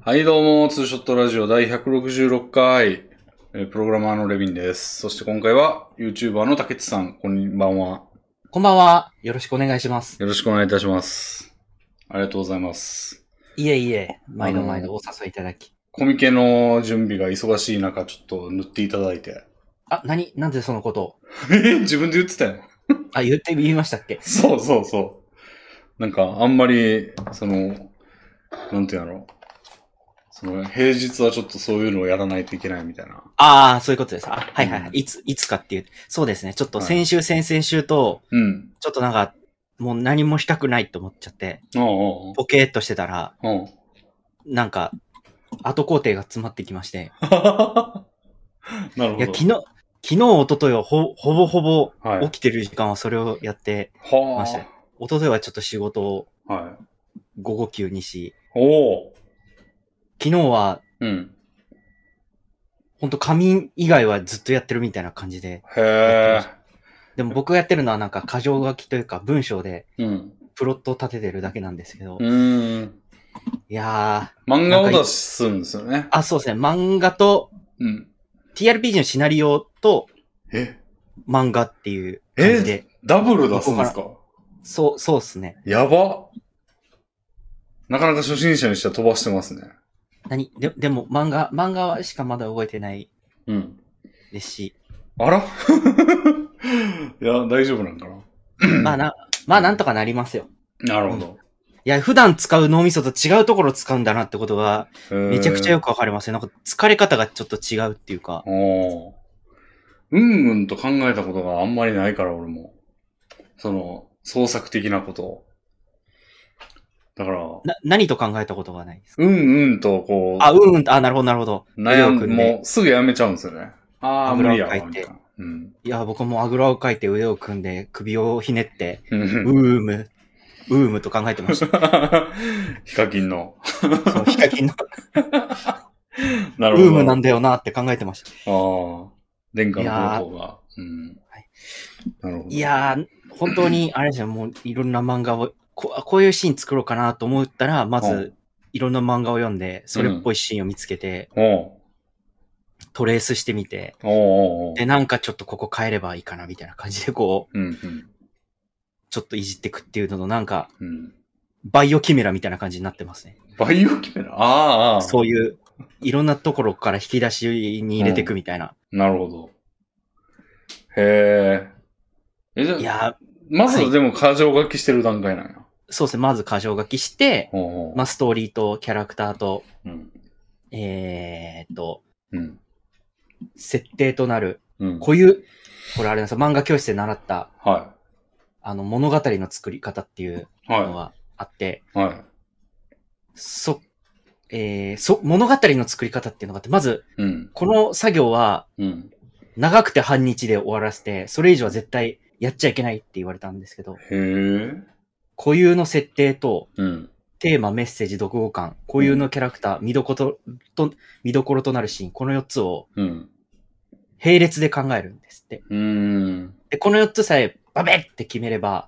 はい、どうも、ツーショットラジオ第166回、プログラマーのレビンです。そして今回は、YouTuber の竹内さん、こんばんは。 こんばんは。よろしくお願いします。 よろしくお願いいたします。ありがとうございます。 いえいえ、毎度毎度お誘いいただき。 コミケの準備が忙しい中、ちょっと塗っていただいて。 あ、なんでそのことを自分で言ってたよ。 言いましたっけ？ そうそうそう。なんか、あんまり、なんていうの、平日はちょっとそういうのをやらないといけないみたいな。 ああ、そういうことです。はいはいはい。いつかっていう。そうですね。ちょっと先週、先々週と、ちょっとなんか、もう何もしたくないと思っちゃって、ポケーっとしてたら、なんか、後工程が詰まってきまして。 なるほど。 いや、昨日、一昨日はほぼほぼ起きてる時間はそれをやってました。一昨日はちょっと仕事を午後休にし、昨日は、ほんと仮眠以外はずっとやってるみたいな感じで。でも僕がやってるのはなんか箇条書きというか文章で、プロットを立ててるだけなんですけど。いやー。漫画を出すんですよね。 そうですね。漫画と、TRPG のシナリオと、漫画っていう感じで。 ダブル出すんですか？ そうっすね。 やば。なかなか初心者にしては飛ばしてますね。 でも漫画しかまだ覚えてないですし。 あらいや、大丈夫なんかなまあなんとかなりますよ。 なるほど。 いや、普段使う脳みそと違うところを使うんだなってことが、めちゃくちゃよくわかりますよ。なんか疲れ方がちょっと違うっていうか。 と考えたことがあんまりないから、俺も。創作的なことを。だから。 何と考えたことがないですか？ とこう。 なるほど、なるほど。 もうすぐやめちゃうんですよね。 あぐらをかいて。いや、僕もあぐらをかいて腕を組んで首をひねって、ウームと考えてました。 ヒカキンの。 そう、ヒカキンの。 なるほど。 ウームなんだよなって考えてました。 殿下の方法が。 なるほど。いやー、本当に、あれですよ、もういろんな漫画を、こういうシーン作ろうかなと思ったら、まず、いろんな漫画を読んで、それっぽいシーンを見つけて、トレースしてみて、で、なんかちょっとここ変えればいいかな、みたいな感じでこう、ちょっといじっていくっていうのの、なんか、バイオキメラみたいな感じになってますね。 バイオキメラ？ そういう、いろんなところから引き出しに入れていくみたいな。 なるほど。へえ。 いや、 まずでも箇条書きしてる段階なんや。 そうですね。まず箇条書きして、ストーリーとキャラクターと、設定となる、これあれなんですよ、漫画教室で習った、物語の作り方っていうのがあって、物語の作り方っていうのがあって、まず、この作業は、長くて半日で終わらせて、それ以上は絶対やっちゃいけないって言われたんですけど、固有の設定と、テーマ、メッセージ、読後感、固有のキャラクター、見どころとなるシーン、この4つを、並列で考えるんですって。で、この4つさえバベって決めれば、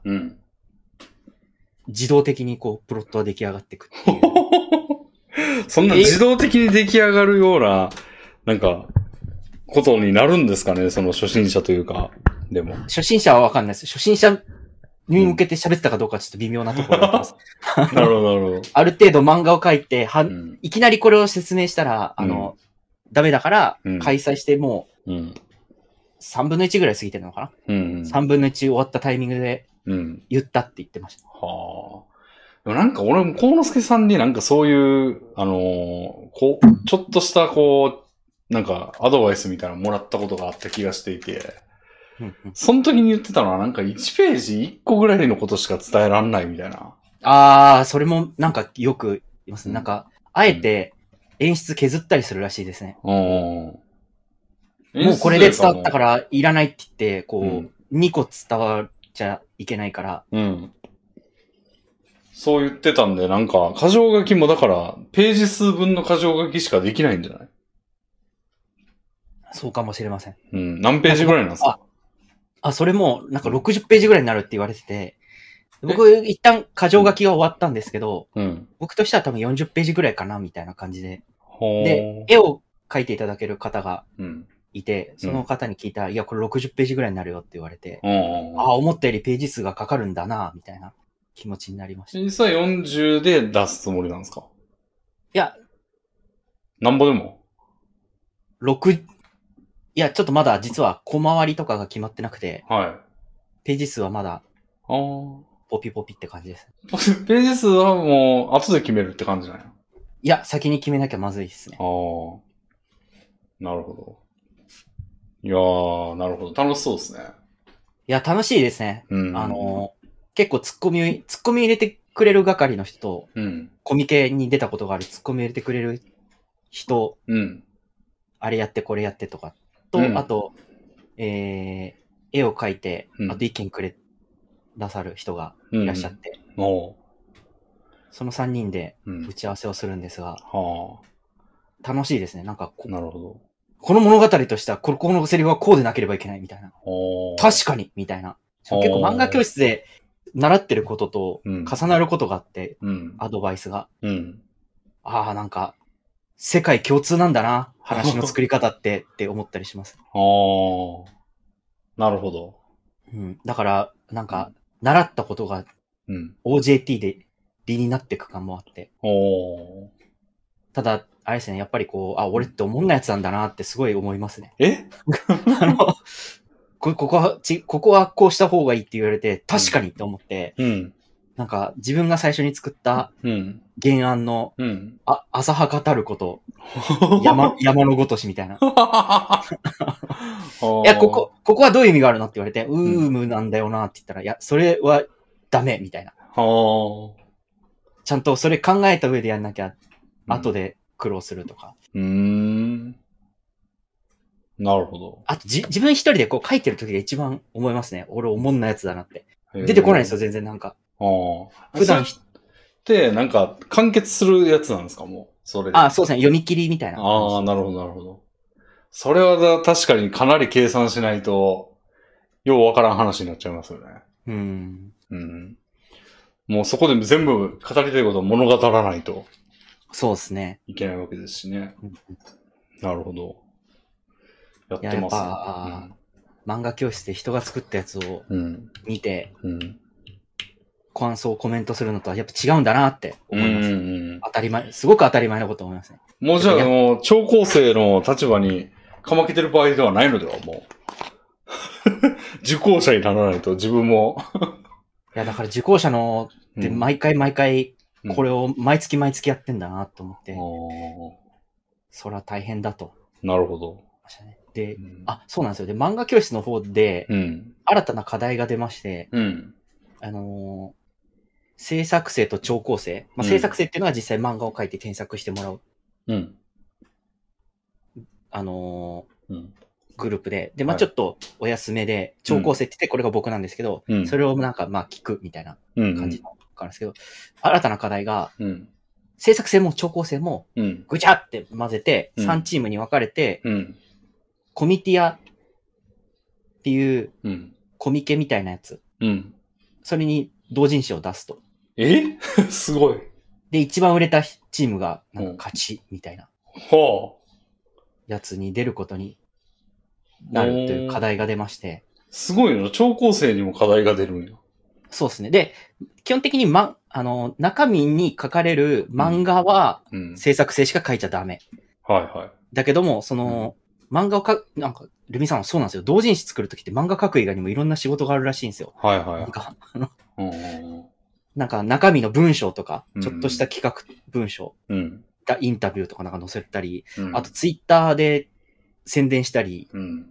自動的にこう、プロットは出来上がっていくっていう。 そんな自動的に出来上がるような、なんか、ことになるんですかね、その初心者というか、でも。 初心者はわかんないです。初心者に向けて喋ってたかどうかちょっと微妙なところだったんです。 なるほど、なるほど。 ある程度漫画を書いて、いきなりこれを説明したら、ダメだから、開催してもう、3分の1ぐらい過ぎてるのかな、?3 分の1終わったタイミングで、言ったって言ってました。 なんか俺も、幸之助さんになんかそういう、ちょっとしたなんかアドバイスみたいなのもらったことがあった気がしていて、その時に言ってたのはなんか1ページ1個ぐらいのことしか伝えらんないみたいな。 それもなんかよく言いますね。なんか、あえて演出削ったりするらしいですね。もうこれで伝わったからいらないって言って、2個伝わっちゃいけないから。 そう言ってたんで、なんか、箇条書きもだから、ページ数分の箇条書きしかできないんじゃない？ そうかもしれません。 何ページぐらいなんですか？ それも、なんか60ページぐらいになるって言われてて、 僕、一旦箇条書きが終わったんですけど、 うん。 僕としては多分40ページぐらいかな、みたいな感じで。で、絵を描いていただける方がいて、その方に聞いたら、いや、これ60ページぐらいになるよって言われて、ああ、思ったよりページ数がかかるんだな、みたいな気持ちになりました。 実際40で出すつもりなんですか？ いや、 なんぼでもいや、ちょっとまだ実は小回りとかが決まってなくて、 はい。 ページ数はまだ、ポピポピって感じです。 ページ数はもう後で決めるって感じなんや。 いや、先に決めなきゃまずいですね。 ああ。なるほど。いやー、なるほど。楽しそうですね。 いや、楽しいですね。結構ツッコミ入れてくれる係の人と、コミケに出たことがあるツッコミ入れてくれる人、あれやってこれやってとか、と、あと、絵を描いて、あと意見くれ出さる人がいらっしゃって、その3人で打ち合わせをするんですが、楽しいですね。なんかなるほど。 この物語としては、このセリフはこうでなければいけないみたいな。確かにみたいな。結構漫画教室で習ってることと重なることがあって、アドバイスが。ああ、なんか、世界共通なんだな、話の作り方って思ったりします。 なるほど。 だから、なんか、習ったことが、OJT で理になっていく感もあって。ただ、あれですね、やっぱりこう、俺って思んないやつなんだなってすごい思いますね。ここはこうした方がいいって言われて、確かにって思って、なんか自分が最初に作った原案の、浅はかたること、山のごとしみたいな。いや、ここはどういう意味があるのって言われて、むなんだよなって言ったら、いや、それはダメみたいな。ちゃんとそれ考えた上でやんなきゃ、後で苦労するとか。 なるほど。 あと自分一人でこう書いてる時が一番思いますね。俺おもんなやつだなって。出てこないですよ、全然なんか。 普段って、なんか、完結するやつなんですか、もう。それで。 そうですね。読み切りみたいな。 なるほど、なるほど。それは確かにかなり計算しないと、ようわからん話になっちゃいますよね。もうそこで全部語りたいことを物語らないと。 そうですね。 いけないわけですしね。なるほど。やってますね。 漫画教室で人が作ったやつを見て、感想をコメントするのとはやっぱ違うんだなって思います。当たり前、すごく当たり前のこと思いますね。 もうじゃあ、聴講生の立場にかまけてる場合ではないのでは、もう。受講者にならないと自分も。 いや、だから受講者のって毎回これを毎月やってんだなと思って、それは大変だと。 なるほど。 で、そうなんですよ。で、漫画教室の方で、新たな課題が出まして、制作生と聴講生。制作生っていうのは実際漫画を描いて添削してもらう。グループで。で、ちょっとお休めで、聴講生って言ってこれが僕なんですけど、それをなんか聞くみたいな感じなんですけど、新たな課題が、制作生も聴講生も、ぐちゃって混ぜて、3チームに分かれて、コミティアっていう、コミケみたいなやつ。それに同人誌を出すと。 すごい。 で、一番売れたチームが、なんか勝ち、みたいな。やつに出ることになるという課題が出まして。 すごいの。聴講生にも課題が出るんよ。 そうですね。で、基本的に中身に書かれる漫画は、制作生しか書いちゃダメ。だけども、漫画をなんか、ルミさんはそうなんですよ。同人誌作るときって漫画書く以外にもいろんな仕事があるらしいんですよ。なんか中身の文章とか、ちょっとした企画文章、インタビューとかなんか載せたり、あとツイッターで宣伝したり、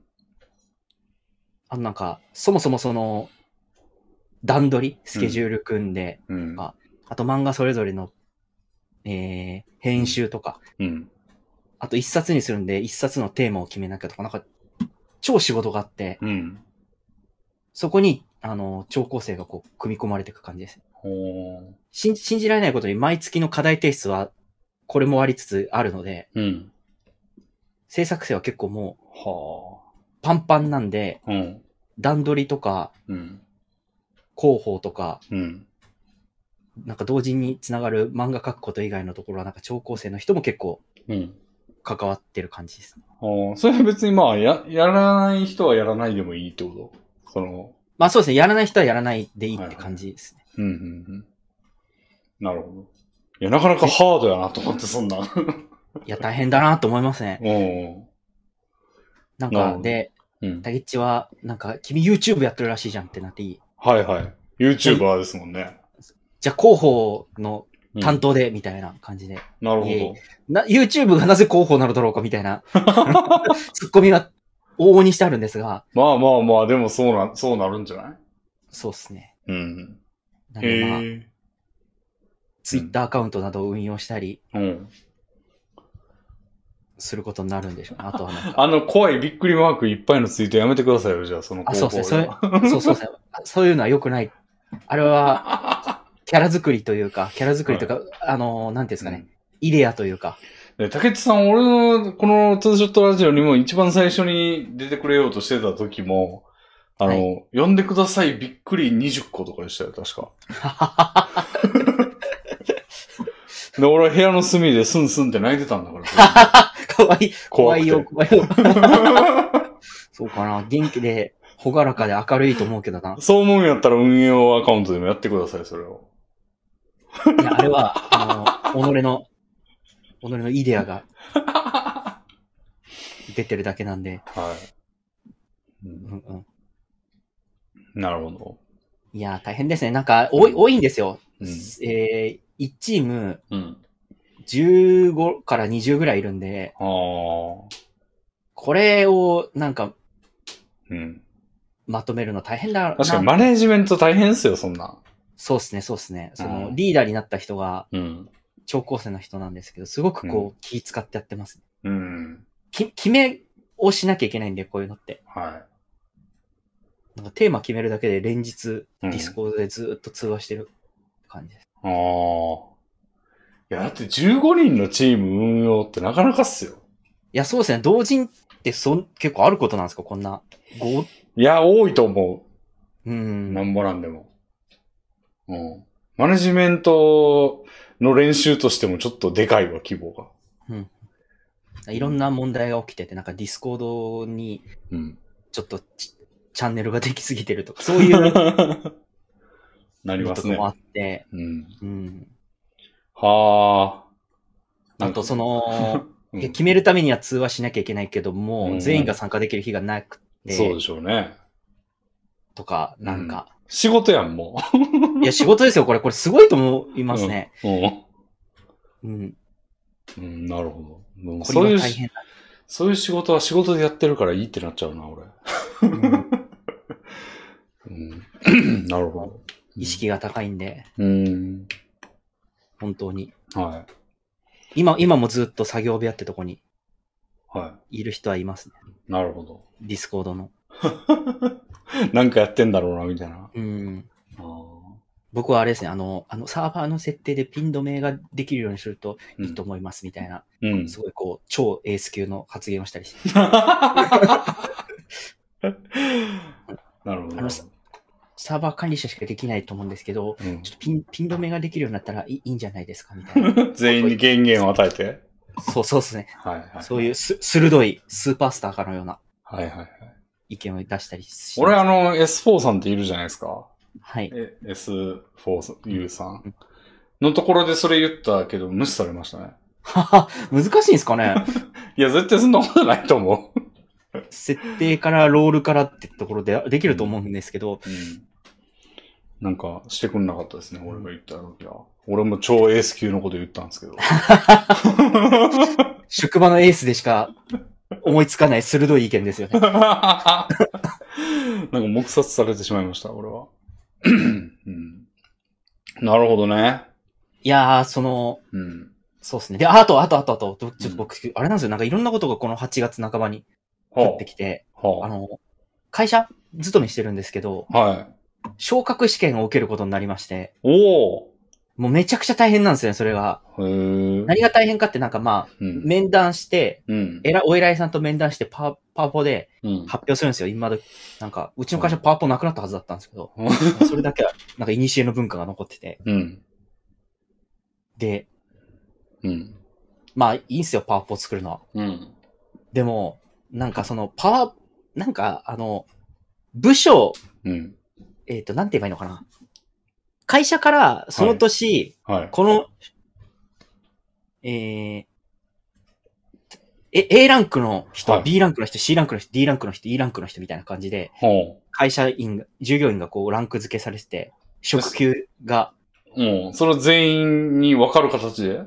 なんか、そもそも段取り、スケジュール組んで、あと漫画それぞれの、編集とか、あと一冊にするんで、一冊のテーマを決めなきゃとか、なんか、超仕事があって、そこに、聴講生がこう、組み込まれていく感じです。信じられないことに、毎月の課題提出は、これもありつつあるので、制作生は結構もう、パンパンなんで、段取りとか、 広報とか、 うん。 なんか同時につながる漫画描くこと以外のところは、なんか聴講生の人も結構、関わってる感じですね。 それは別にまあ、やらない人はやらないでもいいってことまあそうですね。やらない人はやらないでいいって感じですね。 はいはい、なるほど。いや、なかなかハードやなと思って、そんな。いや、大変だなと思いますね。なんか、で、タギッチは、なんか、君 YouTube やってるらしいじゃんってなっていい？ はいはい。YouTuber ですもんね。 じゃあ広報の担当で、みたいな感じで。 なるほど。 YouTube がなぜ広報なのだろうかみたいな、ツッコミが往々にしてあるんですが。 まあまあまあ、でもそうなるんじゃない？ そうですね。 なんでまあ、Twitter アカウントなどを運用したり、することになるんでしょうね。あとはなんか。 怖いびっくりマークいっぱいのツイートやめてくださいよ、じゃあ、その広報。 そうですね。そういうのは良くない。あれは、キャラ作りというか、なんていうんですかね。イデアというか。 竹内さん、俺のこのツーショットラジオにも一番最初に出てくれようとしてた時も、呼んでくださいびっくり20個とかでしたよ、確か。で、俺は部屋の隅でスンスンって泣いてたんだから。 怖いよ。そうかな。元気で、ほがらかで明るいと思うけどな。 そう思うんやったら運用アカウントでもやってください、それを。 いや、あれは、己のイデアが出てるだけなんで。 はい。なるほど。 いや、大変ですね。なんか、多いんですよ。1チーム、15から20ぐらいいるんで、これを、なんか、まとめるの大変だな。 確かにマネージメント大変ですよ、そんな。 そうですね。リーダーになった人が、聴講生の人なんですけど、すごく気使ってやってますね。決めをしなきゃいけないんで、こういうのって。 はい。 なんかテーマ決めるだけで連日、ディスコードでずっと通話してる感じです。 いや、だって15人のチーム運用ってなかなかっすよ。 いや、そうですね。同人って結構あることなんですか？こんな。 いや、多いと思う。 なんぼなんでも。マネジメントの練習としてもちょっとでかいわ、規模が。 いろんな問題が起きてて、なんかディスコードに、ちょっとチャンネルができすぎてるとか、そういうなりますね。 とかもあって、 はあ。あと決めるためには通話しなきゃいけないけども、全員が参加できる日がなくて。 そうでしょうね。 とか、なんか。 仕事やん、もう。いや、仕事ですよ、これ。これすごいと思いますね。 なるほど。 これは大変だ。 そういう仕事は仕事でやってるからいいってなっちゃうな、俺。なるほど。 意識が高いんで。本当に。 はい。 今もずっと作業部屋ってとこに、いる人はいますね。 なるほど。 ディスコードの。 なんかやってんだろうな、みたいな。 僕はあれですね、サーバーの設定でピン止めができるようにするといいと思います、みたいな。すごい超エース級の発言をしたりして。 なるほど。 サーバー管理者しかできないと思うんですけど、ちょっとピン止めができるようになったらいいんじゃないですかみたいな。 全員に権限を与えて。 そうですね。そういう鋭いスーパースターかのような。意見を出したりし俺S4 さんっているじゃないですか。 はい。 S4U さん。のところでそれ言ったけど無視されましたね。 難しいんですかね。 いや、絶対そんなことないと思う。 設定からロールからってところでできると思うんですけど、 なんかしてくんなかったですね、俺が言った時は。俺も超エース級のこと言ったんですけど。 職場のエースでしか思いつかない鋭い意見ですよね。なんか黙殺されてしまいました、俺は。なるほどね。 いやー、そうですね。で、あと、ちょっと僕、あれなんですよ。なんかいろんなことがこの8月半ばに降ってきて、会社勤めしてるんですけど、昇格試験を受けることになりまして、もうめちゃくちゃ大変なんですよね、それが。何が大変かってなんか面談して、お偉いさんと面談してパパワポで発表するんですよ。今まで、なんか、うちの会社パワポなくなったはずだったんですけど、それだけは、なんか、古の文化が残ってて。で、まあ、いいんすよ、パワポ作るのは。でも、なんかなんか、部署、なんて言えばいいのかな。会社からその年、この、A ランクの人、B ランクの人、C ランクの人、D ランクの人、E ランクの人みたいな感じで、会社員、従業員がこうランク付けされてて、職級が。 それ全員に分かる形で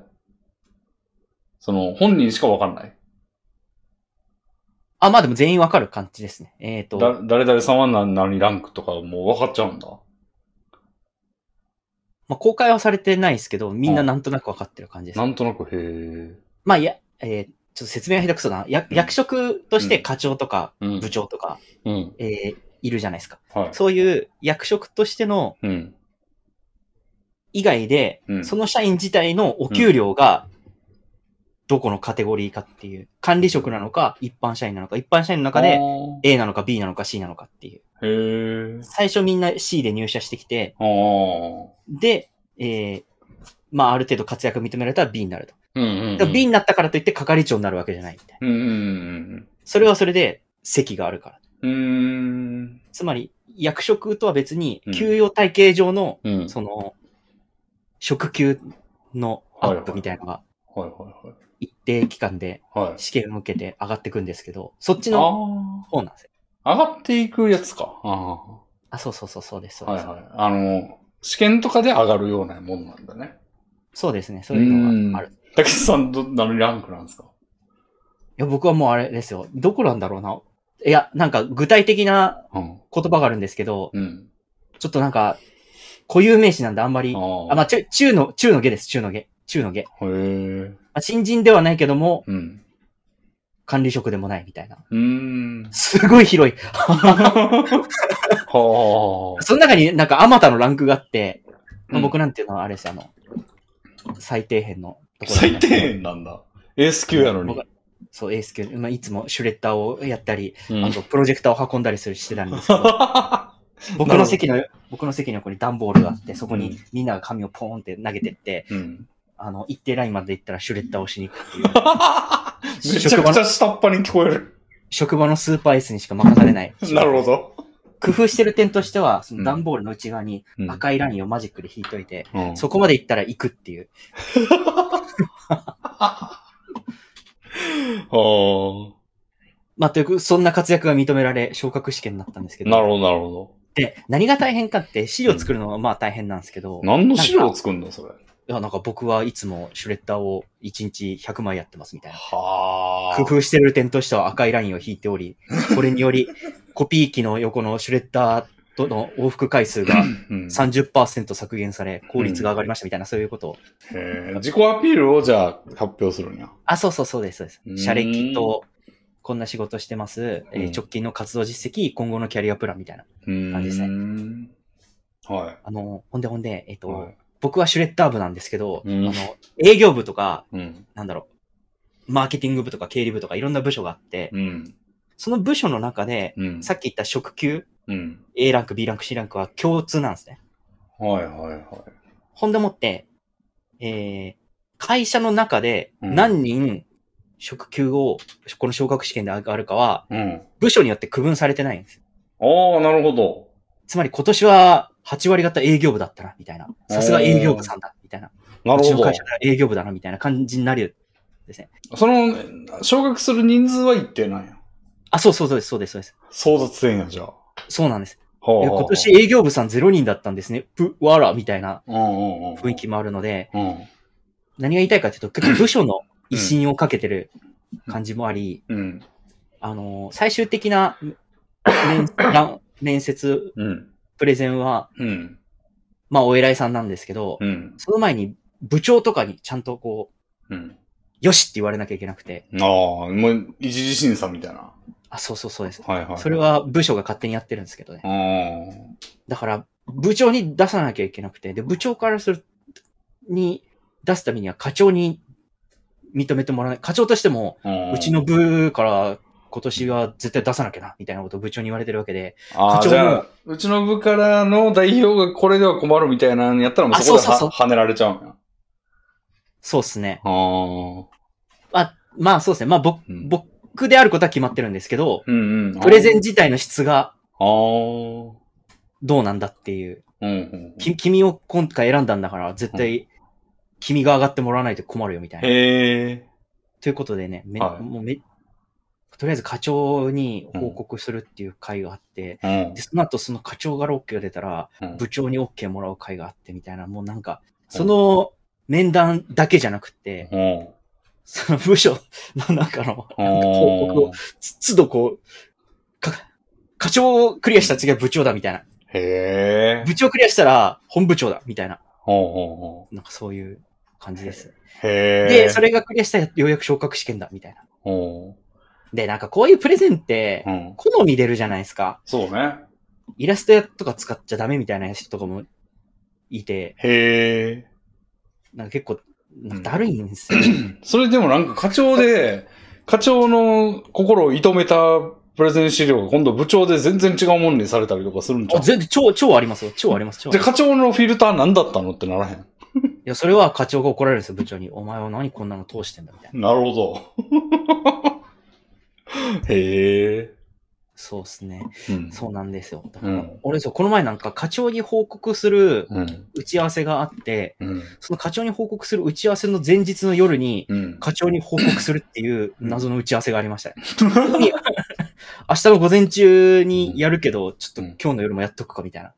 本人しか分かんない。 まあでも全員分かる感じですね。 誰々さんは何ランクとかもう分かっちゃうんだ。 まあ公開はされてないですけど、みんななんとなく分かってる感じです。 なんとなく、へえ。 まあちょっと説明が下手くそだな。役職として課長とか部長とか、いるじゃないですか。そういう役職としての、以外で、その社員自体のお給料が、どこのカテゴリーかっていう、管理職なのか、一般社員なのか、一般社員の中で A なのか B なのか C なのかっていう。最初みんな C で入社してきて、で、まあある程度活躍認められたら B になると。B になったからといって係長になるわけじゃないみたいな。それはそれで席があるから。つまり、役職とは別に、給与体系上の、職級のアップみたいなのが、一定期間で試験を受けて上がっていくんですけど、そっちの方なんですよ。 上がっていくやつか。 そうです。 試験とかで上がるようなもんなんだね。 そうですね、そういうのがある。 竹内さん、何ランクなんですか？ いや、僕はもうあれですよ。どこなんだろうな。いや、なんか具体的な言葉があるんですけど、ちょっとなんか、固有名詞なんであんまり、まあ、中の下です、中の下。新人ではないけども、管理職でもないみたいな。すごい広い。その中になんかあまたのランクがあって、僕なんていうのはあれですよ、最底辺のところ。最底辺なんだ。エース級やのに。 そう、エース級。まあ、いつもシュレッダーをやったり、あとプロジェクターを運んだりしてたんですけど、僕の席の横に段ボールがあって、そこにみんなが紙をポーンって投げてって、一定ラインまで行ったらシュレッダーをしに行くっていう。 めちゃくちゃ下っ端に聞こえる。 職場のスーパーエースにしか任されない。 なるほど。 工夫してる点としては、その段ボールの内側に赤いラインをマジックで引いといて、そこまで行ったら行くっていう。まあ、そんな活躍が認められ、昇格試験になったんですけど。 なるほど。 で、何が大変かって資料作るのはまあ大変なんですけど。 何の資料を作るのそれ。 いや、なんか僕はいつもシュレッダーを1日100枚やってますみたいな。工夫してる点としては赤いラインを引いており、これによりコピー機の横のシュレッダーとの往復回数が 30% 削減され、効率が上がりましたみたいな、そういうことを。 自己アピールをじゃあ発表するんや。 そうです。社歴と、こんな仕事してます。直近の活動実績、今後のキャリアプランみたいな感じですね。 はい。 ほんで、僕はシュレッダー部なんですけど、営業部とか、なんだろう、マーケティング部とか経理部とかいろんな部署があって、その部署の中で、さっき言った職級、A ランク、B ランク、C ランクは共通なんですね。ほんでもって、会社の中で何人職級をこの昇格試験で上がるかは、部署によって区分されてないんです。 なるほど。 つまり今年は8割方営業部だったな、みたいな。さすが営業部さんだ、みたいな。 なるほど。 うちの会社では営業部だな、みたいな感じになるですね。 昇格する人数は一定なんや。 そうです。 争奪戦や、じゃあ。 そうなんです。今年営業部さん0人だったんですね。わら、みたいな雰囲気もあるので、何が言いたいかというと、結構部署の威信をかけてる感じもあり、最終的な面接、プレゼンは、まあお偉いさんなんですけど、その前に部長とかにちゃんとよしって言われなきゃいけなくて。 もう一次審査みたいな。 そうです。それは部署が勝手にやってるんですけどね。だから、部長に出さなきゃいけなくて、で、部長からに出すためには課長に認めてもらわない。課長としても、うちの部から今年は絶対出さなきゃな、みたいなことを部長に言われてるわけで。 ああ、じゃあ、うちの部からの代表がこれでは困るみたいなのやったらもうそこで跳ねられちゃうんや。 そうっすね。 あまあそうですね。まあ僕であることは決まってるんですけど、 うんうん、 プレゼン自体の質が、 どうなんだっていう。 うんうんうん、君を今回選んだんだから、絶対、君が上がってもらわないと困るよ、みたいな。ということでね、とりあえず課長に報告するっていう会があって、でその後その課長から OK が出たら、部長に OK もらう会があってみたいな、もうなんか、その面談だけじゃなくて、その部署の中の報告を都度こう、課長をクリアしたら次は部長だみたいな。部長クリアしたら本部長だみたいな。なんかそういう感じです。で、それがクリアしたらようやく昇格試験だみたいな。で、なんかこういうプレゼンって、好み出るじゃないですか。 そうね。 イラストとか使っちゃダメみたいな人とかもいて。なんか結構、だるいんですよ、 それでもなんか課長の心を射止めたプレゼン資料が今度部長で全然違うものにされたりとかするんちゃう？ 全然超ありますよ。超あります。 で、課長のフィルター何だったのってならへん。いや、それは課長が怒られるんですよ、部長に。お前は何こんなの通してんだみたいな。 なるほど。へえ。 そうですね、そうなんですよ。だから、俺この前なんか課長に報告する打ち合わせがあって、その課長に報告する打ち合わせの前日の夜に、課長に報告するっていう謎の打ち合わせがありましたね。明日の午前中にやるけど、ちょっと今日の夜もやっとくかみたいな。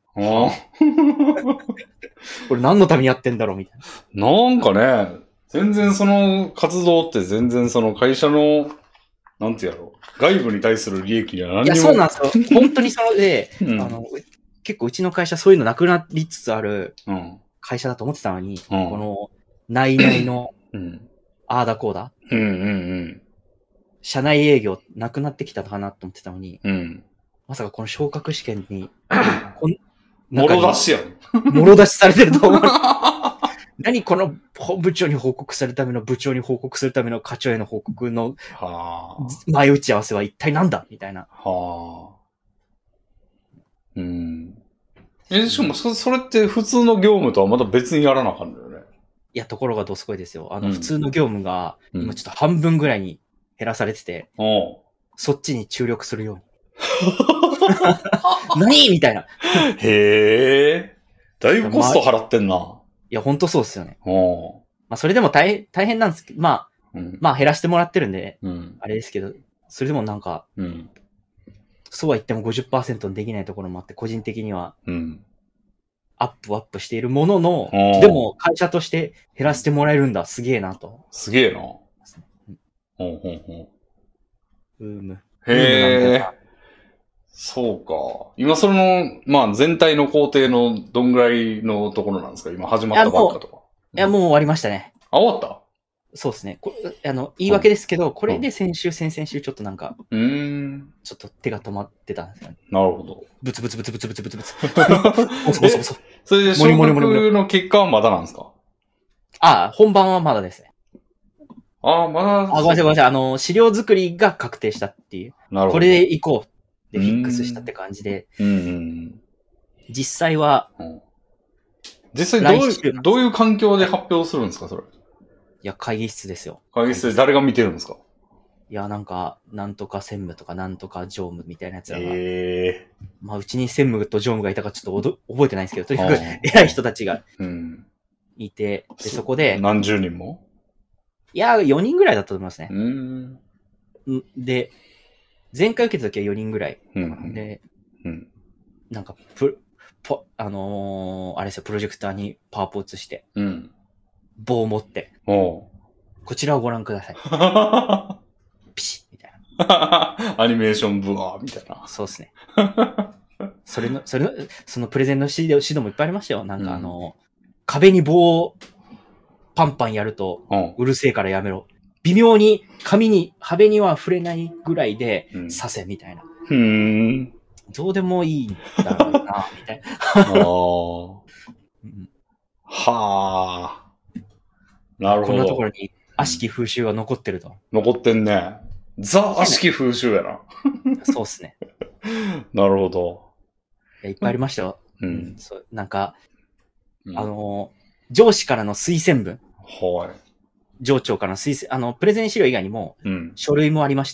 これ何のためにやってんだろうみたいな。なんかね、全然その活動って全然その会社の、なんてやろう。外部に対する利益には何にも。 いや、そうなんですよ。本当にそれで、結構うちの会社そういうのなくなりつつある会社だと思ってたのに、この内々の、ああだこうだ、社内営業なくなってきたかなと思ってたのに、まさかこの昇格試験に、 もろ出しやん。 もろ出しされてると思う。何この本部長に報告するための部長に報告するための課長への報告の前打ち合わせは一体なんだみたいな。 しかもそれって普通の業務とはまた別にやらなあかんだよね。 いや、ところがどすこいですよ。普通の業務が今ちょっと半分ぐらいに減らされてて、そっちに注力するように。何みたいな。 へえ。だいぶコスト払ってんな。 いや、ほんとそうですよね。まあ、それでも大変なんですけど、まあ減らしてもらってるんで、あれですけど、それでもなんか、そうは言っても 50% にできないところもあって、個人的には、アップしているものの、でも会社として減らしてもらえるんだ、すげえなと。 すげえな。へえ。そうか。今その、まあ全体の工程のどんぐらいのところなんですか？今始まったばっかとか。 いや、もう終わりましたね。 終わった？ そうですね。言い訳ですけど、これで先々週ちょっとなんか、ちょっと手が止まってたんですよね。 なるほど。 ブツブツ。ボソボソ。 それで昇格の結果はまだなんですか？ 本番はまだですね。 まだ。 ごめんなさい。資料作りが確定したっていう。なるほど。これで行こう。で、フィックスしたって感じで。実際は、 実際どういう環境で発表するんですか、それ。 いや、会議室ですよ。 会議室で誰が見てるんですか？ いや、なんか、なんとか専務とかなんとか常務みたいなやつらが。まあ、うちに専務と常務がいたかちょっと覚えてないんですけど、とにかく偉い人たちがいて、で、そこで。 何十人も？ いや、4人ぐらいだったと思いますね。で、前回受けた時は4人ぐらい。で、なんか、あれですよ、プロジェクターにパワポ映して、棒を持って、こちらをご覧ください。ピシッみたいな。アニメーションブワーみたいな。 そうですね。そのプレゼンの指導もいっぱいありましたよ。なんか壁に棒をパンパンやると、うるせえからやめろ。微妙に壁には触れないぐらいで刺せみたいな。どうでもいいんだろうな、みたいな。 はあ。なるほど。 こんなところに悪しき風習が残ってると。 残ってんね。 ザ悪しき風習やな。 そうっすね。 なるほど。 いっぱいありましたよ。 うん。 そうなんか、上司からの推薦文。 はい。 上長からの推薦、プレゼン資料以外にも、書類もありまして、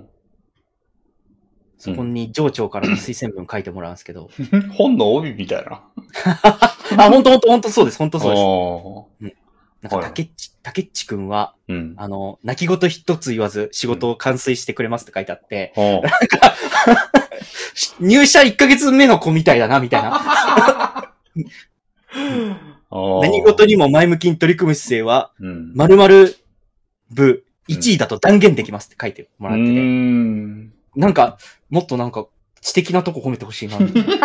そこに上長からの推薦文書いてもらうんですけど。 本の帯みたいな。 ほんとそうです。ほんとそうです。なんか、竹っちくんは、泣き言一つ言わず仕事を完遂してくれますって書いてあって、なんか、入社1ヶ月目の子みたいだな、みたいな。何事にも前向きに取り組む姿勢は、〇〇部1位だと断言できますって書いてもらってて。なんか、もっとなんか、知的なとこ褒めてほしいな。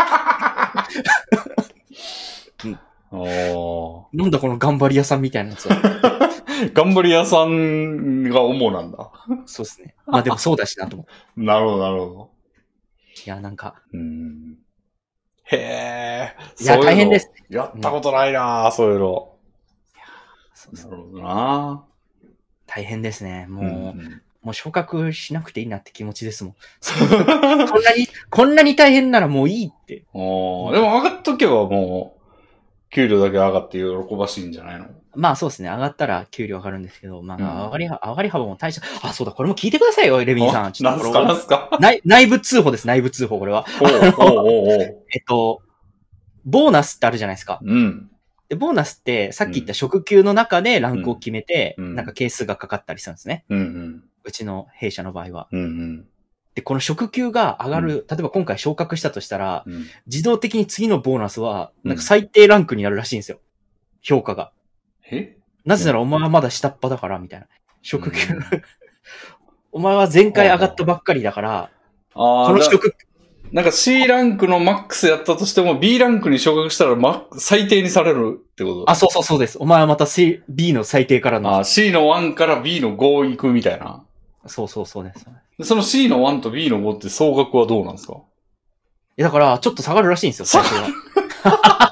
なんだこの頑張り屋さんみたいなやつは。 頑張り屋さんが主なんだ。 そうですね。まあでもそうだしなと思って。 なるほど、なるほど。 いや、なんか。 へえ。 いや、大変です。 やったことないな、そういうの。 いや、そうですね。 なるほどな。 大変ですね。もう昇格しなくていいなって気持ちですもん。こんなに大変ならもういいって。でも上がっとけばもう、給料だけ上がって喜ばしいんじゃないの？ まあそうですね。上がったら給料上がるんですけど、まあ上がり幅も大した、そうだ、これも聞いてくださいよ、レビンさん。 なんすか内部通報です、内部通報、これは。ボーナスってあるじゃないですか。で、ボーナスって、さっき言った職級の中でランクを決めて、なんか係数がかかったりするんですね。うちの弊社の場合は。で、この職級が上がる、例えば今回昇格したとしたら、自動的に次のボーナスは、なんか最低ランクになるらしいんですよ。評価が。なぜならお前はまだ下っ端だから、みたいな。職級。お前は前回上がったばっかりだから、この職、 なんか C ランクのマックスやったとしても B ランクに昇格したら最低にされるってこと？ そうです。お前はまた B の最低からの。 C の1から B の5行くみたいな。 そうです。 その C の1と B の5って総額はどうなんですか？ だから、ちょっと下がるらしいんですよ、最初は。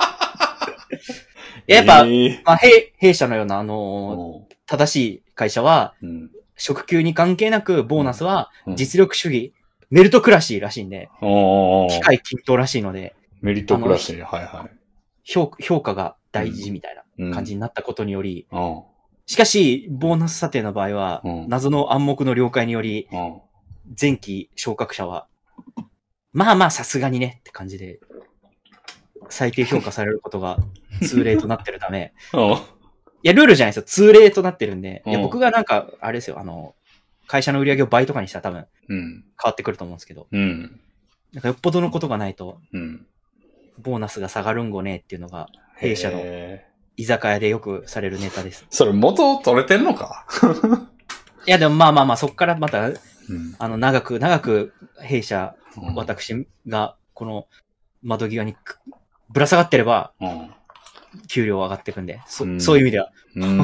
やっぱ、まあ、弊社のような、正しい会社は、職級に関係なく、ボーナスは実力主義、メリトクラシーらしいんで、機械均等らしいので、 メリトクラシー、はいはい。 評価が大事みたいな感じになったことにより、しかし、ボーナス査定の場合は、謎の暗黙の了解により、前期昇格者は、まあさすがにねって感じで、最低評価されることが通例となってるため、いや、ルールじゃないですよ。通例となってるんで、いや、僕がなんか、あれですよ、会社の売り上げを倍とかにしたら多分、変わってくると思うんですけど、なんかよっぽどのことがないと、ボーナスが下がるんごねっていうのが、弊社の居酒屋でよくされるネタです。 それ元取れてんのか？ いや、でもまあ、そっからまた、長く弊社、私が、この窓際にぶら下がってれば、給料上がっていくんで、そういう意味では。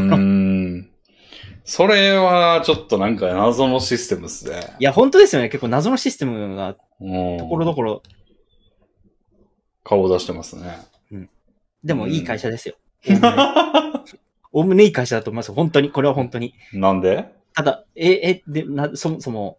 それはちょっとなんか謎のシステムですね。 いや、本当ですよね。結構謎のシステムが、ところどころ。 顔を出してますね。 でもいい会社ですよ。おおむねいい会社だと思いますよ。本当に。これは本当に。 なんで？ ただ、そもそも、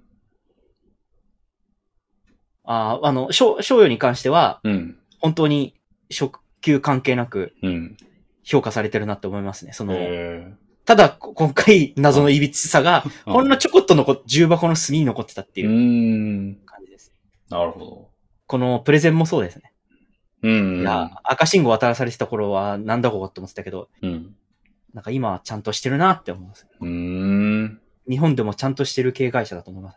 賞与に関しては、本当に職級関係なく、評価されてるなって思いますね。ただ、今回、謎のいびつさが、ほんのちょこっと重箱の隅に残ってたっていう感じです。 なるほど。 このプレゼンもそうですね。いや、赤信号渡らされてた頃は、なんだここって思ってたけど、なんか今はちゃんとしてるなって思います。日本でもちゃんとしてる系会社だと思います。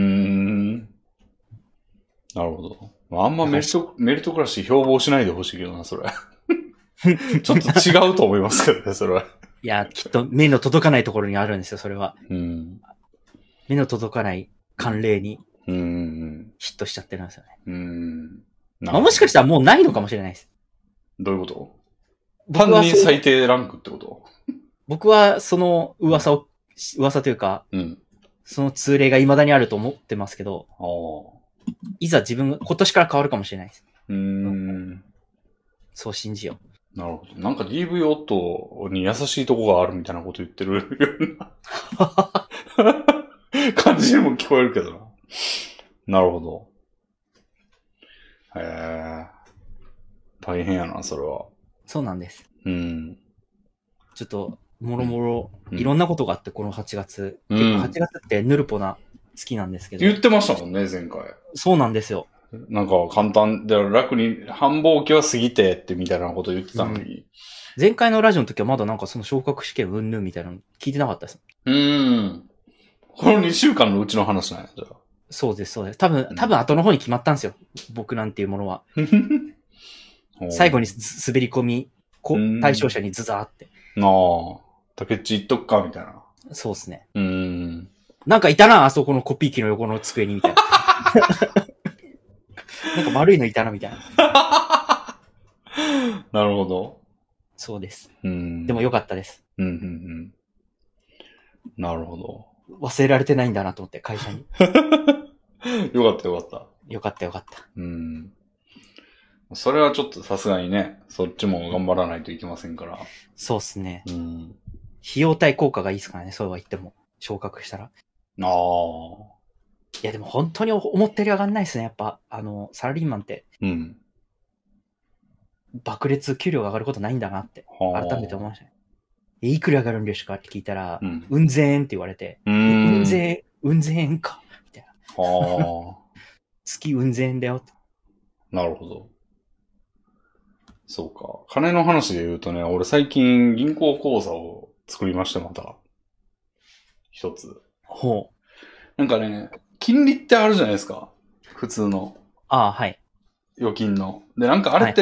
なるほど。あんまメリトクラシー標榜しないでほしいけどな、それ。ちょっと違うと思いますけどね、それは。 いや、きっと目の届かないところにあるんですよ、それは。目の届かない慣例にヒットしちゃってるんですよね。もしかしたらもうないのかもしれないです。 どういうこと？単に最低ランクってこと？ 僕はその噂というか、その通例が未だにあると思ってますけど、いざ自分が今年から変わるかもしれないです。そう信じよう。なるほど。なんか DV 夫に優しいとこがあるみたいなこと言ってるような。 感じにも聞こえるけどな。なるほど。大変やな、それは。 そうなんです。 うん。 ちょっと、もろもろ、いろんなことがあって、この8月。結構8月ってヌルポな月なんですけど。 言ってましたもんね、前回。 そうなんですよ。 なんか簡単で楽に繁忙期は過ぎてってみたいなこと言ってたのに。 前回のラジオの時はまだなんかその昇格試験うんぬんみたいなの聞いてなかったです。 この2週間のうちの話なんや、じゃあ。 そうです、そうです。多分後の方に決まったんですよ。僕なんていうものは。最後に滑り込み、対象者にズザーって。 竹内言っとくか、みたいな。 そうですね。 なんかいたな、あそこのコピー機の横の机にみたいな。なんか丸いのいたな、みたいな。 なるほど。 そうです。でもよかったです。 なるほど。 忘れられてないんだなと思って、会社に。 よかったよかった。 よかったよかった。 それはちょっとさすがにね、そっちも頑張らないといけませんから。 そうっすね。費用対効果がいいですからね、そうは言っても。昇格したら。いやでも本当に思ったより上がんないですね、やっぱ。サラリーマンって。爆裂給料が上がることないんだなって、改めて思いましたね。いくら上がるんですかって聞いたら、うんぜんって言われて、うんぜんかみたいな。月うんぜんだよって。 なるほど。そうか。金の話で言うとね、俺最近銀行口座を作りまして、また。一つ。 ほう。 なんかね、金利ってあるじゃないですか。普通の。 はい。 預金の。で、なんかあれって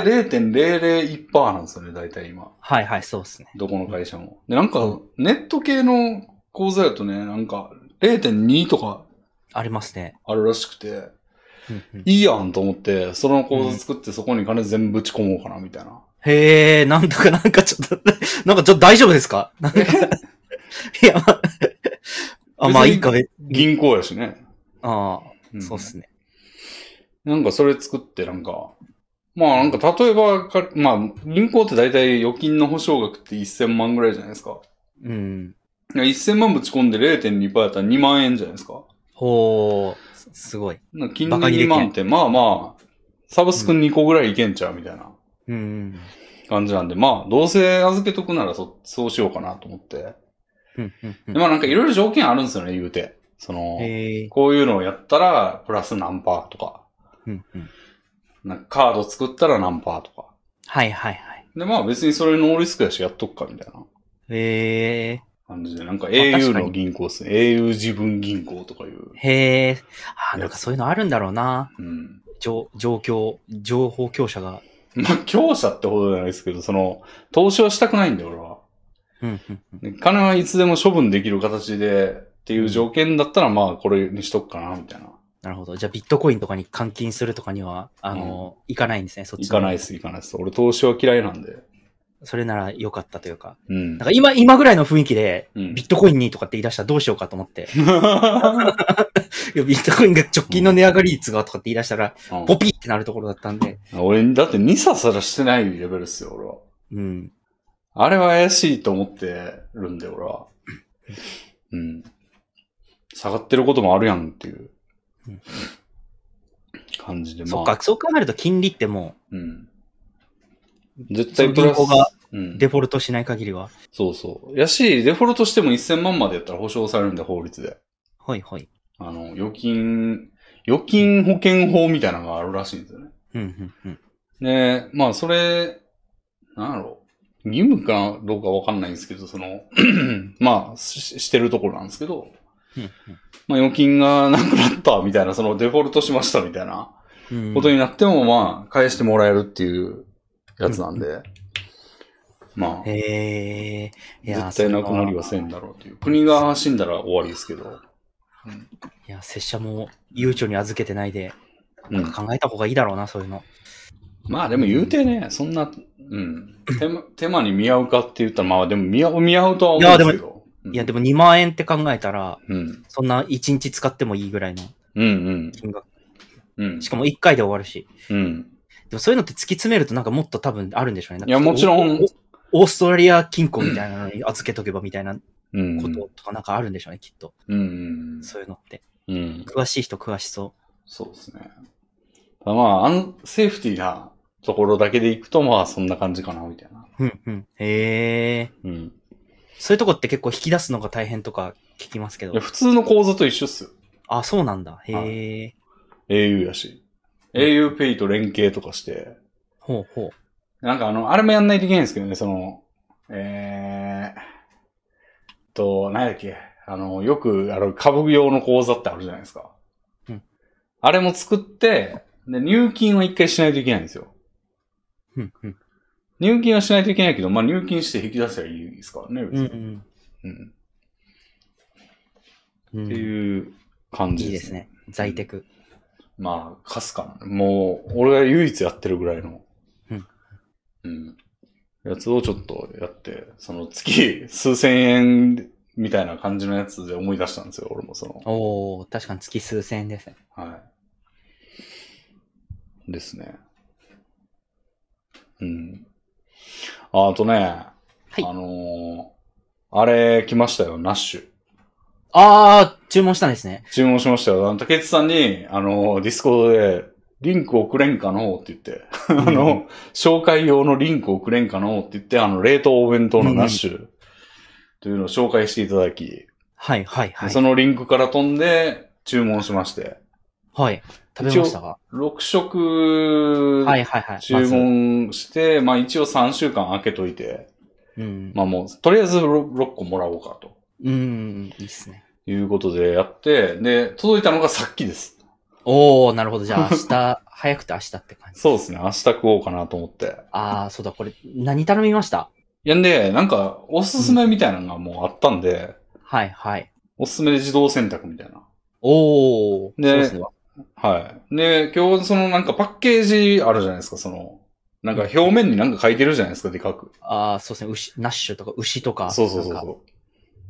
0.001% なんですよね、大体今。 はい、そうですね。 どこの会社も。で、なんか、ネット系の口座だとね、なんか 0.2 とか。 ありますね。 あるらしくて。いいやんと思って、その口座作ってそこに金全部ぶち込もうかな、みたいな。 へえ、なんかちょっと大丈夫ですかいや、まあいいかね。 銀行やしね。 そうっすね。 なんかそれ作ってなんか、まあなんか例えばまあ銀行って大体預金の保証額って1000万ぐらいじゃないですか。1000万ぶち込んで 0.2% やったら2万円じゃないですか。 ほー、すごい。 金利2万ってまあまあ、サブスク2個ぐらいいけんちゃうみたいな感じなんで、まあどうせ預けとくならそうしようかなと思って。でまあなんかいろいろ条件あるんですよね、言うて。こういうのをやったらプラス何パーとか。なんかカード作ったら何パーとか。で、まあ別にそれノーリスクやしやっとくかみたいな。感じで、なんか au の銀行ですね。au 自分銀行とかいう。 なんかそういうのあるんだろうな。情報強者が。 まあ強者ってほどじゃないですけど、投資はしたくないんだよ、俺は。金はいつでも処分できる形でっていう条件だったら、まあこれにしとくかな、みたいな。 なるほど。じゃあビットコインとかに換金するとかには、行かないんですね、そっち。 行かないです。俺投資は嫌いなんで。 それなら良かったというか。なんか今ぐらいの雰囲気で、ビットコインにとかって言い出したらどうしようかと思って。いやビットコインが直近の値上がり率がとかって言い出したら、ポピーってなるところだったんで。 俺、だって2差すらしてないレベルですよ、俺は。あれは怪しいと思ってるんで、俺は。下がってることもあるやんっていう感じで、まあ。 そっか、そう考えると金利ってもう、 絶対プラス。 銀行がデフォルトしない限りは。 そうそう。やし、デフォルトしても1000万までやったら保証されるんで、法律で。 はい。 預金保険法みたいなのがあるらしいんですよね。で、まあ、それ、なんやろう。義務かどうかわかんないんですけど、まあ、してるところなんですけど、まあ、預金がなくなったみたいな、デフォルトしましたみたいなことになっても、まあ、返してもらえるっていうやつなんで、まあ、絶対なくなりはせんだろうという。国が死んだら終わりですけど。 いや、拙者も悠長に預けてないで、なんか考えた方がいいだろうな、そういうの。 まあでも言うてね、そんな、手間に見合うかって言ったら、まあでも見合うとは思うんですけど。 いやでも2万円って考えたら、そんな1日使ってもいいぐらいの金額。しかも1回で終わるし。でもそういうのって突き詰めるとなんかもっと多分あるんでしょうね。 いや、もちろん。 オーストラリア金庫みたいなのに預けとけばみたいなこととかなんかあるんでしょうね、きっと。そういうのって。詳しい人詳しそう。 そうですね。まあ、セーフティーなところだけでいくと、まあ、そんな感じかな、みたいな。 へえ。そういうとこって結構引き出すのが大変とか聞きますけど。 いや、普通の口座と一緒っすよ。 あ、そうなんだ。へえ。 au やし。auPay と連携とかして。 ほうほう。 なんかあれもやんないといけないんですけどね、何やっけ。よく、株用の口座ってあるじゃないですか。あれも作って、で、入金は一回しないといけないんですよ。入金はしないといけないけど、まあ入金して引き出せばいいですからね、別に。っていう感じですね。 いいですね。在テク。 まあ、かすかな。もう、俺が唯一やってるぐらいの。やつをちょっとやって、その月数千円みたいな感じのやつで思い出したんですよ、俺もおー、確かに月数千円ですね。 はい。ですね。あとね、 はい。 あれ来ましたよ、ナッシュ。 注文したんですね。 注文しましたよ。竹内さんに、ディスコードで、リンク送れんかのって言って、紹介用のリンク送れんかのって言って、冷凍お弁当のナッシュというのを紹介していただき、 はいはいはい。 そのリンクから飛んで注文しまして。 はい。食べましたか ？6食注文して、まあ一応3週間空けといて、まあもう、とりあえず 6個もらおうかと。 いいっすね。 いうことでやって、で、届いたのがさっきです。 おー、なるほど。じゃあ明日、早くて明日って感じ。 そうですね。明日食おうかなと思って。 そうだ、これ、何頼みました？ いやんで、なんか、おすすめみたいなのがもうあったんで、 はいはい。 おすすめで自動選択みたいな。 おー、 で、 そうですね。 はい。で、今日なんかパッケージあるじゃないですか、なんか表面になんか書いてるじゃないですか、でかく。 そうですね。ナッシュとか牛とか。 そう。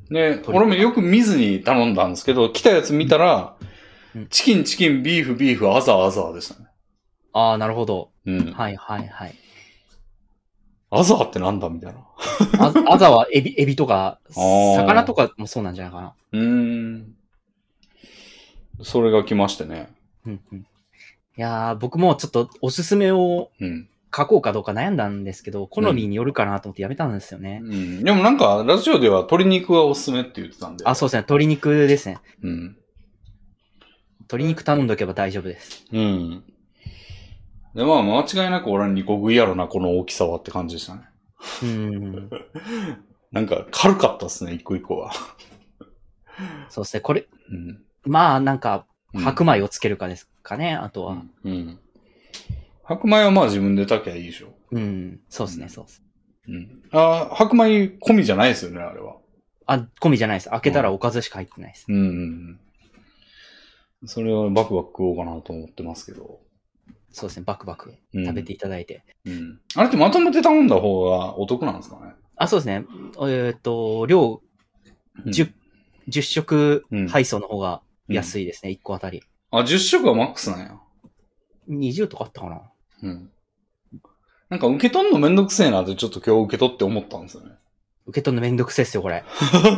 で、俺もよく見ずに頼んだんですけど、来たやつ見たら、チキン、ビーフ、アザーでしたね。 なるほど。はいはいはい。 アザーってなんだみたいな。 アザーはエビとか、魚とかもそうなんじゃないかな。 それが来ましてね。 いやー、僕もちょっとおすすめを書こうかどうか悩んだんですけど、好みによるかなと思ってやめたんですよね。 でもなんか、ラジオでは鶏肉がおすすめって言ってたんで。 そうですね。鶏肉ですね。鶏肉頼んどけば大丈夫です。 で、まあ、間違いなく俺は2個食いやろな、この大きさはって感じでしたね。なんか、軽かったっすね、一個一個は。 そうですね、これ。まあ、なんか、白米をつけるかですかね、あとは。 白米はまあ自分で炊きゃいいでしょ。 そうですね、そうです。 白米込みじゃないですよね、あれは。 込みじゃないです。開けたらおかずしか入ってないです。 それはバクバク食おうかなと思ってますけど。 そうですね、バクバク食べていただいて。 あれってまとめて頼んだ方がお得なんですかね？ そうですね。量10食配送の方が安いですね、1個あたり。 10食はマックスなんや。 20とかあったかな？ なんか受け取んのめんどくせえなってちょっと今日受け取って思ったんですよね。 受け取んのめんどくせえっすよ、これ。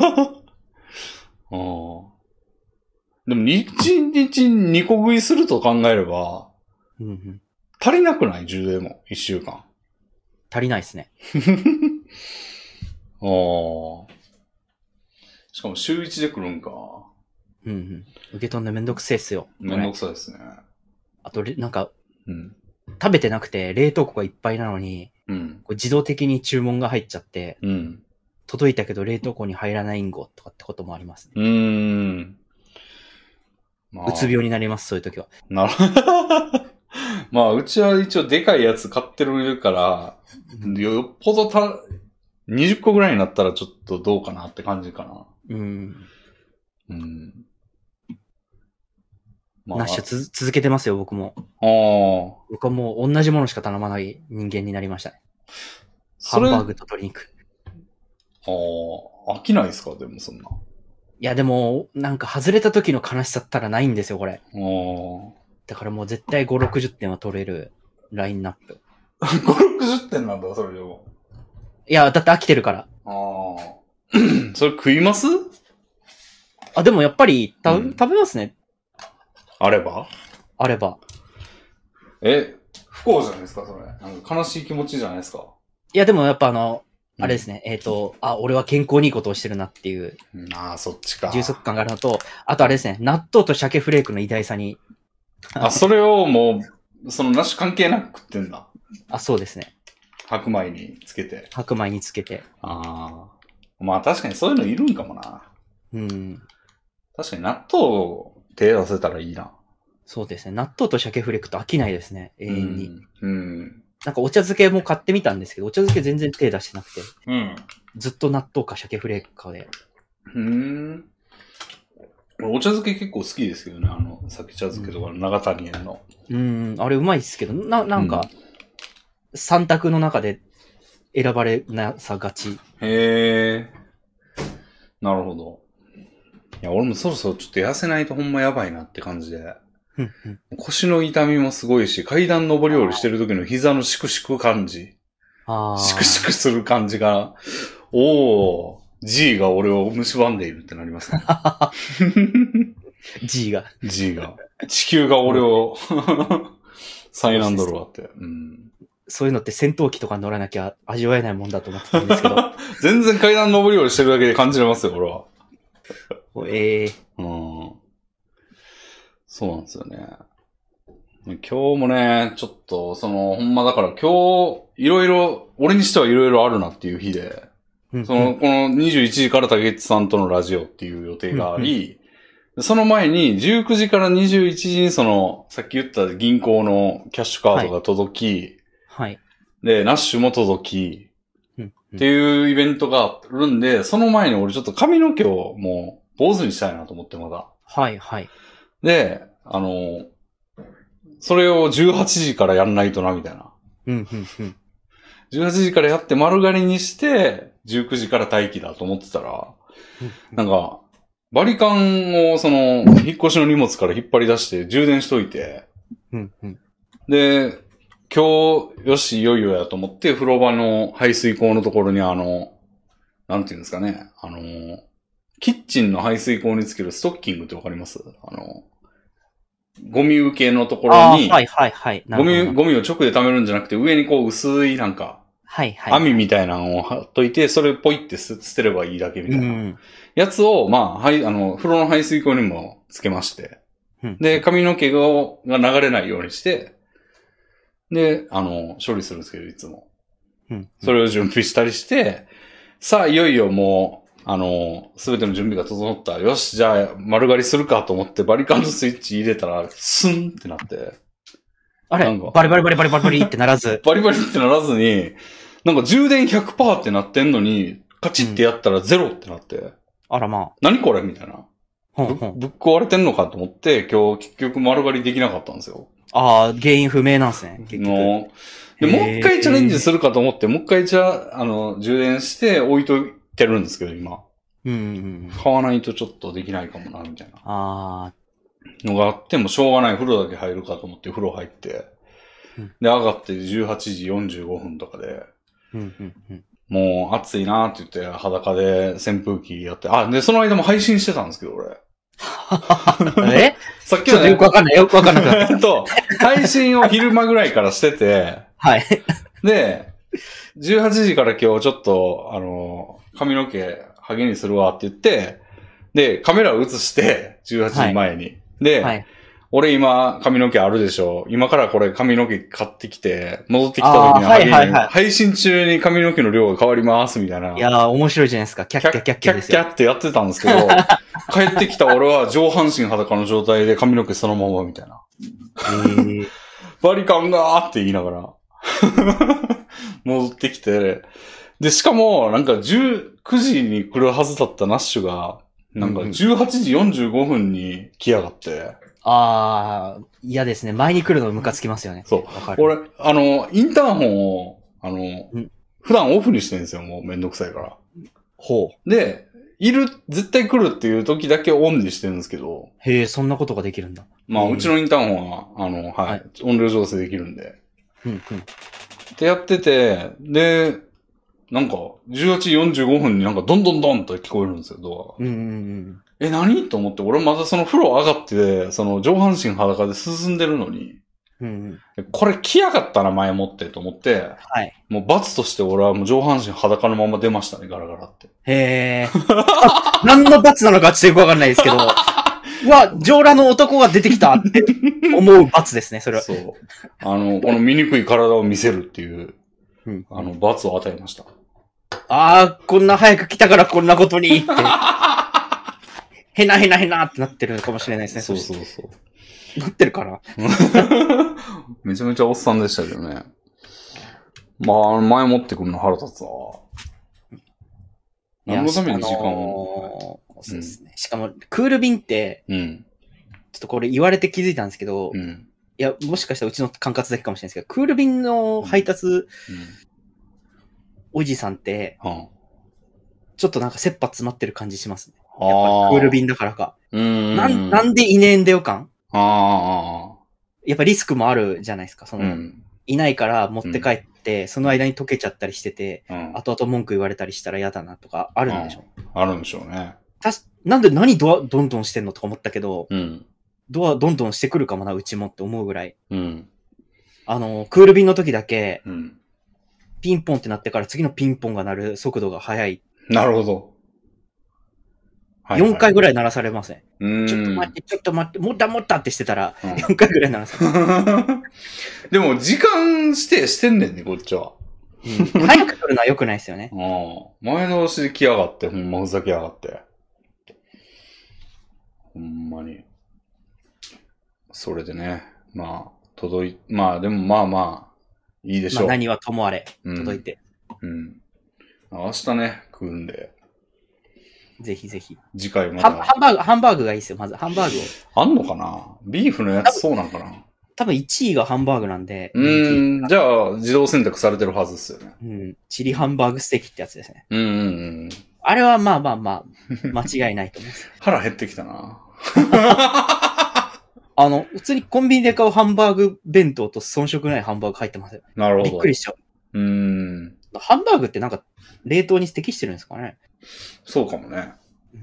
でも1日2個食いすると考えれば、足りなくない？10でも、1週間。 足りないっすね。 しかも週1で来るんか。 受け取んのめんどくせえっすよ。 めんどくさいですね。 あと、なんか、食べてなくて冷凍庫がいっぱいなのに、これ自動的に注文が入っちゃって、届いたけど冷凍庫に入らないんごとかってこともありますね。うつ病になります、そういう時は。 なるほど。まあ、うちは一応でかいやつ買ってるから、よっぽど20個ぐらいになったらちょっとどうかなって感じかな。 ナッシュ続けてますよ、僕も。僕はもう同じものしか頼まない人間になりましたね。ハンバーグと鶏肉。 飽きないですか？でもそんな。 いや、でも、なんか外れた時の悲しさったらないんですよ、これ。だからもう絶対5、60点は取れるラインナップ。 5、60点なんだ、それでも。 いや、だって飽きてるから。 それ食います？ あ、でもやっぱり食べますね。 あれば。不幸じゃないですか、それ。なんか悲しい気持ちじゃないですか。 いや、でもやっぱあれですね。俺は健康にいいことをしてるなっていう。 そっちか。 充足感があるのと、あとあれですね。納豆と鮭フレークの偉大さに。 それをもう、そのナッシュ関係なく食ってんだ。 そうですね。 白米につけて。まあ確かにそういうのいるんかもな。確かに納豆を手出せたらいいな。 そうですね。納豆と鮭フレークと飽きないですね。永遠に。なんかお茶漬けも買ってみたんですけど、お茶漬け全然手出してなくて。ずっと納豆か鮭フレークかで。 お茶漬け結構好きですけどね。鮭茶漬けとか長谷園の。 あれうまいっすけど、なんか、3択の中で選ばれなさがち。 へえ。なるほど。いや、俺もそろそろちょっと痩せないとほんまやばいなって感じで。腰の痛みもすごいし、階段登り降りしてる時の膝のシクシク感じ。シクシクする感じが、G が俺を蝕んでいるってなりますね。 G が。 地球が俺を苛んどるわって。 そういうのって戦闘機とか乗らなきゃ味わえないもんだと思ってたんですけど。 全然階段登り降りしてるだけで感じれますよ、俺は。そうなんですよね。今日もね、ちょっと、ほんまだから今日、俺にしてはいろいろあるなっていう日で、この21時から竹内さんとのラジオっていう予定があり、その前に19時から21時にさっき言った銀行のキャッシュカードが届き、で、ナッシュも届き、っていうイベントがあるんで、その前に俺ちょっと髪の毛をもう坊主にしたいなと思ってまだ。で、それを18時からやんないとな、みたいな。18時からやって丸刈りにして、19時から待機だと思ってたら、なんか、バリカンを引っ越しの荷物から引っ張り出して充電しといて、で、今日、よし、いよいよやと思って、風呂場の排水口のところになんていうんですかね、キッチンの排水口につけるストッキングってわかります？ゴミ受けのところに、ゴミを直で溜めるんじゃなくて、上にこう薄いなんか、網みたいなのを貼っといて、それポイって捨てればいいだけみたいな。やつを、風呂の排水口にもつけまして。で、髪の毛が流れないようにして、で、処理するんですけど、いつも。それを準備したりして、さあ、いよいよもう、すべての準備が整った。よし、じゃあ、丸刈りするかと思って、バリカンのスイッチ入れたら、スンってなって。 あれバリバリバリバリバリバリってならず。 バリバリってならずに、なんか充電 100% ってなってんのに、カチッってやったら0ってなって。 あらまあ。 何これみたいな。ぶっ壊れてんのかと思って、今日結局丸刈りできなかったんですよ。 原因不明なんですね。 結局。で、もう一回チャレンジするかと思って、もう一回充電して置いといてるんですけど、今。買わないとちょっとできないかもな、みたいな。のがあってもしょうがない。風呂だけ入るかと思って風呂入って。で、上がって18時45分とかで。もう暑いなーって言って裸で扇風機やって。で、その間も配信してたんですけど、俺。さっきのね。 よくわかんない。 配信を昼間ぐらいからしてて。で、18時から今日ちょっと、髪の毛、ハゲにするわって言って、で、カメラを映して、18時前に。で、俺今髪の毛あるでしょ。今からこれ髪の毛買ってきて、戻ってきた時に配信中に髪の毛の量が変わりますみたいな。 いやー、面白いじゃないですか。キャッキャッキャッキャですよ。 キャッキャッってやってたんですけど、帰ってきた俺は上半身裸の状態で髪の毛そのままみたいな。バリカンがーって言いながら戻ってきて、で、しかもなんか19時に来るはずだったナッシュが、なんか18時45分に来やがって。 嫌ですね。前に来るのムカつきますよね。 そう。俺、インターホンを、普段オフにしてるんですよ。もうめんどくさいから。で、絶対来るっていう時だけオンにしてるんですけど。 へえ、そんなことができるんだ。 まあ、うちのインターホンは、音量調整できるんで。ってやってて、で、 なんか、18時45分になんかどんどんどんと聞こえるんですよ、ドアが。何と思って、俺まだその風呂上がって、その上半身裸で進んでるのに、これ来やがったな、前もってと思って、 はい。 もう罰として俺はもう上半身裸のまま出ましたね、ガラガラって。 へー。何の罰なのかちょっとよくわかんないですけど、うわ、上裸の男が出てきたって思う罰ですね、それは。 そう。この醜い体を見せるっていう、罰を与えました。 こんな早く来たからこんなことにって。へなへなへなってなってるのかもしれないですね。 そうそうそう。 なってるかなめちゃめちゃおっさんでしたけどね。まあ、前持ってくるの腹立つわ。何のために時間を。 そうですね。しかも、クール便って、ちょっとこれ言われて気づいたんですけど、いや、もしかしたらうちの管轄だけかもしれないですけど、クール便の配達、おじさんって、ちょっとなんか切羽詰まってる感じしますね。やっぱクール便だからか。なんでいねえんだよ感やっぱリスクもあるじゃないですか。いないから持って帰って、その間に溶けちゃったりしてて、後々文句言われたりしたら嫌だなとかあるんでしょう。 あるんでしょうね。 なんで何ドアどんどんしてんのとか思ったけど、ドアどんどんしてくるかもな、うちもって思うぐらい。クール便の時だけ、ピンポンってなってから次のピンポンが鳴る速度が速い。 なるほど。 4回ぐらい鳴らされません。ちょっと待って、もったってしてたら、4回ぐらい鳴らされる。 でも、時間指定してんねんね、こっちは。 早く来るのは良くないですよね。 前倒しで来やがって、ほんまふざけやがって。ほんまに。それでね、まあでもまあ、いいでしょう。 何はともあれ、届いて。 明日ね、食うんで。 ぜひぜひ。 次回また。 ハンバーグがいいですよ、まず。ハンバーグを。 あんのかなビーフのやつそうなんかな多分1位がハンバーグなんで。 じゃあ、自動選択されてるはずですよね。チリハンバーグステーキってやつですね。 あれはまあ、間違いないと思います。 腹減ってきたな。 普通にコンビニで買うハンバーグ弁当と遜色ないハンバーグ入ってますよ。 なるほど。 びっくりしちゃう。ハンバーグってなんか、冷凍に適してるんですかね。 そうかもね。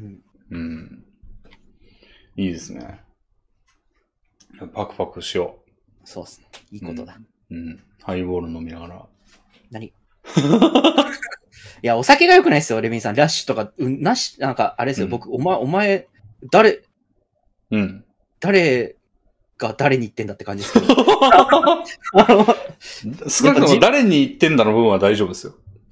いいですね。パクパクしよう。そうっすね。いいことだ。 ハイボール飲みながら。 何いや、お酒が良くないですよ、レミンさん。ラッシュとか、なんか、あれですよ、僕、お前、誰が誰に言ってんだって感じですけど。 少なくとも誰に言ってんだの部分は大丈夫ですよ。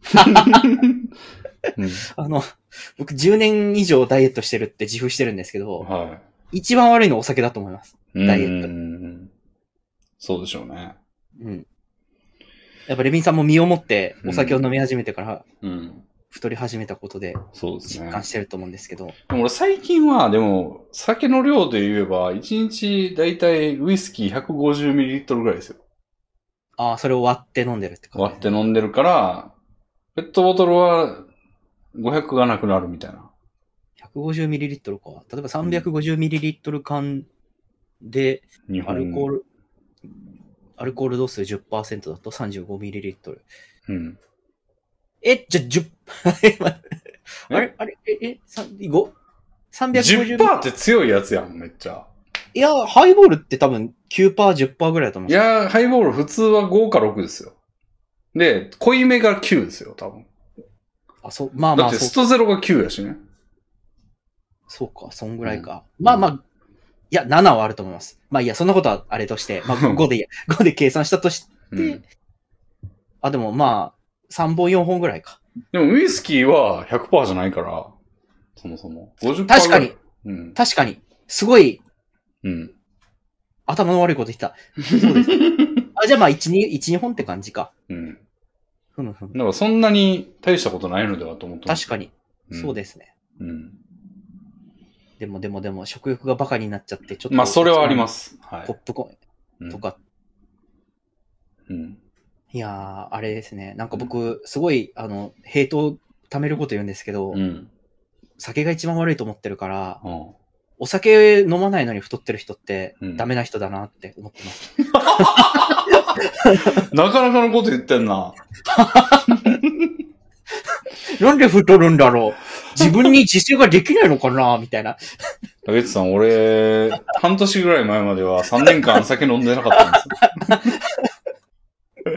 僕10年以上ダイエットしてるって自負してるんですけど、一番悪いのはお酒だと思います。ダイエット。 そうでしょうね。 やっぱレミンさんも身をもってお酒を飲み始めてから、太り始めたことで実感してると思うんですけど。 でも俺最近は、でも、酒の量で言えば、1日だいたいウイスキー 150ml ぐらいですよ。 それを割って飲んでるって感じ。 割って飲んでるから、ペットボトルは500がなくなるみたいな。 150ml か。例えば 350ml 缶で、アルコール度数 10% だと 35ml。じゃあ10、あれ 10% って強いやつやん、めっちゃ。 いや、ハイボールって多分 9%、10% ぐらいだと思う。 いや、ハイボール普通は5か6ですよ。で、濃いめが9ですよ、多分。だってストゼロが9やしね。 そうか、そんぐらいか。いや、7はあると思います。いや、そんなことはあれとして、5でいいや。5で計算したとして、でも3本4本ぐらいか。 でもウイスキーは 100% じゃないから、そもそも。50% 確かに。確かに。すごい、頭の悪いこと言った。そうです。じゃあ1、2本って感じか。 だからそんなに大したことないのではと思ってます。 確かに。そうですね。でも、食欲がバカになっちゃって、ちょっと。 それはあります。 ポップコーンとか。いやー、あれですね。なんか僕、すごい、ヘイトを貯めること言うんですけど、酒が一番悪いと思ってるから、お酒飲まないのに太ってる人ってダメな人だなって思ってます。 なかなかのこと言ってんな。 なんで太るんだろう自分に自制ができないのかなみたいな。 竹内さん、俺、半年ぐらい前までは3年間酒飲んでなかったんですよ。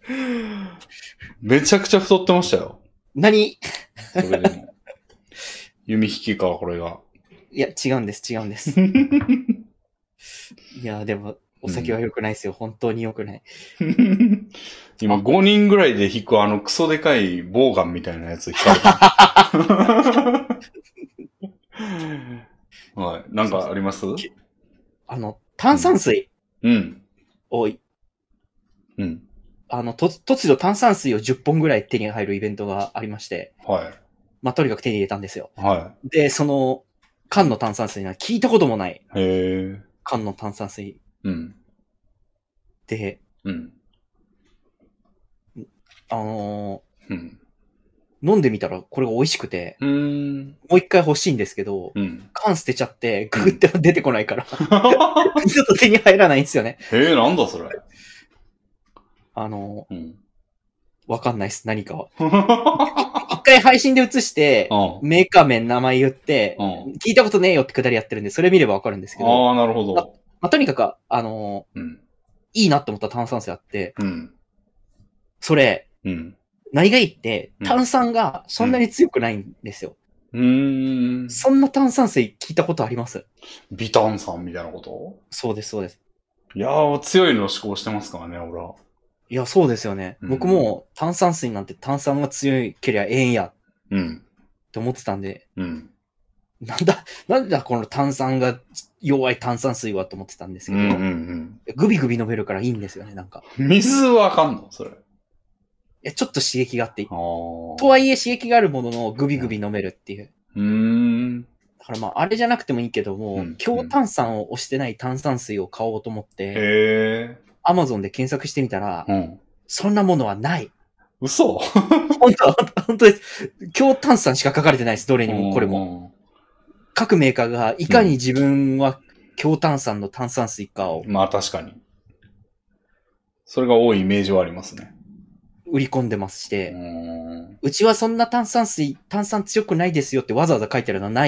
めちゃくちゃ太ってましたよ。 何それでも。弓引きか、これが。 いや、違うんです。いや、でも、お酒は良くないですよ。本当に良くない。 今5人ぐらいで引くクソでかいボウガンみたいなやつ引かれた。はい。なんかあります？ 炭酸水。 うん。 多い。 うん。 突如炭酸水を10本ぐらい手に入るイベントがありまして。 はい。 まあ、とにかく手に入れたんですよ。 はい。 で、缶の炭酸水には聞いたこともない。 へえ。 缶の炭酸水。 うん。 で、 うん。 うん、飲んでみたらこれが美味しくて、もう一回欲しいんですけど、缶捨てちゃってググっても出てこないから、ちょっと手に入らないんですよね。 なんだそれ。 わかんないです、何かは。一回配信で映して、メーカー名名前言って、聞いたことねえよってくだりやってるんで、それ見ればわかるんですけど。 ああ、なるほど。 まあ、とにかく、いいなって思った炭酸水あって、それ、何がいいって、炭酸がそんなに強くないんですよ。そんな炭酸水聞いたことあります？ 微炭酸みたいなこと？ そうです、そうです。 いやー、強いの思考してますからね、俺は。 いや、そうですよね。僕も炭酸水なんて炭酸が強いけりゃええんや。って思ってたんで。なんだこの炭酸が弱い炭酸水はと思ってたんですけど、グビグビ飲めるからいいんですよね、なんか。 水はあかんのそれ。 ちょっと刺激があっていい。とはいえ刺激があるもののグビグビ飲めるっていう。だからまあ、あれじゃなくてもいいけども、強炭酸を押してない炭酸水を買おうと思って、Amazon で検索してみたら、そんなものはない。 嘘？ 本当です。強炭酸しか書かれてないです、どれにもこれも。各メーカーがいかに自分は強炭酸の炭酸水かを。 まあ確かに。それが多いイメージはありますね。 売り込んでますして、うちはそんな炭酸強くないですよってわざわざ書いてあるのはない。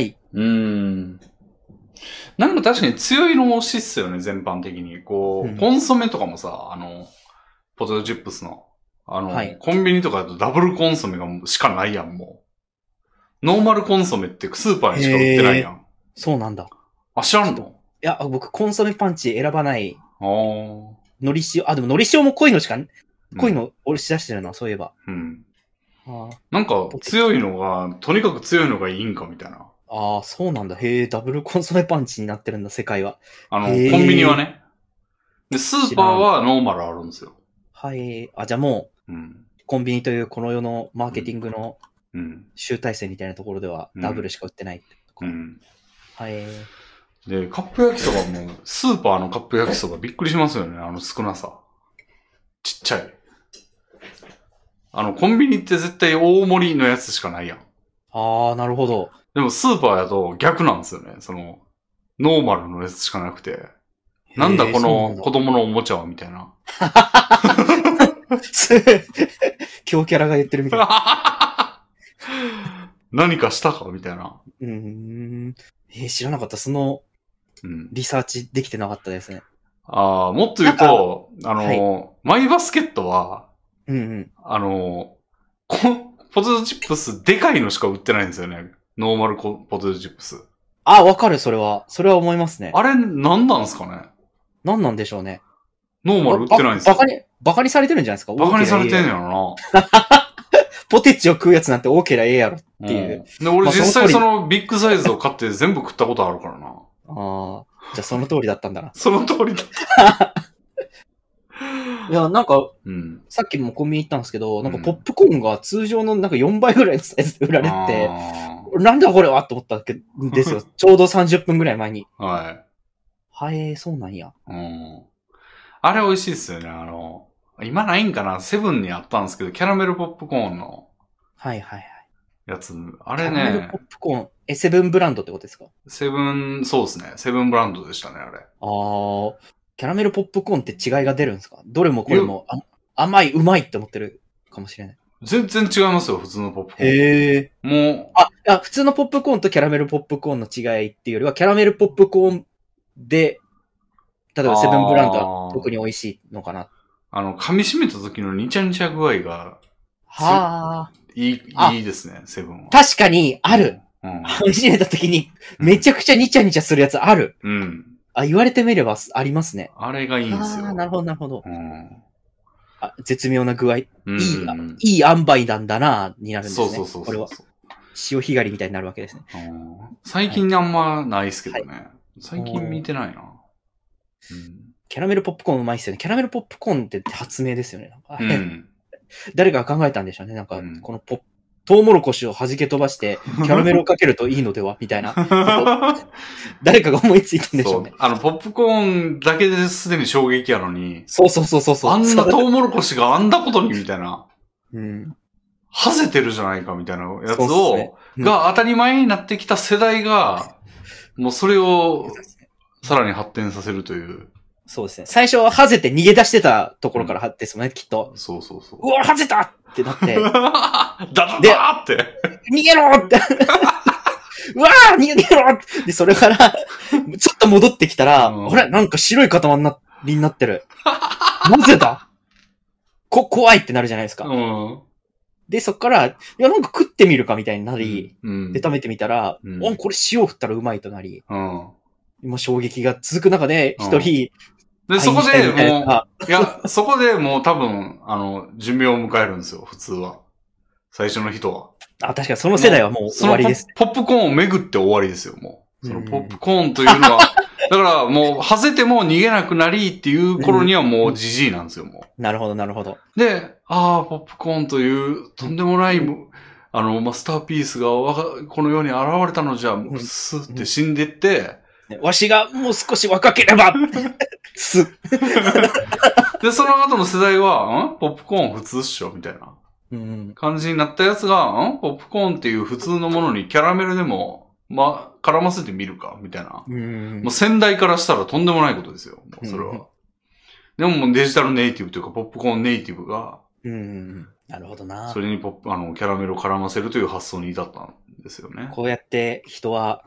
なんか確かに強いの推しっすよね、全般的に。コンソメとかもさ、ポテトチップスの、はい、コンビニとかだとダブルコンソメがしかないやん、もう。ノーマルコンソメってスーパーにしか売ってないやん。 そうなんだ。 あ、知らんの？ いや、僕コンソメパンチ選ばない。のり塩、でものり塩も濃いのしか、濃いの押し出してるな、そういえば。 なんか強いのが、とにかく強いのがいいんかみたいな。 そうなんだ。ダブルコンソメパンチになってるんだ、世界は。 コンビニはね。で、スーパーはノーマルあるんですよ。 はい。じゃあもう、コンビニというこの世のマーケティングの集大成みたいなところでは、ダブルしか売ってないってことか。はい。 で、カップ焼きそばも、スーパーのカップ焼きそばびっくりしますよね、少なさ。ちっちゃい。コンビニって絶対大盛りのやつしかないやん。 なるほど。 でもスーパーだと逆なんですよね。ノーマルのやつしかなくて。なんだこの子供のおもちゃはみたいな。 強キャラが言ってるみたいな。 何かしたかみたいな。 知らなかった。リサーチできてなかったですね。 もっと言うと、マイバスケットは、ポテトチップスでかいのしか売ってないんですよね。ノーマルポテトチップス。 わかる、それは。それは思いますね。 あれ、何なんですかね？ 何なんでしょうね。 ノーマル売ってないんですよ。 バカにされてるんじゃないですか？ バカにされてんやろな。 ポテチを食うやつなんて多けりゃええやろっていう。 で、俺実際ビッグサイズを買って全部食ったことあるからな。 じゃあその通りだったんだな。 その通りだった。 いや、なんか、さっきもコンビニ行ったんですけど、なんかポップコーンが通常のなんか4倍ぐらいのサイズで売られて、なんだこれはと思ったんですよ。ちょうど30分ぐらい前に。そうなんや。 あれ美味しいっすよね。今ないんかな？セブンにあったんですけど、キャラメルポップコーンの。やつ。あれね。 キャラメルポップコーン。セブンブランドってことですか？ そうですね。セブンブランドでしたね、あれ。 キャラメルポップコーンって違いが出るんですか？どれもこれも甘い、うまいって思ってるかもしれない。 全然違いますよ、普通のポップコーン。 へえ。 もう。普通のポップコーンとキャラメルポップコーンの違いっていうよりは、キャラメルポップコーンで、例えばセブンブランドは特に美味しいのかな。 噛み締めた時のニチャニチャ具合が、 はあ。 いいですね、セブンは。 確かに、ある。噛み締めた時に、めちゃくちゃニチャニチャするやつある。 うん。 言われてみればありますね。 あれがいいんですよ。 なるほど、なるほど。 うん、 絶妙な具合。いい塩梅なんだな、になるんですね。 そう。 これは。潮干狩りみたいになるわけですね。 最近あんまないですけどね。最近見てないな。 キャラメルポップコーンうまいっすよね。キャラメルポップコーンって発明ですよね。誰かが考えたんでしょうね。なんか、このトウモロコシを弾け飛ばして、キャラメルをかけるといいのではみたいな。誰かが思いついたんでしょうね。 ポップコーンだけですでに衝撃やのに。 そう。 あんなトウモロコシがあんなことにみたいな。はぜてるじゃないかみたいなやつを、が当たり前になってきた世代が、もうそれをさらに発展させるという。 そうですね。最初ははぜて逃げ出してたところからですもんね、きっと。 そう。 うわ、はぜたってなって。 だって。 逃げろって。うわー逃げろで、それから、ちょっと戻ってきたら、あれなんか白い塊になってる。なぜだ怖いってなるじゃないですか。で、そっから、いや、なんか食ってみるかみたいになり、で、食べてみたら、これ塩振ったらうまいとなり、今衝撃が続く中で、一人、 で、そこでもう、そこでもう多分、寿命を迎えるんですよ、普通は。最初の人は。 確かにその世代はもう終わりです。 ポップコーンを巡って終わりですよ、もう。そのポップコーンというのは、だからもう、はぜても逃げなくなりっていう頃にはもうジジイなんですよ、もう。なるほど。 で、ポップコーンというとんでもない、マスターピースがこの世に現れたのじゃ、スーって死んでって、 わしがもう少し若ければすで、その後の世代は、ポップコーン普通っしょみたいな感じになったやつが、ポップコーンっていう普通のものにキャラメルでも、絡ませてみるかみたいな。もう先代からしたらとんでもないことですよ。もうそれは。でももうデジタルネイティブというか、ポップコーンネイティブが、 なるほどな。 それにキャラメルを絡ませるという発想に至ったんですよね。 こうやって人は、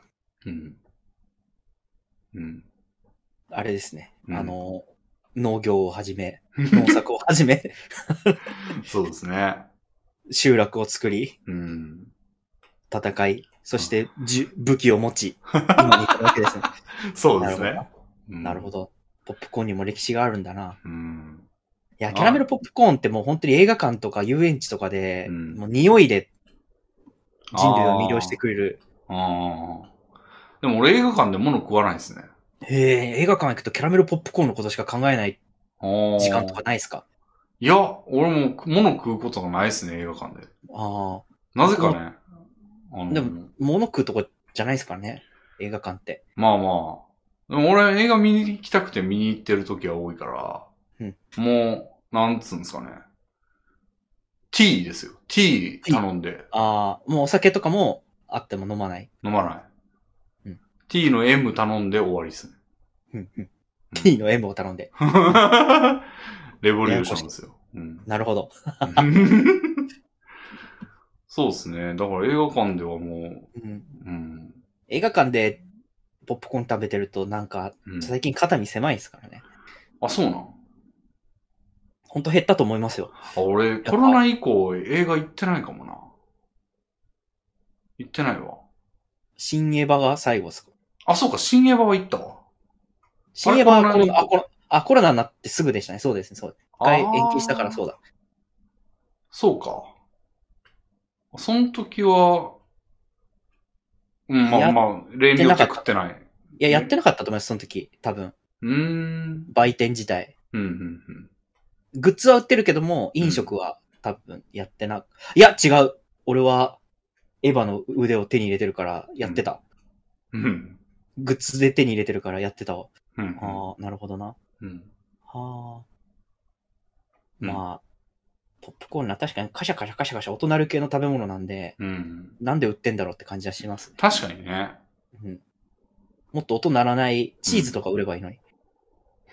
あれですね。農業をはじめ、農作をはじめ、 そうですね。 集落を作り、戦い、そして武器を持ち、今に至るわけですね。 そうですね。 なるほど。ポップコーンにも歴史があるんだな。いや、キャラメルポップコーンってもう本当に映画館とか遊園地とかで、もう匂いで人類を魅了してくれる。 でも俺映画館で物食わないですね。 映画館行くとキャラメルポップコーンのことしか考えない時間とかないですか？ いや、俺も物食うことがないですね、映画館で。なぜかね。 でも、物食うとこじゃないですからね、映画館って。 まあ。でも俺映画見に行きたくて見に行ってる時は多いから、もう、なんつうんですかね。ティーですよ。ティー頼んで。 もうお酒とかもあっても飲まない。 飲まない。ティーの M 頼んで終わりですね。 ティーの M を頼んで。 レボリューションですよ。 なるほど。 そうですね。だから映画館ではもう、 映画館でポップコーン食べてるとなんか、最近肩身狭いですからね。 そうなん？ ほんと減ったと思いますよ。 俺、コロナ以降映画行ってないかもな。行ってないわ。 新エヴァが最後ですか？ そうか、新エヴァは行ったわ。 新エヴァはコロナになってすぐでしたね。そうですね、そう。一回延期したからそうだ。 そうか。その時は、例によって食ってない。 いや、やってなかったと思います、その時。多分。売店自体。グッズは売ってるけども、飲食は多分やってな、いや、違う。俺は、エヴァの腕を手に入れてるからやってた。グッズで手に入れてるからやってたわ。なるほどな。まあ、ポップコーンは確かにカシャカシャカシャカシャ音鳴る系の食べ物なんで、なんで売ってんだろうって感じはします。 確かにね。 もっと音鳴らないチーズとか売ればいいのに。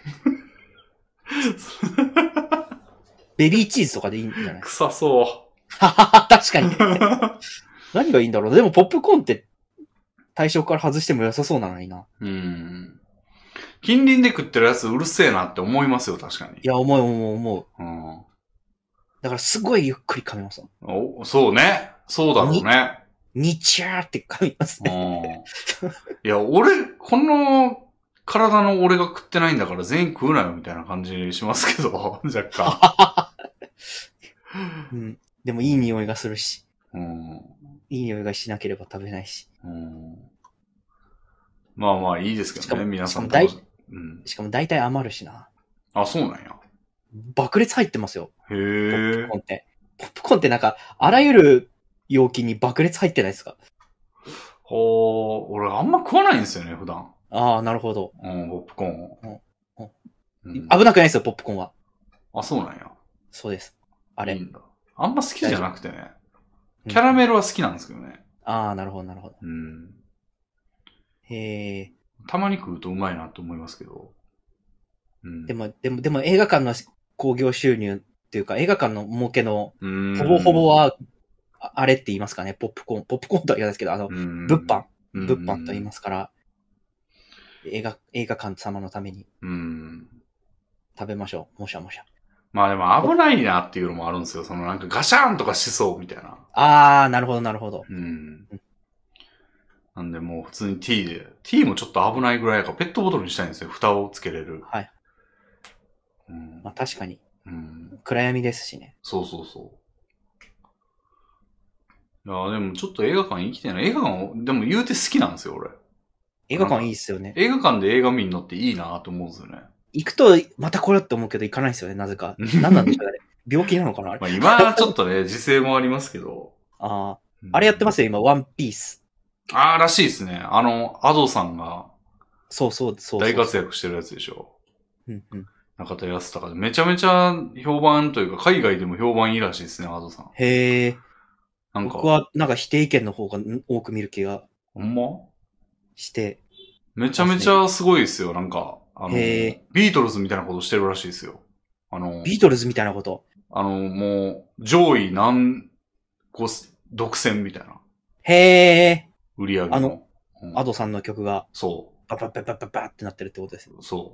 ベビーチーズとかでいいんじゃない？ 臭そ確かに。何がいいんだろう。でもポップコーンって対象から外しても良さそうなのにな。 近隣で食ってるやつうるせえなって思いますよ、確かに。 いや、思う。だからすごいゆっくり噛みます。 そうね。そうだろうね。 にちゃーって噛みますね。 いや、この体の俺が食ってないんだから全員食うなよみたいな感じしますけど、若干。 でもいい匂いがするし。いい匂いがしなければ食べないし。 まあまあいいですけどね、皆さん。 しかも大体余るしな。 あ、そうなんや。 爆裂入ってますよ。 へぇポップコーンって。ポップコーンってなんか、あらゆる容器に爆裂入ってないですか？ 俺あんま食わないんですよね、普段。 ああ、なるほど。 ポップコーンを。 危なくないですよ、ポップコーンは。 あ、そうなんや。 そうです。あれ。 いいんだ。あんま好きじゃなくてね。キャラメルは好きなんですけどね。 ああ、なるほど。へえ。 たまに食うとうまいなと思いますけど。 でも映画館の興行収入っていうか、映画館の儲けのほぼは、あれって言いますかね、ポップコーンとは言わないですけど、物販と言いますから、映画館様のために、食べましょう、もしゃもしゃ。 まあでも危ないなっていうのもあるんですよ。そのなんかガシャーンとかしそうみたいな。 あー、なるほど。 なんでもう普通にティーもちょっと危ないぐらいやからペットボトルにしたいんですよ。蓋をつけれる。 はい。まあ確かに。暗闇ですしね。 そう。いやでもちょっと映画館行きたいな。映画館でも言うて好きなんですよ、俺。 映画館いいっすよね。 映画館で映画見るのっていいなと思うんですよね。 行くと、またこれって思うけど行かないですよね、なぜか。何なんでしょうね。病気なのかなあれ。 まあ今ちょっとね、時勢もありますけど。 あれやってますよ、今、ワンピース。 らしいですね。アドさんが。 そう。 大活躍してるやつでしょ。中田康隆で。めちゃめちゃ評判というか、海外でも評判いいらしいですね、アドさん。 へえ。僕はなんか否定意見の方が多く見る気が。 ほんまして。 めちゃめちゃすごいですよ、なんか。ビートルズみたいなことしてるらしいですよ。 ビートルズみたいなこと？ もう、上位独占みたいな。 へえ。 売り上げの。 アドさんの曲が。 そう。 バってなってるってことですよ。 そう。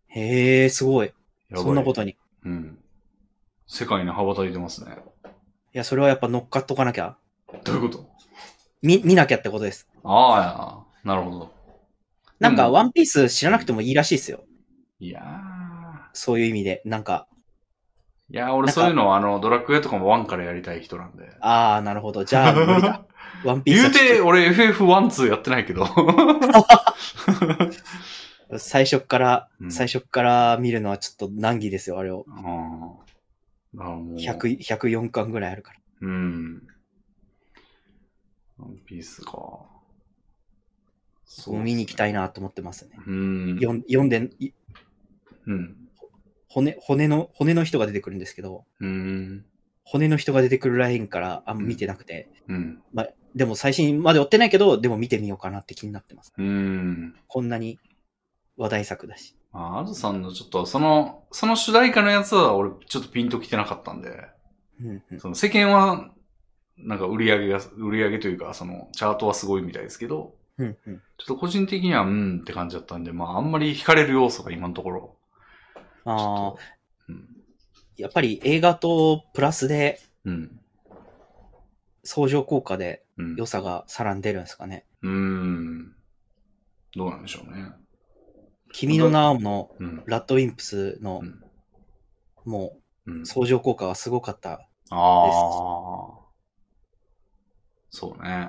へえ、すごい。そんなことに。 世界に羽ばたいてますね。 いや、それはやっぱ乗っかっとかなきゃ。 どういうこと？ 見なきゃってことです。 なるほど。 なんか、ワンピース知らなくてもいいらしいですよ。 いやー。 そういう意味で、なんか。 いやー、俺そういうのは、ドラッグ屋とかも1からやりたい人なんで。 あー、なるほど。じゃあ、無理だ。ワンピース。 言うて、俺 FF1、2やってないけど。 最初から見るのはちょっと難儀ですよ、あれを。104巻ぐらいあるから。 ワンピースか。 そう見に行きたいなと思ってますね。読んで、骨の人が出てくるんですけど、骨の人が出てくるラインからあんま見てなくて、まあ、でも最新まで追ってないけど、でも見てみようかなって気になってます。こんなに話題作だし。 あずさんのちょっと、その主題歌のやつは俺ちょっとピンときてなかったんで、その世間は、なんか売り上げというか、そのチャートはすごいみたいですけど、ちょっと個人的にはって感じだったんで、まああんまり惹かれる要素が今のところ。 やっぱり映画とプラスで、相乗効果で良さがさらに出るんですかね。 どうなんでしょうね。 君の名のラッドウィンプスの、もう、相乗効果がすごかったです。 そうね。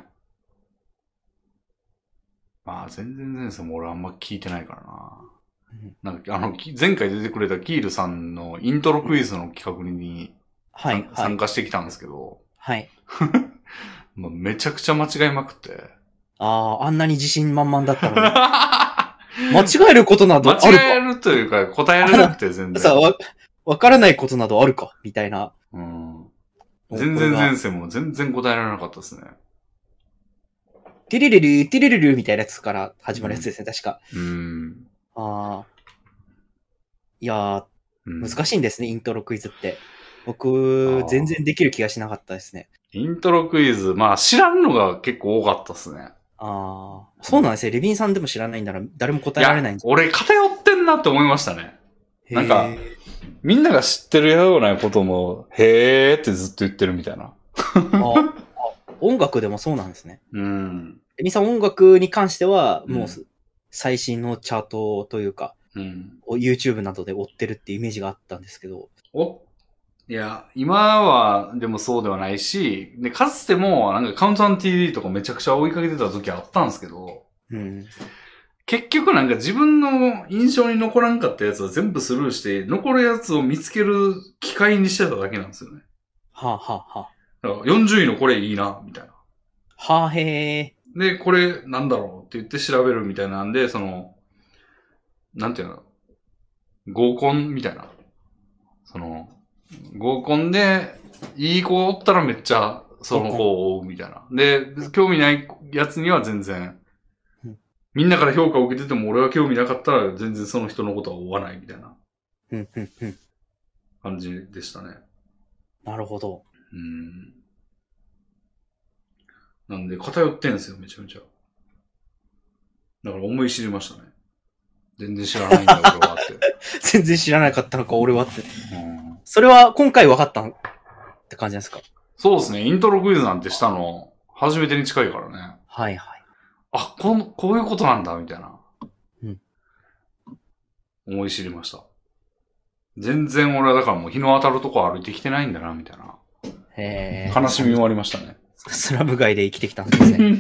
まあ全然前世も俺あんま聞いてないからな。なんか前回出てくれたキールさんのイントロクイズの企画に参加してきたんですけど。もうめちゃくちゃ間違えまくって。 あんなに自信満々だったのに。間違えることなどあるか？ 間違えるというか答えられなくて全然。 さあ、わからないことなどあるかみたいな。 全然前世も全然答えられなかったですね。 ティリリルみたいなやつから始まるやつですね、確か。いやー、難しいんですね、イントロクイズって。 僕、全然できる気がしなかったですね。 イントロクイズ、まあ知らんのが結構多かったですね。 ああ、そうなんですね。レビンさんでも知らないんなら誰も答えられないんです。 俺偏ってんなって思いましたね。なんか、みんなが知ってるようなことも、へーってずっと言ってるみたいな。 音楽でもそうなんですね。 うん。 レビンさん音楽に関しては、もう最新のチャートというか、YouTube などで追ってるっていうイメージがあったんですけど。 いや、今はでもそうではないし、で、かつてもなんかカウントダウン TV とかめちゃくちゃ追いかけてた時あったんですけど、結局なんか自分の印象に残らんかったやつは全部スルーして、残るやつを見つける機会にしてただけなんですよね。 はあ、はあはあ、 だから40位のこれいいな、みたいな。 はあ、へー。で、これなんだろうって言って調べるみたいなんで、なんていうの、合コンみたいな。合コンで、いい子おったらめっちゃ、その子を追うみたいな。で、興味ないやつには全然、みんなから評価を受けてても俺は興味なかったら全然その人のことは追わないみたいな感じでしたね。 なるほど。 なんで偏ってんですよ、めちゃめちゃ。だから思い知りましたね。全然知らないんだ、俺はって。 全然知らなかったのか、俺はって。それは今回分かったって感じですか？ そうですね。イントロクイズなんてしたの、初めてに近いからね。 はいはい。 あ、こういうことなんだ、みたいな。思い知りました。全然俺はだからもう日の当たるとこ歩いてきてないんだな、みたいな。悲しみもありましたね。 スラム街で生きてきたんですね。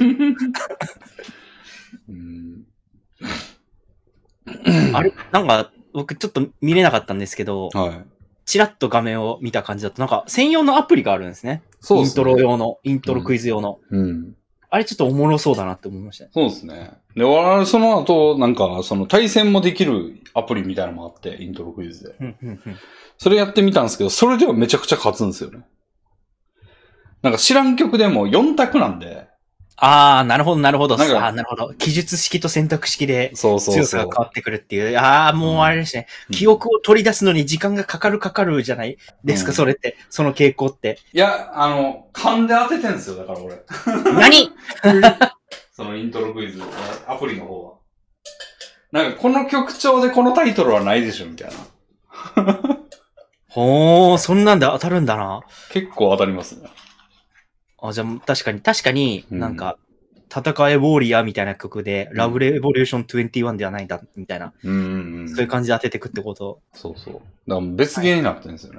あれなんか、僕ちょっと見れなかったんですけど、チラッと画面を見た感じだと、なんか専用のアプリがあるんですね。そうですね。イントロ用の、イントロクイズ用の。あれちょっとおもろそうだなって思いましたね。 そうですね。で、我々その後、なんか、対戦もできるアプリみたいなのもあって、イントロクイズで。それやってみたんですけど、それではめちゃくちゃ勝つんですよね。なんか知らん曲でも4択なんで。 ああ、なるほど、なるほど。なるほど。記述式と選択式で強さが変わってくるっていう。ああ、もうあれですね。記憶を取り出すのに時間がかかるじゃないですか、それって。その傾向って。 いや、勘で当ててんですよ、だから俺。 何そのイントロクイズ、アプリの方は。なんか、この曲調でこのタイトルはないでしょ、みたいな。 ほー、そんなんで当たるんだな。 結構当たりますね。 じゃあ確かになんか、戦えウォーリアーみたいな曲で、ラブレボリューション21ではないんだ、みたいな。そういう感じで当ててくってこと。 そうそう。だから別ゲーになってるんですよね。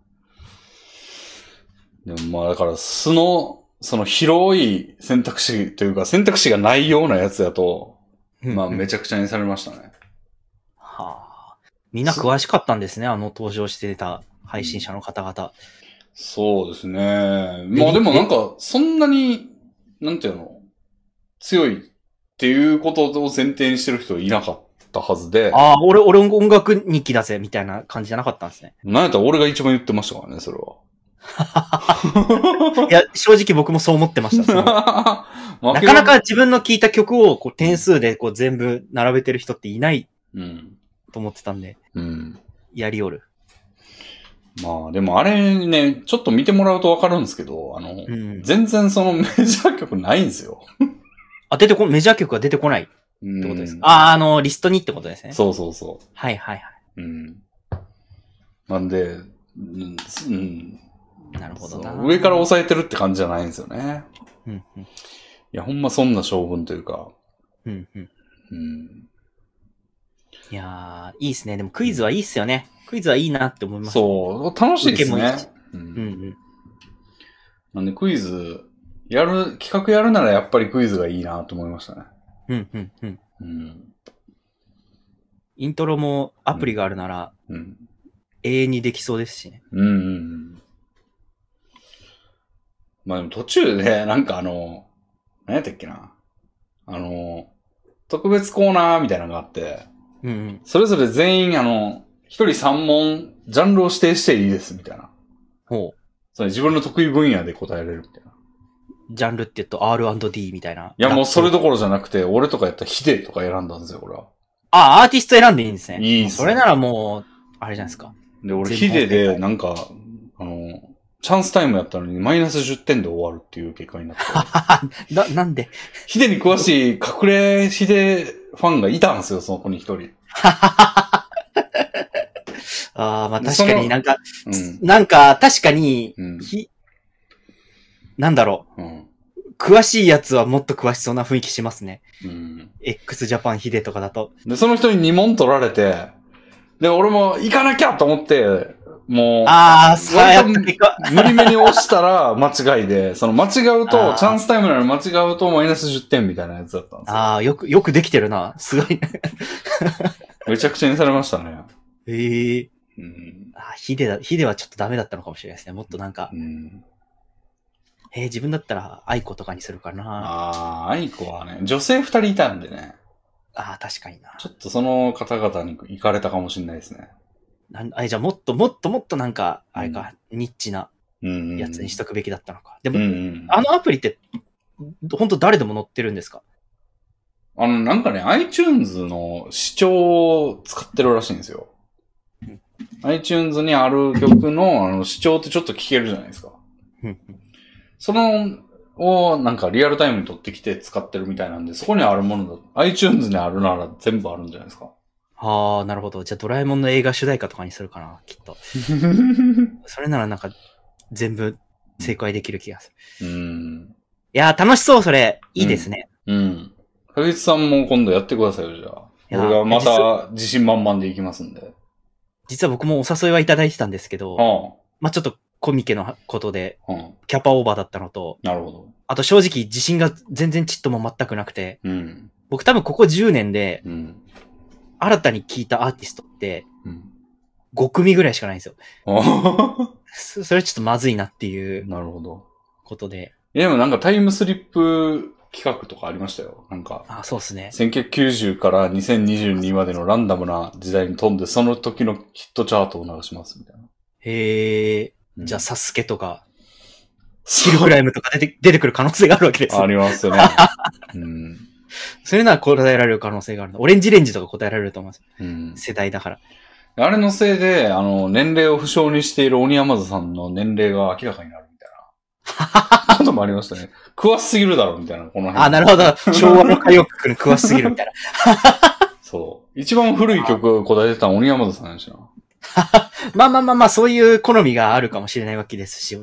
でもまあだからその広い選択肢というか選択肢がないようなやつだと、まあめちゃくちゃにされましたね。 はあ。みんな詳しかったんですね、登場してた配信者の方々。 そうですね。まあでもなんか、そんなに、なんていうの、強いっていうことを前提にしてる人はいなかったはずで。 ああ、俺音楽日記だぜ、みたいな感じじゃなかったんですね。 なんやったら俺が一番言ってましたからね、それは。 いや、正直僕もそう思ってました。なかなか自分の聴いた曲をこう点数でこう全部並べてる人っていないと思ってたんで。やりおる。 まあでもあれね、ちょっと見てもらうとわかるんですけど、全然そのメジャー曲ないんですよ。 メジャー曲が出てこないってことですか？リストにってことですね。 そうそうそう。 はいはいはい。 なんで、 なるほどな。 上から押さえてるって感じじゃないんですよね。いや、ほんまそんな性分というか。 いやー、いいっすね。でもクイズはいいっすよね。クイズはいいなって思います。 そう、楽しいですね。なんでクイズ、企画やるならやっぱりクイズがいいなと思いましたね。 イントロもアプリがあるなら、永遠にできそうですしね。 まあでも途中で、なんか何やったっけな。特別コーナーみたいなのがあって、それぞれ全員一人3問、ジャンルを指定していいです、みたいな。自分の得意分野で答えれるみたいな。 ジャンルって言うと R&D みたいな。 いやもうそれどころじゃなくて、俺とかやったらヒデとか選んだんですよ、俺は。 アーティスト選んでいいんですね。 いいっすね。 それならもう、あれじゃないですか。 で、俺ヒデで、なんか、 チャンスタイムやったのにマイナス10点で終わるっていう結果になって。 なんでヒデに詳しい隠れヒデファンがいたんですよ、そこに一人。 ああ、まあ確かになんか、なんか確かに、なんだろう、詳しいやつはもっと詳しそうな雰囲気しますね。x ジャパンヒデとかだと。 で、その人に2問取られて、で、俺も行かなきゃと思って、もう、無理めに押したら間違いで、その間違うと、チャンスタイムなのに間違うとマイナス10点みたいなやつだったんですよ。 ああ、よくできてるな。すごい。 めちゃくちゃにされましたね。 ヒデはちょっとダメだったのかもしれないですね。もっとなんか。自分だったら愛子とかにするかな。 愛子はね、女性2人いたんでね。 確かにな。 ちょっとその方々に行かれたかもしれないですね。 じゃあもっとなんか、あれか、ニッチなやつにしとくべきだったのか。でも、あのアプリって、本当誰でも載ってるんですか？ なんかね、iTunes の視聴を使ってるらしいんですよ。iTunes にある曲の視聴ってちょっと聞けるじゃないですか。そのをなんかリアルタイムに取ってきて使ってるみたいなんで、そこにあるものだ。iTunes にあるなら全部あるんじゃないですか。 なるほど。じゃあドラえもんの映画主題歌とかにするかな、きっと。それならなんか全部正解できる気がする。いやー楽しそう、それ。いいですね。 かげつさんも今度やってくださいよ、じゃあ。俺がまた自信満々でいきますんで。 実は僕もお誘いはいただいてたんですけど、まあちょっとコミケのことで、キャパオーバーだったのと、 なるほど。 あと正直自信が全然ちっとも全くなくて、僕多分ここ10年で、新たに聞いたアーティストって、5組ぐらいしかないんですよ。それちょっとまずいなっていう。 なるほど。 ことで。 でもなんかタイムスリップ企画とかありましたよ。なんか。 そうですね。 1990から2022までのランダムな時代に飛んで、その時のヒットチャートを流しますみたいな。じゃあサスケとか、ヒルクライムとか出てくる可能性があるわけです。 ありますよね。 それなら答えられる可能性がある。オレンジレンジとか答えられると思います。世代だから。 あれのせいで、年齢を不詳にしている鬼山田さんの年齢が明らかになるみたいな。こともありましたね。詳しすぎるだろ、みたいな、この辺。 なるほど。昭和の歌謡曲に詳しすぎるみたいな。 そう。一番古い曲を答えてた鬼山田さんやしな。 まあ、そういう好みがあるかもしれないわけですし。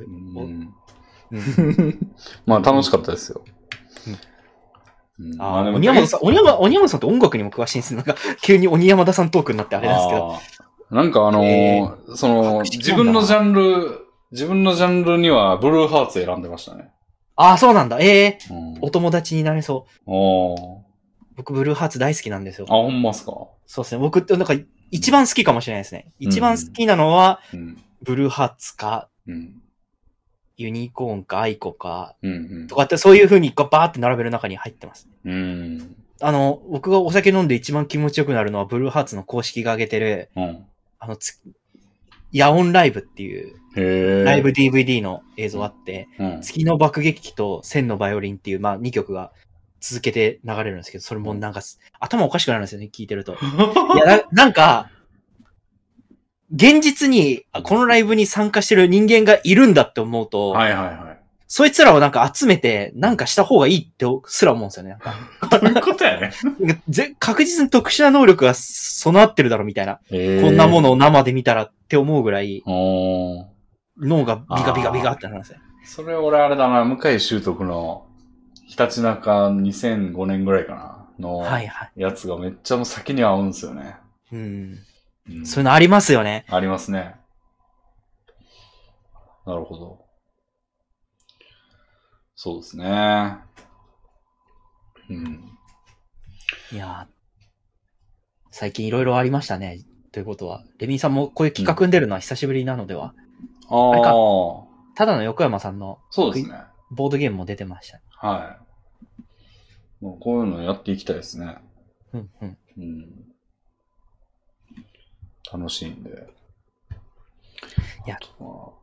まあ、楽しかったですよ。 鬼山田さんって音楽にも詳しいんです。なんか、急に鬼山田さんトークになってあれなんですけど。 なんか自分のジャンルにはブルーハーツ選んでましたね。 そうなんだ。お友達になれそう。僕、ブルーハーツ大好きなんですよ。 ほんまっすか？ そうですね。僕って、なんか、一番好きかもしれないですね。一番好きなのは、ブルーハーツか、ユニコーンかアイコか、とかってそういう風にバーって並べる中に入ってます。僕がお酒飲んで一番気持ちよくなるのはブルーハーツの公式が上げてる、野音ライブっていうライブ DVD の映像あって、月の爆撃機と千のバイオリンっていう2曲が続けて流れるんですけど、それもなんか頭おかしくなるんですよね、聞いてると。いや、なんか、現実に、このライブに参加してる人間がいるんだって思うと、そいつらをなんか集めて、なんかした方がいいってすら思うんですよね。 そういうことやね。 確実に特殊な能力が備わってるだろみたいな。こんなものを生で見たらって思うぐらい、脳がビカビカビカってなるんですよ。 それ俺あれだな、向井秀徳の、ひたちなか2005年ぐらいかな、のやつがめっちゃもう先に合うんですよね。 そういうのありますよね。 ありますね。なるほど。そうですね。 いや最近いろいろありましたね。ということは、レミーさんもこういう企画に出るのは久しぶりなのでは、あれか、ただの横山さんのそうですね。 ボードゲームも出てました。 はい。もうこういうのやっていきたいですね。楽しいんで。 いや、ちょ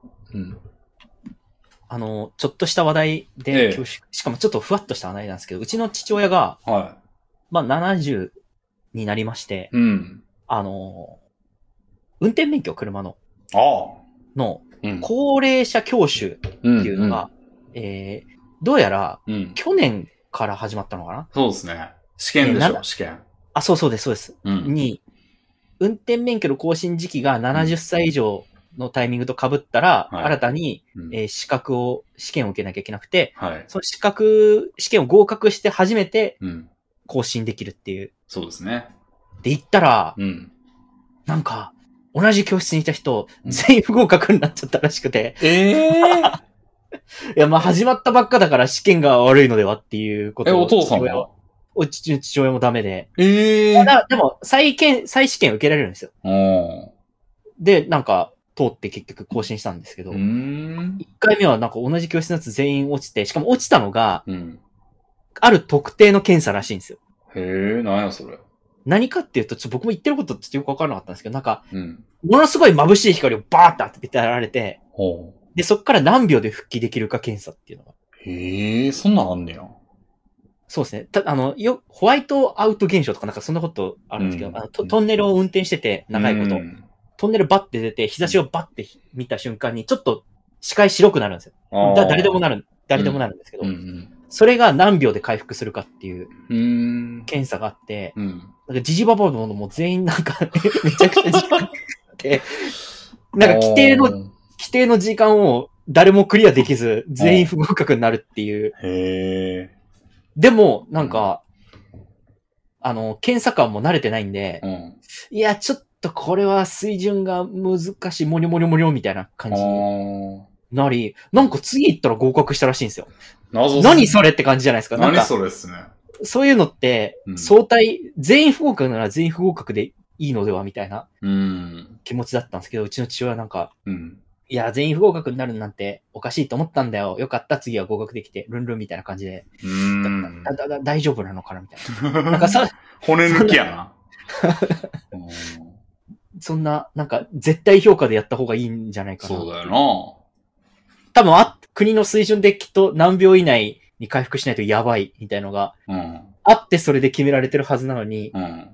っとした話題で、しかもちょっとふわっとした話題なんですけど、うちの父親が、70になりまして、運転免許、車の、 高齢者教習っていうのが、どうやら、去年から始まったのかな？ そうですね。試験でしょ、試験。 あ、そうです、そうです。に、運転免許の更新時期が70歳以上のタイミングと被ったら、新たに、試験を受けなきゃいけなくて、その試験を合格して初めて、更新できるっていう。 そうですね。 で、行ったら、なんか、同じ教室にいた人、全員不合格になっちゃったらしくて。いや、まあ始まったばっかだから試験が悪いのではっていうことを。 お父さんは？ 父親もダメで。でも、再試験受けられるんですよ。で、なんか、通って結局更新したんですけど、1回目はなんか同じ教室のやつ全員落ちて、しかも落ちたのが、ある特定の検査らしいんですよ。 なんやそれ。 何かっていうと、僕も言ってることちょっとよくわからなかったんですけど、なんか、ものすごい眩しい光をバーって当てられて、で、そっから何秒で復帰できるか検査っていうのが。 そんなんあんねや。 そうですね。ホワイトアウト現象とかなんかそんなことあるんですけど、トンネルを運転してて、長いこと。トンネルバッて出て、日差しをバッて見た瞬間に、ちょっと視界白くなるんですよ。誰でもなるんですけど、それが何秒で回復するかっていう検査があって、ジジババのも全員なんかめちゃくちゃ時間かけて、なんか規定の時間を誰もクリアできず、全員不合格になるっていう。でも、なんか、検査官も慣れてないんで、いや、ちょっとこれは水準が難しい、もりょもりょもりょみたいな感じになり、なんか次行ったら合格したらしいんですよ。何それって感じじゃないですか。 何それっすね。 そういうのって、相対、全員不合格なら全員不合格でいいのではみたいな気持ちだったんですけど、うちの父親はなんか、いや、全員不合格になるなんておかしいと思ったんだよ。よかった、次は合格できて、ルンルンみたいな感じで。大丈夫なのかなみたいな。なんか骨抜きやな。 そんな、なんか、絶対評価でやった方がいいんじゃないかな。 そうだよな。 多分国の水準できっと何秒以内に回復しないとやばいみたいのが、あってそれで決められてるはずなのに、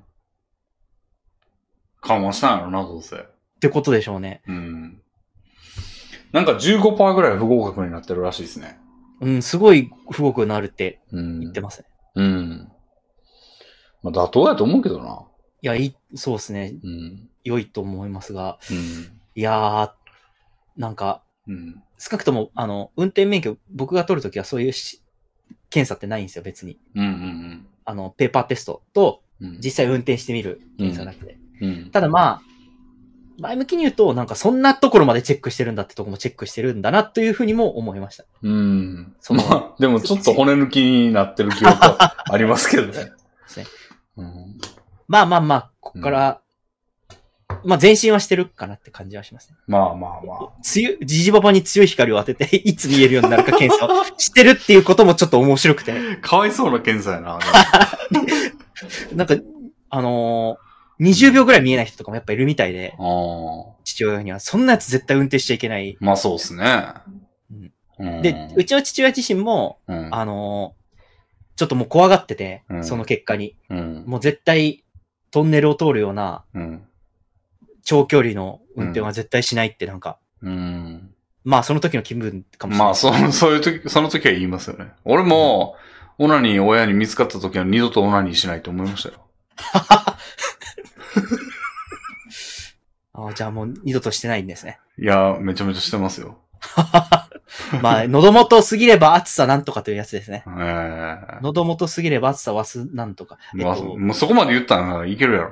緩和したんやろな、どうせ。 ってことでしょうね。 なんか 15% ぐらい不合格になってるらしいですね。 すごい不合格になるって言ってますね。 まあ妥当やと思うけどな。 いや、そうですね。良いと思いますが。いやー、なんか、少なくとも、運転免許、僕が取るときはそういう検査ってないんですよ、別に。ペーパーテストと、実際運転してみる検査だけで。ただまあ、前向きに言うと、なんかそんなところまでチェックしてるんだってところもチェックしてるんだなというふうにも思いました。 まあ、でもちょっと骨抜きになってる記憶はありますけどね。ですね。 まあ、ここから、まあ前進はしてるかなって感じはしますね。 まあ。 ジジババに強い光を当てて、いつ見えるようになるか検査をしてるっていうこともちょっと面白くて。 かわいそうな検査やな。 なんか、20秒ぐらい見えない人とかもやっぱいるみたいで、父親には、そんなやつ絶対運転しちゃいけない。 まあそうですね。 で、うちの父親自身も、ちょっともう怖がってて、その結果に。もう絶対トンネルを通るような、長距離の運転は絶対しないってなんか、まあその時の気分かもしれない。 まあその時は言いますよね。俺も、オナニー親に見つかった時は二度とオナニーしないと思いましたよ。 じゃあもう二度としてないんですね。 いや、めちゃめちゃしてますよ。 まあ、喉元過ぎれば暑さなんとかというやつですね。喉元過ぎれば暑さわすなんとか。 もうそこまで言ったらいけるやろ。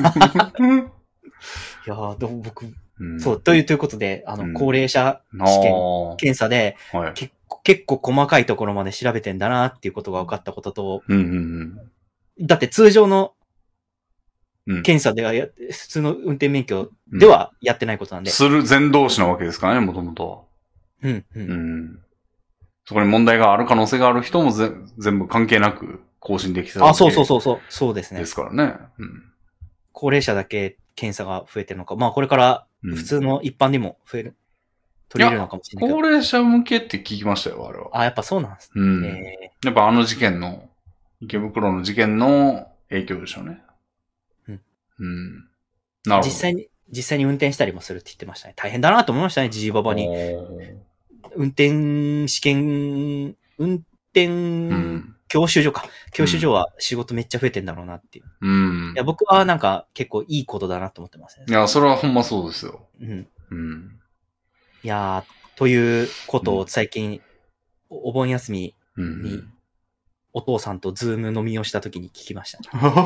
いやー、でも僕、そう、ということで、高齢者試験、検査で、結構細かいところまで調べてんだなっていうことが分かったことと、だって通常の検査では普通の運転免許ではやってないことなんで。 全同士なわけですからね、もともとは。そこに問題がある可能性がある人も全部関係なく更新できてた。 そうですね。 ですからね。 高齢者だけ検査が増えてるのか。まあこれから普通の一般にも取り入れるのかもしれないけど。 高齢者向けって聞きましたよ、あれは。 やっぱそうなんですね。 やっぱ事件の、池袋の事件の影響でしょうね。なるほど。 実際に実際に運転したりもするって言ってましたね。大変だなと思いましたね、じじばばに。運転試験、運転教習所か。教習所は仕事めっちゃ増えてんだろうなっていう。いや、僕はなんか結構いいことだなと思ってますね。 いや、それはほんまそうですよ。 いやー、ということを最近、お盆休みに、お父さんとズーム飲みをしたときに聞きました。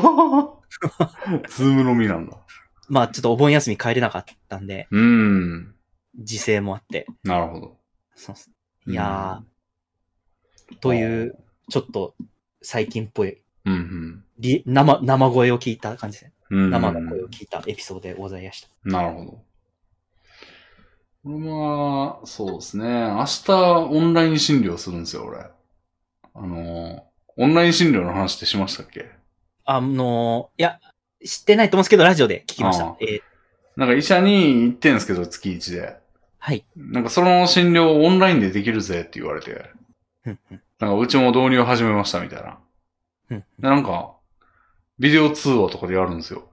ズーム飲みなんだ。 まあちょっとお盆休み帰れなかったんで、時勢もあって。 なるほど。 そういやー、という、ちょっと最近っぽい、生声を聞いた感じですね。生の声を聞いたエピソードでございました。 なるほど。これは、そうですね。明日オンライン診療するんですよ、俺。オンライン診療の話ってしましたっけ？ いや、知ってないと思うんですけど、ラジオで聞きました。 なんか医者に行ってんすけど、月1で。 はい。 なんかその診療オンラインでできるぜって言われて。なんかうちも導入始めましたみたいな。なんか、ビデオ通話とかでやるんですよ。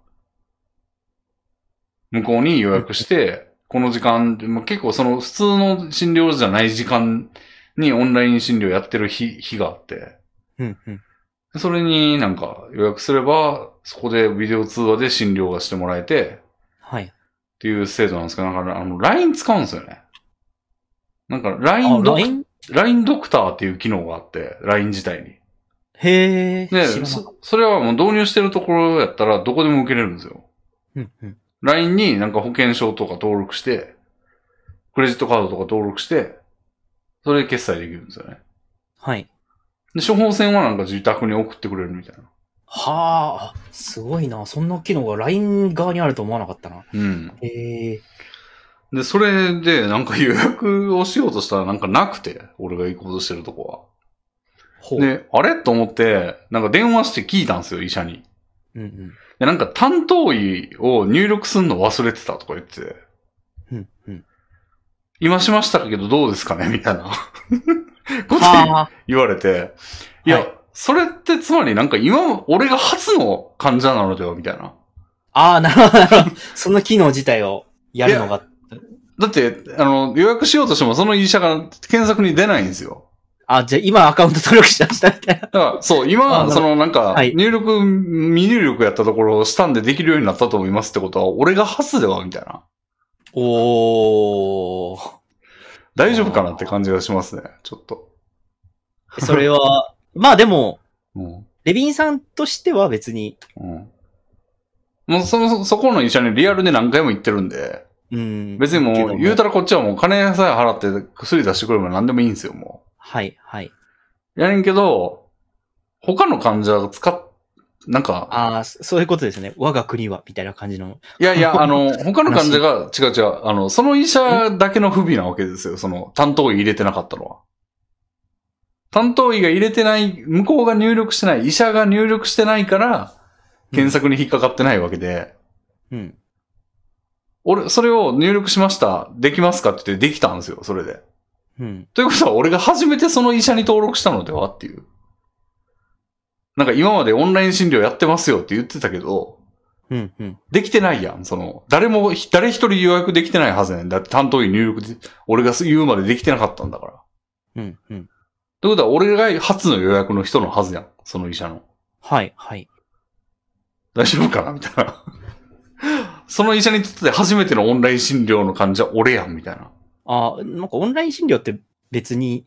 向こうに予約して、この時間、結構その普通の診療じゃない時間にオンライン診療やってる日があって。それになんか予約すれば、そこでビデオ通話で診療がしてもらえて、 はい。 っていう制度なんですけど、なんかLINE 使うんですよね。なんか LINE ドクターっていう機能があって、LINE 自体に。 へー。 で、それはもう導入してるところやったらどこでも受けれるんですよ。LINE になんか保険証とか登録して、クレジットカードとか登録して、それで決済できるんですよね。 はい。 で、処方箋はなんか自宅に送ってくれるみたいな。 はあ、すごいな。そんな機能が LINE 側にあると思わなかったな。へえ。 で、それでなんか予約をしようとしたらなんかなくて、俺が行こうとしてるとこは。で、あれと思って、なんか電話して聞いたんですよ、医者に。で、なんか担当医を入力すんの忘れてたとか言ってて。今しましたけどどうですかねみたいなこと言われて。いや、それってつまりなんか今、俺が初の患者なのではみたいな。 ああ、なるほど。その機能自体をやるのが。 だって、予約しようとしてもその医者が検索に出ないんですよ。 あ、じゃあ今アカウント登録したみたいな。 だからそう、今、なんか、未入力やったところをしたんでできるようになったと思いますってことは、俺が初ではみたいな。 おー。 大丈夫かなって感じがしますね、ちょっと。 それは、まあでも、レビンさんとしては別に。 もうそこの医者にリアルで何回も行ってるんで、別にもう、言うたらこっちはもう金さえ払って薬出してくれば何でもいいんですよ、もう。 はい、はい。 やねんけど、他の患者がなんか。 ああ、そういうことですね。我が国は、みたいな感じの。 いやいや、他の患者が、違う、その医者だけの不備なわけですよ。その、担当医入れてなかったのは。担当医が入れてない、向こうが入力してない、医者が入力してないから、検索に引っかかってないわけで。俺、それを入力しました。できますかって言ってできたんですよ、それで。ということは、俺が初めてその医者に登録したのではっていう。なんか今までオンライン診療やってますよって言ってたけど、できてないやん。誰一人予約できてないはずねん。だって担当医入力で、俺が言うまでできてなかったんだから。ということは、俺が初の予約の人のはずやん。その医者の。 はい、はい。 大丈夫かなみたいな。その医者にとって初めてのオンライン診療の患者、俺やん、みたいな。 ああ、なんかオンライン診療って別に。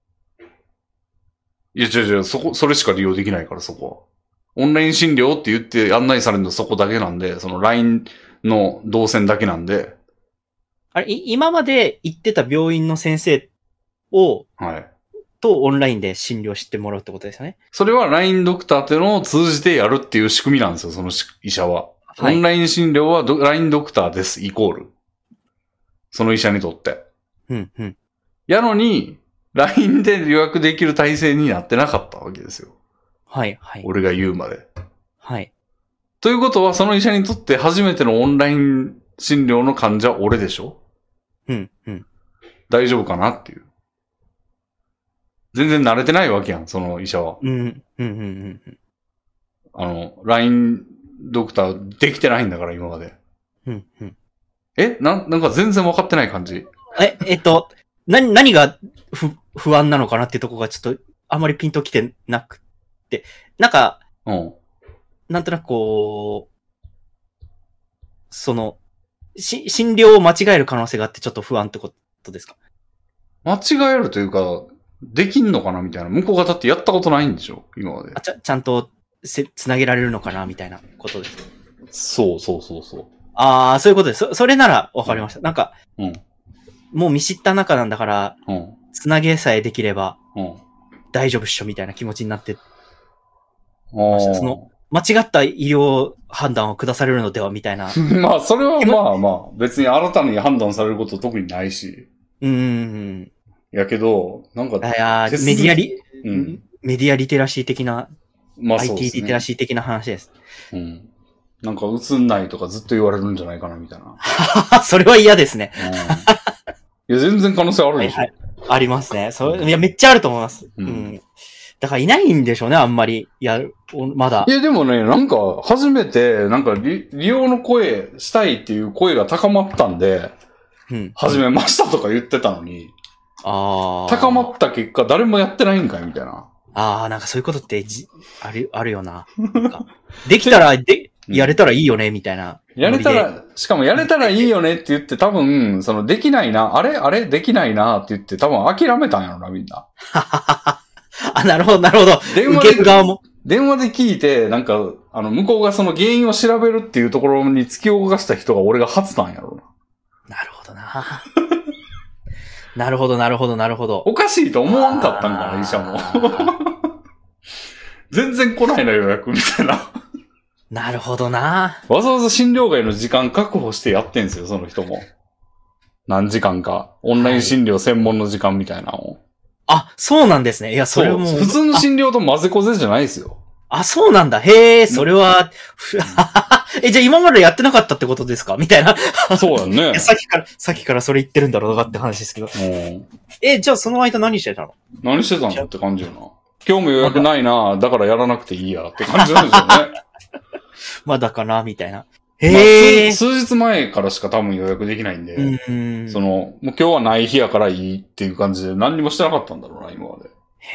いや、違う、それしか利用できないから、そこは。オンライン診療って言って案内されるのそこだけなんで、その LINE の動線だけなんで。 あれ、今まで行ってた病院の先生を、とオンラインで診療してもらうってことですよね。 それは LINE ドクターっていうのを通じてやるっていう仕組みなんですよ、その医者は。オンライン診療はLINE ドクターです、イコール。その医者にとって。やのに、LINE で予約できる体制になってなかったわけですよ。 はい、 俺が言うまで。 はい。 ということは、その医者にとって初めてのオンライン診療の患者、俺でしょ？大丈夫かなっていう。全然慣れてないわけやん、その医者は。LINE ドクターできてないんだから、今まで。 なんか全然分かってない感じ。 何が不安なのかなっていうところがちょっとあまりピンときてなくて、なんか、なんとなくこう、診療を間違える可能性があってちょっと不安ってことですか？ 間違えるというか、できんのかなみたいな。向こうがだってやったことないんでしょ今まで。 ちゃんとつなげられるのかなみたいなことですか？ そう。 ああ、そういうことです。それならわかりました。なんか、もう見知った中なんだから、つなげさえできれば、大丈夫っしょみたいな気持ちになってました。間違った医療判断を下されるのではみたいな。 まあ、それはまあ、別に新たに判断されること特にないし。やけど、なんか、 メディアリテラシー的な、まあそうですね、IT リテラシー的な話です。 なんか映んないとかずっと言われるんじゃないかなみたいな。 それは嫌ですね。 いや、全然可能性あるでしょ。 はい、ありますね。いや、めっちゃあると思います。だからいないんでしょうね、あんまり。まだ。 いや、でもね、なんか、初めて、なんか利用の声したいっていう声が高まったんで、始めましたとか言ってたのに、高まった結果、誰もやってないんかいみたいな。 なんかそういうことってあるよな。できたら、やれたらいいよね、みたいな。 しかもやれたらいいよねって言って多分、できないな、あれできないなって言って多分諦めたんやろな、みんな。 なるほど、なるほど。受ける側も。 電話で聞いて、なんか、向こうがその原因を調べるっていうところに突き動かした人が俺が初なんやろな。なるほどな。なるほど、なるほど、なるほど。 おかしいと思わんかったんかな、医者も。全然来ないな予約みたいな。 なるほどな。 わざわざ診療外の時間確保してやってんすよ、その人も。何時間か。オンライン診療専門の時間みたいなのを。 そうなんですね。いや、それも。 普通の診療と混ぜこぜじゃないですよ。 そうなんだ。へえ、それは、じゃあ今までやってなかったってことですかみたいな。 そうやね。 さっきからそれ言ってるんだろうなって話ですけど。じゃあその間何してたのって感じよな。今日も予約ないな、だからやらなくていいやって感じなんですよね。 まだかなみたいな。 数日前からしか多分予約できないんで、もう今日はない日やからいいっていう感じで何にもしてなかったんだろうな、今まで。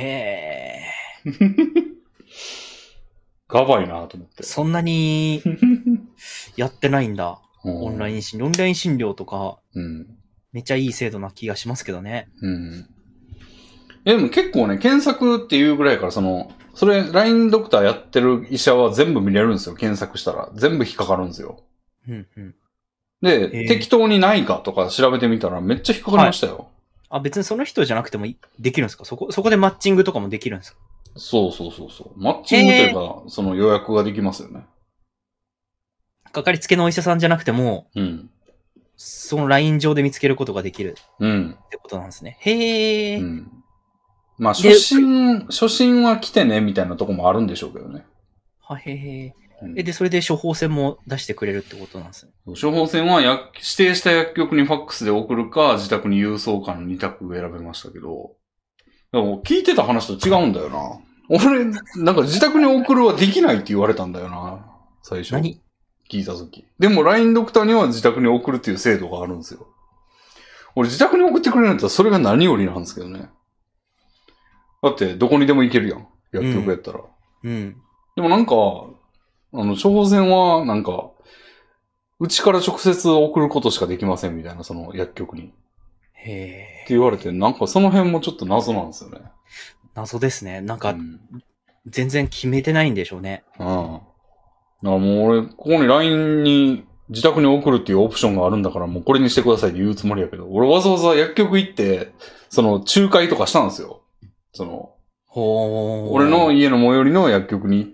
がばいなと思って。 そんなに、やってないんだ。オンライン診療とか、めっちゃいい制度な気がしますけどね。 でも結構ね、検索っていうぐらいからそれ、LINE ドクターやってる医者は全部見れるんですよ。検索したら。全部引っかかるんですよ。で、適当にないかとか調べてみたらめっちゃ引っかかりましたよ。 別にその人じゃなくてもできるんですか？そこでマッチングとかもできるんですか？ そう。マッチングというか、その予約ができますよね。 かかりつけのお医者さんじゃなくても、その LINE 上で見つけることができるってことなんですね。 まあ、初心は来てね、みたいなとこもあるんでしょうけどね。 で、それで処方箋も出してくれるってことなんですね。 処方箋は指定した薬局にファックスで送るか、自宅に郵送かの2択を選べましたけど、でも聞いてた話と違うんだよな。俺、なんか自宅に送るはできないって言われたんだよな。最初。聞いたとき。でも LINE ドクターには自宅に送るっていう制度があるんですよ。俺自宅に送ってくれるんだったらそれが何よりなんですけどね。だってどこにでも行けるやん。薬局やったら。でもなんか、処方箋はなんか、うちから直接送ることしかできませんみたいな、その薬局に。って言われて、なんかその辺もちょっと謎なんですよね。 謎ですね。なんか、全然決めてないんでしょうね。 もう俺、ここに LINE に自宅に送るっていうオプションがあるんだから、もうこれにしてくださいって言うつもりやけど、俺わざわざ薬局行って、仲介とかしたんですよ。俺の家の最寄りの薬局に行って、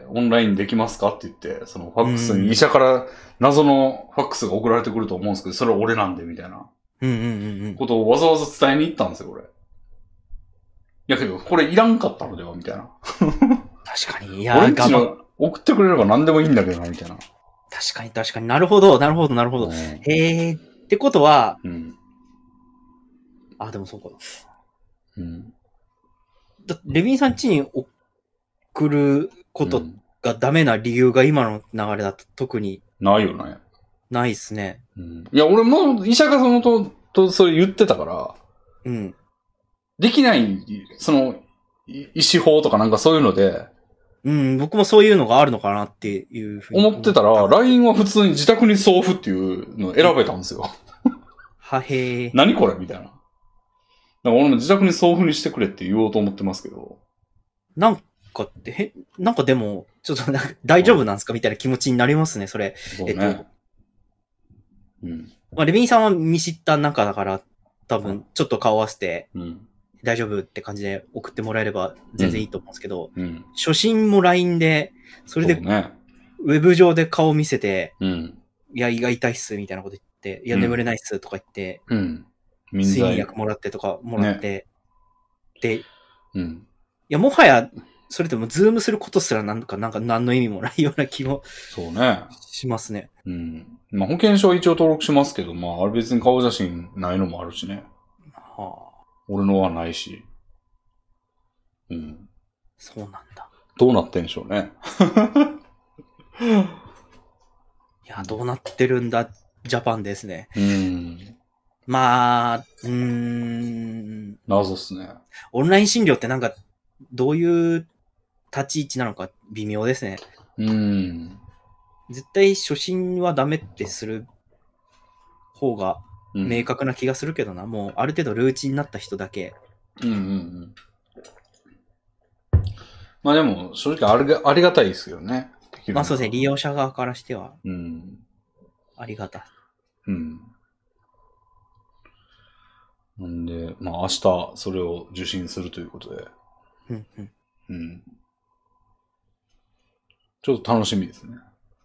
オンラインできますかって言って、ファックスに医者から謎のファックスが送られてくると思うんですけど、それは俺なんで、みたいな。ことをわざわざ伝えに行ったんですよ、俺。やけど、これいらんかったのではみたいな。 確かに。いや、 俺んちの送ってくれれば何でもいいんだけどな、みたいな。 確かに。なるほど。ってことは、でもそうか。レビンさん家に送ることがダメな理由が今の流れだと特に。 ないよね。 ないっすね。 うん。いや、俺も医者がとそれ言ってたから、 うん。 できない、医師法とかなんかそういうので、 うん、僕もそういうのがあるのかなっていうふうに思ってたら、LINE は普通に自宅に送付っていうのを選べたんですよ。 はへー。 何これみたいな。だから俺も自宅に送付にしてくれって言おうと思ってますけど。 なんかでも、ちょっと大丈夫なんですかみたいな気持ちになりますね、それ。 そうね。うん。 まあ、レビンさんは見知った中だから、多分、ちょっと顔合わせて、大丈夫って感じで送ってもらえれば全然いいと思うんですけど、初心も LINE で、それで、ウェブ上で顔見せて、いや、胃が痛いっす、みたいなこと言って、いや、眠れないっす、とか言って、睡眠薬もらってとかもらって、で、いや、もはや、それでもズームすることすらなんか何の意味もないような気もしますね。 まあ保険証は一応登録しますけど、まああれ別に顔写真ないのもあるしね。はあ。俺のはないし。 そうなんだ。 どうなってんでしょうね。 いや、どうなってるんだ、ジャパンですね。まあ、 謎っすね。 オンライン診療ってなんか、どういう立ち位置なのか微妙ですね。絶対初診はダメってする方が明確な気がするけどな。もうある程度ルーチンになった人だけ。 まあでも、正直ありがたいですよね。 まあそうですね、利用者側からしては。ありがたい。 なんで、まあ明日それを受診するということで。ちょっと楽しみですね。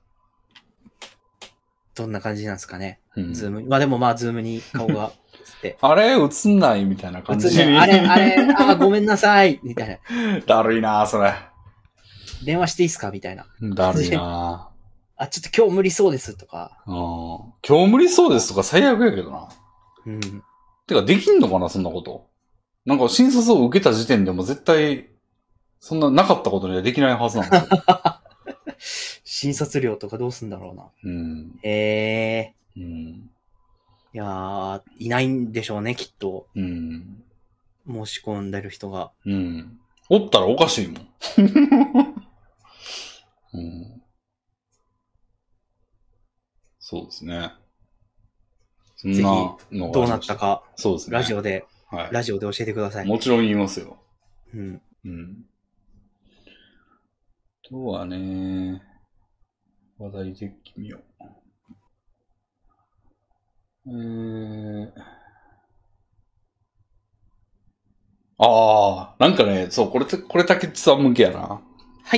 どんな感じなんですかね。ズーム。まあでもまあズームに顔が映って。 あれ映んないみたいな感じに。 あれ、ごめんなさいみたいな。だるいなそれ。 電話していいっすかみたいな。 だるいなちょっと今日無理そうですとか。 今日無理そうですとか最悪やけどな。てかできんのかなそんなこと。なんか診察を受けた時点でも絶対、そんななかったことにはできないはずなんですよ。 診察料とかどうすんだろうな。いやー、いないんでしょうね、きっと。申し込んでる人が。 おったらおかしいもん。そうですね。 そんなのがどうなったか、そうですね。ラジオで教えてください。 もちろん言いますよ。今日はね、話題的みよう。なんかね、そう、これ竹内さん向けやな。 はい。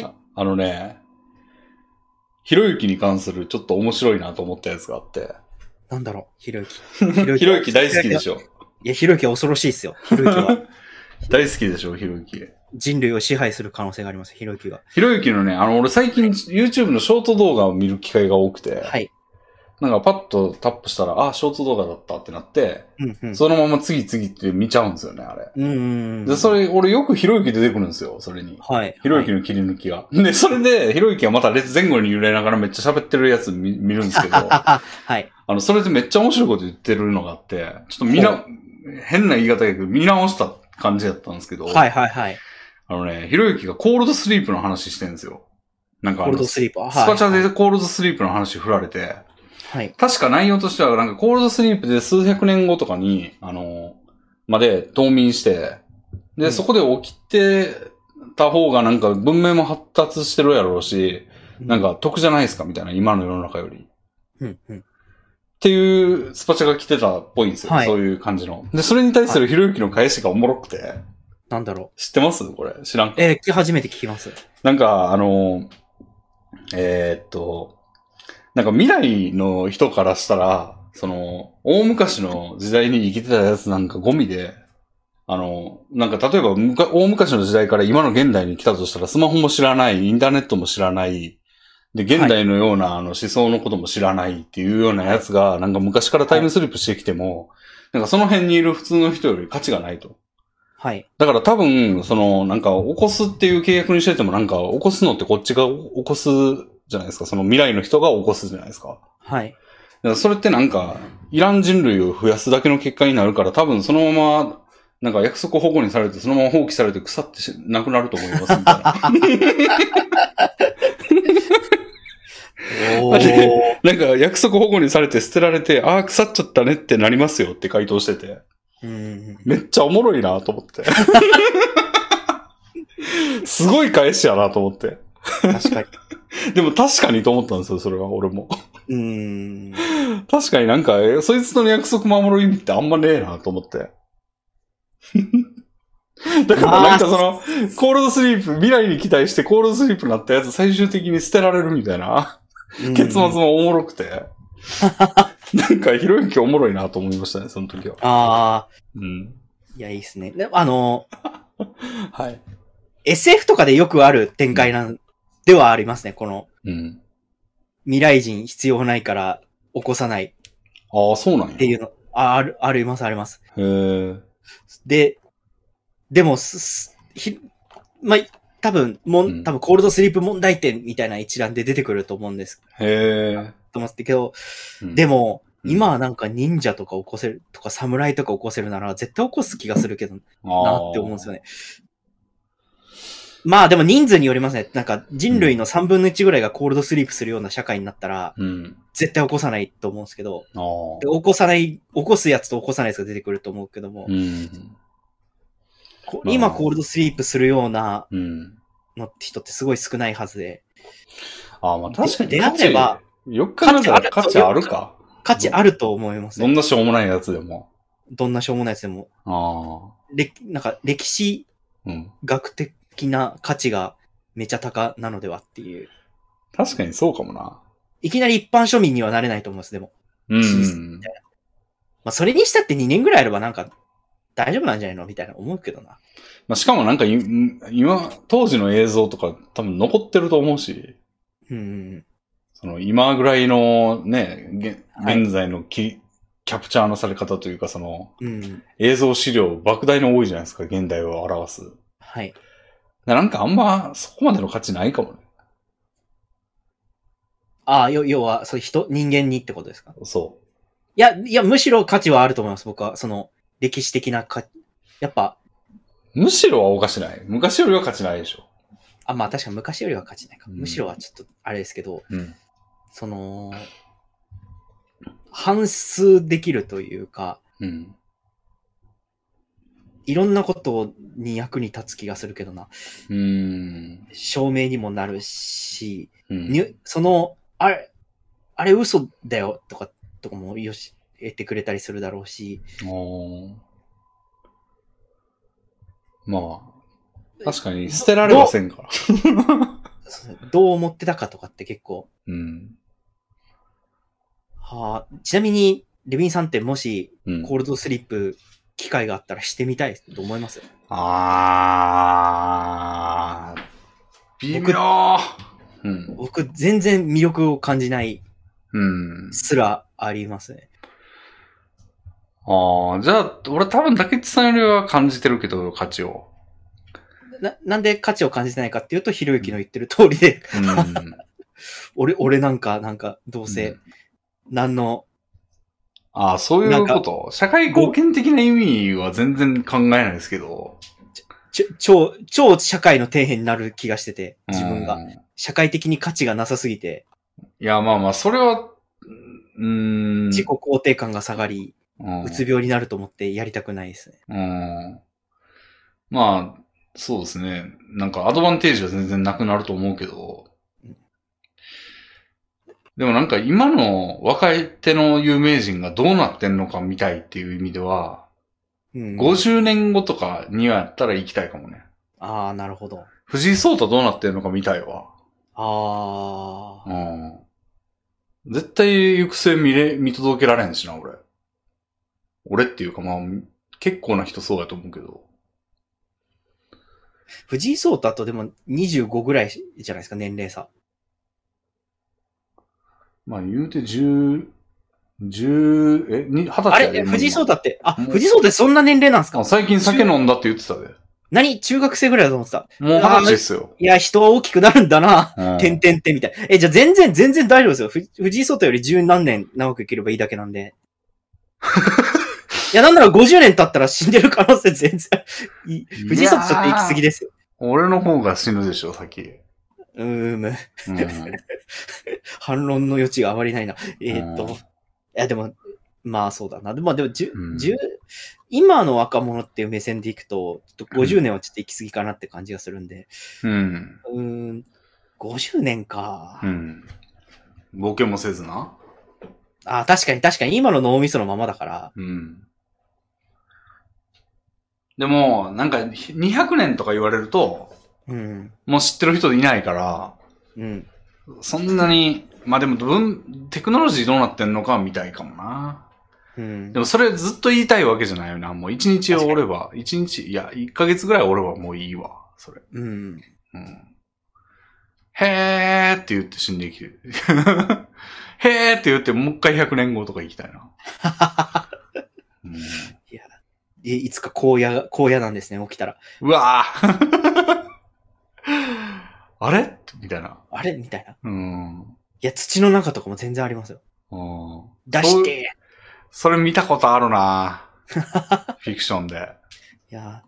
ひろゆきに関するちょっと面白いなと思ったやつがあって。 なんだろう、ひろゆき。 ひろゆき大好きでしょ。 いや、ひろゆきは恐ろしいですよ。ひろゆきは。 大好きでしょ、ひろゆき。 人類を支配する可能性があります、ひろゆきが。 ひろゆきのね、俺最近 YouTube のショート動画を見る機会が多くて。 はい。 なんかパッとタップしたら、ショート動画だったってなって、そのまま次々って見ちゃうんですよね、あれ。で、それ、俺よくひろゆき出てくるんですよ、それに。 はい。 ひろゆきの切り抜きが。で、それで、ひろゆきがまた前後に揺れながらめっちゃ喋ってるやつ見るんですけど、 はい。 それでめっちゃ面白いこと言ってるのがあって、ちょっと変な言い方やけど、見直した感じだったんですけど、 はいはいはい。 ひろゆきがコールドスリープの話してるんですよ。なんかコールドスリープ、 スパチャでコールドスリープの話振られて、 はい。 確か内容としては、なんかコールドスリープで数百年後とかに、まで冬眠して、で、そこで起きてた方がなんか文明も発達してるやろうし、なんか得じゃないですかみたいな、今の世の中より。っていうスパチャが来てたっぽいんですよ。そういう感じの。で、それに対するひろゆきの返しがおもろくて。 なんだろう。知ってますこれ。知らんか。 初めて聞きます。 なんか、なんか未来の人からしたら、大昔の時代に生きてたやつなんかゴミで、なんか例えば大昔の時代から今の現代に来たとしたらスマホも知らない、インターネットも知らない、で、現代のような思想のことも知らないっていうようなやつが、なんか昔からタイムスリップしてきても、なんかその辺にいる普通の人より価値がないと。 はい。 だから多分、なんか起こすっていう契約にしててもなんか起こすのってこっちが起こすじゃないですか。その未来の人が起こすじゃないですか。 はい。 らそれってなんか、いらん人類を増やすだけの結果になるから、多分そのまま、なんか約束を保護にされて、そのまま放棄されて腐ってなくなると思います、みたいな。なんか約束保護にされて捨てられて、ああ、腐っちゃったねってなりますよって回答してて。めっちゃおもろいなと思って。すごい返しやなと思って。 確かに。でも確かにと思ったんですよ、それは、俺も。確かになんか、そいつとの約束守る意味ってあんまねえなと思って。だからなんかその、コールドスリープ、未来に期待してコールドスリープになったやつ最終的に捨てられるみたいな、結末もおもろくて。なんか、ひろゆきおもろいなと思いましたね、その時は。 ああ。いや、いいっすね。ではい。 SF とかでよくある展開ではありますね、この。未来人必要ないから起こさない。 ああ、そうなんや。 っていうの。あります、あります。 へえ。 でも、まあ、多分コールドスリープ問題点みたいな一覧で出てくると思うんです。 へえ。 と思ってけど、でも、今はなんか忍者とか起こせるとか侍とか起こせるなら絶対起こす気がするけどなって思うんですよね。まあでも人数によりますね。なんか人類の3分の1ぐらいがコールドスリープするような社会になったら、絶対起こさないと思うんですけど、起こすやつと起こさないやつが出てくると思うけども、今コールドスリープするようなの人ってすごい少ないはずで。 まあ確かに。 であれば、 よく考えたら価値あるか。 価値あると思います、 ね。どんなしょうもないやつでも。 なんか歴史学的な価値がめちゃ高なのではっていう。 確かにそうかもな。 いきなり一般庶民にはなれないと思います、でも。みたいな。まあそれにしたって2年ぐらいあればなんか大丈夫なんじゃないのみたいな思うけどな。 まあしかもなんか当時の映像とか多分残ってると思うし。その今ぐらいのね、現在のキャプチャーのされ方というかその、映像資料莫大に多いじゃないですか、現代を表す。 はい。 なんかあんまそこまでの価値ないかもね。 要は、人間にってことですか？ そう。 いや、むしろ価値はあると思います、僕は。その、歴史的なやっぱ。 むしろはおかしない。昔よりは価値ないでしょ。 まあ確かに昔よりは価値ないか。むしろはちょっと、あれですけど、その、反数できるというか、いろんなことに役に立つ気がするけどな。証明にもなるし、その、あれ嘘だよとかも言ってくれたりするだろうし。 まあ、確かに捨てられませんから。 どう思ってたかとかって結構。ちなみに、レビンさんってもし、コールドスリップ機会があったらしてみたいと思います？ 微妙。 僕、全然魅力を感じないすらありますね。 じゃあ、俺多分竹内さんよりは感じてるけど、価値を。 なんで価値を感じてないかっていうと、ひろゆきの言ってる通りで、俺なんか、どうせ、 そういうこと。社会貢献的な意味は全然考えないですけど。 超社会の底辺になる気がしてて、自分が。社会的に価値がなさすぎて。 いや、まあ、それは、 自己肯定感が下がり、うつ病になると思ってやりたくないですね。まあ、そうですね。なんかアドバンテージは全然なくなると思うけど。でもなんか今の若手の有名人がどうなってんのか見たいっていう意味では、50年後とかにはやったら行きたいかもね。 なるほど。 藤井聡太どうなってんのか見たいわ。絶対行く末見届けられんしな、俺。俺っていうかまあ、結構な人そうやと思うけど。 藤井聡太とでも25ぐらいじゃないですか、年齢差。 まあ言うて20歳あれ藤井聡太って、藤井聡太ってそんな年齢なんですか？ 最近酒飲んだって言ってたで。 中学生ぐらいだと思ってた。 もう20歳ですよ。 いや、人は大きくなるんだな。 うん、 てんてんてんみたいな。じゃあ全然大丈夫ですよ。藤井聡太より十何年長く生きればいいだけなんで。いや、なんなら50年経ったら死んでる可能性全然。藤井聡太ちょっと行き過ぎですよ。 俺の方が死ぬでしょ、先。 反論の余地があまりないな。いや、でも、まあそうだな。でも、今の若者っていう目線でいくと、ちょっと50年はちょっと行き過ぎかなって感じがするんで。50年か。 ボケもせずな。 確かに今の脳みそのままだから。 でも、なんか200年とか言われると、もう知ってる人いないから、そんなに、まあでもテクノロジーどうなってんのかみたいかもな。でもそれずっと言いたいわけじゃないよな。もう1日おれば、1ヶ月ぐらいおればもういいわ、それ。へーって言って死んでいきる。へーって言ってもう一回100年後とか行きたいな。 いつか荒野なんですね、起きたら。 うわーあれみたいな。 あれみたいな。いや、土の中とかも全然ありますよ。出してそれ見たことあるなフィクションで。 いや。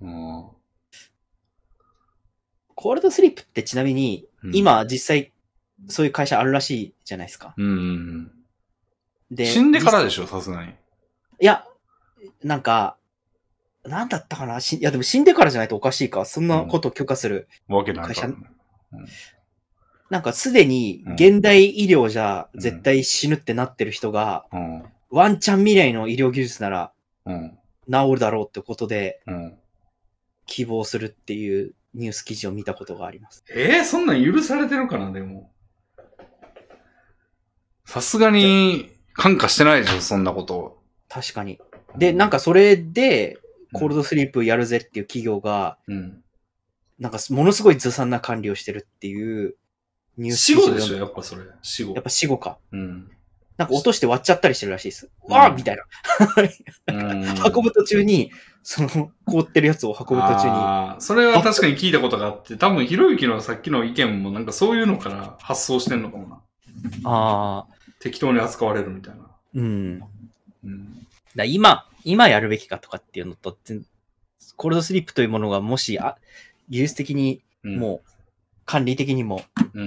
コールドスリープってちなみに、今実際そういう会社あるらしいじゃないですか。 で、死んでからでしょ、さすがに。 いや、なんか、なんだったかな、いやでも死んでからじゃないとおかしいか。そんなことを許可する会社。なんかすでに現代医療じゃ絶対死ぬってなってる人が、ワンチャン未来の医療技術なら治るだろうってことで、希望するっていうニュース記事を見たことがあります。 そんなん許されてるかな、でも。さすがに感化してないでしょ、そんなこと。 確かに。で、なんかそれで、コールドスリープやるぜっていう企業が、なんかものすごいずさんな管理をしてるっていうニュース記事。死後でしょ、やっぱそれ。死後。 やっぱ死後か。なんか落として割っちゃったりしてるらしいです。わーみたいな。運ぶ途中に、凍ってるやつを運ぶ途中に。 それは確かに聞いたことがあって、多分ひろゆきのさっきの意見もなんかそういうのから発想してんのかもな。適当に扱われるみたいな。 だ今やるべきかとかっていうのと、コールドスリープというものがもし、技術的にもう、管理的にも、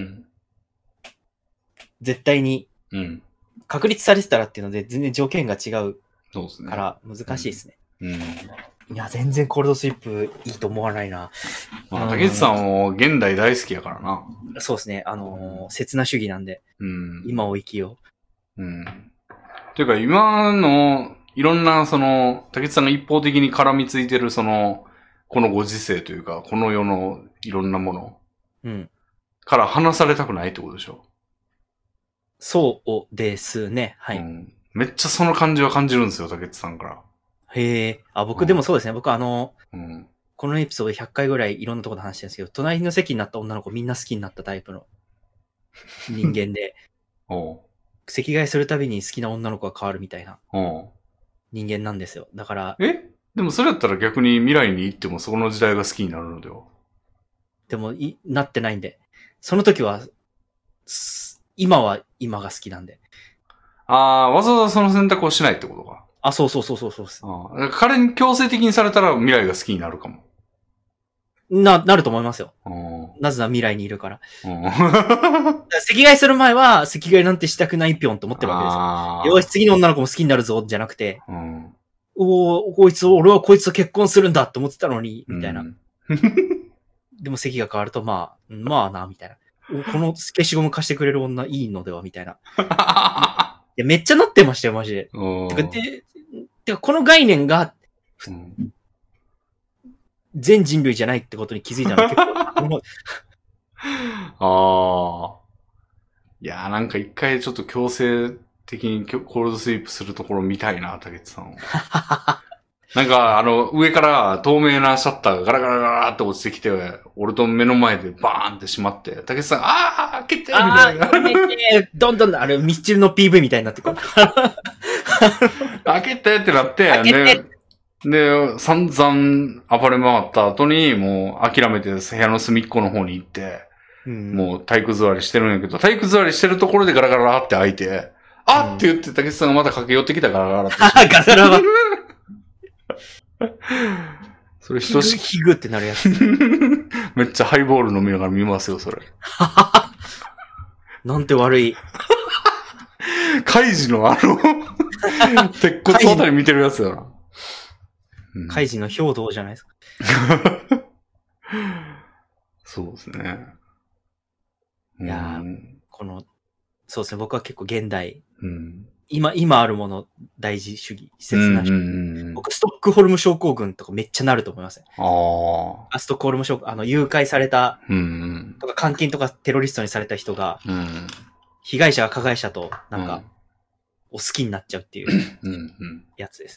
絶対に、確立されてたらっていうので、全然条件が違うから難しいですね。いや、全然コールドスリップいいと思わないな。 竹内さんも現代大好きやからな。 そうですね。刹那主義なんで、今を生きよう。というか、今の、いろんな、竹内さんが一方的に絡みついてる、このご時世というか、この世のいろんなもの、から離されたくないってことでしょ。 そうですね。はい。 めっちゃその感じは感じるんですよ、竹内さんから。 へえ。僕でもそうですね。僕このエピソード100回ぐらいいろんなところで話してるんですけど、隣の席になった女の子みんな好きになったタイプの人間で、席替えするたびに好きな女の子が変わるみたいな人間なんですよ。だから。 でもそれやったら逆に未来に行ってもその時代が好きになるのでは。 でもなってないんで。その時は、今は今が好きなんで。 わざわざその選択をしないってことか。 そう。 彼に強制的にされたら未来が好きになるかも。 なると思いますよ。なぜなら未来にいるから。席替えする前は、席替えなんてしたくないぴょんと思ってるわけですよ。よし、次の女の子も好きになるぞ、じゃなくて、俺はこいつと結婚するんだって思ってたのに、みたいな。でも席が変わると、まあな、みたいな。この消しゴム貸してくれる女いいのではみたいな。いや、めっちゃなってましたよ、マジで。てかこの概念が、全人類じゃないってことに気づいたの結構。 いやーなんか一回ちょっと強制的にコールドスリープするところ見たいな、竹内さんを。なんか、上から透明なシャッターがガラガラガラって落ちてきて、俺と目の前でバーンって閉まって、竹内さん、開けてみたいな。 どんどん、ミスチルの PV みたいになってくる。 開けてってなって、 で、散々暴れ回った後に、もう諦めて部屋の隅っこの方に行って、もう体育座りしてるんやけど、体育座りしてるところでガラガラって開いて、あって言って竹内さんがまた駆け寄ってきたガラガラって。 ガラガラは。 それ人しヒグってなるやつ。 めっちゃハイボール飲みながら見ますよ、それ。 なんて悪い。 カイジの鉄骨あたり見てるやつだな。 カイジの兵道じゃないですか。 そうですね。 いやそうですね、僕は結構現代、今あるもの大事主義、施設なし。僕、ストックホルム症候群とかめっちゃなると思いますね。ストックホルム症、誘拐された、とか監禁とかテロリストにされた人が、被害者が加害者と、なんか、好きになっちゃうっていうやつです。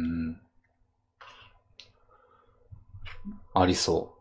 ありそう。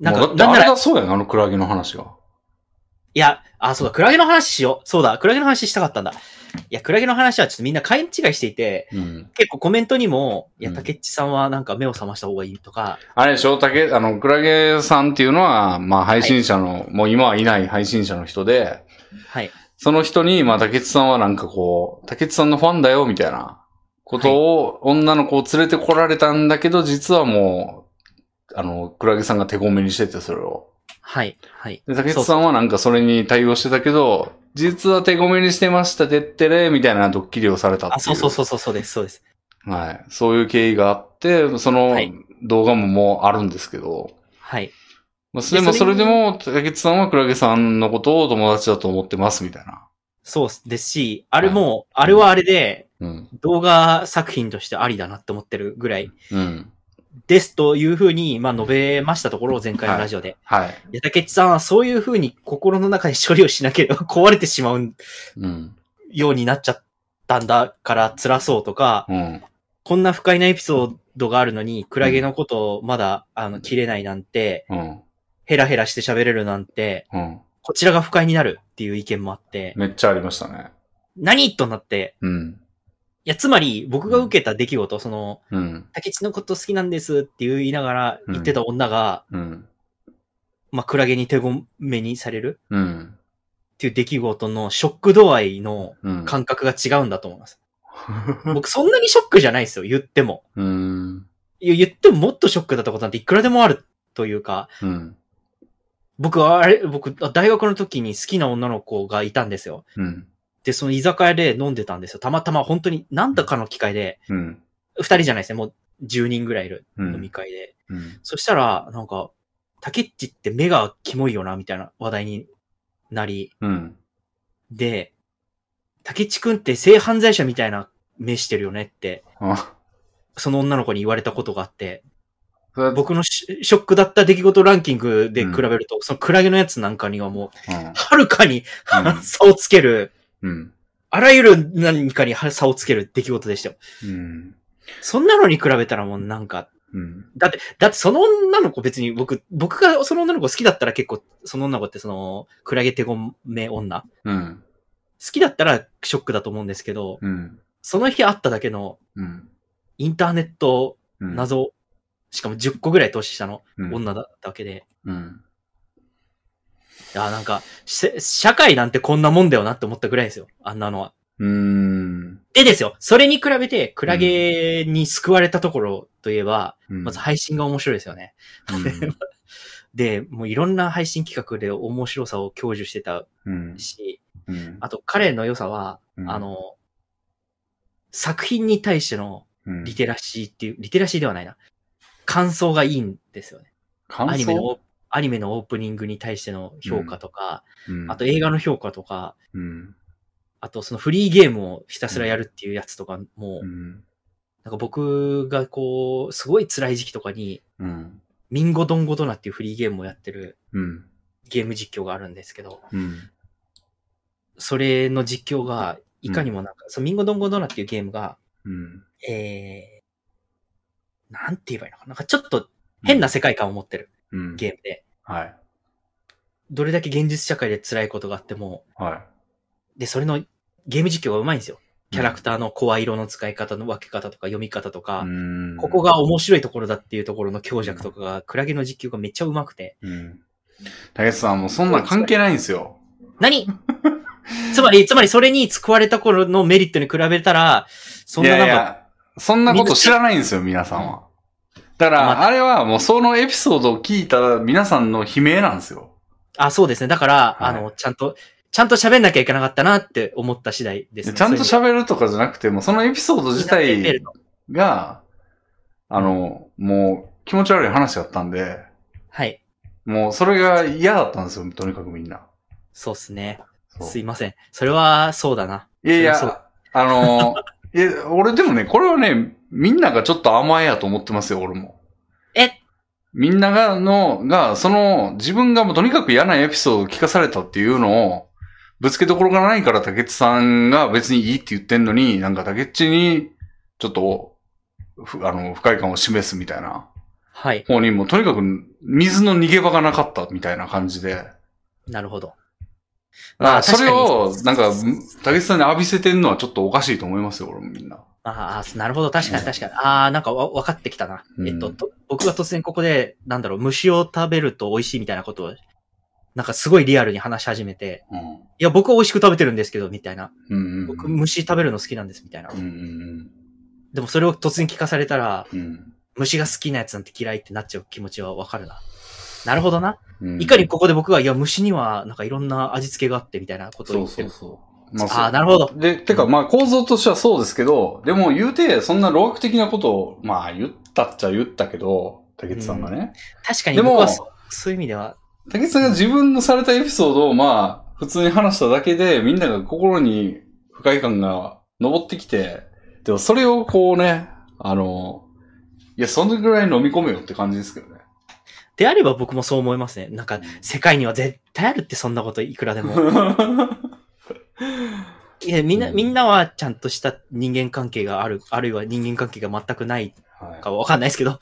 だってあれがそうやな、クラゲの話が。 いや、そうだ、クラゲの話しよう。そうだ、クラゲの話したかったんだ。いや、クラゲの話はちょっとみんな勘違いしていて、結構コメントにも、いや、竹内さんはなんか目を覚ました方がいいとか。 あれでしょ、クラゲさんっていうのは、まあ配信者の、もう今はいない配信者の人で、 はい。 その人に、まあ竹内さんはなんかこう、竹内さんのファンだよ、みたいなことを、女の子を連れてこられたんだけど、実はもう、クラゲさんが手ごめにしてて、それを。 はい。はい。 で、竹内さんはなんかそれに対応してたけど、実は手ごめにしてました、てってれ、みたいなドッキリをされたっていう。 そうです、そうです。 はい。そういう経緯があって、その動画ももうあるんですけど。 はい。 でもそれでも、竹内さんはクラゲさんのことを友達だと思ってます、みたいな。 そうですし、あれも、あれはあれで、動画作品としてありだなって思ってるぐらい。ですというふうに、まあ、述べましたところ、前回のラジオで。 はい。 いや、竹内さんはそういうふうに心の中で処理をしなければ壊れてしまうようになっちゃったんだから辛そうとか、こんな不快なエピソードがあるのに、クラゲのことをまだ、切れないなんて、ヘラヘラして喋れるなんて、こちらが不快になるっていう意見もあって。 めっちゃありましたね。 何となって、いや、つまり、僕が受けた出来事、竹内のこと好きなんですって言いながら言ってた女が、まあ、クラゲに手ごめにされるっていう出来事のショック度合いの感覚が違うんだと思います。僕、そんなにショックじゃないですよ、言っても。いや、言ってももっとショックだったことなんていくらでもあるというか、僕、大学の時に好きな女の子がいたんですよ。で、その居酒屋で飲んでたんですよ。たまたま本当に何らかの機会で、二人じゃないですね。もう10人ぐらいいる飲み会で。そしたら、なんか、竹内って目がキモいよな、みたいな話題になり、で、竹内くんって性犯罪者みたいな目してるよねって、その女の子に言われたことがあって、僕のショックだった出来事ランキングで比べると、そのクラゲのやつなんかにはもう、はるかに差をつける、あらゆる何かに差をつける出来事でしたよ。そんなのに比べたらもうなんか、だってその女の子別に僕がその女の子好きだったら結構、その女の子ってクラゲ手ごめ女、好きだったらショックだと思うんですけど、その日会っただけの、インターネット謎、しかも10個ぐらい年下の女だったわけで、いや、なんか、社会なんてこんなもんだよなって思ったぐらいですよ。あんなのは。でですよ。それに比べて、クラゲに救われたところといえば、まず配信が面白いですよね。で、もういろんな配信企画で面白さを享受してたし、あと彼の良さは、作品に対してのリテラシーっていう、リテラシーではないな。感想がいいんですよね。アニメのオープニングに対しての評価とか、あと映画の評価とか、あとそのフリーゲームをひたすらやるっていうやつとかも、なんか僕がこう、すごい辛い時期とかに、ミンゴドンゴドナっていうフリーゲームをやってるゲーム実況があるんですけど、それの実況が、いかにもなんか、ミンゴドンゴドナっていうゲームが、なんて言えばいいのかな、なんかちょっと変な世界観を持ってるゲームで、どれだけ現実社会で辛いことがあっても、で、それのゲーム実況が上手いんですよ。 キャラクターの声色の使い方の分け方とか読み方とか、ここが面白いところだっていうところの強弱とかが、クラゲの実況がめっちゃ上手くて。 竹内さんもうそんなん関係ないんですよ。 何つまりそれに救われた頃のメリットに比べたら、そんななんか。いやいや、 そんなこと知らないんですよ、皆さんは。だから、あれはもうそのエピソードを聞いた皆さんの悲鳴なんですよ。 あ、そうですね。だから、はい、ちゃんと喋んなきゃいけなかったなって思った次第ですね。 ちゃんと喋るとかじゃなくても、そのエピソード自体が、もう気持ち悪い話だったんで、 はい。 もうそれが嫌だったんですよ、とにかくみんな。 そうっすね。すいません。それはそうだな。 いやいや、俺でもね、これはね、みんながちょっと甘えやと思ってますよ、俺も。みんなが、自分がもうとにかく嫌なエピソードを聞かされたっていうのを、ぶつけどころがないから竹内さんが別にいいって言ってんのに、なんか竹内に、ちょっと、不快感を示すみたいな。 はい。 方にもとにかく水の逃げ場がなかったみたいな感じで。なるほど。 まあ、それを、なんか、竹内さんに浴びせてんのはちょっとおかしいと思いますよ、俺もみんな。 ああ、なるほど。確かに。なんか分かってきたな。僕が突然ここで、虫を食べると美味しいみたいなことを、なんかすごいリアルに話し始めて、いや、僕は美味しく食べてるんですけど、みたいな。僕、虫食べるの好きなんです、みたいな。でもそれを突然聞かされたら、虫が好きなやつなんて嫌いってなっちゃう気持ちはわかるな。なるほどな。いかにここで僕が、いや、虫にはなんかいろんな味付けがあってみたいなことを言ってる。まあ、なるほど。 で、てか、まあ構造としてはそうですけど、でも言うて、そんな老学的なことを、まあ言ったっちゃ言ったけど、竹内さんがね。 確かに僕はそういう意味では。 竹内さんが自分のされたエピソードをまあ、普通に話しただけで、みんなが心に不快感が昇ってきて、でもそれをこうね、いや、そのぐらい飲み込めよって感じですけどね。 であれば僕もそう思いますね。なんか、世界には絶対あるってそんなこといくらでも。いや、みんなはちゃんとした人間関係がある、あるいは人間関係が全くないかわかんないですけど、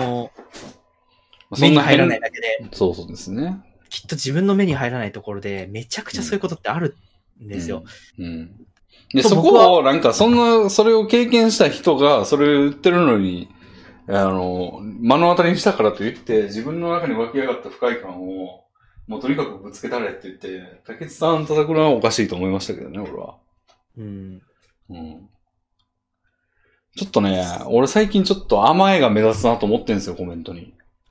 目に入らないだけで。 そうですね。 きっと自分の目に入らないところで、めちゃくちゃそういうことってあるんですよ。 で、そこを、なんか、それを経験した人が、それを言ってるのに、目の当たりにしたからといって、自分の中に湧き上がった不快感を、もうとにかくぶつけたれって言って、竹内さん叩くのはおかしいと思いましたけどね、俺は。ちょっとね、俺最近ちょっと甘えが目立つなと思ってんですよ、コメントに。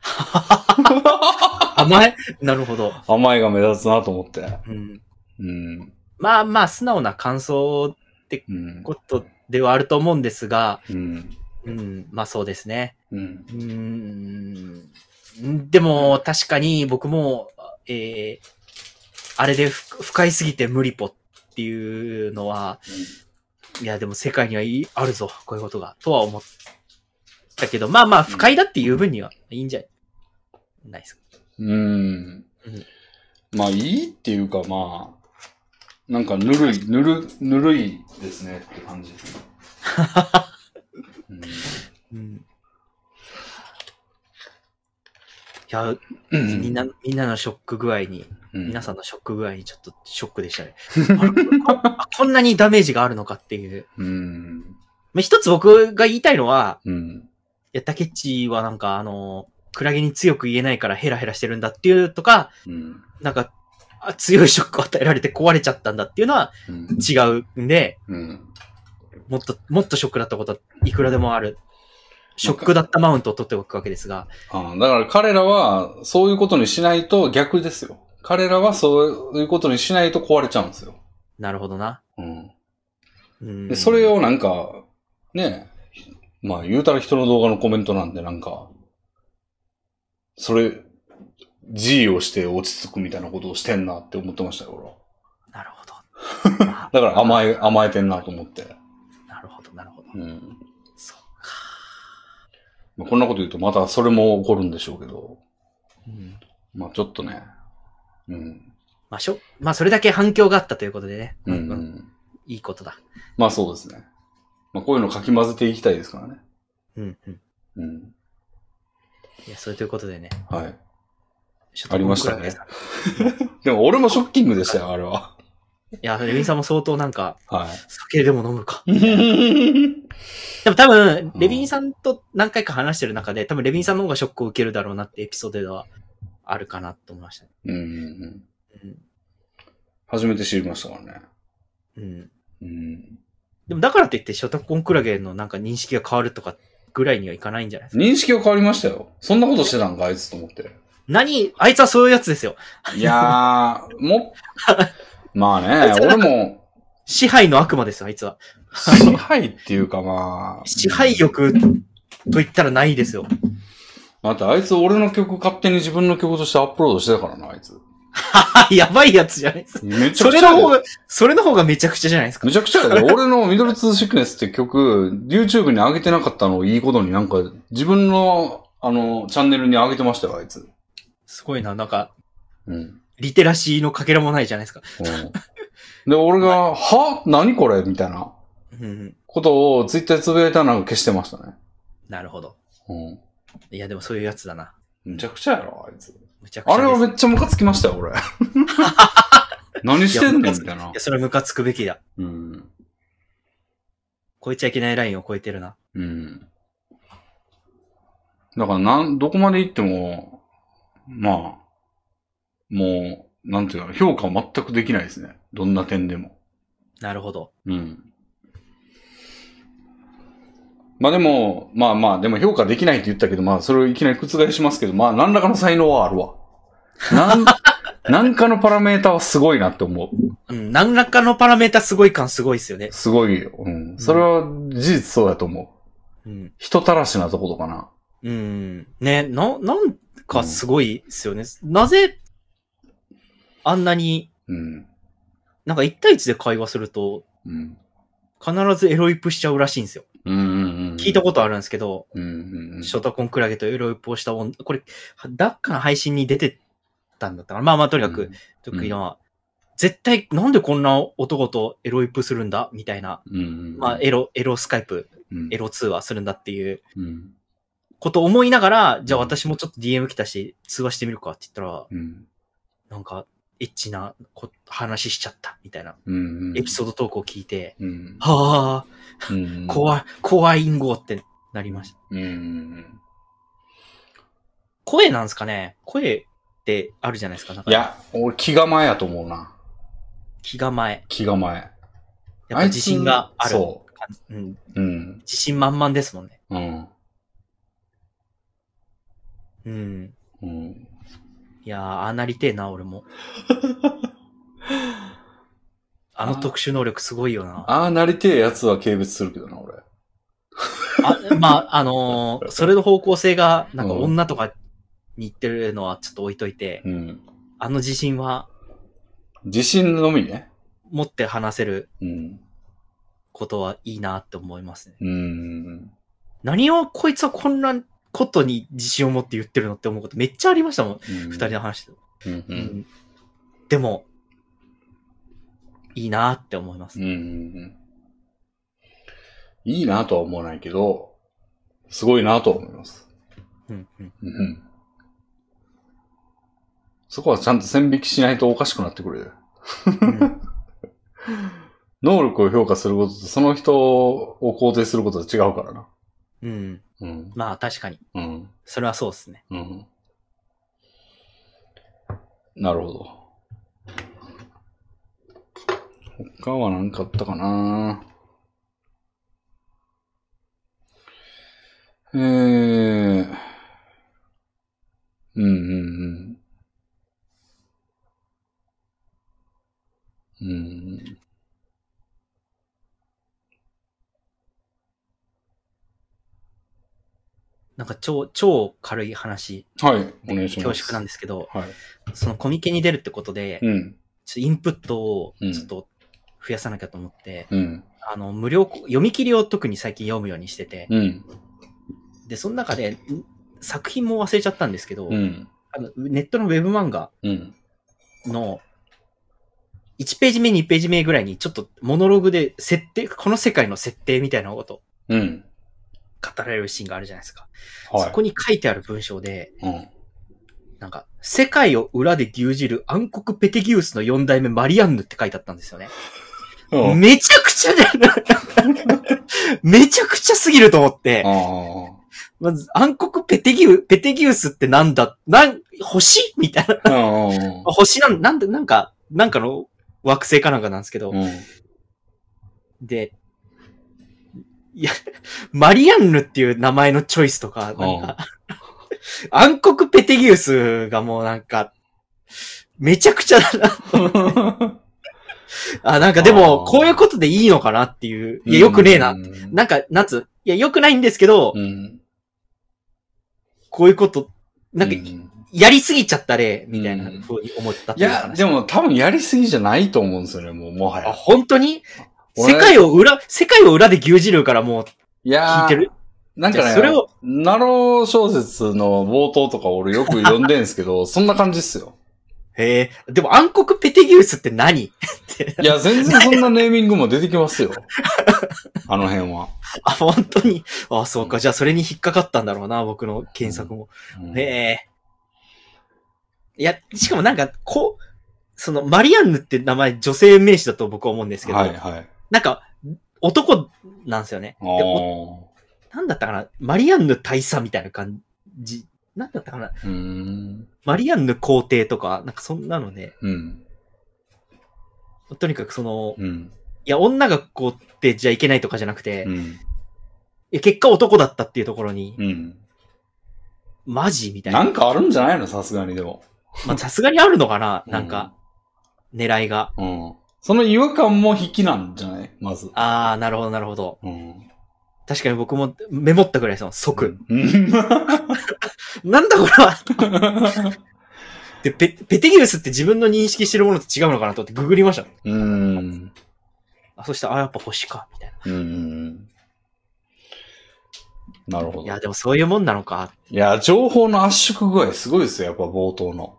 甘えなるほど。 甘えが目立つなと思って。 まあ、素直な感想ってことではあると思うんですが、まあそうですね。でも、確かに僕も、あれで不快すぎて無理ぽっていうのは、いや、でも世界にはあるぞ、こういうことが、とは思ったけど、まあ、不快だっていう分にはいいんじゃないですか。 まあ、いいっていうか、まあ、なんかぬるいですねって感じ。 いや、みんなのショック具合に、皆さんのショック具合にちょっとショックでしたね。こんなにダメージがあるのかっていう。一つ僕が言いたいのは、いや、竹内はなんかクラゲに強く言えないからヘラヘラしてるんだっていうとか、なんか、強いショックを与えられて壊れちゃったんだっていうのは違うんで、もっとショックだったことはいくらでもある。ショックだったマウントを取っておくわけですが。 だから彼らはそういうことにしないと逆ですよ。彼らはそういうことにしないと壊れちゃうんですよ。 なるほどな。 でそれをなんか、ね、まあ言うたら人の動画のコメントなんでなんか、それ、G をして落ち着くみたいなことをしてんなって思ってましたよ、俺は。 なるほど。だから甘えてんなと思って。 なるほど。そうか。こんなこと言うとまたそれも起こるんでしょうけど。まあちょっとね。 まあそれだけ反響があったということでね。いいことだ。 まあそうですね。まあこういうのかき混ぜていきたいですからね。 いや、それということでね。 はい。ありましたね。でも俺もショッキングでしたよ、あれは。 いや、レビンさんも相当なんか、 はい。 酒でも飲むか。でも多分、レビンさんと何回か話してる中で、多分レビンさんの方がショックを受けるだろうなってエピソードではあるかなと思いましたね。 うん。初めて知りましたからね。 うん。でもだからといって、ショタコンクラゲのなんか認識が変わるとかぐらいにはいかないんじゃないですか。 認識は変わりましたよ。そんなことしてたんか、あいつと思って。 あいつはそういうやつですよ。 いやー、まあね、俺も。 支配の悪魔ですよ、あいつは。 支配っていうかまあ。 支配欲と言ったらないですよ。 だってあいつ俺の曲勝手に自分の曲としてアップロードしてたからな、あいつ。 やばいやつじゃないですか。 めちゃくちゃ。 それの方がめちゃくちゃじゃないですか。 めちゃくちゃやで。俺のミドルツーシックネスって曲、YouTube に上げてなかったのをいいことになんか、自分の、チャンネルに上げてましたよ、あいつ。 すごいな、なんか、リテラシーのかけらもないじゃないですか。 で、俺が、何これみたいな。ことをツイッターでつぶやいたらなんか消してましたね。 なるほど。いや、でもそういうやつだな。 むちゃくちゃやろ、あいつ。あれはめっちゃムカつきましたよ、俺。何してんねんみたいな。 いや、それはムカつくべきだ。超えちゃいけないラインを超えてるな。 だからどこまで行っても、まあ、もう、なんていうの、評価は全くできないですね。どんな点でも。 なるほど。 まあでも、でも評価できないって言ったけど、まあそれをいきなり覆しますけど、まあ何らかの才能はあるわ。何かのパラメータはすごいなって思う。何らかのパラメータすごい感すごいですよね。 すごいよ。それは事実そうだと思う。人たらしなとことかな。 ね、なんかすごいですよね。なぜ、あんなに、なんか1対1で会話すると、必ずエロイプしちゃうらしいんですよ。聞いたことあるんですけど、ショタコンクラゲとエロイプをしたこれ、ダッカの配信に出てたんだったかな。まあとにかく、得意な、絶対なんでこんな男とエロイプするんだみたいな、エロスカイプ、エロ通話するんだっていう、ことを思いながら、じゃあ私もちょっと DM 来たし、通話してみるかって言ったら、なんか、エッチな話しちゃったみたいな、エピソードトークを聞いて、はぁ、怖い隠語ってなりました。声なんですかね？声ってあるじゃないですか。 いや、俺気構えやと思うな。 気構え。やっぱ自信がある。 そう。 自信満々ですもんね。いやー、ああなりてえな、俺も。あの特殊能力すごいよな。 ああなりてえやつは軽蔑するけどな、俺。 それの方向性が、なんか女とかに言ってるのはちょっと置いといて、あの自信は、 自信のみね。 持って話せることはいいなって思いますね。何をこいつはこんなことに自信を持って言ってるのって思うことめっちゃありましたもん。二人で話してる。でも、いいなって思います。 いいなとは思わないけど、すごいなとは思います。そこはちゃんと線引きしないとおかしくなってくる。能力を評価することとその人を肯定することと違うからな。 まあ確かに。それはそうですね。 なるほど。他は何かあったかな。 なんか超軽い話。 はい、お願いします。 恐縮なんですけど、そのコミケに出るってことで、インプットをちょっと増やさなきゃと思って、無料、読み切りを特に最近読むようにしてて、で、その中で作品も忘れちゃったんですけど、ネットのウェブ漫画の1ページ目、2ページ目ぐらいにちょっとモノログでこの世界の設定みたいなこと、語られるシーンがあるじゃないですか。そこに書いてある文章で、 なんか、世界を裏で牛耳る暗黒ペテギウスの4代目マリアンヌって書いてあったんですよね。めちゃくちゃじゃないめちゃくちゃすぎると思って。まず、暗黒ペテギウスってなんだ星みたいな。星なんかの惑星かなんかなんですけど。で、いや、マリアンヌっていう名前のチョイスとか、なんか、暗黒ペテギウスがもうなんか、めちゃくちゃだなと思って。なんかでも、こういうことでいいのかなっていう。いや、よくねえな。なんか、いや、よくないんですけど、こういうこと、なんか、やりすぎちゃったね、みたいな風に思ったっていう話。 いや、でも多分やりすぎじゃないと思うんですよね、もはや。 本当に世界を裏で牛耳るからもう、聞いてる。 なんかね、それを、ナロー小説の冒頭とか俺よく読んでんすけど、そんな感じっすよ。 へえ、でも暗黒ペテギウスって何いや、全然そんなネーミングも出てきますよ。あの辺は。 本当に。そうか。じゃあそれに引っかかったんだろうな、僕の検索も。へえ。いや、しかもなんか、その、マリアンヌって名前女性名詞だと僕は思うんですけど、はいはい。なんか、男なんですよね。なんだったかなマリアンヌ大佐みたいな感じ。なんだったかなマリアンヌ皇帝とか、なんかそんなので、とにかくその、いや、女が皇帝じゃいけないとかじゃなくて、いや結果男だったっていうところに、マジみたいな。 なんかあるんじゃないのさすがにでも。 まあ、さすがにあるのかななんか、狙いが。 その違和感も引きなんじゃないまず。 なるほど、なるほど。確かに僕もメモったぐらいですもん、即。なんだこれはで、ペテギウスって自分の認識してるものと違うのかなと思ってググりました。そしたら、やっぱ星か、みたいな。 なるほど。 いや、でもそういうもんなのか。 いや、情報の圧縮具合すごいですよ、やっぱ冒頭の。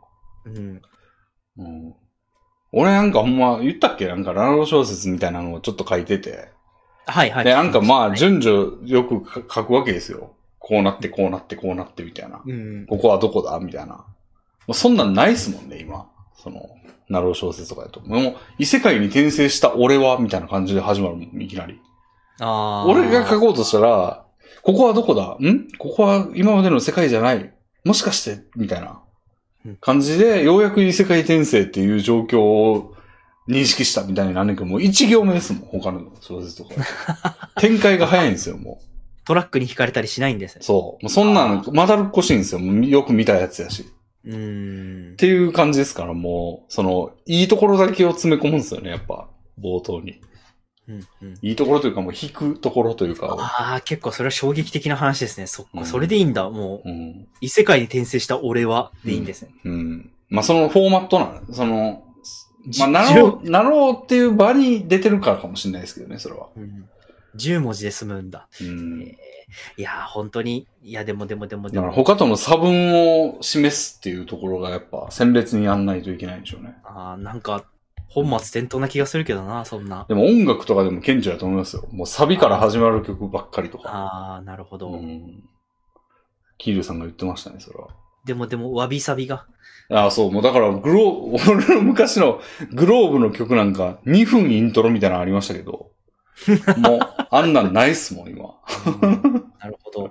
俺なんかほんま言ったっけなんかラノ小説みたいなのをちょっと書いてて。 はいはい。 で、なんかまあ、順序よく書くわけですよ。こうなって、こうなって、こうなって、みたいな。ここはどこだみたいな。そんなんないっすもんね、今。その、ナロー小説とかだと。もう、異世界に転生した俺は、みたいな感じで始まるもん、いきなり。俺が書こうとしたら、ここはどこだここは今までの世界じゃない。もしかしてみたいな感じで、ようやく異世界転生っていう状況を認識したみたいになんねんけど、もう一行目ですもん、他の小説とか。展開が早いんですよ、もう。 トラックに引かれたりしないんですね。 そう。もうそんなの、まだるっこしいんですよ。よく見たやつやし。っていう感じですから、もう、その、いいところだけを詰め込むんですよね、やっぱ、冒頭に。いいところというか、もう引くところというか。 結構それは衝撃的な話ですね。そっか、それでいいんだ。もう、異世界に転生した俺は、でいいんですね。 まあ、そのフォーマットなの。その、まあ、なろうっていう場に出てるからかもしれないですけどね、それは。 10文字で済むんだ。いや、本当に、いや、でも。だから他との差分を示すっていうところがやっぱ、鮮烈にやんないといけないんでしょうね。 なんか、本末転倒な気がするけどな、そんな。 でも音楽とかでも顕著だと思いますよ。もうサビから始まる曲ばっかりとか。なるほど。 キールさんが言ってましたね、それは。 でも、わびさびが。 そう、もうだから、俺の昔のグローブの曲なんか2分イントロみたいなのありましたけど、もう、あんなんないっすもん、今。 なるほど。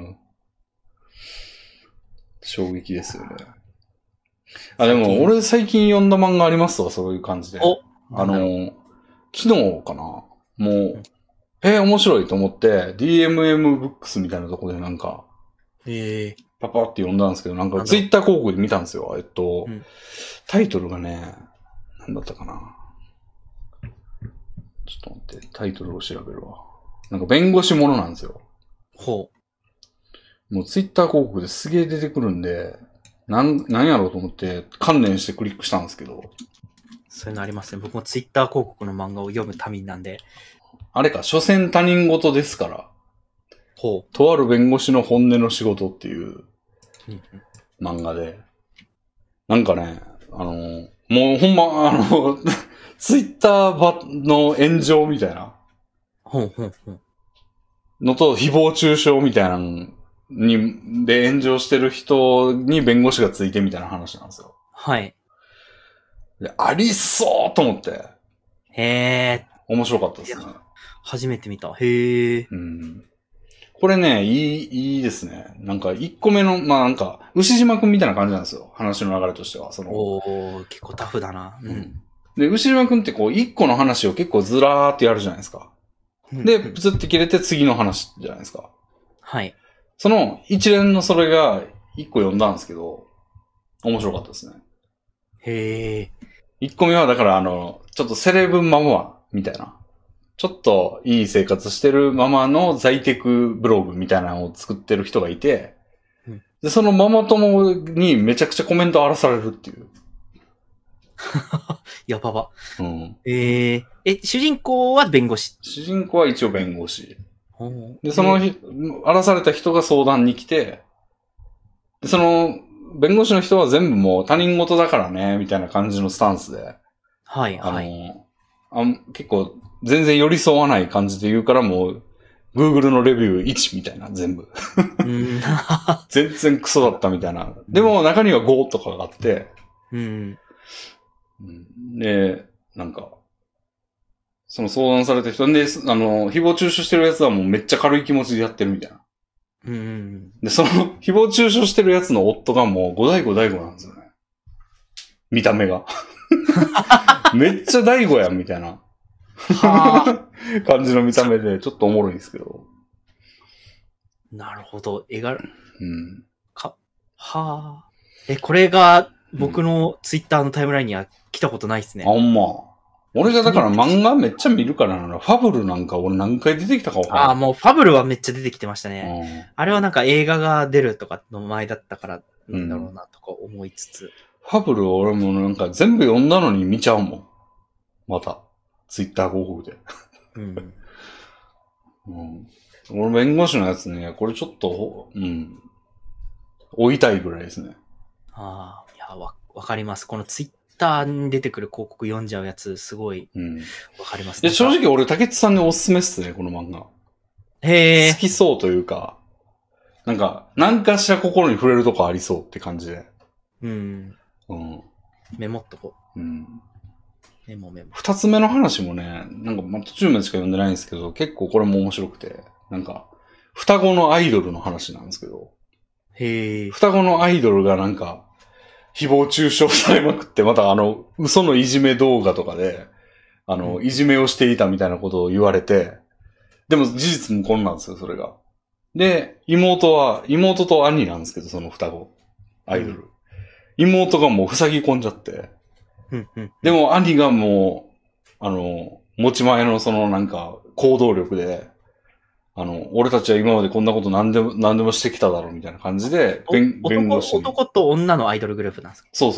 衝撃ですよね。でも、俺最近読んだ漫画ありますわ、そういう感じで。昨日かなもう、面白いと思って、DMM ブックスみたいなとこでなんか、パパって読んだんですけど、なんかツイッター広告で見たんですよ。タイトルがね、なんだったかな。ちょっと待って、タイトルを調べるわ。なんか弁護士ものなんですよ。もうツイッター広告ですげえ出てくるんで、なんやろうと思って観念してクリックしたんですけど。 そういうのありますね。僕もツイッター広告の漫画を読む民なんで。 あれか、所詮他人事ですから。とある弁護士の本音の仕事っていう漫画で。なんかね、もうほんま、ツイッターの炎上みたいなのと誹謗中傷みたいなので炎上してる人に弁護士がついてみたいな話なんですよ。 はい。 でありそうと思って。 へー。 面白かったですね。 初めて見た。へー。 うん。これね、いいですね。なんか、1個目の、まあなんか、牛島くんみたいな感じなんですよ。話の流れとしては。 おー、結構タフだな。 うん。で、牛島くんってこう、1個の話を結構ずらーってやるじゃないですか。で、プツって切れて次の話じゃないですか。 はい。 その一連のそれが1個読んだんですけど、面白かったですね。 へー。1個目はだからちょっとセレブママみたいな。ちょっといい生活してるママの在テクブログみたいなのを作ってる人がいて、で、そのママ友にめちゃくちゃコメント荒らされるっていう。 やばば。 うん。 主人公は弁護士？ 主人公は一応弁護士。で、その荒らされた人が相談に来て、で、その弁護士の人は全部もう他人事だからね、みたいな感じのスタンスで。 はい、はい。 結構、全然寄り添わない感じで言うからもう、Google のレビュー1みたいな、全部。全然クソだったみたいな。でも中には5とかがあって、で、なんか、その相談された人で、誹謗中傷してるやつはもうめっちゃ軽い気持ちでやってるみたいな。で、その誹謗中傷してるやつの夫がもう五大悟なんですよね。見た目が。めっちゃ大悟やん、みたいな。感じの見た目で、ちょっとおもろいんですけど。 なるほど。 うん。 これが僕のツイッターのタイムラインには来たことないですね。 ほんま。俺がだから漫画めっちゃ見るからな。ファブルなんか俺何回出てきたか分からん。もうファブルはめっちゃ出てきてましたね。あれはなんか映画が出るとかの前だったからなんだろうなとか思いつつ。 ファブル俺もなんか全部読んだのに見ちゃうもん。また。ツイッター広告で。俺弁護士のやつね、これちょっと、追いたいぐらいですね。 いや、わかります。このツイッターに出てくる広告読んじゃうやつ、すごい、わかりますね。 正直俺、竹内さんにおすすめっすね、この漫画。 へー。 好きそうというか、なんかしら心に触れるとこありそうって感じで。 メモっとこう。メモ。 二つ目の話もね、途中までしか読んでないんですけど、結構これも面白くて、双子のアイドルの話なんですけど、双子のアイドルが誹謗中傷されまくって、また嘘のいじめ動画とかで、いじめをしていたみたいなことを言われて、でも事実無根なんですよ、それが。で、妹と兄なんですけど、その双子、アイドル。妹がもう塞ぎ込んじゃって、でも兄がもう、持ち前の行動力で、俺たちは今までこんなこと何でもしてきただろうみたいな感じで、弁護士に。 男と女のアイドルグループなんですか？ そう。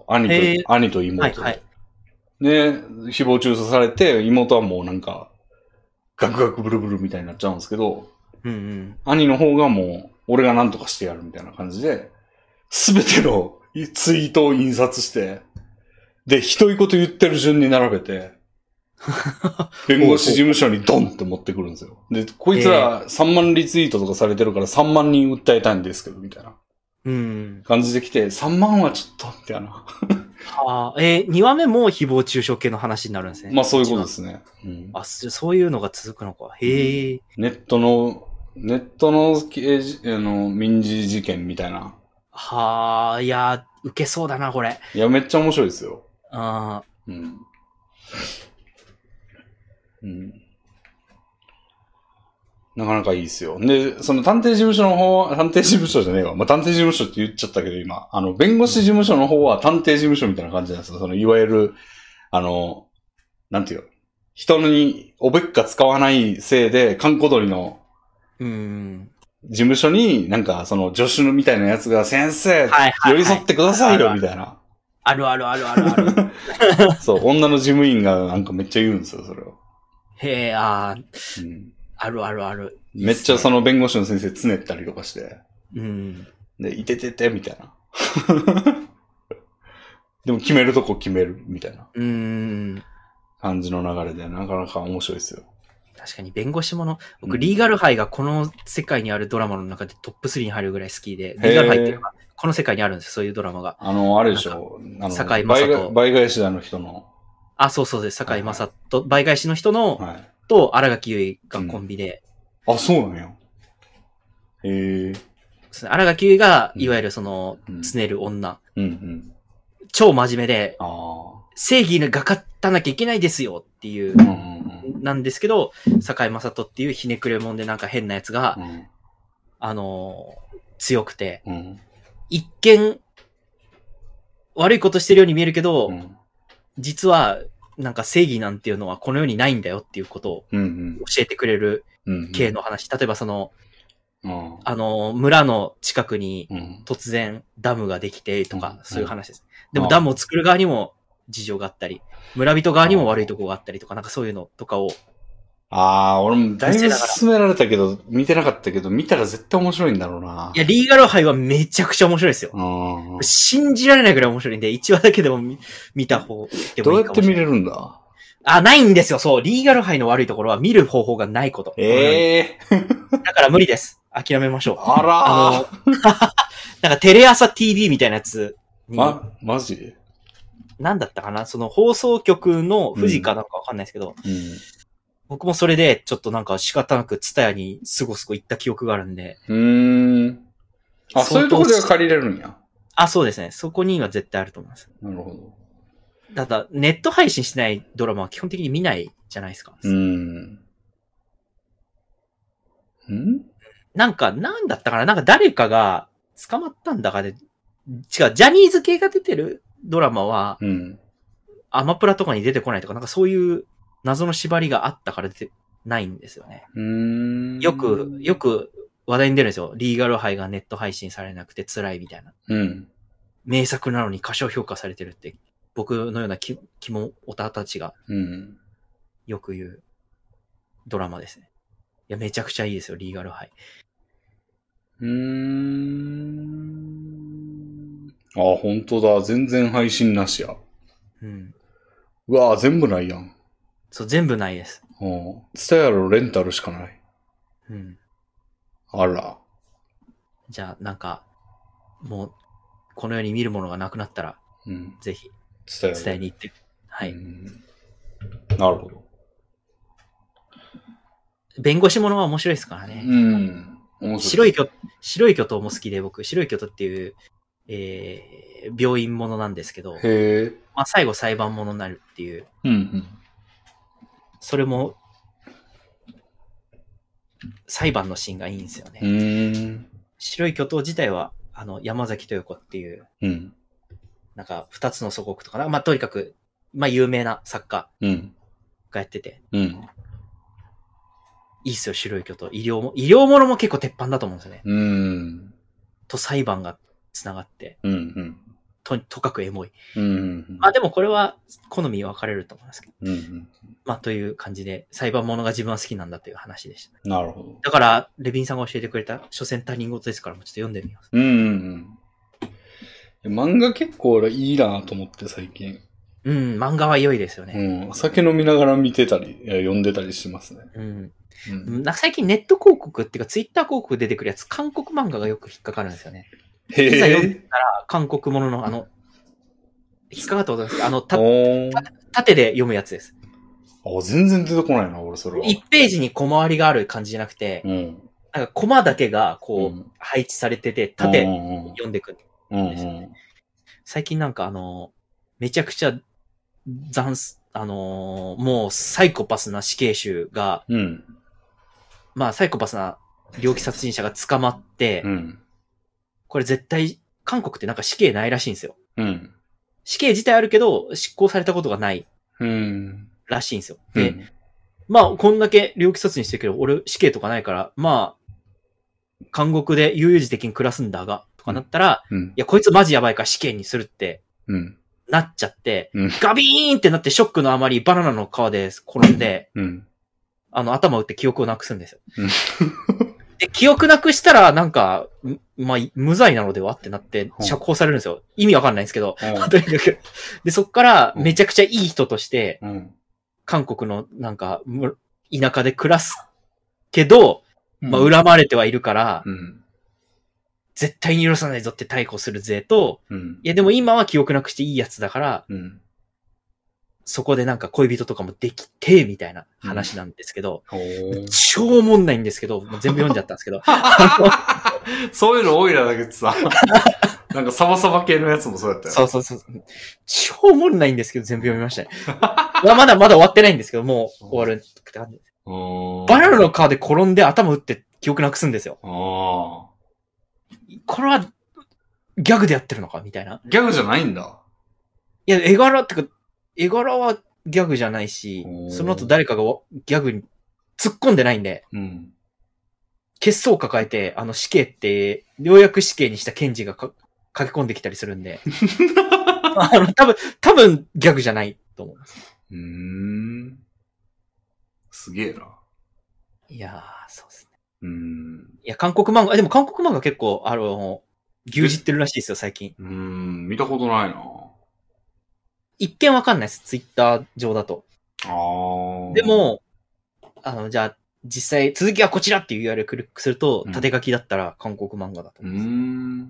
兄と妹。はい。で、誹謗中傷されて、妹はもうガクガクブルブルみたいになっちゃうんですけど、兄の方がもう、俺が何とかしてやるみたいな感じで、すべてのツイートを印刷して、で、ひどいこと言ってる順に並べて、弁護士事務所にドンって持ってくるんですよ。で、こいつら3万リツイートとかされてるから3万人訴えたいんですけど、みたいな。感じで来て、3万はちょっと、みたいな。 2話目も誹謗中傷系の話になるんですね。 まあそういうことですね。 そういうのが続くのか。へえ。 ネットの民事事件みたいな。 いや、受けそうだな、これ。 いや、めっちゃ面白いですよ。なかなかいいですよ。で、その探偵事務所の方は、探偵事務所じゃねえわ。探偵事務所って言っちゃったけど今、弁護士事務所の方は探偵事務所みたいな感じなんですよ。いわゆる、なんていうの、人におべっか使わないせいで、閑古鳥の、事務所に助手みたいなやつが、先生、寄り添ってくださいよ、みたいな。 ある。 そう、女の事務員がめっちゃ言うんですよ、それを。 ある。 めっちゃその弁護士の先生つねったりとかして。で、いててて、みたいな。でも決めるとこ決める、みたいな。感じの流れで、なかなか面白いですよ。 確かに弁護士もの、僕、リーガルハイがこの世界にあるドラマの中でトップ3に入るぐらい好きで、リーガルハイっていうのがこの世界にあるんですよ、そういうドラマが。 あれでしょ、 堺雅人。 倍返しだの人の。 あ、そうです。堺雅人、倍返しの人の、と新垣結衣がコンビで。 あ、そうなんや。へえ。 新垣結衣が、いわゆるその、つねる女。超真面目で、正義が勝たなきゃいけないですよっていう、なんですけど、堺雅人っていうひねくれもんでなんか変なやつが、強くて、一見、悪いことしてるように見えるけど、実は、なんか正義なんていうのはこの世にないんだよっていうことを教えてくれる系の話。例えばその、村の近くに突然ダムができてとか、そういう話です。でもダムを作る側にも事情があったり、村人側にも悪いとこがあったりとか、なんかそういうのとかを。 俺もだいぶ勧められたけど、見てなかったけど、見たら絶対面白いんだろうな。 いや、リーガルハイはめちゃくちゃ面白いですよ。信じられないぐらい面白いんで、1話だけでも見た方でもいいかもしれない。 どうやって見れるんだ？ ないんですよ。そう。リーガルハイの悪いところは見る方法がないこと。だから無理です。諦めましょう。なんかテレ朝 TV みたいなやつに。 マジ？ なんだったかな、その放送局の富士かなんかわかんないですけど、僕もそれでちょっとなんか仕方なくツタヤにすご行った記憶があるんで。 そういうとこでは借りれるんや。 そうですね。そこには絶対あると思います。 なるほど。 ただ、ネット配信してないドラマは基本的に見ないじゃないですか。なんだったかな、なんか誰かが捕まったんだかで、違う、ジャニーズ系が出てるドラマは、アマプラとかに出てこないとか、なんかそういう謎の縛りがあったから出てないんですよね。よく話題に出るんですよ。リーガルハイがネット配信されなくて辛いみたいな。名作なのに過小評価されてるって、僕のようなキモオタたちが、よく言うドラマですね。いや、めちゃくちゃいいですよ、リーガルハイ。 本当だ。全然配信なしや。うわ全部ないやん。 そう、全部ないです。 ツタヤのレンタルしかない。あら。 じゃあ、なんか、もう、この世に見るものがなくなったら、ぜひ、ツタヤに行って。はい。 なるほど。 弁護士ものは面白いですからね。白い巨頭も好きで、僕、白い巨頭っていう、病院ものなんですけど、最後裁判ものになるっていう、それも、裁判のシーンがいいんですよね。白い巨頭自体は、山崎豊子っていう、なんか、二つの祖国とかな、とにかく、有名な作家がやってて、いいっすよ、白い巨頭。医療ものも結構鉄板だと思うんですよね。と裁判が繋がって、とかくエモい。でもこれは好み分かれると思いますけど。という感じで、裁判ものが自分は好きなんだという話でした。 なるほど。 だから、レビンさんが教えてくれた、所詮他人事ですから、もうちょっと読んでみます。 漫画結構いいなと思って最近。 漫画は良いですよね。 お酒飲みながら見てたり、読んでたりしますね。 なんか最近ネット広告っていうかツイッター広告出てくるやつ、韓国漫画がよく引っかかるんですよね。いざ読んだら韓国ものの引っかかったことですけど、縦で読むやつです。 全然出てこないな、俺それは。 1ページに小回りがある感じじゃなくて、なんかコマだけがこう、配置されてて、縦読んでいくんですよね。最近なんかめちゃくちゃもうサイコパスな死刑囚が、サイコパスな猟奇殺人者が捕まって、これ絶対、韓国ってなんか死刑ないらしいんですよ。死刑自体あるけど、執行されたことがないらしいんですよ。で、こんだけ猟奇殺人してるけど、俺死刑とかないから、監獄で悠々自適に暮らすんだが、とかなったら、いや、こいつマジやばいから死刑にするって、なっちゃって、ガビーンってなってショックのあまりバナナの皮で転んで、頭打って記憶をなくすんですよ。で、記憶なくしたら、なんか、無罪なのではってなって、釈放されるんですよ。意味わかんないんですけど。とにかく。で、そっから、めちゃくちゃいい人として、韓国の、なんか、 田舎で暮らすけど、まあ恨まれてはいるから、絶対に許さないぞって逮捕する勢と、いやでも今は記憶なくしていいやつだから、そこでなんか恋人とかもできて、みたいな話なんですけど、超おもんないんですけど、もう全部読んじゃったんですけど。 そういうの多いなだけどさ、なんかサバサバ系のやつもそうやったよ。 そう。超おもんないんですけど、全部読みましたね。まだ終わってないんですけど、もう終わるって感じです。バナナの皮で転んで頭打って記憶なくすんですよ。これはギャグでやってるのかみたいな。 ギャグじゃないんだ。 いや、絵柄はギャグじゃないし、その後誰かがギャグに突っ込んでないんで、血相を抱えて、死刑って、ようやく死刑にした検事が書き込んできたりするんで、多分ギャグじゃないと思います。 すげえな。 いやー、そうですね。いや、韓国漫画、でも韓国漫画結構、牛耳ってるらしいですよ、最近。 見たことないな。 一見わかんないです、ツイッター上だと。でも、じゃあ、実際、続きはこちらっていう URL クリックすると、縦書きだったら韓国漫画だと思います。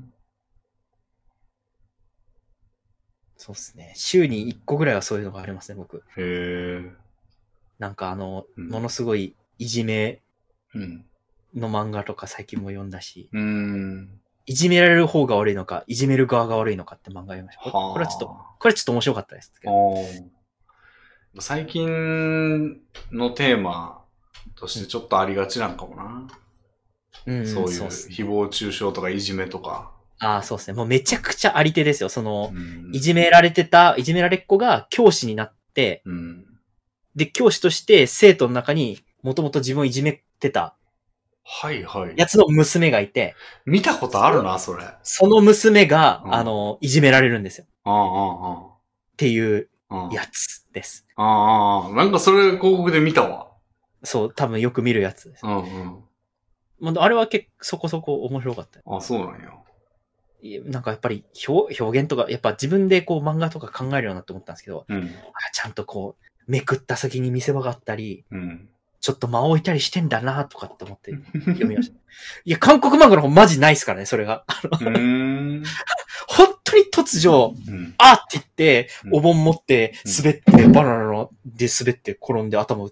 そうですね。週に1個ぐらいはそういうのがありますね、僕。なんかものすごいいじめの漫画とか最近も読んだし、いじめられる方が悪いのか、いじめる側が悪いのかって漫画読みました。これはちょっと面白かったですけど。 最近のテーマとしてちょっとありがちなんかもな。そういう誹謗中傷とかいじめとか。 そうですね。もうめちゃくちゃあり手ですよ。いじめられっ子が教師になって、で、教師として生徒の中にもともと自分をいじめてたやつの娘がいて。 見たことあるな、それ。 その娘が、いじめられるんですよ。っていうやつです。 なんかそれ広告で見たわ。 そう、多分よく見るやつです。あれはそこそこ面白かった。 そうなんや。 なんかやっぱり表現とか、やっぱ自分で漫画とか考えるようになって思ったんですけど、ちゃんとめくった先に見せ場があったり、ちょっと間を置いたりしてんだなとかって思って読みました。いや、韓国漫画の方マジないっすからね、それが。本当に突如、あって言って、お盆持って、滑って、バナナで滑って転んで頭打って。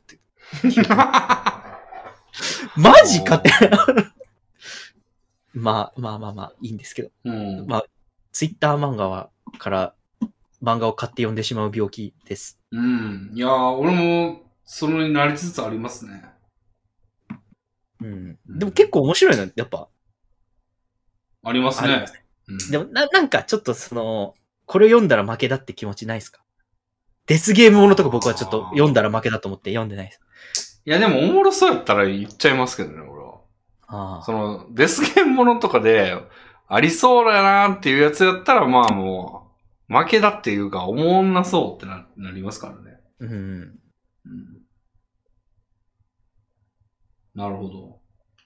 マジかって。まあ、いいんですけど。ツイッター漫画から漫画を買って読んでしまう病気です。 いやー、俺も、それになりつつありますね。 でも結構面白いの、やっぱ。 ありますね。 でもなんかちょっとこれ読んだら負けだって気持ちないですか？デスゲームものとか僕はちょっと読んだら負けだと思って読んでないです。 いやでもおもろそうやったら言っちゃいますけどね、俺は。デスゲームものとかで、ありそうだなっていうやつやったら、まあもう、負けだっていうか、思んなそうってなりますからね。なるほど。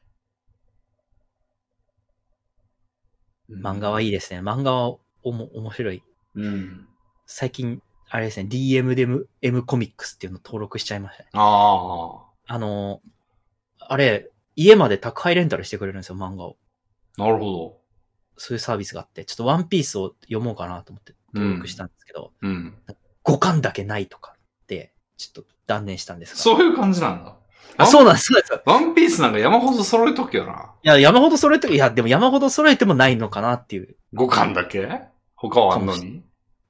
漫画はいいですね。漫画は面白い。最近、あれですね、DMM コミックスっていうの登録しちゃいましたね。あれ、家まで宅配レンタルしてくれるんですよ、漫画を。 なるほど。 そういうサービスがあって、ちょっとワンピースを読もうかなと思って登録したんですけど、5巻だけないとかって、ちょっと断念したんですが。 そういう感じなんだ。 そうなんです。 ワンピースなんか山ほど揃えとけよな。 いや、山ほど揃えて、でも山ほど揃えてもないのかなっていう。 5巻だけ他はあんのに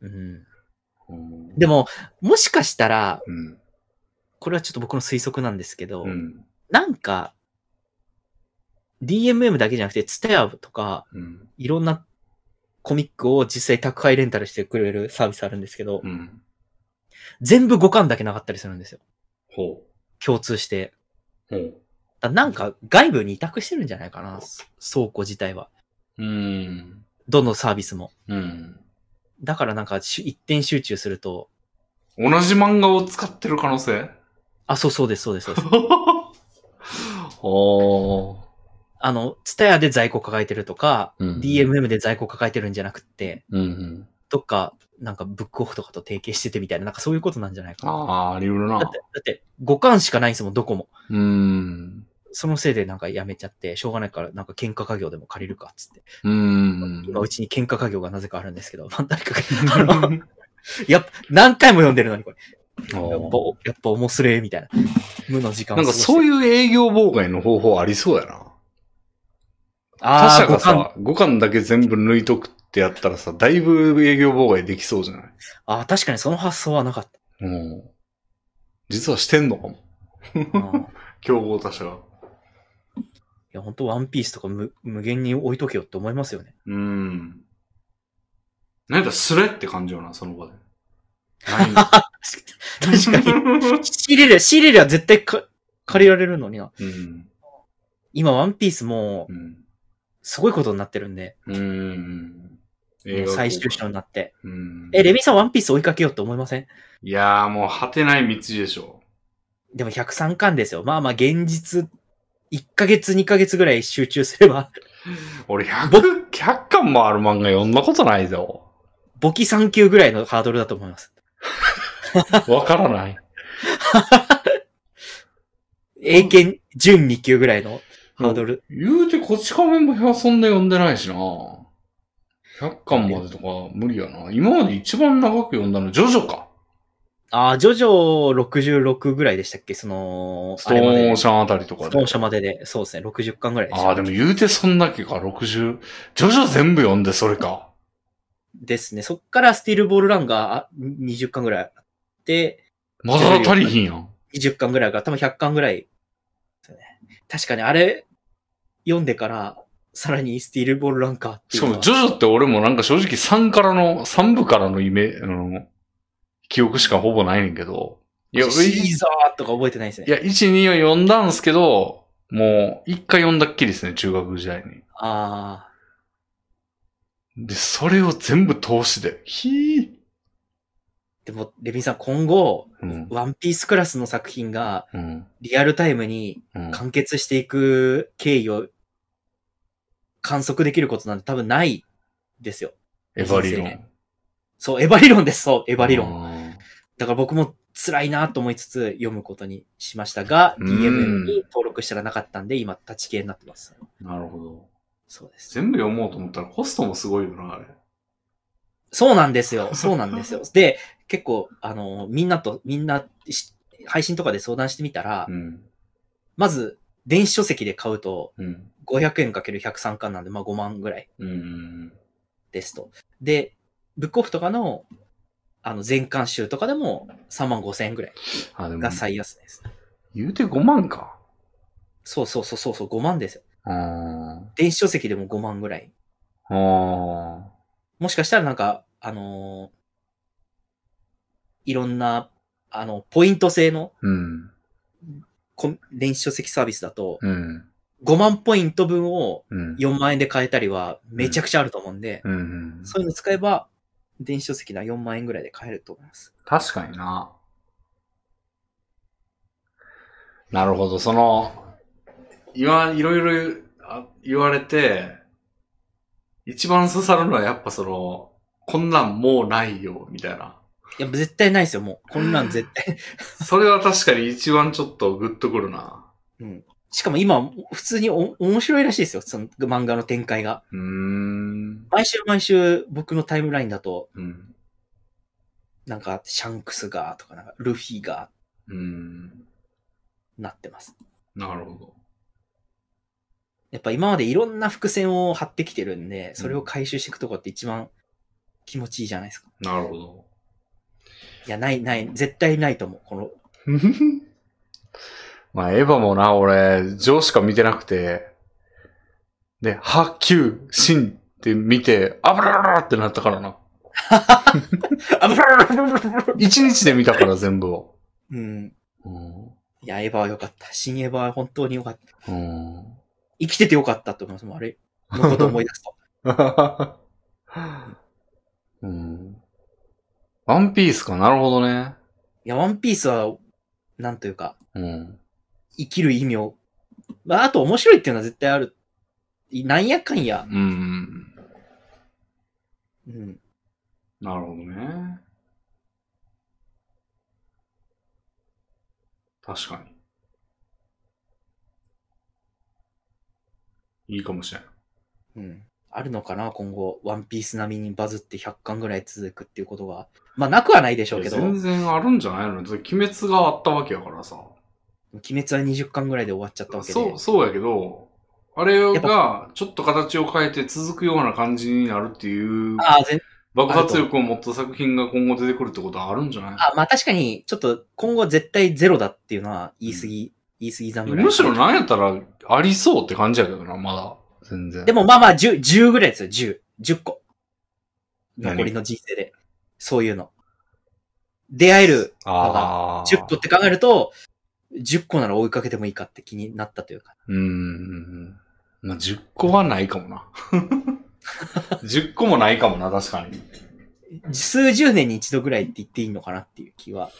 でも、もしかしたら、これはちょっと僕の推測なんですけど、なんか、DMM だけじゃなくて、TSUTAYAとか、いろんなコミックを実際宅配レンタルしてくれるサービスあるんですけど、全部5巻だけなかったりするんですよ。共通して。なんか外部に委託してるんじゃないかな、倉庫自体は。どのサービスも。だからなんか一点集中すると。 同じ漫画を使ってる可能性？ そうです。TSUTAYA で在庫抱えてるとか、DMM で在庫抱えてるんじゃなくって、どっかなんかブックオフとかと提携しててみたいな、なんかそういうことなんじゃないかな。 ああ、あり得るな。 だって5巻しかないんですもん、どこも。そのせいでなんかやめちゃって、しょうがないからなんか喧嘩家業でも借りるかっつって。今うちに喧嘩家業がなぜかあるんですけど、誰かがやっぱ何回も読んでるのにこれ。やっぱ面白いみたいな。無の時間をなんかそういう営業妨害の方法ありそうやな。他社がさ、5巻だけ全部抜いとくってやったらさ、だいぶ営業妨害できそうじゃない？ 確かにその発想はなかった。 実はしてんのかも。競合他社が。 いや、ほんとワンピースとか無限に置いとけよって思いますよね。 なんだ、スレって感じよな、その場で。 確かに。仕入れりゃ絶対借りられるのにな。今、ワンピースも、すごいことになってるんで。最終章になって。レミさんワンピース追いかけようって思いません？ いやーもう果てない道でしょ。 でも103巻ですよ。まあまあ現実、1ヶ月2ヶ月ぐらい集中すれば。 俺100巻もある漫画読んだことないぞ。 簿記3級ぐらいのハードルだと思います。 わからない。 英検準2級ぐらいのハードル。 言うてこち亀もそんな読んでないしな。100巻までとか無理やな。今まで一番長く読んだのジョジョか。 ジョジョ66ぐらいでしたっけ？ストーンオーシャンあたりとかで。 ストーンオーシャンまでで、そうですね、60巻ぐらいでした。でも言うてそんだけか、60。ジョジョ全部読んでそれか。 ですね。そっからスティールボールランが20巻ぐらいあって、 まだ足りひんやん。 20巻ぐらいが多分100巻ぐらい。確かにあれ、読んでから、さらにスティールボールランカーっていう。 しかも、ジョジョって俺もなんか正直3部からの記憶しかほぼないねんけど。 いや、シーザーとか覚えてないですね。 いや、1、2を読んだんすけど、もう、1回読んだっきりですね、中学時代に。で、それを全部通しで。 でも、レビンさん、今後、ワンピースクラスの作品が、リアルタイムに完結していく経緯を観測できることなんて多分ないですよ。 エヴァ理論。 そう、エヴァ理論です。そう、エヴァ理論。だから僕も辛いなと思いつつ読むことにしましたが、DMM に登録したらなかったんで、今、立ち消えになってます。 なるほど。 そうです。 全部読もうと思ったらコストもすごいよな、あれ。 そうなんですよ。そうなんですよ。で、結構、みんな、配信とかで相談してみたら、まず、電子書籍で買うと、500円かける103巻なんで、まあ5万ぐらい。ですと。で、ブックオフとかの、全巻集とかでも3万5千円ぐらいが最安です。 言うて5万か。 そう、5万ですよ。電子書籍でも5万ぐらい。もしかしたらなんか、いろんな、ポイント制の、電子書籍サービスだと、5万ポイント分を4万円で買えたりはめちゃくちゃあると思うんで、そういうの使えば、電子書籍な4万円ぐらいで買えると思います。 確かにな。なるほど。今、いろいろ言われて、一番刺さるのはやっぱこんなんもうないよ、みたいな。 いや、絶対ないですよ、もう。こんなん絶対。 それは確かに一番ちょっとグッとくるな。 しかも今、普通に面白いらしいですよ、その漫画の展開が。毎週僕のタイムラインだと、なんか、シャンクスが、とか、なんか、ルフィが、なってます。 なるほど。 やっぱ今までいろんな伏線を張ってきてるんで、それを回収していくとこって一番気持ちいいじゃないですか。 なるほど。 いや、ない、絶対ないと思う、この。 まあ、エヴァもな、俺、上しか見てなくて、で、ハ・キュー、シンって見て、あぶらららってなったからな。一日で見たから全部を。 いや、エヴァは良かった。新エヴァは本当に良かった。生きてて良かったと思います。もうあれのことを思い出すと。 ワンピースか、なるほどね。 いや、ワンピースは、なんというか、生きる意味を、まあ、あと面白いっていうのは絶対ある。なんやかんや。 なるほどね。確かに。いいかもしれない。 うん。あるのかな今後、ワンピース並みにバズって100巻ぐらい続くっていうことが。まあ、なくはないでしょうけど。 全然あるんじゃないの？鬼滅があったわけやからさ。 鬼滅は20巻ぐらいで終わっちゃったわけで。 そうやけど、あれがちょっと形を変えて続くような感じになるっていう、爆発力を持った作品が今後出てくるってことはあるんじゃない？ まあ確かに、ちょっと今後絶対ゼロだっていうのは言い過ぎざんぐらい。 むしろなんやったらありそうって感じやけどな、まだ。全然。 でもまあ10ぐらいですよ、10個。残りの人生で。そういうの。出会えるのが10個って考えると、10個なら追いかけてもいいかって気になったというか。 まあ、10個はないかもな。10個もないかもな、確かに。 数十年に一度ぐらいって言っていいのかなっていう気は。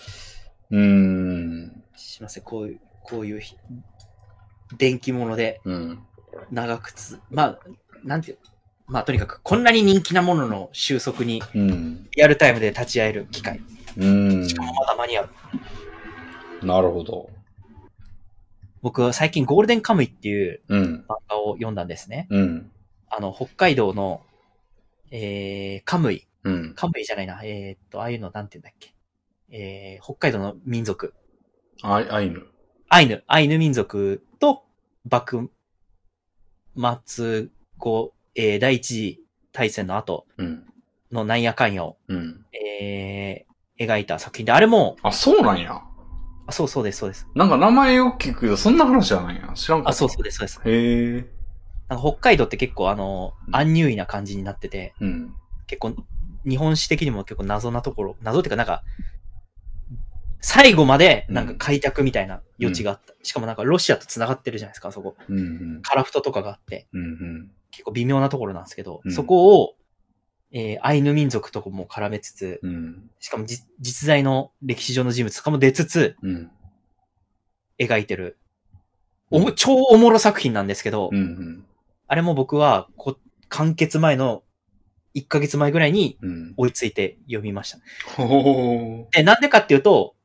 しますね。こういう電気物で、長くまあ、なんていう、まあとにかくこんなに人気なものの収束に、リアルタイムで立ち会える機会。しかもまだ間に合う。なるほど。 僕は最近ゴールデンカムイっていう漫画を読んだんですね。北海道の、カムイ。カムイじゃないな。ああいうのなんて言うんだっけ。北海道の民族。 アイヌ。 アイヌ民族と幕末後、第一次大戦の後のなんやかんやを、描いた作品で、あれも。 あ、そうなんや。 そうです、そうです。 なんか名前よく聞くけど、そんな話じゃないや。知らんかった。 そうです。 へえ。 なんか北海道って結構アンニュイな感じになってて、結構日本史的にも結構謎なところ、謎っていうかなんか、最後までなんか開拓みたいな余地があった。しかもなんかロシアと繋がってるじゃないですか、そこ。カラフトとかがあって、結構微妙なところなんですけど、そこを、アイヌ民族とかも絡めつつ、しかも実在の歴史上の人物とかも出つつ、描いてる、超おもろ作品なんですけど、あれも僕は完結前の1ヶ月前ぐらいに追いついて読みました。で、なんでかっていうと、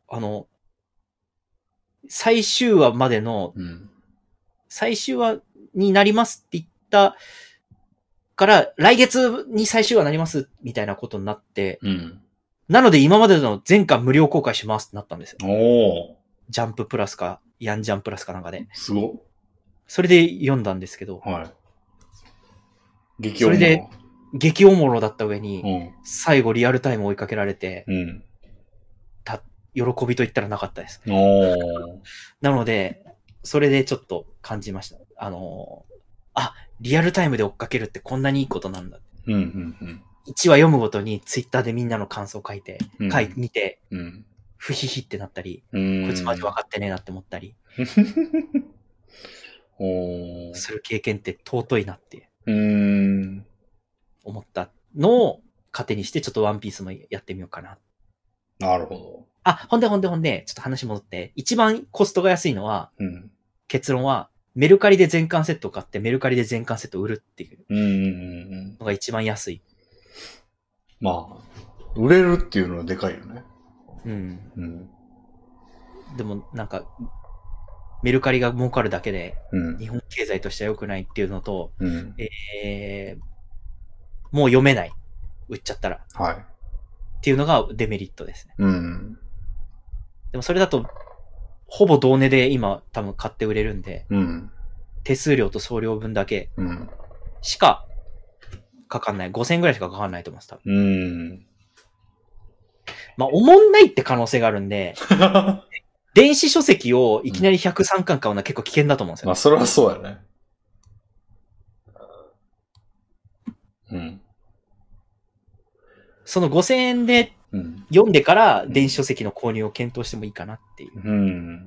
最終話までの、最終話になりますって言ったから、来月に最終話になりますみたいなことになって、なので今までの全巻無料公開しますってなったんですよ。ジャンププラスか、ヤンジャンプラスかなんかで。 すご。 それで読んだんですけど、 激おもろ。 それで激おもろだった上に、最後リアルタイム追いかけられて、喜びと言ったらなかったです。なので、それでちょっと感じました。リアルタイムで追っかけるってこんなにいいことなんだ。1話読むごとにツイッターでみんなの感想を見て、ふひひってなったり、こいつマジ分かってねえなって思ったり、する経験って尊いなって、思ったのを糧にしてちょっとワンピースもやってみようかな。 なるほど。 ほんで、ちょっと話戻って、一番コストが安いのは、結論は、メルカリで全巻セットを買って、メルカリで全巻セットを売るっていうのが一番安い。 まあ、売れるっていうのはでかいよね。 でも、なんか、メルカリが儲かるだけで、日本経済としては良くないっていうのと、もう読めない。売っちゃったら。っていうのがデメリットですね。でもそれだと、ほぼ同値で今多分買って売れるんで、手数料と送料分だけしかかかんない。5000円ぐらいしかかかんないと思います。多分。まあ、おもんないって可能性があるんで、電子書籍をいきなり103巻買うのは結構危険だと思うんですよ。 まあ、それはそうやね。 その5000円で読んでから電子書籍の購入を検討してもいいかなっていう。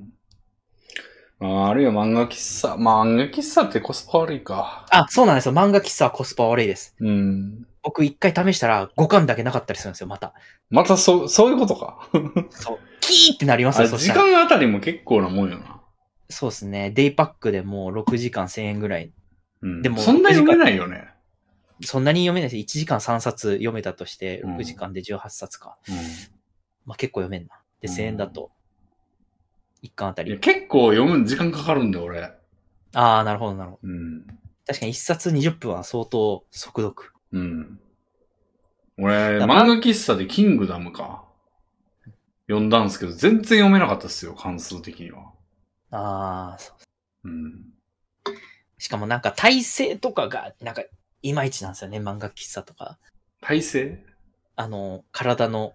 あるいは漫画喫茶。漫画喫茶ってコスパ悪いか。 そうなんですよ。漫画喫茶はコスパ悪いです。僕一回試したら5巻だけなかったりするんですよ、また。 そういうことか。 そう。キーってなりますよ、 時間あたりも結構なもんよな。 そうですね。デイパックでもう6時間1000円ぐらい。 でも、そんな読めないよね。 そんなに読めないです。1時間3冊読めたとして、6時間で18冊か。まあ結構読めんな。で、1000円だと、1巻あたり。 結構読む時間かかるんだよ、俺。 ああ、なるほど、なるほど。確かに1冊20分は相当速読。 俺、漫画喫茶でキングダムか。読んだんですけど、全然読めなかったっすよ、関数的には。 ああ、そう。しかもなんか体勢とかが、なんか、いまいちなんですよね、漫画喫茶とか。 体勢？ 体の。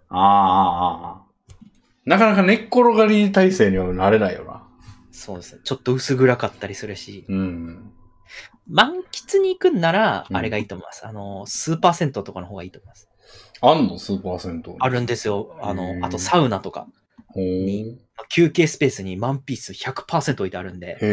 なかなか寝っ転がり体勢にはなれないよな。 そうですね。ちょっと薄暗かったりするし。満喫に行くんなら、あれがいいと思います。スーパー銭湯とかの方がいいと思います。 あんのスーパー銭湯？あるんですよ。あとサウナとかに、休憩スペースにマンピース 100% 置いてあるんで。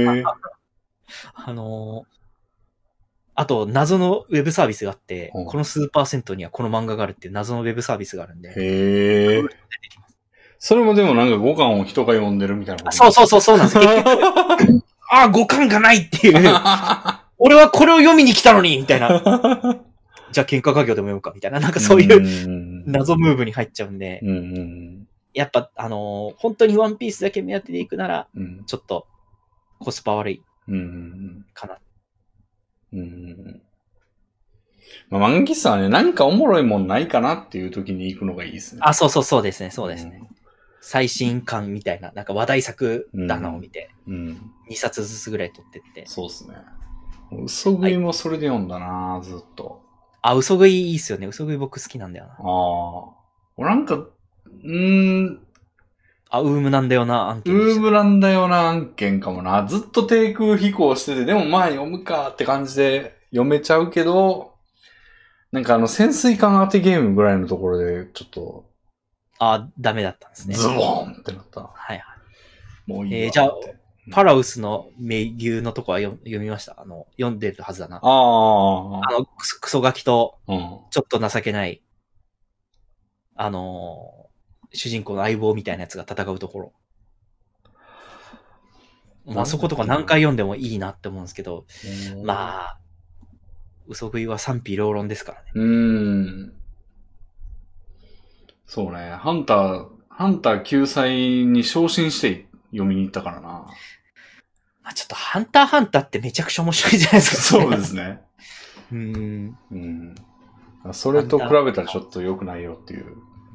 あと、謎のウェブサービスがあって、このスーパー銭湯にはこの漫画があるっていう謎のウェブサービスがあるんで。 それもでもなんか5巻を人が読んでるみたいなこと。 そうなんです。結局5巻がないっていう。俺はこれを読みに来たのにみたいな。じゃあ喧嘩家業でも読むかみたいな。なんかそういう謎ムーブに入っちゃうんで。やっぱ、本当にワンピースだけ目当てで行くなら、ちょっとコスパ悪いかな。 まあ、漫画喫茶はね、なんかおもろいもんないかなっていう時に行くのがいいですね。 そうですね。最新刊みたいな、なんか話題作棚を見て、2冊ずつぐらい取ってって。 そうですね。嘘食いもそれで読んだな、ずっと。 嘘食いいいっすよね。嘘食い僕好きなんだよな。 なんか、 ウームなんだよな案件。 ウームなんだよな案件かもな。ずっと低空飛行してて、でもまあ読むかって感じで読めちゃうけど、なんか潜水艦当てゲームぐらいのところで、ちょっと。 ダメだったんですね。 ズボーンってなった。 はいはい。 もういいわ。 じゃあ、パラウスの名牛のとこは読みました。読んでるはずだな。クソガキと、ちょっと情けない、主人公の相棒みたいなやつが戦うところ。まあそことか何回読んでもいいなって思うんですけど、まあ、嘘食いは賛否両論ですからね。 そうね。ハンター救済に昇進して読みに行ったからな。 ちょっとハンターってめちゃくちゃ面白いじゃないですか。 そうですね。それと比べたらちょっと良くないよっていう。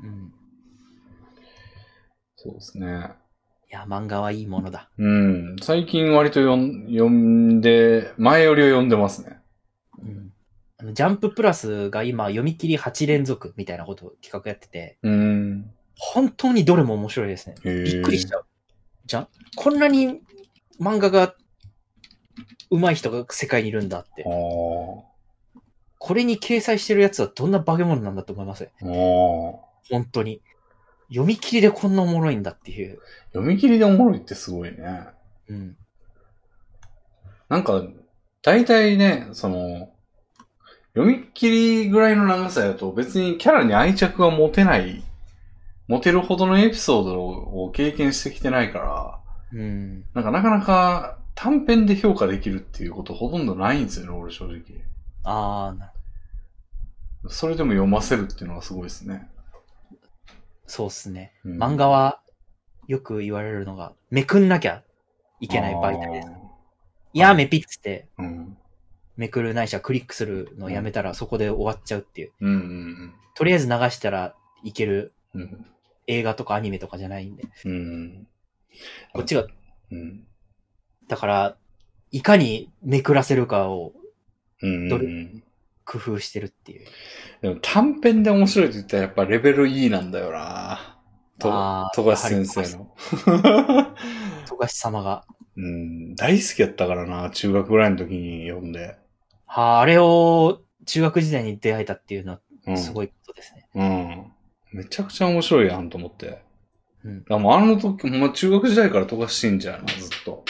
そうですね。 いや、漫画はいいものだ。 最近割と読んで、前よりは読んでますね。 ジャンププラスが今読み切り8連続みたいなことを企画やってて、本当にどれも面白いですね。びっくりしちゃう。こんなに漫画が上手い人が世界にいるんだって。これに掲載してるやつはどんな化け物なんだと思います。本当に。読み切りでこんなおもろいんだっていう。 読み切りでおもろいってすごいね。なんか、大体ね、読み切りぐらいの長さだと別にキャラに愛着が持てるほどのエピソードを経験してきてないから、なんかなかなか短編で評価できるっていうことほとんどないんですよね、俺正直。それでも読ませるっていうのはすごいですね。 そうっすね。漫画はよく言われるのが、めくんなきゃいけない媒体です。めぴっつって、めくるないしはクリックするのをやめたらそこで終わっちゃうっていう。とりあえず流したらいける映画とかアニメとかじゃないんで。こっちが、だから、いかにめくらせるかを、工夫してるっていう。 でも短編で面白いって言ったらやっぱレベル E なんだよな。富樫先生の。 富樫様が。 大好きやったからな、中学ぐらいの時に読んで。 あれを中学時代に出会えたっていうのはすごいことですね。めちゃくちゃ面白いやんと思って。あの時、中学時代から富樫信者やな、ずっと。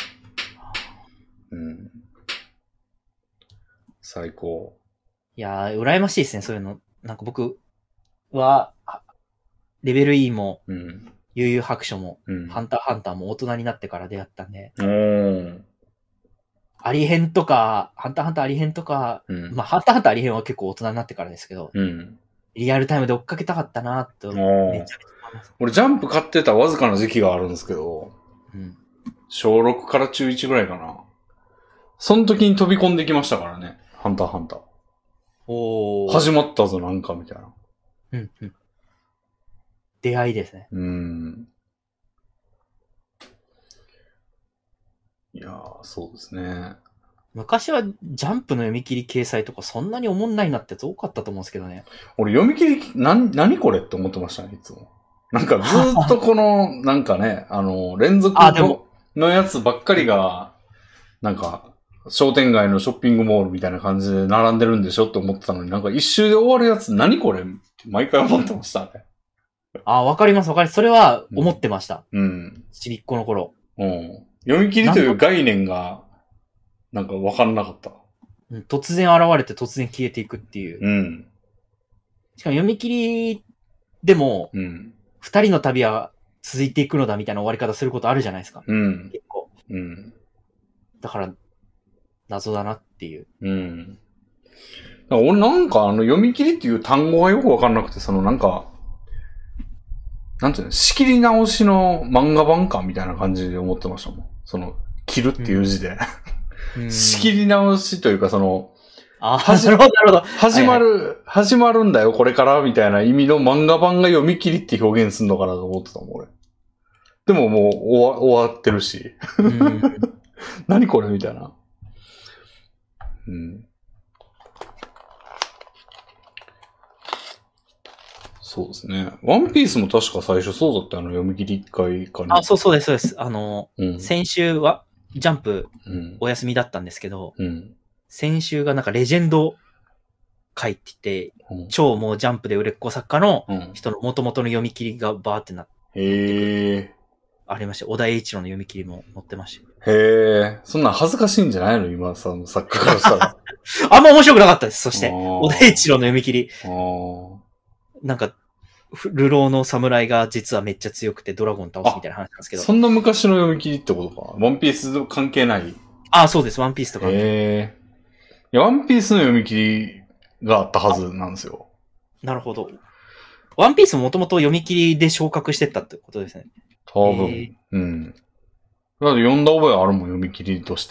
最高。 いやー、羨ましいですね、そういうの。なんか僕は、レベル E も、悠々白書も、ハンターも大人になってから出会ったんで、 アリ編とか、ハンターハンターアリ編とか、まあ、ハンターハンターアリ編は結構大人になってからですけど、リアルタイムで追っかけたかったなと、めちゃめちゃ思います。 俺ジャンプ買ってたわずかな時期があるんですけど、小6から中1ぐらいかな。その時に飛び込んできましたからね、ハンターハンター。始まったぞ、なんか、みたいな。 出会いですね。 いやー、そうですね。 昔はジャンプの読み切り掲載とかそんなに思んないなってやつ多かったと思うんですけどね。 俺読み切り、何これって思ってましたね、いつも。なんかずーっとこの、なんかね、連続のやつばっかりが、なんか、商店街のショッピングモールみたいな感じで並んでるんでしょって思ってたのに、なんか一周で終わるやつ何これって毎回思ってましたね。 わかります。それは思ってました。ちびっこの頃。 読み切りという概念が、なんか分かんなかった。 突然現れて突然消えていくっていう。しかも読み切りでも、二人の旅は続いていくのだみたいな終わり方することあるじゃないですか。結構。だから、謎だなっていう。 俺なんか読み切りっていう単語がよく分かんなくて、なんか、なんていうの、仕切り直しの漫画版かみたいな感じで思ってましたもん。切るっていう字で。仕切り直しというか、 なるほど。 始まるんだよ、これから、みたいな意味の漫画版が読み切りって表現するのかなと思ってたもん、俺。でももう終わってるし。何これみたいな。そうですね。ワンピースも確か最初そうだった読み切り一回かね。 そうです、そうです。先週は、ジャンプ、お休みだったんですけど、先週がなんかレジェンド会って言って、超もうジャンプで売れっ子作家の人の元々の読み切りがバーってなって、ありました。小田栄一郎の読み切りも載ってました。 そんなん恥ずかしいんじゃないの今さ、作家からしたら。 あんま面白くなかったです。そして、小田栄一郎の読み切り。なんか、流浪の侍が実はめっちゃ強くてドラゴン倒すみたいな話なんですけど。 そんな昔の読み切りってことか。ワンピースと関係ない。 そうです。ワンピースとか。 いや、ワンピースの読み切りがあったはずなんですよ。 なるほど。ワンピースもともと読み切りで昇格してったってことですね。 多分。だって読んだ覚えあるもん、読み切りとして。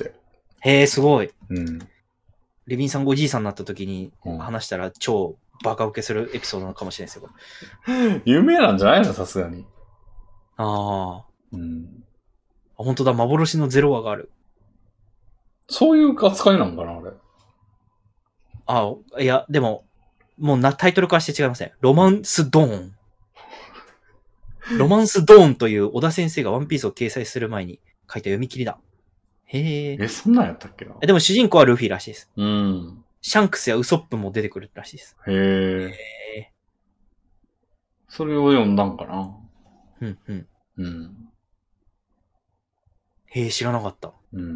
すごい。レビンさんがおじいさんになった時に話したら超バカ受けするエピソードなのかもしれないですよ。 有名なんじゃないのさすがに。 本当だ、幻のゼロ話がある。 そういう扱いなんかな、 あれ。いや、でも、もうタイトルからして違いますね。ロマンスドーン。ロマンスドーンという小田先生がワンピースを掲載する前に書いた読み切りだ。 そんなんやったっけな。 でも主人公はルフィらしいです。シャンクスやウソップも出てくるらしいです。 それを読んだんかな。 知らなかった。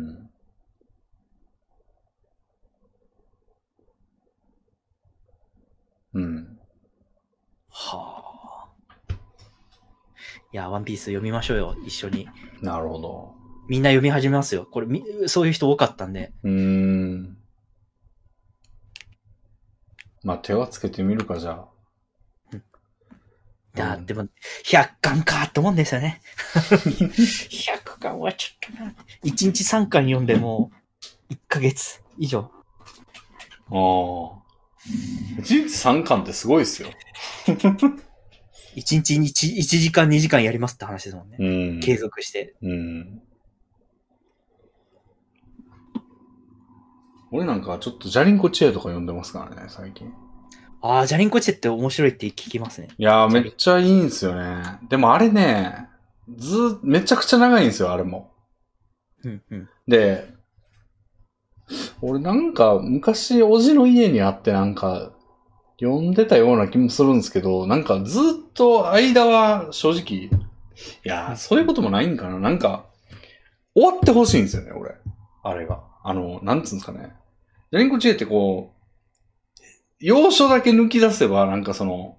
いや、ワンピース読みましょうよ、一緒に。 なるほど。 みんな読み始めますよ。これ、そういう人多かったんで。 まあ、手はつけてみるか、じゃあ。でも、100巻かって思うんですよね。100巻はちょっとな。1日3巻読んでも、1ヶ月以上。 1日3巻ってすごいっすよ。 1日1時間2時間やりますって話ですもんね。継続して。 俺なんかちょっとジャリンコチェとか読んでますからね、最近。 ジャリンコチェって面白いって聞きますね。 いやー、めっちゃいいんすよね。でもあれね、めちゃくちゃ長いんですよ、あれも。で、俺なんか昔おじの家にあってなんか読んでたような気もするんですけど、なんかずっと間は正直、いやー、そういうこともないんかな。なんか、終わってほしいんですよね、俺。あれが。なんつうんですかね。ジャリンコチェってこう、要所だけ抜き出せば、なんか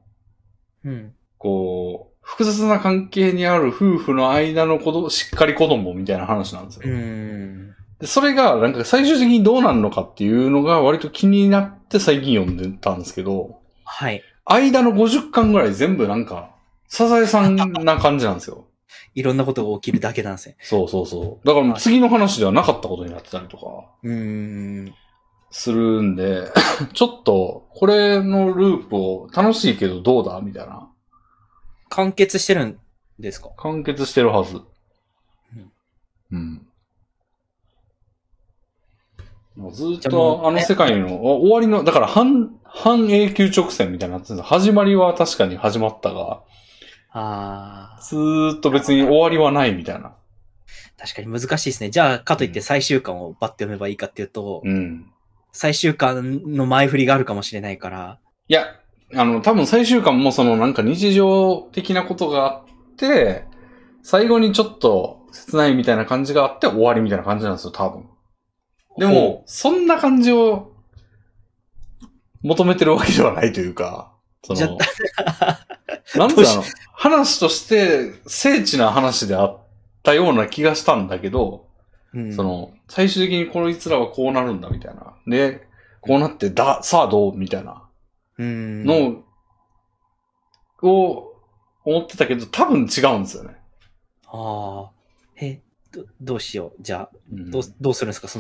こう、複雑な関係にある夫婦の間のしっかり子供みたいな話なんですよ。 でそれが、なんか最終的にどうなるのかっていうのが割と気になって最近読んでたんですけど、 はい。 間の50巻ぐらい全部なんか、サザエさんな感じなんですよ。 いろんなことが起きるだけなんですね。 そうそうそう。だから次の話ではなかったことになってたりとか。するんで、ちょっと、これのループを楽しいけどどうだみたいな。 完結してるんですか？ 完結してるはず。うん。ずっとあの世界の終わりの、だから半永久直線みたいになってるんです。始まりは確かに始まったが、ずーっと別に終わりはないみたいな。 確かに難しいですね。じゃあ、かといって最終巻をバッて読めばいいかっていうと、最終巻の前振りがあるかもしれないから。 いや、多分最終巻もそのなんか日常的なことがあって、最後にちょっと切ないみたいな感じがあって終わりみたいな感じなんですよ、多分。でも、そんな感じを求めてるわけではないというか、なんて話として精緻な話であったような気がしたんだけど、最終的にこいつらはこうなるんだみたいな。で、こうなってさあどうみたいなのを思ってたけど、多分違うんですよね。 どうしよう。じゃあ、どうするんですか？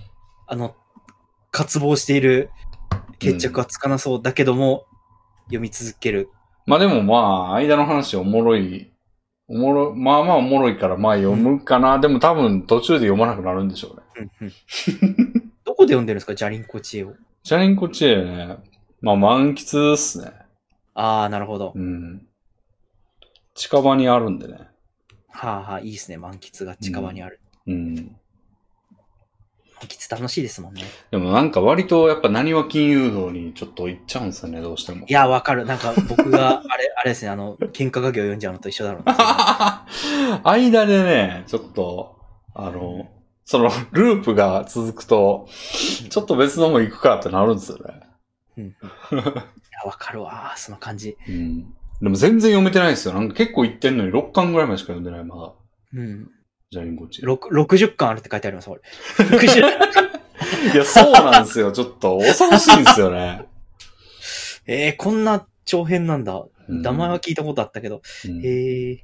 渇望している決着はつかなそうだけども、読み続ける。 まあでもまあ、間の話まあまあおもろいからまあ読むかな。でも多分途中で読まなくなるんでしょうね。 どこで読んでるんですか？ジャリンコ知恵を。 ジャリンコ知恵ね。まあ満喫っすね。 なるほど。 近場にあるんでね。 いいですね。満喫が近場にある。満喫楽しいですもんね。 でもなんか割とやっぱ何は金融道にちょっと行っちゃうんですよね、どうしても。 いや、わかる。なんか僕が、あれですね、喧嘩画業読んじゃうのと一緒だろうな。 間でね、ちょっと、そのループが続くと、ちょっと別のも行くかってなるんですよね。 いや、わかるわ、その感じ。 でも全然読めてないですよ。なんか結構行ってんのに6巻ぐらいまでしか読んでない、まだ。ジャリンコ知恵。 60巻あるって書いてあります、俺。 いや、そうなんですよ。ちょっと恐ろしいんですよね。 こんな長編なんだ。名前は聞いたことあったけど。い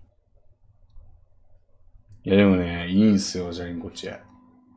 や、でもね、いいんすよ、ジャリンコ知恵。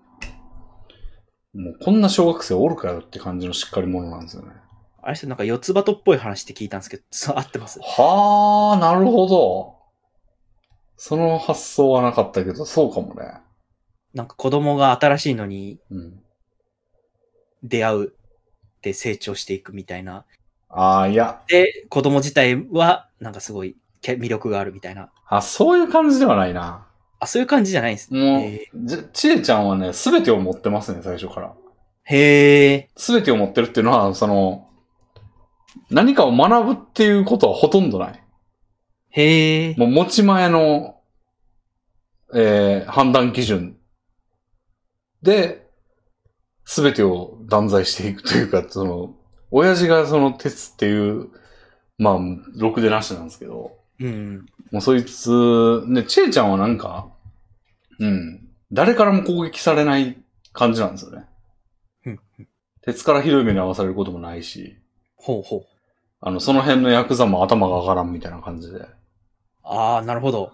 もうこんな小学生おるかよって感じのしっかり者なんですよね。 あれしてなんか四つ葉とっぽい話って聞いたんですけど、合ってます？ はあ、なるほど。その発想はなかったけど、そうかもね。 なんか子供が新しいのに、出会うって成長していくみたいな。 いや。 で、子供自体は、なんかすごい魅力があるみたいな。 そういう感じではないな。 そういう感じじゃないんですね。ちえちゃんはね、すべてを持ってますね、最初から。 すべてを持ってるっていうのは、何かを学ぶっていうことはほとんどない。もう持ち前の、判断基準で、すべてを断罪していくというか、親父が鉄っていう、まあ、ろくでなしなんですけど、もうそいつ、ね、ちえちゃんはなんか、誰からも攻撃されない感じなんですよね。鉄からひどい目に遭わされることもないし、その辺のヤクザも頭が上がらんみたいな感じで。 なるほど。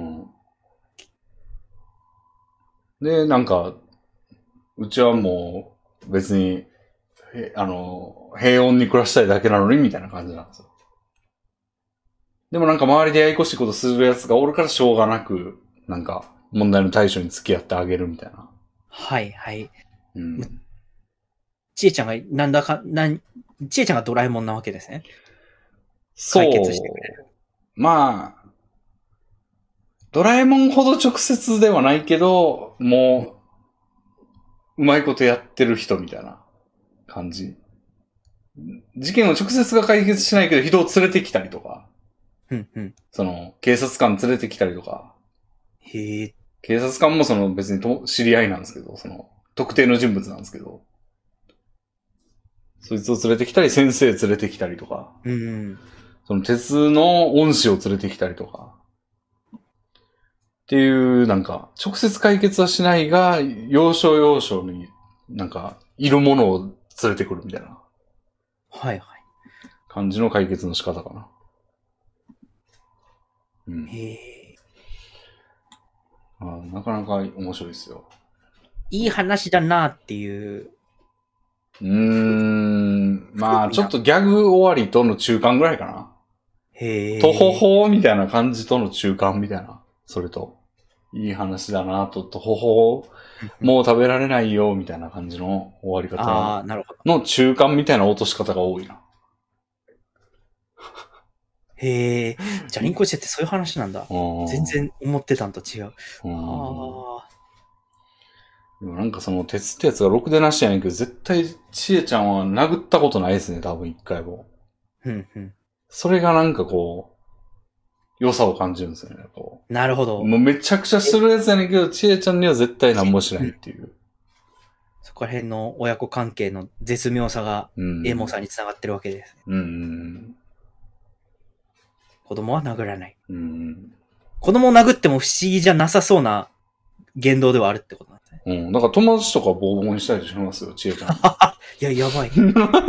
で、なんか、うちはもう別に、平穏に暮らしたいだけなのにみたいな感じなんですよ。でもなんか周りでややこしいことするやつがおるからしょうがなく、なんか問題の対処に付き合ってあげるみたいな。 ちえちゃんがちえちゃんがドラえもんなわけですね。 解決してくれる。まあ、ドラえもんほど直接ではないけど、もう、うまいことやってる人みたいな感じ。事件を直接が解決しないけど人を連れてきたりとか。警察官連れてきたりとか。警察官も別に知り合いなんですけど、特定の人物なんですけど。そいつを連れてきたり、先生連れてきたりとか。鉄の恩師を連れてきたりとか。っっていう、なんか、直接解決はしないが、要所要所になんか、いるものを連れてくるみたいな。 はいはい。 感じの解決の仕方かな。うん。 へえ。 なかなか面白いですよ。 いい話だなっていう。 まあ、ちょっとギャグ終わりとの中間ぐらいかな。 へえ。 とほほみたいな感じとの中間みたいな。それと、いい話だなと、とほほもう食べられないよみたいな感じの終わり方の中間みたいな落とし方が多いな。 へえ。じゃあ、リンコチェってそういう話なんだ。全然思ってたんと違う。ああ。 でもなんかその鉄ってやつがろくでなしやねんけど、絶対ちえちゃんは殴ったことないですね、多分一回も。それがなんかこう、良さを感じるんですよね。こうなるほど。 もうめちゃくちゃするやつやねんけど、ちえちゃんには絶対何もしないっていう。 そこら辺の親子関係の絶妙さが、エモさにつながってるわけです。子供は殴らない。子供を殴っても不思議じゃなさそうな言動ではあるってことなんですね。 だから友達とかボコボコにしたりしますよ、ちえちゃん。 いや、やばい。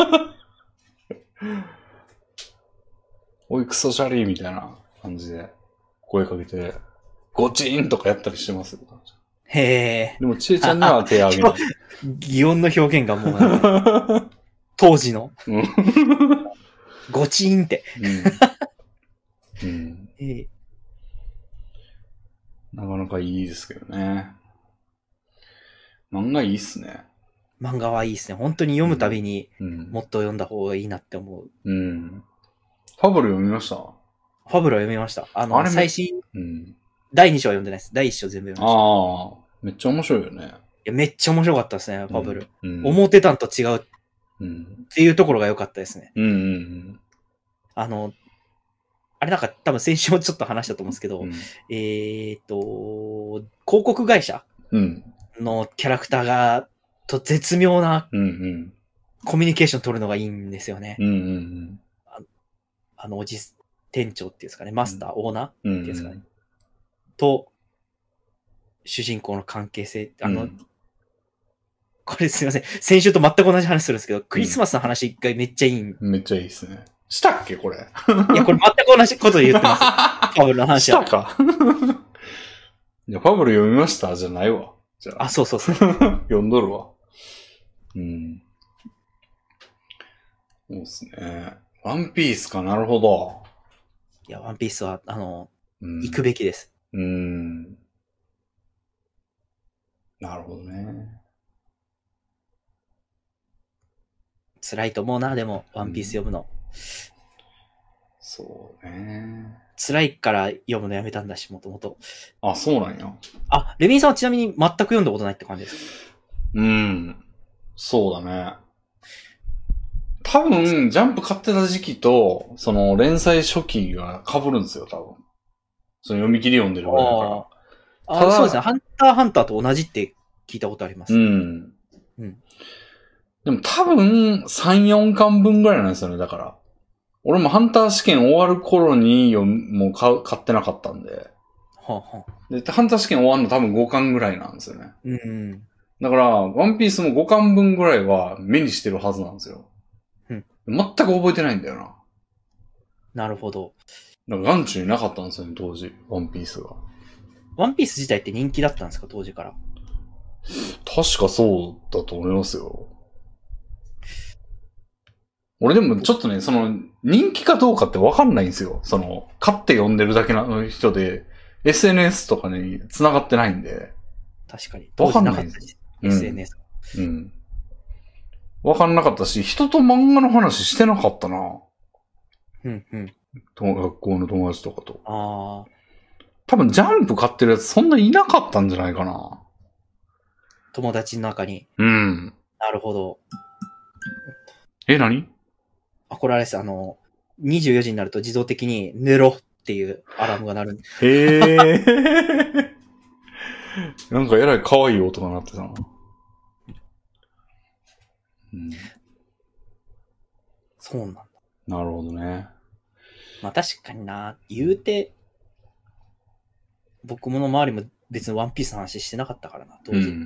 おい、クソシャリーみたいな感じで声かけて、ゴチンとかやったりしてますよ。 へえ。 でも、ちえちゃんには手を挙げない。 擬音の表現がもう、当時の。ゴチーンって。 なかなかいいですけどね。漫画いいっすね。 漫画はいいっすね。本当に読むたびにもっと読んだ方がいいなって思う。 ファブル読みました？ファブルは読みました。最新、第2章は読んでないです。第1章全部読みました。 ああ、めっちゃ面白いよね。 いや、めっちゃ面白かったですね、ファブル。思ってたんと違うっていうところが良かったですね。あれなんか多分先週もちょっと話したと思うんですけど、広告会社のキャラクターが、と絶妙なコミュニケーション取るのがいいんですよね。店長っていうんですかね、マスター、オーナーっていうんですかね。と、主人公の関係性、これすいません。先週と全く同じ話するんですけど、クリスマスの話がめっちゃいい。 めっちゃいいですね。したっけこれ。 いや、これ全く同じこと言ってます。ファブルの話は。 したか。いや、ファブル読みましたじゃないわ。じゃあ。 そう。 読んどるわ。そうですね。ワンピースかなるほど。 いや、ワンピースは、行くべきです。 なるほどね。 辛いと思うな、でも、ワンピース読むの。 そうね。 辛いから読むのやめたんだし、もともと。 あ、そうなんや。 レミンさんはちなみに全く読んだことないって感じですか？ そうだね。多分、ジャンプ買ってた時期と、その連載初期が被るんですよ、多分。その読み切り読んでるぐらいだから。 そうですね。ハンターハンターと同じって聞いたことあります。 でも多分、3、4巻分ぐらいなんですよね、だから。俺もハンター試験終わる頃にもう買ってなかったんで。で、ハンター試験終わるの多分5巻ぐらいなんですよね。だから、ワンピースも5巻分ぐらいは目にしてるはずなんですよ。全く覚えてないんだよな。 なるほど。 なんか眼中になかったんですよね、当時、ワンピースが。 ワンピース自体って人気だったんですか、当時から。 確かそうだと思いますよ。俺でもちょっとね、その、人気かどうかってわかんないんですよ。その、買って読んでるだけの人で、SNS とかに繋がってないんで。 確かに。 わかんないです。 SNS。 わかんなかったし、人と漫画の話してなかったな。学校の友達とかと。多分ジャンプ買ってるやつそんないなかったんじゃないかな。 友達の中に。 なるほど。 何？ これあれです。24時になると自動的に寝ろっていうアラームが鳴る。 なんかえらい可愛い音が鳴ってたな。 そうなんだ。 なるほどね。 まあ確かにな、言うて、 僕の周りも別にワンピースの話してなかったからな、当時。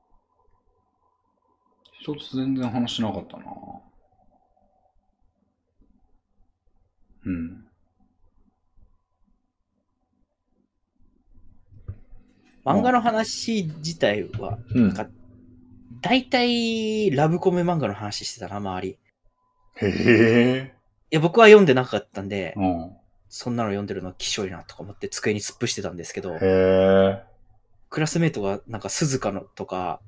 一つ全然話しなかったな。 漫画の話自体は、なんか、大体ラブコメ漫画の話してたな、周り。 へえ。 いや、僕は読んでなかったんで、そんなの読んでるのきしょいなとか思って机に突っ伏してたんですけど、クラスメイトがなんか鈴鹿のとか、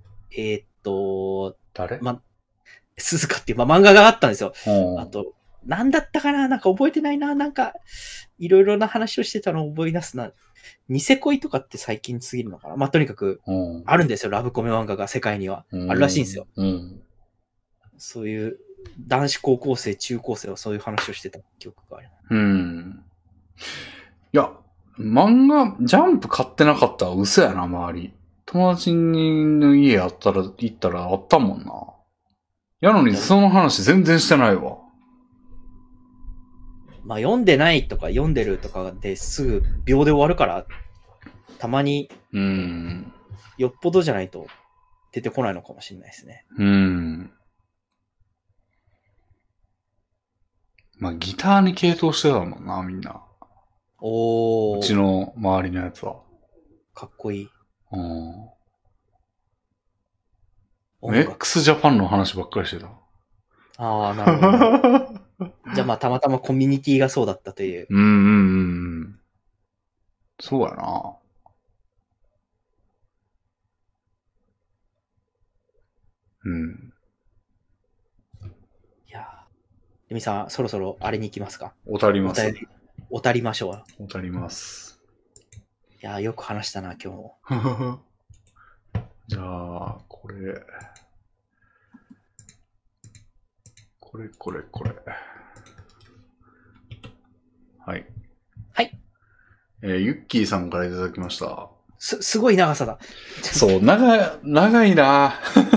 誰？ 鈴鹿っていう、漫画があったんですよ。あと、なんだったかな、なんか覚えてないな、なんか、いろいろな話をしてたのを覚え出すな。ニセ恋とかって最近すぎるのかな。とにかく、あるんですよ、ラブコメ漫画が世界には。あるらしいんですよ。そういう、男子高校生、中高生はそういう話をしてた記憶がある。 いや、漫画、ジャンプ買ってなかったら嘘やな、周り。友達の家行ったらあったもんな。やのにその話全然してないわ。 読んでないとか読んでるとかですぐ秒で終わるから、たまに、よっぽどじゃないと出てこないのかもしれないですね。 ギターに傾倒してたもんな、みんな。うちの周りのやつは。 かっこいい。 x ジャパンの話ばっかりしてた。 ああ、なるほど。じゃあたまたまコミュニティがそうだったという。 そうやな。 いやー。みさん、そろそろあれに行きますか？ おたります。 おたりましょう。おたります。 いやー、よく話したな、今日も。 じゃあ、これ。はい。 はい。 ユッキーさんからいただきました。 すごい長さだ。 そう、長いな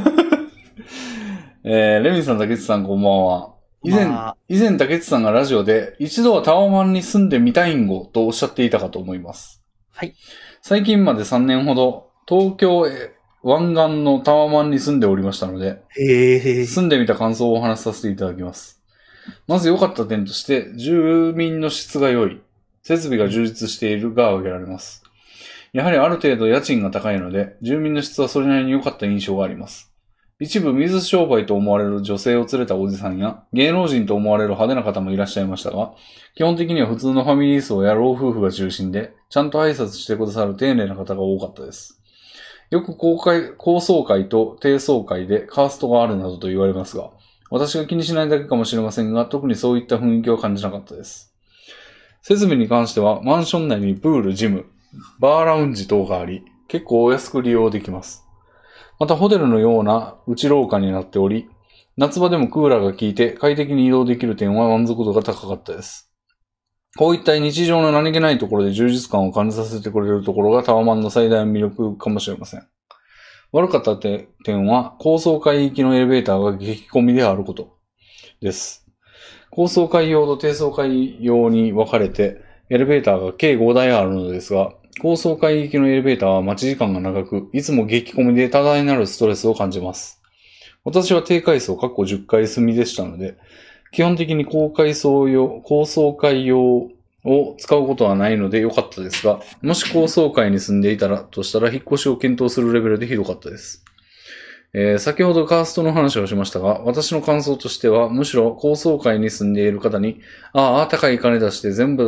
レミさん、竹内さん、こんばんは。以前竹内さんがラジオで、一度はタワマンに住んでみたいんごとおっしゃっていたかと思います。 はい。 最近まで3年ほど、東京湾岸のタワマンに住んでおりましたので、住んでみた感想をお話しさせていただきます。まず良かった点として、住民の質が良い、設備が充実しているが挙げられます。やはりある程度家賃が高いので、住民の質はそれなりに良かった印象があります。一部水商売と思われる女性を連れたおじさんや、芸能人と思われる派手な方もいらっしゃいましたが、基本的には普通のファミリー層や老夫婦が中心で、ちゃんと挨拶してくださる丁寧な方が多かったです。よく高層階と低層階でカーストがあるなどと言われますが、私が気にしないだけかもしれませんが、特にそういった雰囲気は感じなかったです。設備に関しては、マンション内にプール、ジム、バーラウンジ等があり、結構お安く利用できます。またホテルのような内廊下になっており、夏場でもクーラーが効いて快適に移動できる点は満足度が高かったです。こういった日常の何気ないところで充実感を感じさせてくれるところがタワマンの最大の魅力かもしれません。悪かった点は、高層階行きのエレベーターが激混みであることです。高層階用と低層階用に分かれて、エレベーターが計5台あるのですが、高層階行きのエレベーターは待ち時間が長く、いつも激混みで多大なるストレスを感じます。私は低階層10階住みでしたので、基本的に高層階用を使うことはないので良かったですが、もし高層階に住んでいたらとしたら引っ越しを検討するレベルでひどかったです。先ほどカーストの話をしましたが、私の感想としては、むしろ高層階に住んでいる方に、高い金出して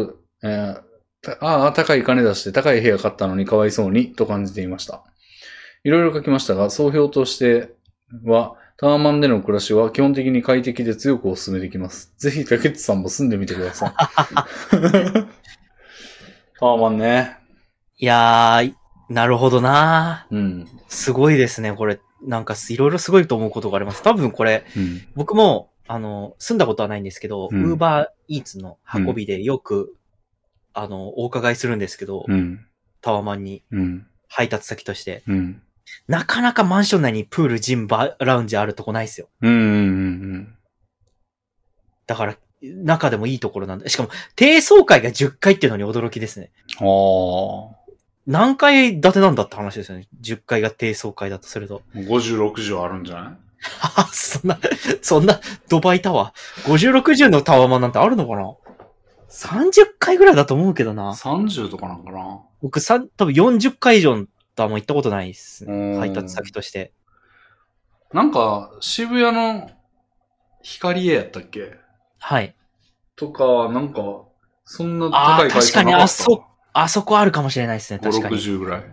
高い金出して高い部屋買ったのにかわいそうにと感じていました。いろいろ書きましたが、総評としては、タワマンでの暮らしは基本的に快適で強くお勧めできます。ぜひ竹内さんも住んでみてください。タワマンね。 いやー、なるほどなー。うん。 すごいですね、これ。なんかいろいろすごいと思うことがあります。多分これ、僕も、住んだことはないんですけど、Uber Eats の運びでよく、お伺いするんですけど、タワマンに、配達先として、なかなかマンション内にプール、ジム、バーラウンジあるとこないですよ。だから、中でもいいところなんだ。しかも、低層階が10階っていうのに驚きですね。 何階建てなんだって話ですよね。10階が低層階だとすると。 50、60あるんじゃないそんな、ドバイタワー。50、60のタワマンなんてあるのかな ?30 階ぐらいだと思うけどな。 30とかなんかな。 僕多分40階以上のタワマン行ったことないですね。配達先として。 なんか、渋谷の光栄やったっけ？ はい。 とか、なんか、そんな高い会社なかった。 確かにあそこあるかもしれないですね。確かに。 60ぐらい。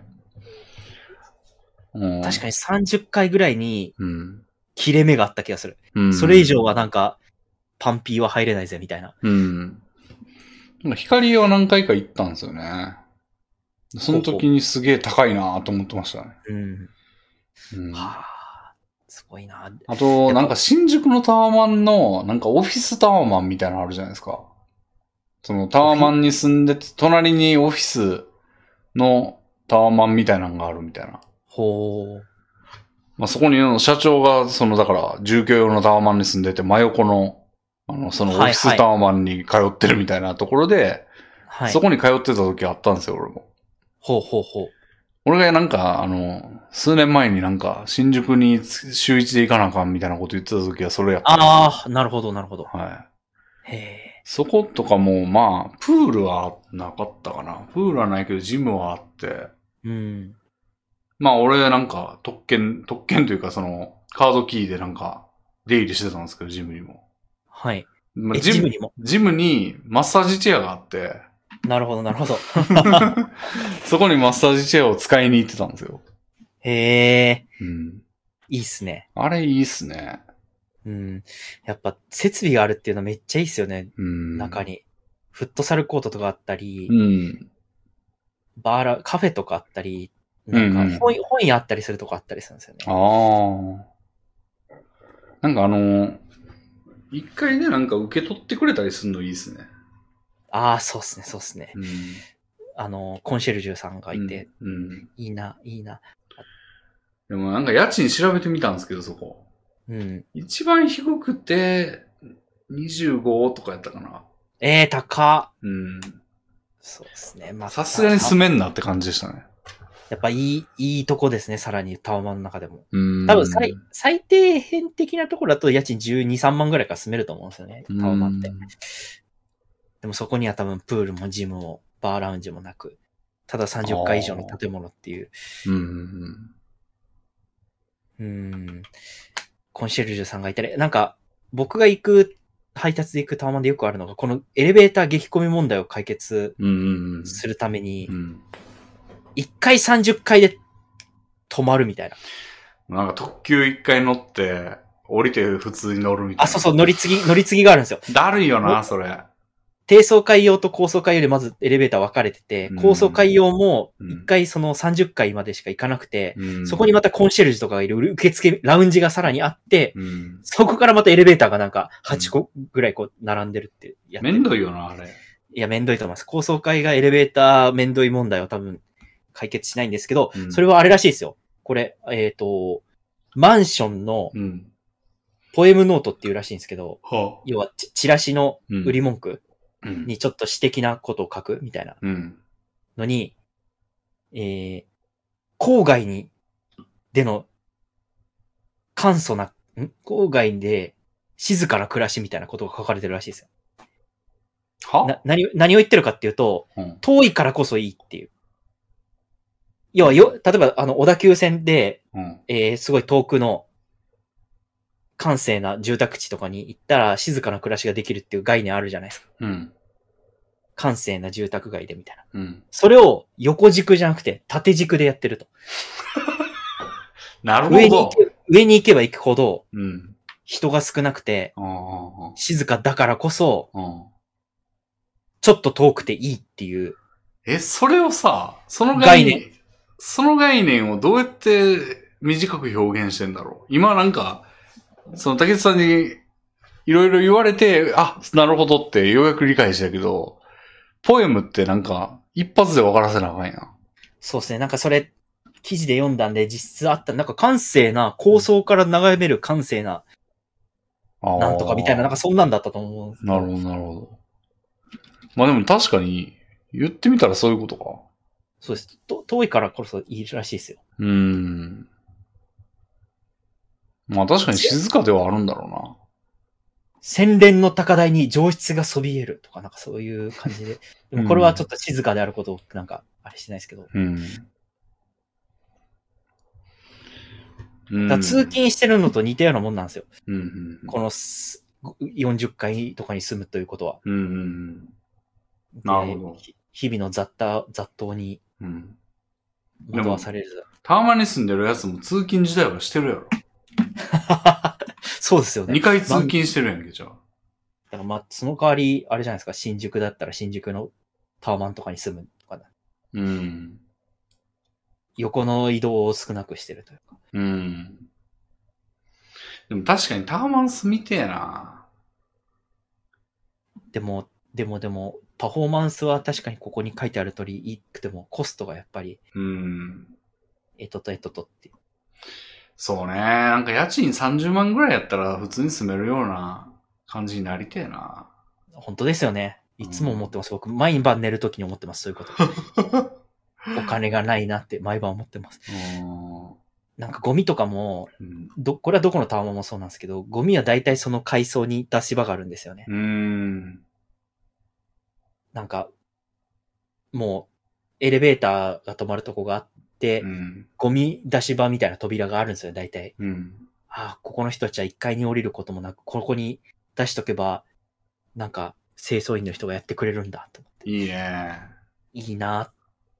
確かに30階ぐらいに、切れ目があった気がする。それ以上はなんか、パンピーは入れないぜ、みたいな。 光は何回か行ったんですよね。その時にすげえ高いなと思ってましたね。 はあ、すごいな。 あと、なんか新宿のタワマンの、なんかオフィスタワマンみたいなのあるじゃないですか。そのタワマンに住んでて、隣にオフィスのタワマンみたいなのがあるみたいな。 ほう。 まあ、そこに社長が、だから、住居用のタワマンに住んでて、真横の、そのオフィスタワマンに通ってるみたいなところで、そこに通ってた時あったんですよ、俺も。 ほうほうほう。 俺がなんか、数年前になんか、新宿に週一で行かなあかんみたいなこと言ってた時はそれやったんですよ。 ああ、なるほど、なるほど。 はい。 へえ。 そことかも、まあ、プールはなかったかな。プールはないけど、ジムはあって。まあ、俺なんか、特権というか、カードキーでなんか、出入りしてたんですけど、ジムにも。 はい。 まあ、ジムにも？ジムにマッサージチェアがあって。 なるほど、なるほど。 そこにマッサージチェアを使いに行ってたんですよ。 へえ。いいっすね。 あれいいっすね。 やっぱ、設備があるっていうのはめっちゃいいっすよね。中に。フットサルコートとかあったり、カフェとかあったり、なんか本屋あったりするとこあったりするんですよね。 なんか一回ね、なんか受け取ってくれたりするのいいっすね。 ああ、そうっすね、そうっすね。コンシェルジュさんがいて、いいな、いいな。 でもなんか家賃調べてみたんですけど、そこ。一番低くて、25とかやったかな。 高っ。そうですね。 まあ、さすがに住めんなって感じでしたね。 やっぱいいとこですね、さらにタワマンの中でも。多分最低限的なところだと家賃12、3万ぐらいから住めると思うんですよね、タワマンって。でもそこには多分プールもジムもバーラウンジもなく、ただ30階以上の建物っていう。コンシェルジュさんがいたり、なんか僕が配達で行くタワマンでよくあるのが、このエレベーター激混み問題を解決するために、1回30階で止まるみたいな。 なんか特急1回乗って、降りて普通に乗るみたいな。 そう、乗り継ぎがあるんですよ。 だるいよな、それ。 低層階用と高層階用でまずエレベーター分かれてて、高層階用も1回その30階までしか行かなくて、そこにまたコンシェルジュとかがいる受付、ラウンジがさらにあって、そこからまたエレベーターがなんか8個ぐらいこう並んでるってやってる。 めんどいよな、あれ。 いや、めんどいと思います。高層階がエレベーターめんどい問題は多分解決しないんですけど、それはあれらしいですよ。これ、マンションのポエムノートっていうらしいんですけど、要はチラシの売り文句にちょっと私的なことを書くみたいなのに、郊外での郊外で静かな暮らしみたいなことが書かれてるらしいですよ。何を言ってるかっていうと、遠いからこそいいっていう。要は例えば小田急線で、すごい遠くの閑静な住宅地とかに行ったら静かな暮らしができるっていう概念あるじゃないですか。閑静な住宅街でみたいな。それを横軸じゃなくて縦軸でやってると。 なるほど。 上に行けば行くほど、人が少なくて、静かだからこそ、ちょっと遠くていいっていう。 それをさ、その概念をどうやって短く表現してんだろう。今なんか、竹内さんにいろいろ言われて、なるほどってようやく理解したけど、ポエムってなんか一発で分からせなあかんやん。 そうですね。なんかそれ、記事で読んだんで実質あった、なんか高層から眺める閑静な、なんとかみたいな、なんかそんなんだったと思う。 なるほど、なるほど。まあでも確かに、言ってみたらそういうことか。 そうです。遠いからこそいいらしいですよ。 まあ確かに静かではあるんだろうな。 洗練の高台に上質がそびえるとか、なんかそういう感じで。でもこれはちょっと静かであることをなんか、あれしてないですけど。だ通勤してるのと似たようなもんなんですよ。この40階とかに住むということは。なるほど。日々の雑踏に惑わされる。 タワマンに住んでるやつも通勤自体はしてるやろ。 そうですよね。 2回通勤してるやんけ、じゃあ。 だからまあ、その代わり、あれじゃないですか、新宿だったら新宿のタワマンとかに住むとかだ。横の移動を少なくしてるというか。 でも確かにタワマン住みてえな。 でも、パフォーマンスは確かにここに書いてある通りいいくても、コストがやっぱり、えととって。 そうね。なんか家賃30万ぐらいやったら普通に住めるような感じになりてえな。 本当ですよね。いつも思ってます。僕、毎晩寝るときに思ってます。そういうこと。お金がないなって毎晩思ってます。なんかゴミとかも、これはどこのタワマンもそうなんですけど、ゴミは大体その階層に出し場があるんですよね。なんか、もう、エレベーターが止まるとこがあって、ゴミ出し場みたいな扉があるんですよ、大体。ああ、ここの人たちは1階に降りることもなく、ここに出しとけば、なんか、清掃員の人がやってくれるんだ、と思って。 いいね。 いいな。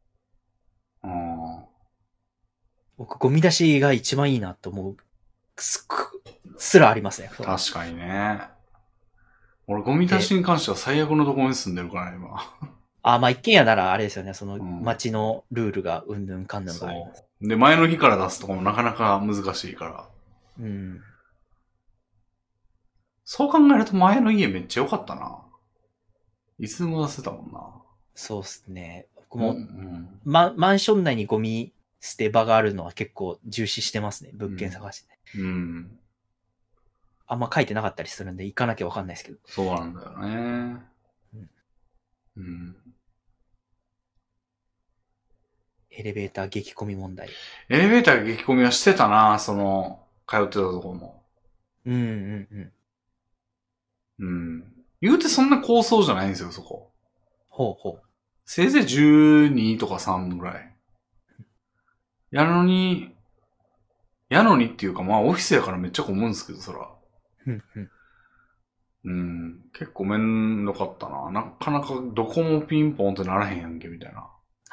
僕、ゴミ出しが一番いいなと思う。すらありますね。 確かにね。俺、ゴミ出しに関しては最悪のところに住んでるからね、今。 まあ、一軒家ならあれですよね。その、街のルールがうんぬんかんぬんがあります。 で、前の日から出すとかもなかなか難しいから。そう考えると前の家めっちゃ良かったな。いつでも出せたもんな。 そうっすね。僕も、マンション内にゴミ捨て場があるのは結構重視してますね。物件探して。あんま書いてなかったりするんで行かなきゃわかんないですけど。 そうなんだよね。 エレベーター激混み問題。 エレベーター激混みはしてたな、通ってたとこも。言うてそんな高層じゃないんですよ、そこ。せいぜい12とか3ぐらい。やのにっていうかまあオフィスやからめっちゃ混むんですけど、そら。結構めんどかったな。なかなかどこもピンポンってならへんやんけ、みたいな。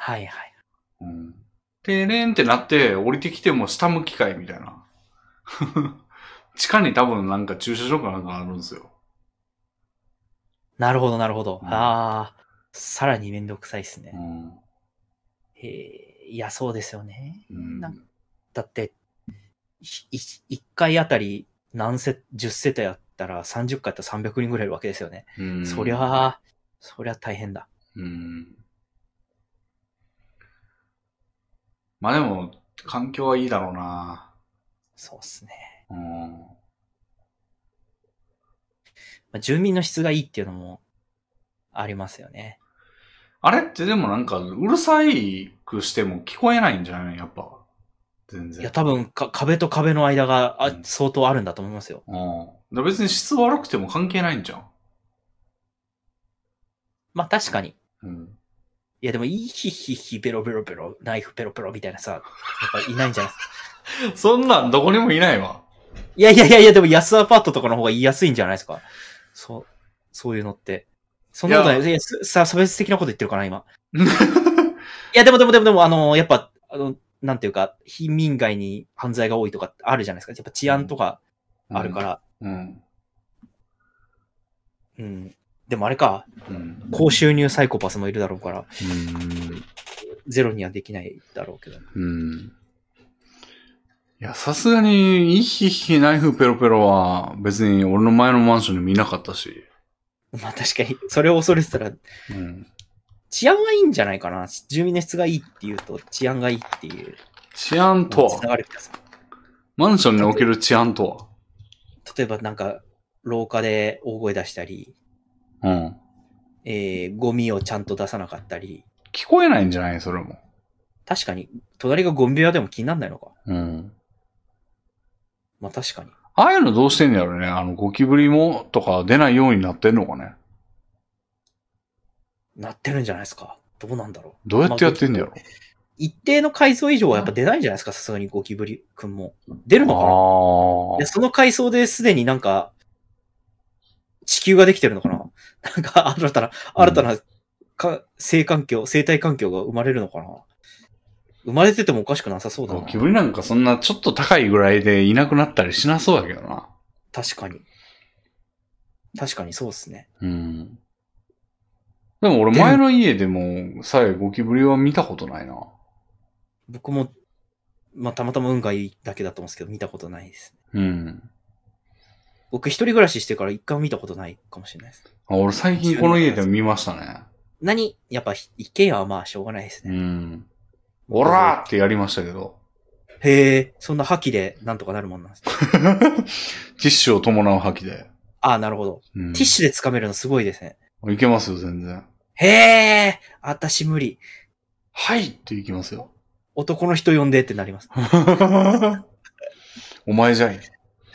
てれんってなって降りてきても下向きかい、みたいな。地下に多分なんか駐車場かなんかあるんですよ。 なるほど。さらにめんどくさいっすね。いや、そうですよね。だって、1回あたり10世帯あったら30回あったら300人ぐらいいるわけですよね。そりゃ大変だ。 まあでも、環境はいいだろうな。 そうっすね。住民の質がいいっていうのもありますよね。 あれってでもなんか、うるさいくしても聞こえないんじゃないやっぱ。全然。 いや、多分壁と壁の間が相当あるんだと思いますよ。 別に質悪くても関係ないんじゃん。 まあ確かに。いやでも、ヒッヒッヒ、ベロベロベロ、ナイフペロペロみたいなさ、やっぱいないんじゃないですか。 そんなんどこにもいないわ。 いや、でも安アパートとかの方が言いやすいんじゃないですか。そういうのって。そんなことない。差別的なこと言ってるかな、今。いや、でも、やっぱ、なんていうか、非民街に犯罪が多いとかあるじゃないですか。やっぱ治安とかあるから。でもあれか、高収入サイコパスもいるだろうから、ゼロにはできないだろうけど。 いや、さすがに、イヒヒナイフペロペロは別に俺の前のマンションに見なかったし。 まあ確かに、それを恐れてたら、治安はいいんじゃないかな。住民の質がいいっていうと、治安がいいっていう。 治安とはマンションにおける治安とは例えばなんか、廊下で大声出したり、ゴミをちゃんと出さなかったり。 聞こえないんじゃないそれも。 確かに、隣がゴンビラでも気になんないのか。 うん。 まあ確かに。 ああいうのどうしてんのやろね。ゴキブリもとか出ないようになってんのかね。 なってるんじゃないですか。どうなんだろう。どうやってやってんのやろ。 一定の階層以上はやっぱ出ないんじゃないですか、さすがにゴキブリくんも。出るのかないや、その階層ですでになんか、地球ができてるのかななんか、新たな生態環境が生まれるのかな生まれててもおかしくなさそうだな。 ゴキブリなんかそんなちょっと高いぐらいでいなくなったりしなそうだけどな。 確かに。確かにそうですね。 うん。でも俺前の家でもさえゴキブリは見たことないな。 僕も、まあ、たまたま運がいいだけだと思うんですけど、見たことないです。 うん。 僕一人暮らししてから一回も見たことないかもしれないです。 俺最近この家でも見ましたね。 やっぱ一軒家はまあしょうがないですね。 うん。オラーってやりましたけど。 へえ、そんな覇気でなんとかなるもんなんですか。 ティッシュを伴う覇気で。 ああ、なるほど、うん。ティッシュで掴めるのすごいですね。 いけますよ、全然。 へえ、私無理。 はいっていきますよ。 男の人呼んでってなります。 お前じゃい。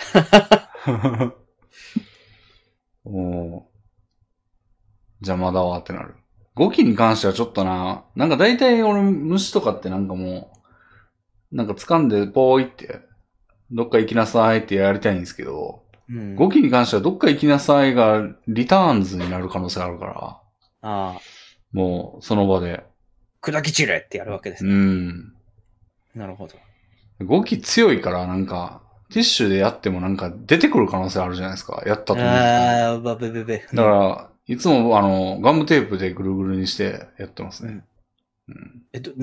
お邪魔だわってなる。ゴキに関してはちょっとな、なんか大体俺虫とかってなんかもう、なんか掴んでポーイって、どっか行きなさいってやりたいんですけど、うん、ゴキに関してはどっか行きなさいがリターンズになる可能性あるから、ああ。もうその場で。 砕き散れってやるわけですね。 うん。なるほど。 ゴキ強いからなんか、ティッシュでやってもなんか出てくる可能性あるじゃないですか。やったと思うんですああ、ばべべべ。 だから、いつもガムテープでぐるぐるにしてやってますね。 うん、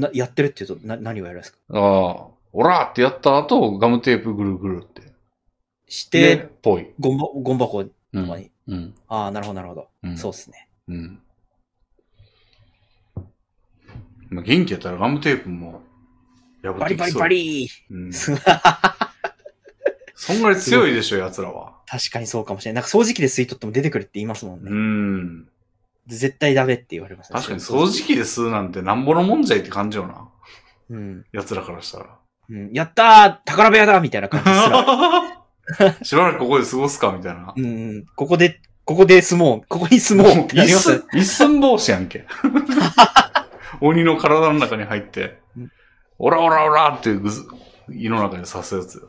やってるって言うと何をやるんですか？ オラーってやった後、ガムテープぐるぐるって。 して、 ぽい。 ゴン箱とかに。 うん。 ああ、なるほど、なるほど。そうですね。うん。 まあ、元気やったらガムテープも破ってきそう。バリバリバリー。うん、 そんぐらい強いでしょ、奴らは。 確かにそうかもしれない。なんか掃除機で吸い取っても出てくるって言いますもんね。絶対ダメって言われますね。確かに掃除機で吸うなんてなんぼのもんじゃいって感じよな。うん。奴らからしたら。 うん。やったー宝部屋だみたいな感じすら。しばらくここで過ごすかみたいな。 うん。ここで住もう。ここに住もうってなります。 一寸法師やんけ。鬼の体の中に入って、オラオラオラって胃の中で刺すやつ。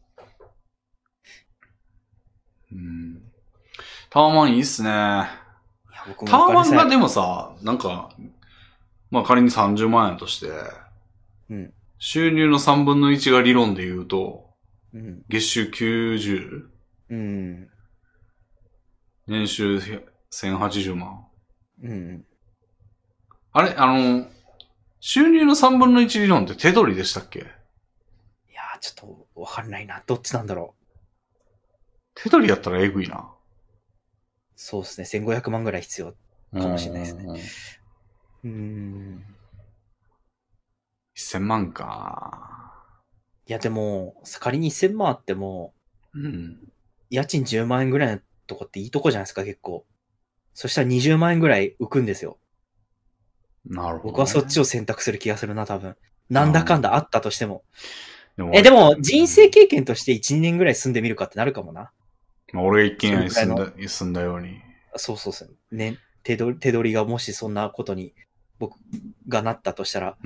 タワマンいいっすね。タワマンがでもさ、なんか、まあ仮に30万円として、うん、収入の3分の1が理論で言うと、うん、月収 90? うん、年収1080万。うん、あれ収入の3分の1理論って手取りでしたっけ？いやー、ちょっとわかんないな。どっちなんだろう。 手取りやったらえぐいな。 そうですね。1500万ぐらい必要かもしれないですね。 1000万か。 いや、でも、仮に1000万あっても、うん、家賃10万円ぐらいのとこっていいとこじゃないですか、結構。そしたら20万円ぐらい浮くんですよ。 なるほど、ね。 僕はそっちを選択する気がするな、多分。なんだかんだあったとしても。でも、人生経験として1、2年ぐらい住んでみるかってなるかもな。 まあ、俺が一軒家に住んだように。 そうそうそう。ね、手取りがもしそんなことに僕がなったとしたら。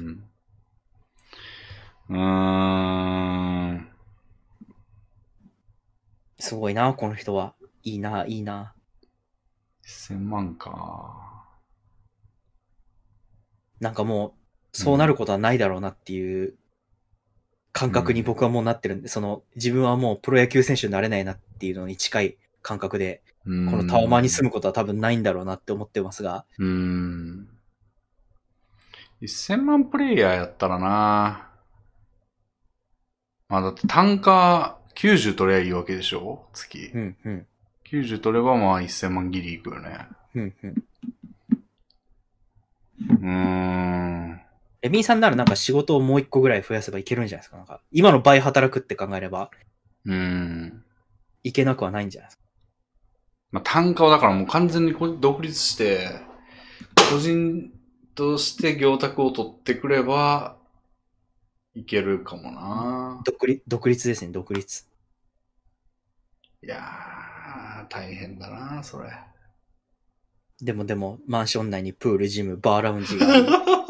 すごいな、この人は。いいな、いいな。 1000万か。 なんかもう、そうなることはないだろうなっていう感覚に僕はもうなってるんで、自分はもうプロ野球選手になれないなっていうのに近い感覚で、このタワマンに住むことは多分ないんだろうなって思ってますが。 1000万プレイヤーやったらな。まあだって単価90取ればいいわけでしょ月。うんうん。90取ればまあ1000万ギリいくよね。うんうん。レミーさんならなんか仕事をもう一個ぐらい増やせばいけるんじゃないですか。なんか今の倍働くって考えれば。いけなくはないんじゃないですか。 まあ単価はだからもう完全に独立して、個人として業託を取ってくれば、いけるかもな。 独立ですね、独立。 いやー、大変だな、それ。 でも、マンション内にプール、ジム、バーラウンジがある。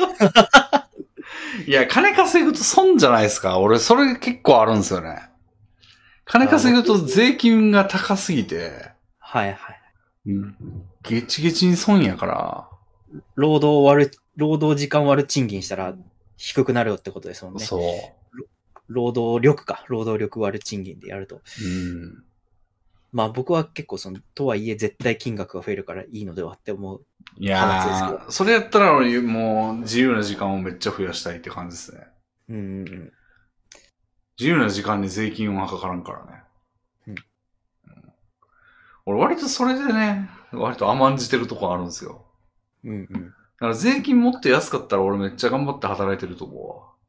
いや、金稼ぐと損じゃないですか。俺、それ結構あるんですよね。金稼ぐと税金が高すぎて。 はいはい。 ゲチゲチに損やから。 労働時間割る賃金したら低くなるよってことですもんね。 そう。 労働力割る賃金でやると。まあ僕は結構とはいえ絶対金額が増えるからいいのではって思う。 いやー、それやったら俺もう自由な時間をめっちゃ増やしたいって感じですね。自由な時間に税金はかからんからね。俺割とそれでね、割と甘んじてるとこあるんですよ。だから税金もっと安かったら俺めっちゃ頑張って働いてると思うわ。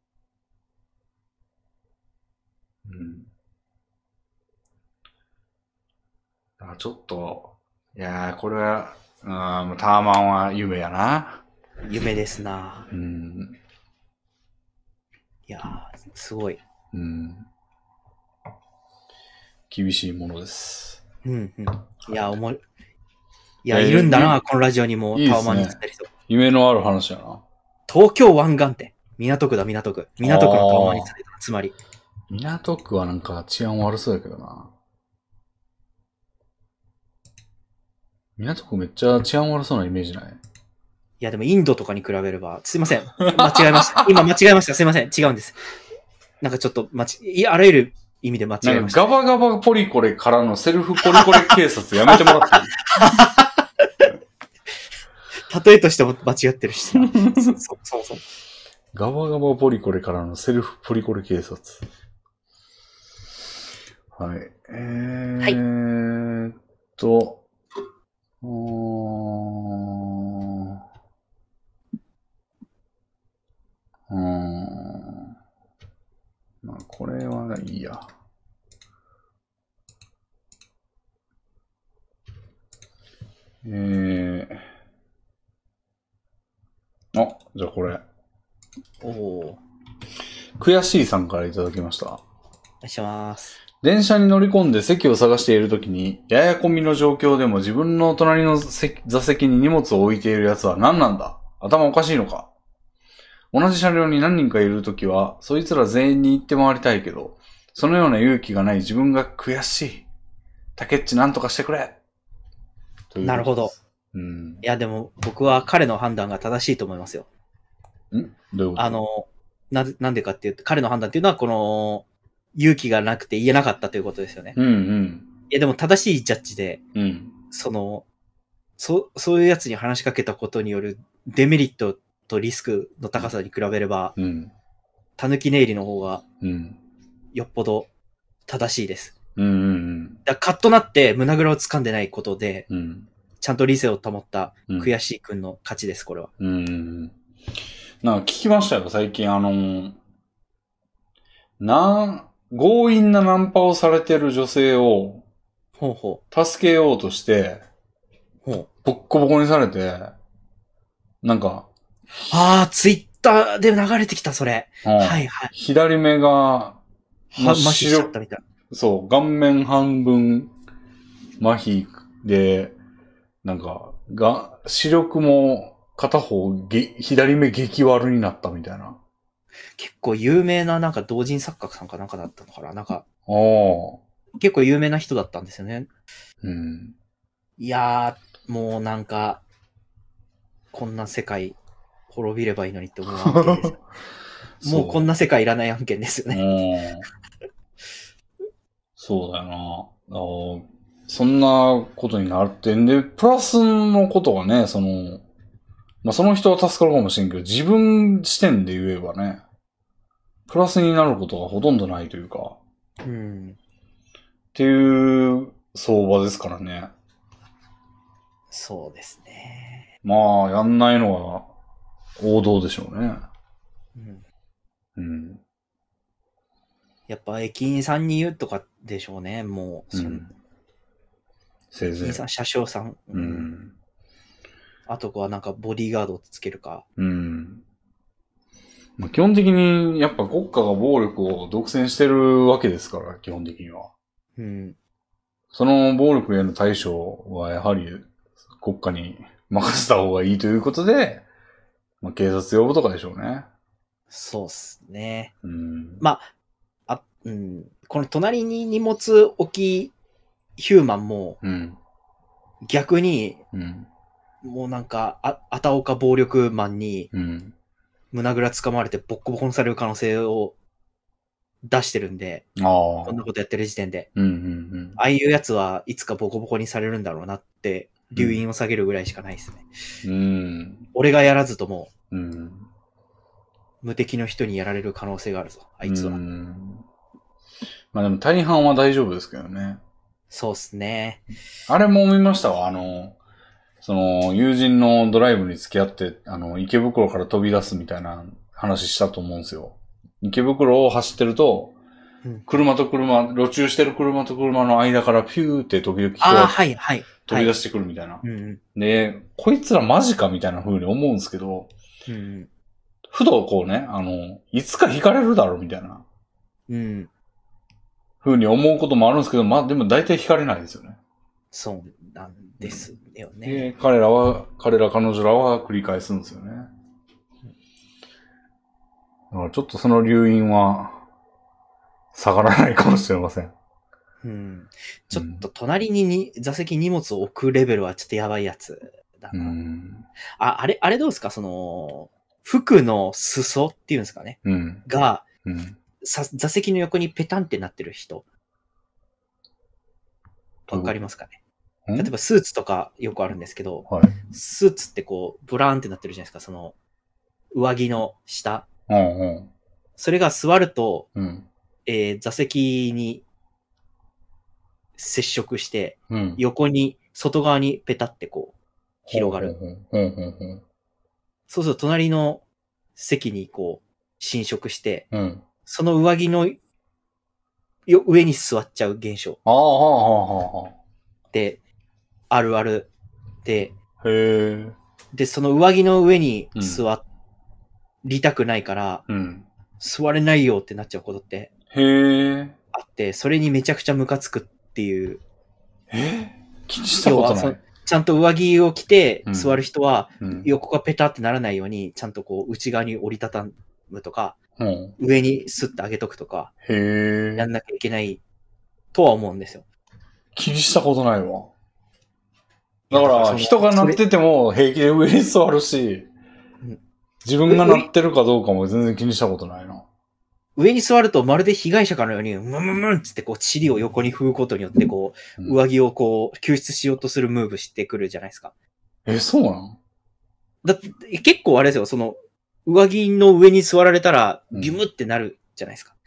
だからちょっと、いやー、これは、タワマンは夢やな。 夢ですな。いやー、すごい。 厳しいものです。 いや、いるんだな、このラジオにもタワマンに来た人。 夢のある話やな。 東京湾岸店。港区のタワマンに来た人、つまり。 港区はなんか治安悪そうやけどな。港区めっちゃ治安悪そうなイメージない？いや、でもインドとかに比べれば、すいません。間違えました。今間違えました。すいません。違うんです。なんかちょっとあらゆる意味で間違えました、 ガバガバポリコレからのセルフポリコレ警察やめてもらっていい？ 例えとしても間違ってるし。そう。 ガバガバポリコレからのセルフポリコレ警察。はい。まあ、これはいいや。じゃあこれ。悔しいさんからいただきました。お願いします。 電車に乗り込んで席を探しているときに、ややこみの状況でも自分の隣の座席に荷物を置いているやつは何なんだ？頭おかしいのか？同じ車両に何人かいるときは、そいつら全員に言って回りたいけど、そのような勇気がない自分が悔しい。竹っちなんとかしてくれ。 なるほど。いや、でも僕は彼の判断が正しいと思いますよ。 どういうこと？ なんでかっていうと、彼の判断っていうのは、この、勇気がなくて言えなかったということですよね。いや、でも正しいジャッジで、そういうやつに話しかけたことによるデメリットとリスクの高さに比べれば、たぬき寝入りの方が、よっぽど正しいです。だカッとなって胸ぐらを掴んでないことで、ちゃんと理性を保った悔しい君の勝ちです、これは。 なんか聞きましたよ、最近強引なナンパをされてる女性を、助けようとして、ボッコボコにされて、なんか、 ツイッターで流れてきた、それ。はいはい。 左目が、 麻痺しちゃったみたい。 そう、顔面半分、麻痺で、なんか、視力も片方、左目激悪になったみたいな。 結構有名ななんか同人作家さんかなんかだったのかななんか。結構有名な人だったんですよね。いやー、もうなんか、こんな世界滅びればいいのにって思う案件です。もうこんな世界いらない案件ですよね。 そうだよな。そんなことになってんで、プラスのことがね、その人は助かるかもしれんけど、自分視点で言えばね、プラスになることがほとんどないというか、っていう相場ですからね。 そうですね。 まあ、やんないのは王道でしょうね。 やっぱ駅員さんに言うとかでしょうね、もう。 せいぜい。 車掌さん。 あとはなんかボディーガードをつけるか。 うん。まあ、基本的に、やっぱ国家が暴力を独占してるわけですから、基本的には。 うん。 その暴力への対処は、やはり国家に任せた方がいいということで、まあ、警察呼ぶとかでしょうね。 そうっすね。 うん。 まあ、うん。この隣に荷物置きヒューマンも、逆に、もうなんか、あたおか暴力マンに、胸ぐらつかまれてボッコボコにされる可能性を出してるんで、こんなことやってる時点で。ああいうやつはいつかボコボコにされるんだろうなって、留飲を下げるぐらいしかないですね。俺がやらずとも、無敵の人にやられる可能性があるぞ、あいつは。 まあでも大半は大丈夫ですけどね。 そうっすね。 あれも見ましたわ。その、友人のドライブに付き合って、池袋から飛び出すみたいな話したと思うんですよ。池袋を走ってると、車と車、路中してる車と車の間からピューって時々飛び出してくるみたいな。で、こいつらマジかみたいな風に思うんですけど、ふとこうね、いつか引かれるだろうみたいな。風に思うこともあるんですけど、まあでも大体引かれないですよね。 そうなんですよね。 で、彼女らは繰り返すんですよね。だからちょっとその留飲は下がらないかもしれません。 ちょっと隣に座席荷物を置くレベルはちょっとやばいやつだな。あれどうですか、その、服の裾っていうんですかね。が、座席の横にペタンってなってる人。わかりますかね。例えばスーツとかよくあるんですけど、スーツってこう、ブラーンってなってるじゃないですか、その、上着の下。それが座ると、座席に接触して、横に、外側にペタってこう、広がる。そうすると隣の席にこう、侵食して、その上着の上に座っちゃう現象。で、あるあるで、で、その上着の上に座りたくないから、座れないよってなっちゃうことってあって、それにめちゃくちゃムカつくっていう。 気にしたことない。 ちゃんと上着を着て座る人は、横がペタってならないように、ちゃんとこう内側に折りたたむとか、上にスッて上げとくとか、やんなきゃいけないとは思うんですよ。 気にしたことないわ。だから、人が乗ってても平気で上に座るし、自分が乗ってるかどうかも全然気にしたことないな。 上に座るとまるで被害者かのように、ムムムンってこう、尻を横に振ることによって、こう、上着をこう、救出しようとするムーブしてくるじゃないですか。 そうなの？ だって、結構あれですよ、その、上着の上に座られたら、ギュムってなるじゃないですか。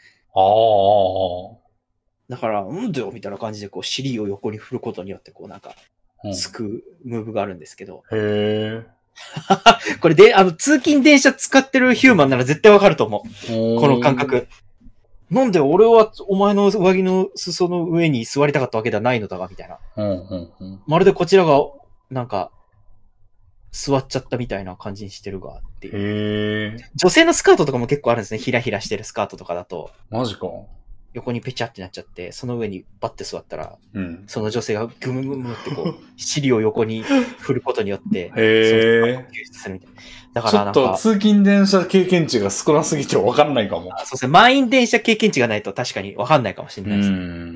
だから、だよみたいな感じで、こう、尻を横に振ることによって、こう、なんか、つくムーブがあるんですけど。これで、通勤電車使ってるヒューマンなら絶対わかると思う。この感覚。なんで俺はお前の上着の裾の上に座りたかったわけではないのだが、みたいな。まるでこちらが、なんか、座っちゃったみたいな感じにしてるが、っていう。女性のスカートとかも結構あるんですね。ひらひらしてるスカートとかだと。 マジか。 横にペチャってなっちゃって、その上にバッて座ったら、その女性がグムグムってこう、尻を横に振ることによって、救出するみたいな。だからなんか。 ちょっと通勤電車経験値が少なすぎて分かんないかも。 そうですね。満員電車経験値がないと確かに分かんないかもしれないです。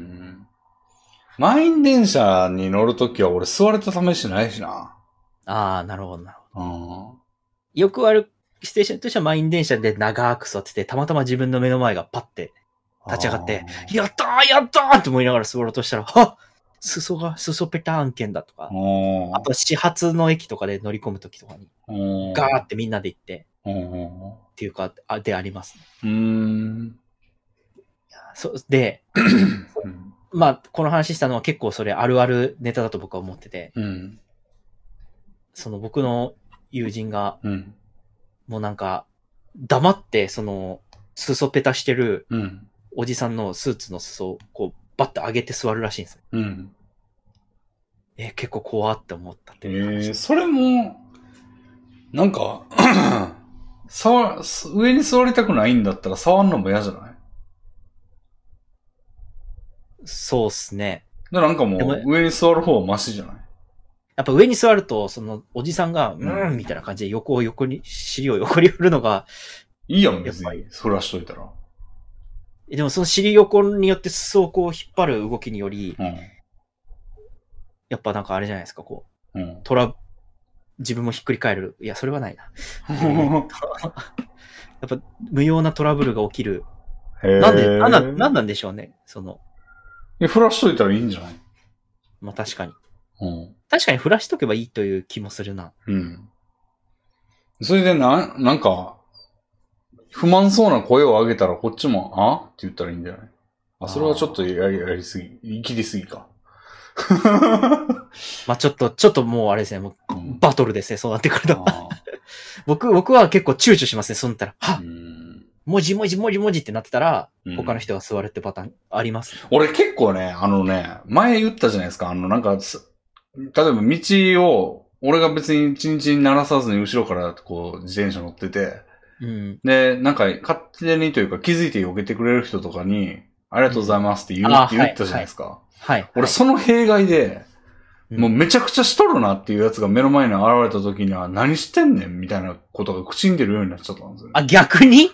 満員電車に乗るときは俺座れた試しないしな。 ああ、なるほど、なるほど。よくあるステーションとしては満員電車で長く座ってて、たまたま自分の目の前がパッて立ち上がって、やったーやったーって思いながら座ろうとしたら、裾ペタ案件だとか、あと始発の駅とかで乗り込むときとかに、ガーってみんなで行って、っていうか、でありますね。で、まあ、この話したのは結構それあるあるネタだと僕は思ってて、その僕の友人が、もうなんか、黙って、その、裾ペタしてる、おじさんのスーツの裾を、こう、バッと上げて座るらしいんですよ。結構怖って思ったっていう話。 それも、 なんか、上に座りたくないんだったら触んのも嫌じゃない？ そうっすね。 なんかもう、上に座る方はマシじゃない？ やっぱ上に座ると、その、おじさんが、みたいな感じで尻を横に振るのが。 いいやん、別に。そらしといたら。 でもその尻横によって裾をこう引っ張る動きにより、やっぱなんかあれじゃないですか、こう。自分もひっくり返る。いや、それはないな。やっぱ無用なトラブルが起きる。なんなんでしょうね、その。 振らしといたらいいんじゃない？ まあ確かに。確かに振らしとけばいいという気もするな。 それでなんか、不満そうな声を上げたらこっちも、あって言ったらいいんじゃない？それはちょっとやりすぎ、言い切りすぎか。 まあちょっともうあれですね、もうバトルですね、そうなってくると。僕は結構躊躇しますね、そうなったら。文字ってなってたら、他の人が座るってパターンあります、ね。 俺結構ね、前言ったじゃないですか、なんか、例えば道を、俺が別に一日に鳴らさずに後ろからこう自転車乗ってて、で、なんか勝手にというか気づいて避けてくれる人とかに、ありがとうございますって言ったじゃないですか。俺その弊害で、もうめちゃくちゃしとるなっていうやつが目の前に現れた時には何してんねんみたいなことが口に出るようになっちゃったんですよ、ね。 あ、逆に？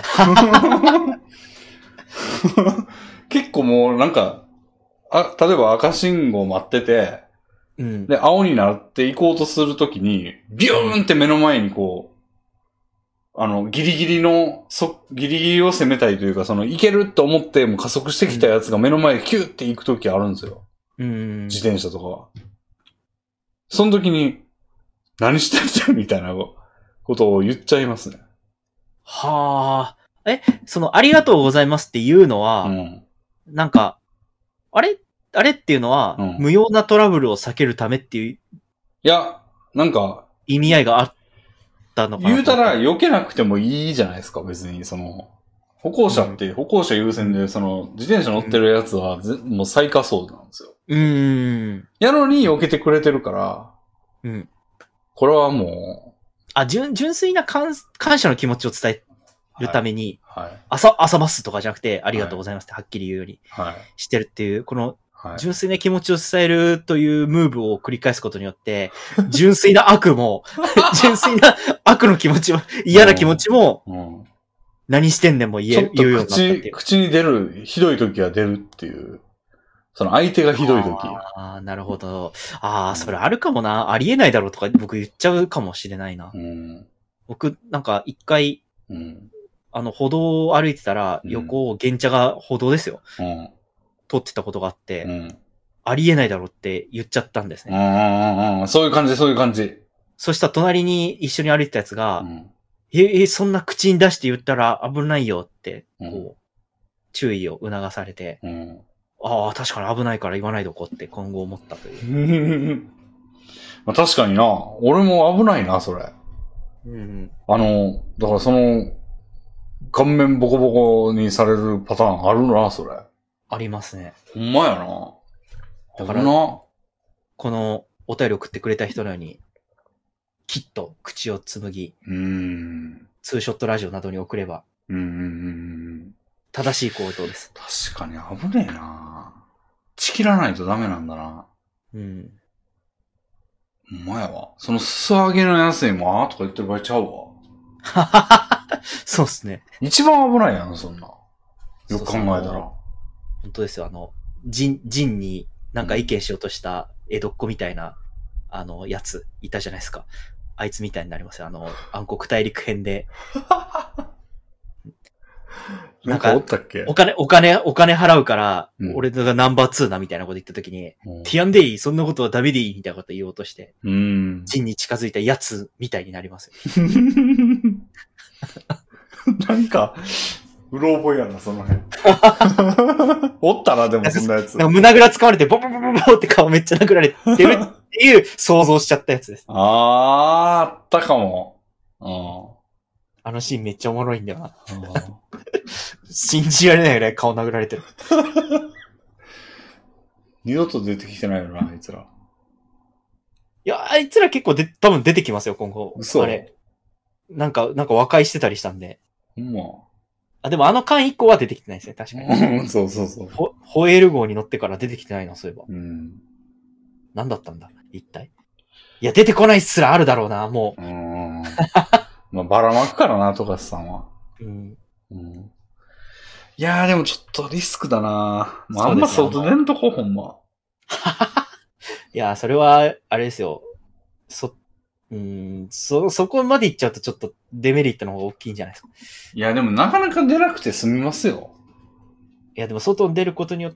結構もうなんか、例えば赤信号待ってて、で、青になって行こうとするときに、ビューンって目の前にこう、ギリギリを攻めたいというか、行けると思っても加速してきたやつが目の前でキューって行くときあるんですよ。自転車とかは。その時に、何してんじゃんみたいなことを言っちゃいますね。 はあ。ありがとうございますっていうのは、なんか、あれっていうのは、無用なトラブルを避けるためっていう。いや、なんか、 意味合いがあったのかな。 言うたら避けなくてもいいじゃないですか、別に。歩行者優先で、自転車乗ってるやつは、もう最下層なんですよ。やのに避けてくれてるから、これはもう。純粋な感謝の気持ちを伝えるために、朝ますとかじゃなくて、ありがとうございますってはっきり言うようにしてるっていう、この、純粋な気持ちを伝えるというムーブを繰り返すことによって、純粋な悪の気持ちも、嫌な気持ちも、何してんねんも言うようになったっていう。 口に出る、ひどい時は出るっていう。相手がひどい時。 ああ、なるほど。それあるかもな。ありえないだろうとか僕言っちゃうかもしれないな。僕、なんか一回、歩道を歩いてたら、横を原茶が歩道ですよ。通ってたことがあって、ありえないだろうって言っちゃったんですね。 そういう感じ。 そしたら隣に一緒に歩いてたやつが、そんな口に出して言ったら危ないよって、こう、注意を促されて、確かに危ないから言わないでおこうって今後思ったという。 確かにな。俺も危ないな、それ。だから顔面ボコボコにされるパターンあるな、それ。 ありますね。 ほんまやな。 だから、このお便り送ってくれた人のように、きっと口を紡ぎ、ツーショットラジオなどに送れば、正しい行動です。 確かに危ねえな。ちきらないとダメなんだな。ほんまやわ。裾上げのやつにもとか言ってる場合ちゃうわ。 そうっすね。 一番危ないやん、そんな。よく考えたら。 本当ですよ。ジンになんか意見しようとした江戸っ子みたいな、やついたじゃないですか。あいつみたいになりますよ。暗黒大陸編で。 なんかおったっけ？ お金払うから、俺がナンバー2だみたいなこと言ったときに、ティアンでいい？そんなことはダメでいいみたいなこと言おうとして、ジンに近づいたやつみたいになりますよ。 なんか、うろ覚えやな、その辺。おったな、でもそんなやつ。 胸ぐら掴まれて、ボボボボボって顔めっちゃ殴られてるっていう想像しちゃったやつです。 あったかも。 あのシーンめっちゃおもろいんだよな。信じられないぐらい顔殴られてる。 二度と出てきてないよな、あいつら。 いや、あいつら結構多分出てきますよ、今後。 嘘？ なんか和解してたりしたんで。 まあ、でも缶1個は出てきてないですね、確かに。 そうそうそう。 ホエール号に乗ってから出てきてないな、そういえば。何だったんだ一体。いや、出てこないっすらあるだろうな、もう。 まあ、ばらまくからな、富樫さんは。いやー、でもちょっとリスクだな。まあんま外出んとこ、ほんま。 いや、それは、あれですよ。そこまで行っちゃうとちょっとデメリットの方が大きいんじゃないですか。 いや、でもなかなか出なくて済みますよ。 いや、でも外に出ることによって、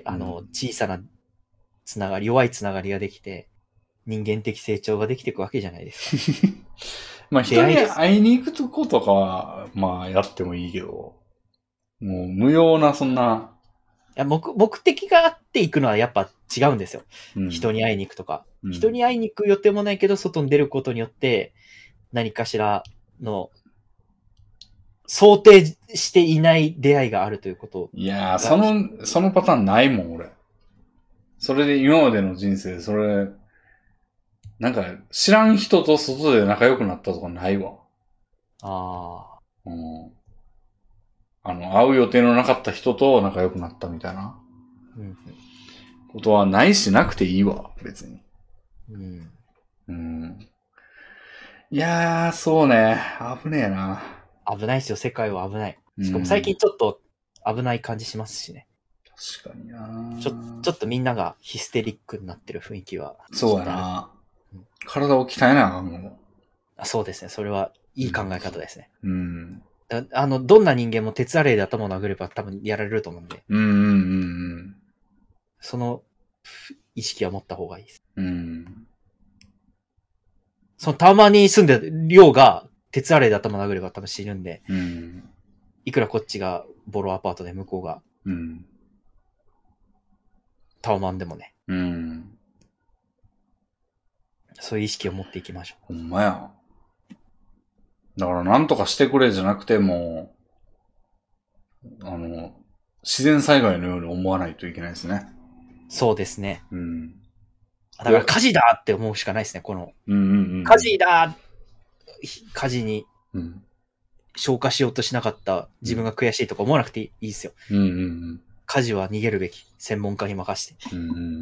小さなつながり、弱いつながりができて、人間的成長ができていくわけじゃないですか。 まあ人に会いに行くとことかは、まあやってもいいけど、もう無用なそんな。 いや目的があって行くのはやっぱ違うんですよ。人に会いに行くとか。人に会いに行く予定もないけど、外に出ることによって、何かしらの、想定していない出会いがあるということ。 いやー、そのパターンないもん、俺。それで今までの人生、それ、なんか、知らん人と外で仲良くなったとかないわ。会う予定のなかった人と仲良くなったみたいな。ことはないしなくていいわ、別に。いやー、そうね。危ねえな。 危ないですよ、世界は危ない。しかも最近ちょっと危ない感じしますしね。 確かにな。 ちょっとみんながヒステリックになってる雰囲気は。 そうやな。体を鍛えなあかんもん。そうですね。それはいい考え方ですね。どんな人間も鉄アレイで頭を殴れば多分やられると思うんで。その意識は持った方がいいです。そのたまに住んでる寮が鉄アレイで頭殴れば多分死ぬんで。いくらこっちがボロアパートで向こうが。タワマンでもね。そういう意識を持っていきましょう。ほんまや。だからなんとかしてくれじゃなくても、自然災害のように思わないといけないですね。 そうですね。だから火事だって思うしかないですね、この。火事だ火事に消火しようとしなかった自分が悔しいとか思わなくていいですよ。火事は逃げるべき。専門家に任せて。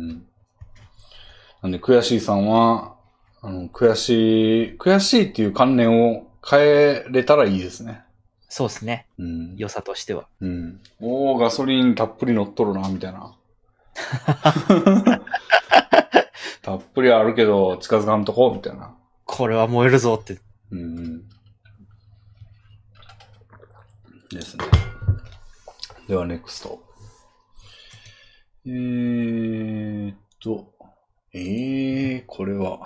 なんで、悔しいさんは、悔しいっていう観念を変えれたらいいですね。 そうですね。良さとしては。 ガソリンたっぷり乗っとるな、みたいな。たっぷりあるけど、近づかんとこ、みたいな。 これは燃えるぞって。 ですね。では、ネクスト。これは。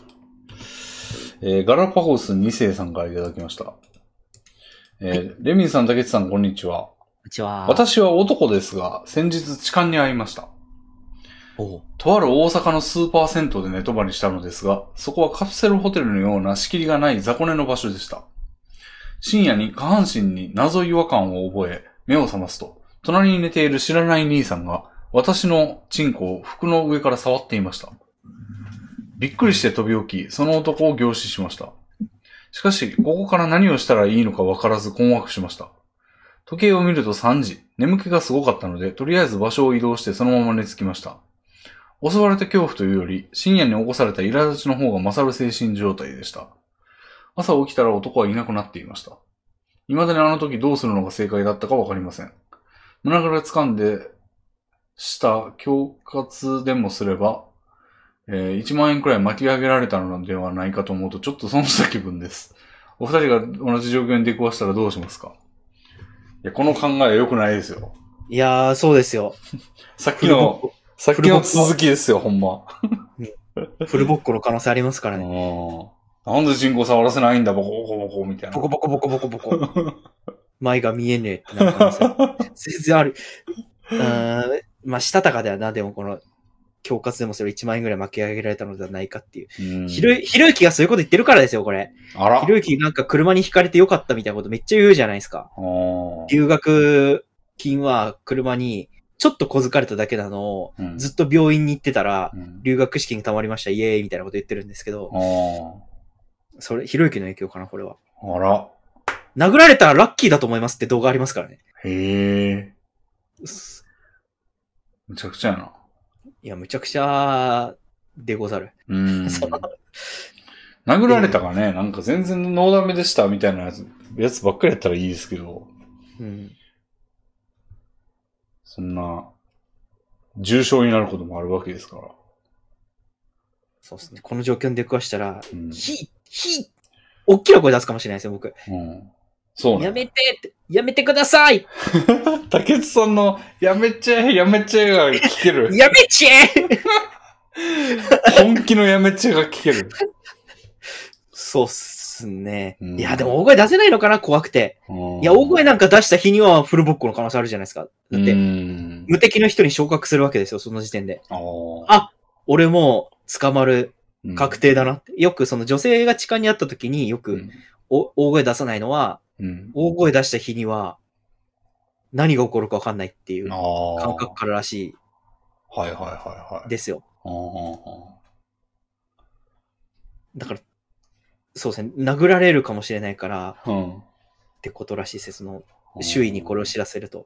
ガラパゴス2世さんからいただきました。レミンさん、竹内さん、こんにちは。 こんにちは。 私は男ですが、先日痴漢に遭いました。とある大阪のスーパー銭湯で寝泊まりしたのですが、そこはカプセルホテルのような仕切りがない雑魚寝の場所でした。深夜に下半身に謎違和感を覚え、目を覚ますと、隣に寝ている知らない兄さんが、私のチンコを服の上から触っていました。びっくりして飛び起き、その男を凝視しました。しかし、ここから何をしたらいいのかわからず困惑しました。時計を見ると3時、眠気がすごかったので、とりあえず場所を移動してそのまま寝つきました。襲われた恐怖というより、深夜に起こされた苛立ちの方が勝る精神状態でした。朝起きたら男はいなくなっていました。未だにあの時どうするのが正解だったかわかりません。胸から掴んでした恐喝でもすれば、1万円くらい巻き上げられたのではないかと思うとちょっと損した気分です。お二人が同じ状況に出くわしたらどうしますか？いや、この考えは良くないですよ。 いやー、そうですよ。 さっきの続きですよ、ほんま。 フルボッコの可能性ありますからね。 なんで人口触らせないんだ、ボコボコボコみたいな。 ボコボコボコボコボコ。前が見えねえってなる可能性。全然ある。まあ、したたかだよな、でもこの、恐喝でもそれ1万円ぐらい巻き上げられたのではないかっていう。ひろゆきがそういうこと言ってるからですよ、これ。ひろゆきなんか車に引かれてよかったみたいなことめっちゃ言うじゃないですか。留学金は車にちょっと小づかれただけなのを、ずっと病院に行ってたら、留学資金が貯まりました、イエーイみたいなこと言ってるんですけど、 それ、ひろゆきの影響かな、これは。 あら。 殴られたらラッキーだと思いますって動画ありますからね。 へえ。むちゃくちゃやな。 いや、むちゃくちゃでござる。 殴られたかね、なんか全然ノーダメでしたみたいなやつばっかりやったらいいですけど。 うん。 そんな、重傷になることもあるわけですから。 そうですね。この状況に出くわしたら、大きな声出すかもしれないですよ、僕。 うん。そうね。 やめてください竹内さんの、やめちゃえが聞ける。 やめちゃえ本気のやめちゃが聞ける。 そうっすね。いや、でも大声出せないのかな、怖くて。いや、大声なんか出した日にはフルボッコの可能性あるじゃないですか。だって、無敵の人に昇格するわけですよ、その時点で。俺もう捕まる確定だなって。よくその女性が痴漢にあった時によく、大声出さないのは、大声出した日には何が起こるか分かんないっていう感覚かららしい。ですよ。だから、そうですね、殴られるかもしれないから、ってことらしいです。その、周囲にこれを知らせると。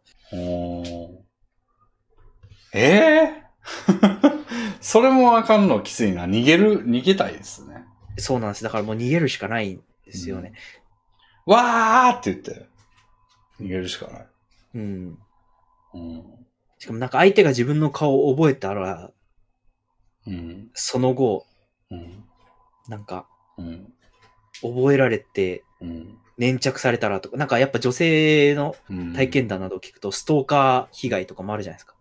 それもあかんのきついな。逃げたいですね。 そうなんです。だからもう逃げるしかないんですよね。 わーって言って、逃げるしかない。 しかもなんか相手が自分の顔を覚えたら、その後、なんか、覚えられて、粘着されたらとか、なんかやっぱ女性の体験談などを聞くと、ストーカー被害とかもあるじゃないですか。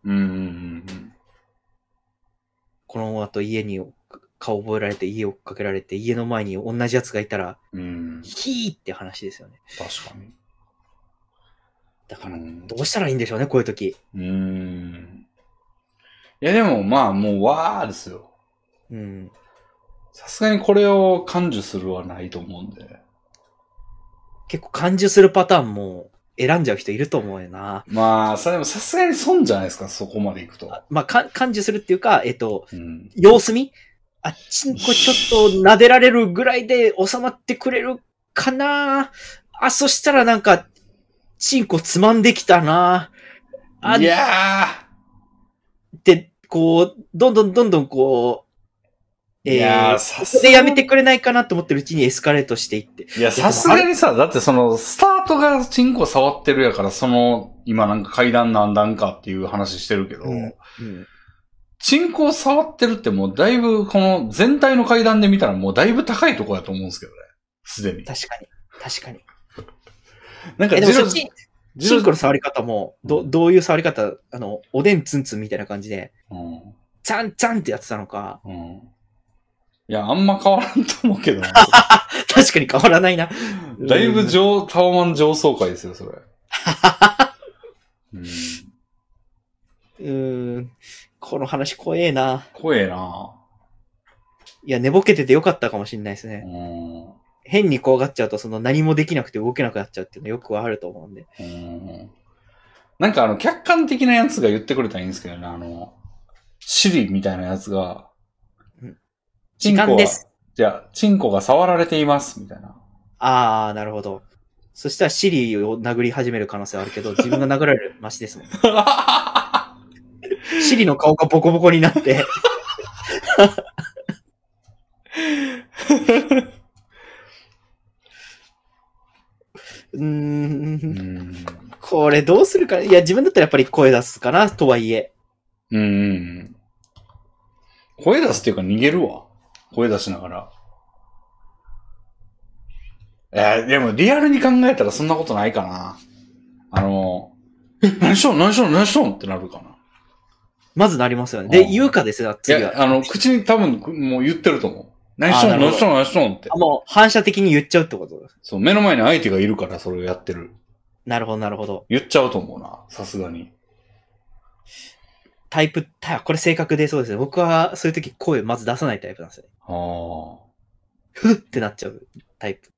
この後家に顔覚えられて、家を追っかけられて、家の前に同じやつがいたら、ヒーって話ですよね。 確かに。 だから、どうしたらいいんでしょうね、こういう時。いや、でもまあ、もうわーですよ。さすがにこれを感受するはないと思うんで。 結構感受するパターンも選んじゃう人いると思うよな。 まあ、それでもさすがに損じゃないですか、そこまで行くと。 まあ、感受するっていうか、様子見チンコちょっと撫でられるぐらいで収まってくれるかなそしたらなんか、チンコつまんできたないやーで、こう、どんどんこう、 さすがに。でやめてくれないかなと思ってるうちにエスカレートしていって。 いや、さすがにさ、だってその、スタートがチンコ触ってるやから、今なんか階段何段かっていう話してるけど、チンコ触ってるってもうだいぶ、この全体の階段で見たらもうだいぶ高いとこやと思うんですけどね。すでに。 確かに。 なんかチンコの触り方も、どういう触り方、おでんツンツンみたいな感じで、チャンチャンってやってたのか、 いや、あんま変わらんと思うけどな。 確かに変わらないな。 だいぶタワマン上層階ですよ、それ。 この話怖えな。 怖えな。 いや、寝ぼけててよかったかもしれないですね。変に怖がっちゃうと、何もできなくて動けなくなっちゃうっていうのよくあると思うんで。 なんか客観的なやつが言ってくれたらいいんですけどね、シリみたいなやつが、 時間です。 チンコが触られています、みたいな。 なるほど。そしたらシリを殴り始める可能性はあるけど、自分が殴られるマシですもん。シリの顔がボコボコになって。これどうするか。いや、自分だったらやっぱり声出すかな、とはいえ。 声出すっていうか逃げるわ。声出しながら。でもリアルに考えたらそんなことないかな。何しとんってなるかな。 まずなりますよね。で、言うかですよ、次は。 口に多分もう言ってると思う。何しとんって。 もう反射的に言っちゃうってことです。 そう、目の前に相手がいるからそれをやってる。 なるほど。 言っちゃうと思うな、さすがに。 これ性格でそうですね。僕はそういう時声まず出さないタイプなんですよ。ふってなっちゃうタイプ。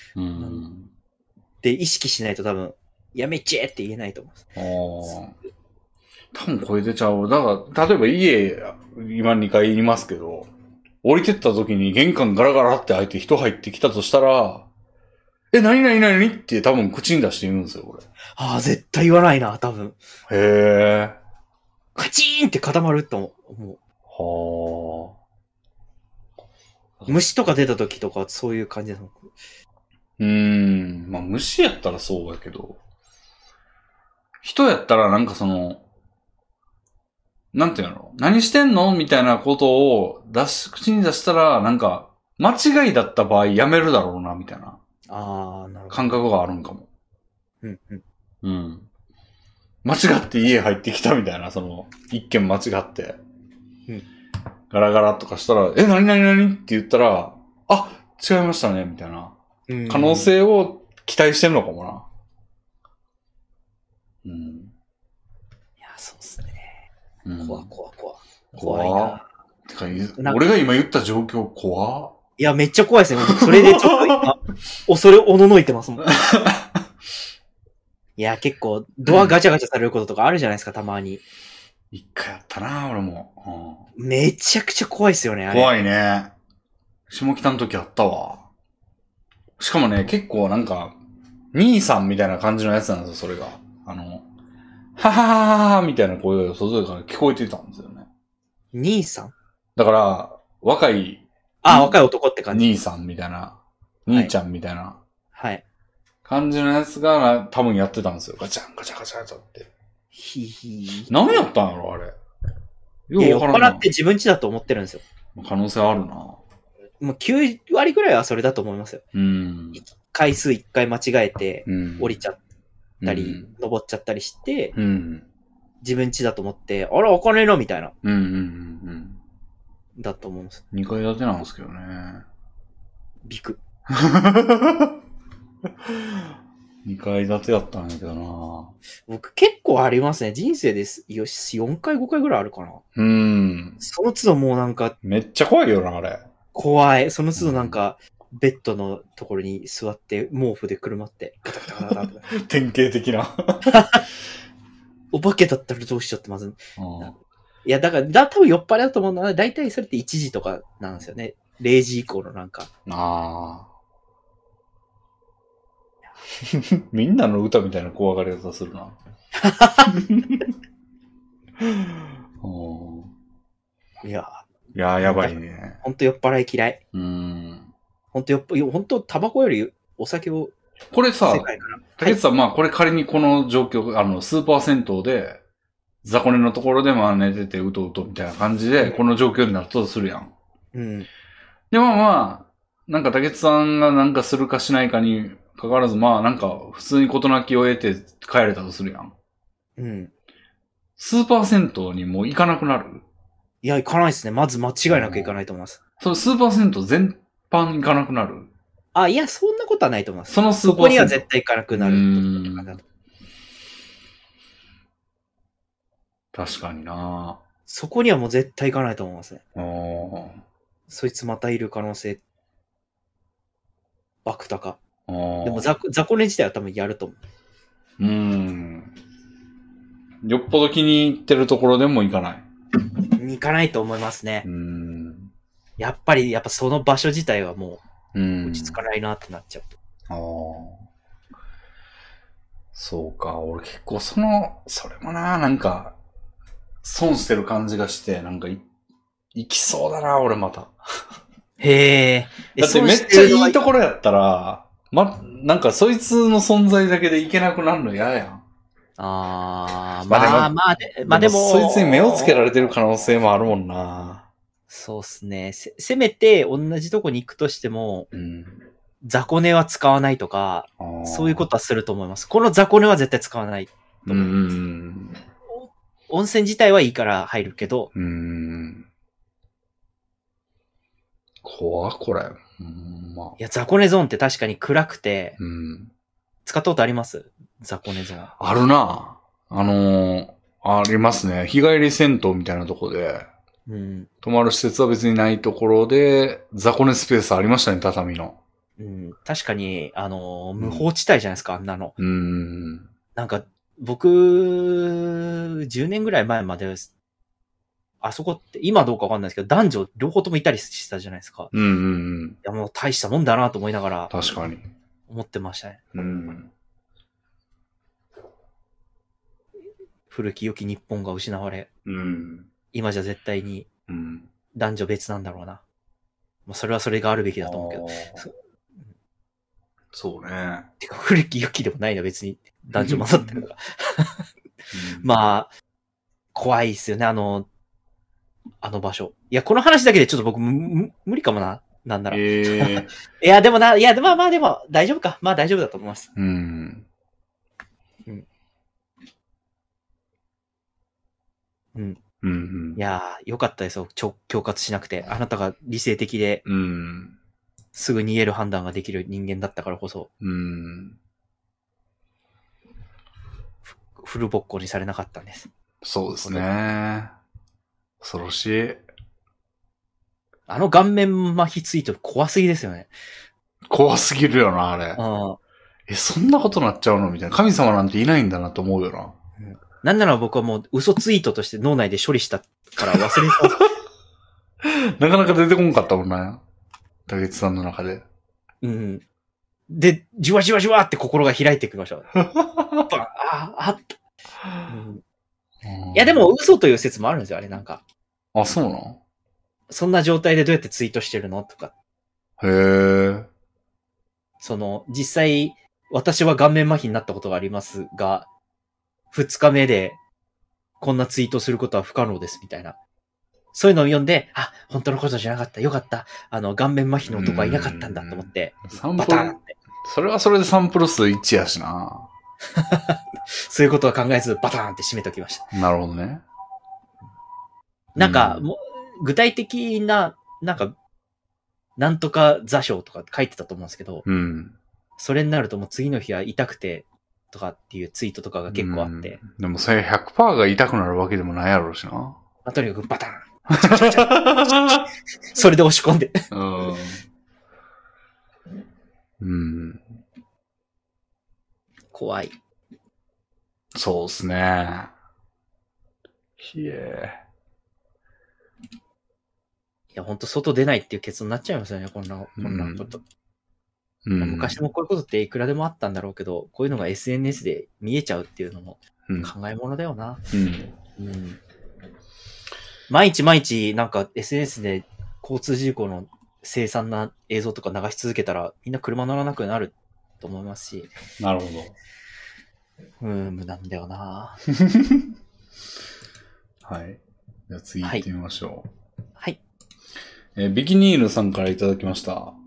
で、意識しないと多分、やめちゃえって言えないと思うんです。多分声出ちゃう。だから、例えば今2回いますけど、 降りてった時に玄関ガラガラって開いて人入ってきたとしたら、何って多分口に出して言うんですよ、これ。 ああ、絶対言わないな、多分。 へー。 カチーンって固まると思う。 はあ。虫とか出た時とかそういう感じだと思う。まあ虫やったらそうやけど、人やったらなんかなんていうの？何してんのみたいなことを口に出したら、なんか、間違いだった場合やめるだろうな、みたいな。 ああ、なるほど。 感覚があるんかも。 うん。 間違って家入ってきたみたいな、一件間違って。ガラガラとかしたら、何って言ったら、あ、違いましたね、みたいな。可能性を期待してんのかもな。 いや、そうっすね。怖いな。 てか、俺が今言った状況怖。 いや、めっちゃ怖いですね。それでちょっと今、恐れおののいてますもん。いや、結構、ドアガチャガチャされることとかあるじゃないですか、たまに。 一回あったな、俺も。 めちゃくちゃ怖いっすよね、あれ。 怖いね。下北の時あったわ。しかもね、結構なんか、兄さんみたいな感じのやつなんですよ、それが。ははははみたいな声が外から聞こえてたんですよね。 兄さん？ だから、若い男って感じ。 兄さんみたいな、兄ちゃんみたいな、 はい。 感じのやつが多分やってたんですよ。ガチャンガチャガチャガチャって。何やったんやろ、あれ。 酔っ払って自分家だと思ってるんですよ。 可能性あるな。 もう9割ぐらいはそれだと思いますよ。回数1回間違えて、降りちゃったり、登っちゃったりして、自分家だと思って、あら、お金のみたいな。だと思うんです。 2階建てなんですけどね。 ビク。 2階建てやったんやけどな。 僕結構ありますね。人生です。よし、4回5回ぐらいあるかな。その都度もうなんか。 めっちゃ怖いよな、あれ。 怖い。その都度なんか、ベッドのところに座って、毛布でくるまって、ガタガタガタガタ。 典型的な。 お化けだったらどうしちゃってまず。いや、だから多分酔っ払いだと思うのは、だいたいそれって1時とかなんですよね。0時以降のなんか。 みんなの歌みたいな怖がり方するな。いや、やばいね。 ほんと酔っ払い嫌い。ほんとタバコよりお酒を。 これさ、竹内さん、まあこれ仮にこの状況、スーパー銭湯で、雑魚寝のところでまあ寝ててうとうとみたいな感じで、この状況になったとするやん。でもまあ、なんか竹内さんがなんかするかしないかに関わらず、まあなんか普通に事なきを得て帰れたとするやん。スーパー銭湯にもう行かなくなる？ いや、行かないですね。まず間違いなく行かないと思います。 そのスーパー銭湯全般行かなくなる？ いや、そんなことはないと思います。 そこには絶対行かなくなる。 確かにな。 そこにはもう絶対行かないと思いますね。そいつまたいる可能性、バク高。でも雑魚寝自体は多分やると思う。 よっぽど気に入ってるところでも行かない。 行かないと思いますね。やっぱその場所自体はもう落ち着かないなってなっちゃうと。 そうか、俺結構それもな、なんか、損してる感じがして、なんか行きそうだな、俺また。 へえ。 だってめっちゃいいところやったら、なんかそいつの存在だけで行けなくなるの嫌やん。 まあでも。 そいつに目をつけられてる可能性もあるもんな。 そうっすね。せめて同じとこに行くとしても、雑魚寝は使わないとか、そういうことはすると思います。この雑魚寝は絶対使わないと思う。温泉自体はいいから入るけど。 怖これ。 いや、雑魚寝ゾーンって確かに暗くて、使ったことあります？雑魚寝ゾーン。 あるな。ありますね。日帰り銭湯みたいなとこで、泊まる施設は別にないところで、雑魚寝スペースありましたね、畳の。 確かに、無法地帯じゃないですか、あんなの。なんか、僕、10年ぐらい前まで、 あそこって今どうかわかんないですけど、男女両方ともいたりしたじゃないですか。 うんうんうん。いやもう大したもんだなと思いながら。 確かに。 思ってましたね。 うん。 古き良き日本が失われ、今じゃ絶対に男女別なんだろうな。まあ、それはそれがあるべきだと思うけど。 そうね。 てか古き良きでもないな、別に男女混ざってるから。まあ、怖いっすよね、あの場所。いや、この話だけでちょっと僕無理かもな。なんなら。いや、でもな、いや、まあでも、大丈夫か。まあ大丈夫だと思います。いやー、よかったですよ。恐喝しなくて。あなたが理性的で、すぐ逃げる判断ができる人間だったからこそ。フルボッコにされなかったんです。 そうですね。恐ろしい。 あの顔面麻痺ツイート怖すぎですよね。 怖すぎるよな、あれ。そんなことなっちゃうのみたいな。神様なんていないんだなと思うよな。 なんなら僕はもう嘘ツイートとして脳内で処理したから忘れた。なかなか出てこんかったもんな。竹内さんの中で。 で、じわじわじわって心が開いてきました。いやでも嘘という説もあるんですよ、あれなんか。 あ、そうなの？ そんな状態でどうやってツイートしてるのとか。 へー。 実際、私は顔面麻痺になったことがありますが、2日目でこんなツイートすることは不可能ですみたいな。そういうのを読んで、あ、本当のことじゃなかった。よかった。顔面麻痺の男はいなかったんだと思って。バタンって。 それはそれでサンプル数1やしな。 そういうことは考えず、バタンって締めときました。 なるほどね。 なんか、具体的な、なんとか座標とか書いてたと思うんですけど、それになるともう次の日は痛くて、とかっていうツイートとかが結構あって。 でもそれ 100% が痛くなるわけでもないやろうしな。 とにかくバタンそれで押し込んで。怖い。 そうっすね。いや、ほんと外出ないっていう結論になっちゃいますよね、こんなこと。昔もこういうことっていくらでもあったんだろうけど、こういうのが SNS で見えちゃうっていうのも考え物だよな。毎日なんか SNS で交通事故の凄惨な映像とか流し続けたらみんな車乗らなくなると思いますし。 なるほど。 無なんだよな。 はい。じゃあ次行ってみましょう。 はい。 ビキニールさんからいただきました。 はい。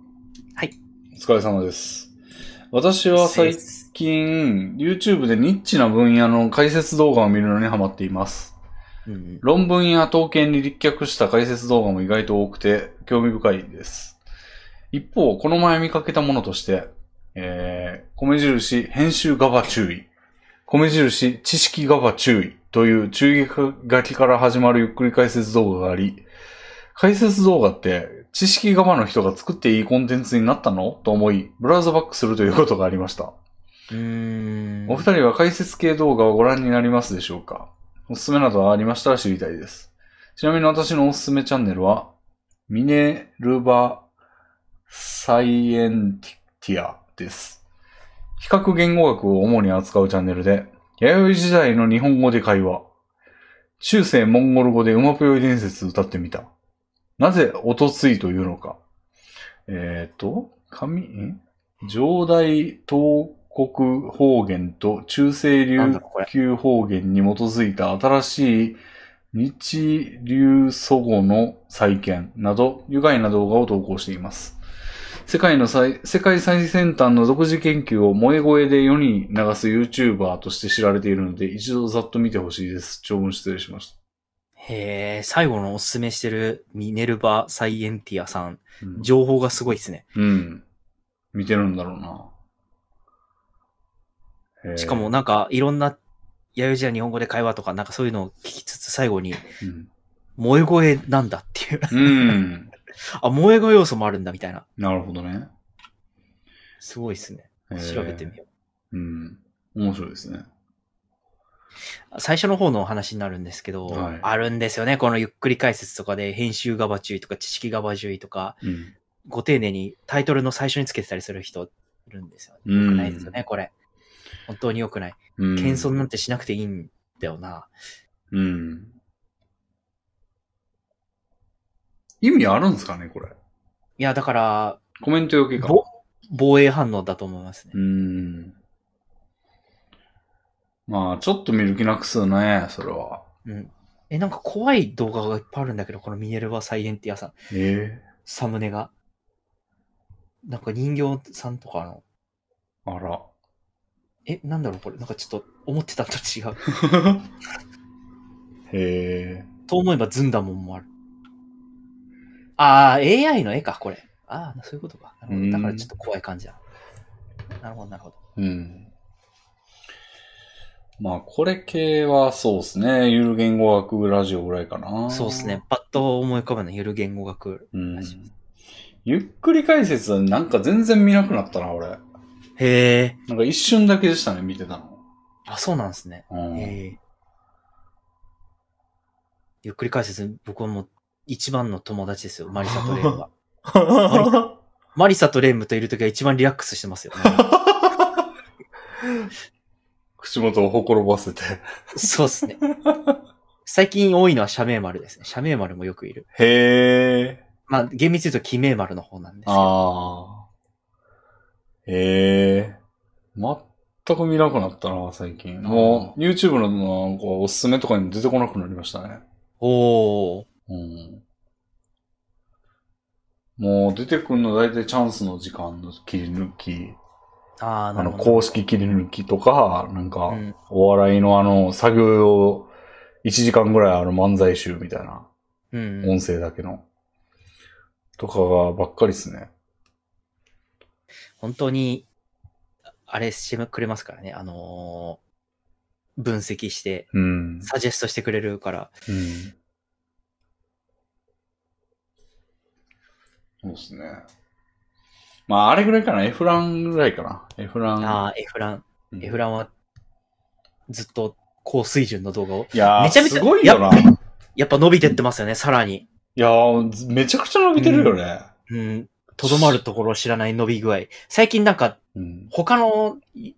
お疲れ様です。私は最近 YouTube でニッチな分野の解説動画を見るのにハマっています。論文や統計に立脚した解説動画も意外と多くて興味深いです。一方、この前見かけたものとして、米印編集側注意、米印知識側注意という注意書きから始まるゆっくり解説動画があり、解説動画って知識側の人が作っていいコンテンツになったのと思い、ブラウザバックするということがありました。お二人は解説系動画をご覧になりますでしょうか？おすすめなどありましたら知りたいです。ちなみに私のおすすめチャンネルは、ミネルバサイエンティアです。比較言語学を主に扱うチャンネルで、弥生時代の日本語で会話、中世モンゴル語で馬ぷよい伝説歌ってみた。なぜおとついというのか。上代東国方言と中世琉球方言に基づいた新しい日流祖語の再建など愉快な動画を投稿しています。世界最先端の独自研究を萌え声で世に流す YouTuber として知られているので一度ざっと見てほしいです。長文失礼しました。 へえ、最後のおすすめしてるミネルバサイエンティアさん、情報がすごいですね。 見てるんだろうな。 しかもなんかいろんな弥生時代日本語で会話とかなんかそういうのを聞きつつ最後に、萌え声なんだっていう。あ、萌え声要素もあるんだみたいな。 なるほどね。 すごいですね。調べてみよう。 面白いですね。 最初の方の話になるんですけど、はい、あるんですよね。このゆっくり解説とかで編集側注意とか知識側注意とか、ご丁寧にタイトルの最初につけてたりする人いるんですよ。よくないですよね、これ。本当によくない。謙遜なんてしなくていいんだよな。 意味あるんですかね、これ。 いや、だから、 コメント余計か。 防衛反応だと思いますね。 まあ、ちょっと見る気なくすね、それは。 なんか怖い動画がいっぱいあるんだけど、このミネルヴァサイエンティアさん。サムネが。なんか人形さんとかの。 あら。 なんだろうこれ。なんかちょっと思ってたと違う。 へえ。 と思えばズンダモンもある。AI の絵か、これ。そういうことか。なるほど。だからちょっと怖い感じだ。なるほど、なるほど。 まあ、これ系はそうですね。ゆる言語学ラジオぐらいかな。 そうですね。パッと思い浮かぶのはゆる言語学ラジオ。 ゆっくり解説はなんか全然見なくなったな、俺。 へえ。 なんか一瞬だけでしたね、見てたの。 そうなんですね。ゆっくり解説、僕はもう一番の友達ですよ、マリサとレイムが。マリサとレイムといるときは一番リラックスしてますよね。 口元をほころばせて。 そうですね。最近多いのは社名丸ですね。社名丸もよくいる。 へー。 まあ、厳密に言うと記名丸の方なんですけど。 へー。全く見なくなったな、最近。もう、YouTube のなんかおすすめとかにも出てこなくなりましたね。もう出てくるの大体チャンスの時間の切り抜き。なるほど。公式切り抜きとか、なんか、お笑いの作業用1時間ぐらいある漫才集みたいな。音声だけの。とかがばっかりですね。 本当に、あれしてくれますからね。分析して、サジェストしてくれるから。 そうですね。まあ、あれぐらいかな。F ランぐらいかな。F ラン。 F ラン。F ランは、ずっと高水準の動画を。 いやー、めちゃめちゃすごいよな。 やっぱ伸びてってますよね、さらに。 いやー、めちゃくちゃ伸びてるよね。 とどまるところを知らない伸び具合。最近なんか、他の、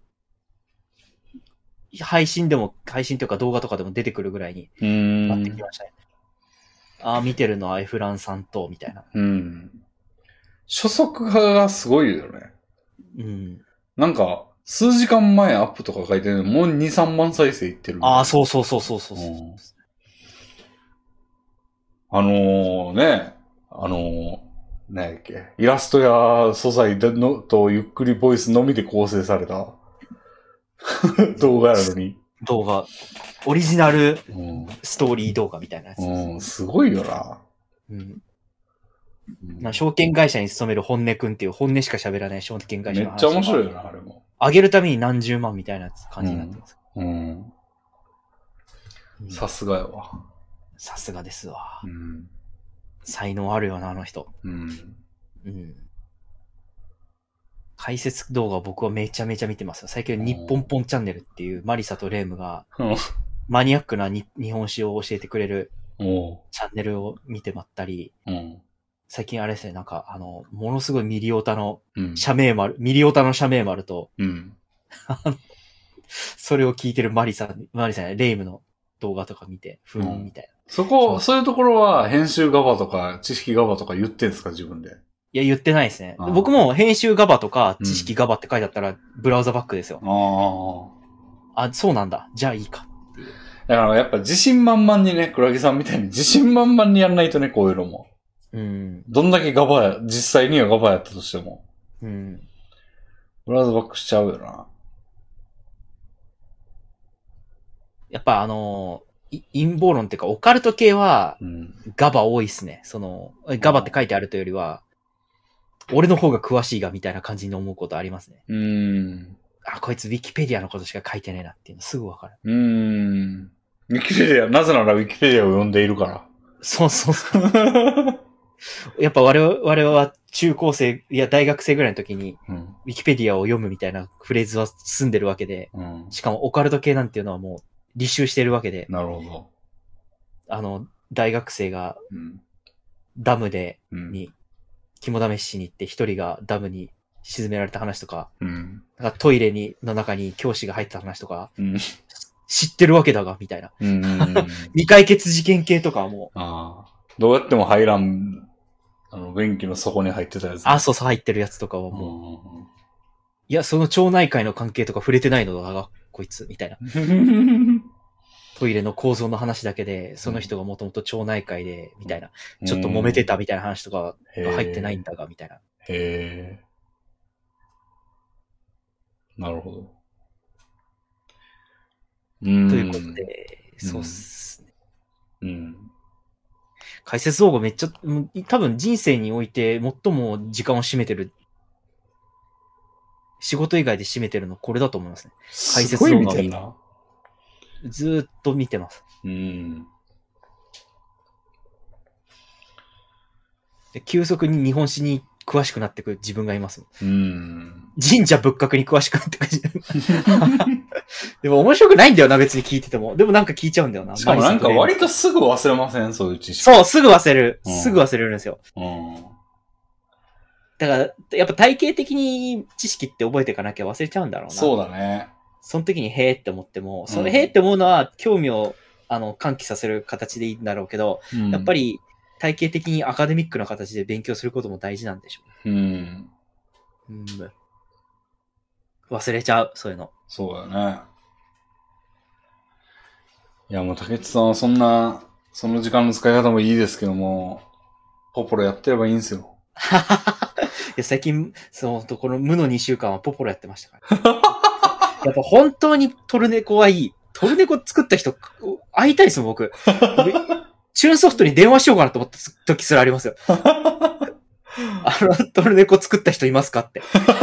配信というか動画とかでも出てくるぐらいになってきましたね。見てるのは F ランさんと、みたいな。 初速がすごいよね。なんか、数時間前アップとか書いてるのもう2、3万再生いってる。 そう。 何やっけ。イラストや素材のとゆっくりボイスのみで構成された動画やのに。 動画。オリジナルストーリー動画みたいなやつ。 すごいよな。証券会社に勤める本音くんっていう本音しか喋らない証券会社の話。 めっちゃ面白いよな、あれも。 上げるために何十万みたいな感じになってます。 さすがやわ。 さすがですわ。才能あるよな、あの人。解説動画僕はめちゃめちゃ見てますよ。最近日本ポンチャンネルっていうマリサとレームがマニアックな日本史を教えてくれるチャンネルを見てまったり、最近あれですね、なんかものすごいミリオタの社名丸、ミリオタの社名丸と、それを聞いてるマリサレイムの動画とか見て、みたいな。 そういうところは編集側とか知識側とか言ってんすか、自分で。 いや、言ってないですね。僕も編集側とか知識側って書いてあったら、ブラウザバックですよ。そうなんだ。じゃあいいかっていう。 だからやっぱ自信満々にね、クラゲさんみたいに自信満々にやんないとね、こういうのも。どんだけ実際にはガバやったとしても。ブラウザバックしちゃうよな。 やっぱ陰謀論っていうか、オカルト系は、ガバ多いっすね。ガバって書いてあるというよりは、俺の方が詳しいが、みたいな感じに思うことありますね。こいつウィキペディアのことしか書いてねえなっていうのすぐわかる。 ウィキペディア、なぜならウィキペディアを読んでいるから。 そう。やっぱ我々は中高生、いや大学生ぐらいの時に、ウィキペディアを読むみたいなフレーズは済んでるわけで、しかもオカルト系なんていうのはもう、 履修してるわけで。 なるほど。大学生が、ダムで、に、肝試しに行って、一人がダムに沈められた話とか、なんかトイレの中に教師が入った話とか、知ってるわけだが、みたいな。未解決事件系とかはもう。 どうやっても入らん、便器の底に入ってたやつ。 そうそう、入ってるやつとかはもう。いや、その町内会の関係とか触れてないのだが、こいつ、みたいな。トイレの構造の話だけで、その人がもともと町内会で、みたいな。ちょっと揉めてたみたいな話とかが入ってないんだが、みたいな。 へー。なるほど。 ということで、そうっすね。解説動画めっちゃ、多分人生において最も時間を占めてる。仕事以外で占めてるのこれだと思いますね。解説動画をずーっと見てます。で急速に日本史に詳しくなってくる自分がいます。神社仏閣に詳しくなってくる。でも面白くないんだよな、別に聞いてても。でもなんか聞いちゃうんだよな。 しかもなんか割とすぐ忘れません？そういう知識。 そう、すぐ忘れる。すぐ忘れるんですよ。だから、やっぱ体系的に知識って覚えていかなきゃ忘れちゃうんだろうな。 そうだね。 その時にへーって思っても、そのへーって思うのは興味を喚起させる形でいいんだろうけど、やっぱり体系的にアカデミックな形で勉強することも大事なんでしょう。忘れちゃう、そういうの。 そうだね。いや、もう竹内さんはその時間の使い方もいいですけども、ポポロやってればいいんですよ。 いや最近、この無の2週間はポポロやってましたから。やっぱ本当にトルネコはいい。トルネコ作った人、会いたいですもん、僕。チューンソフトに電話しようかなと思った時すらありますよ。トルネコ作った人いますかって。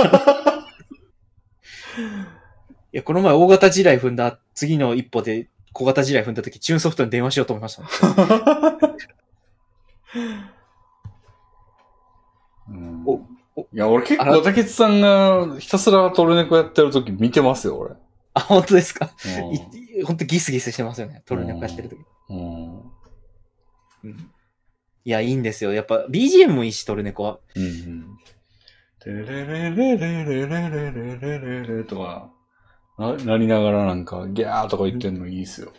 いや、この前大型地雷踏んだ、次の一歩で小型地雷踏んだ時、チューンソフトに電話しようと思いました。 いや、俺結構竹内さんがひたすらトルネコやってる時見てますよ、俺。 本当ですか？本当ギスギスしてますよね、トルネコやってる時。いや、いいんですよ。やっぱ BGM もいいし、トルネコは。テレレレレレレレレレレとか、なりながらなんか、ギャーとか言ってんのいいっすよ。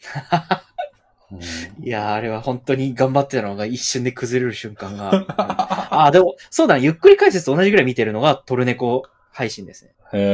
いやー、あれは本当に頑張ってたのが一瞬で崩れる瞬間が。でも、そうだね。ゆっくり解説と同じぐらい見てるのがトルネコ配信ですね。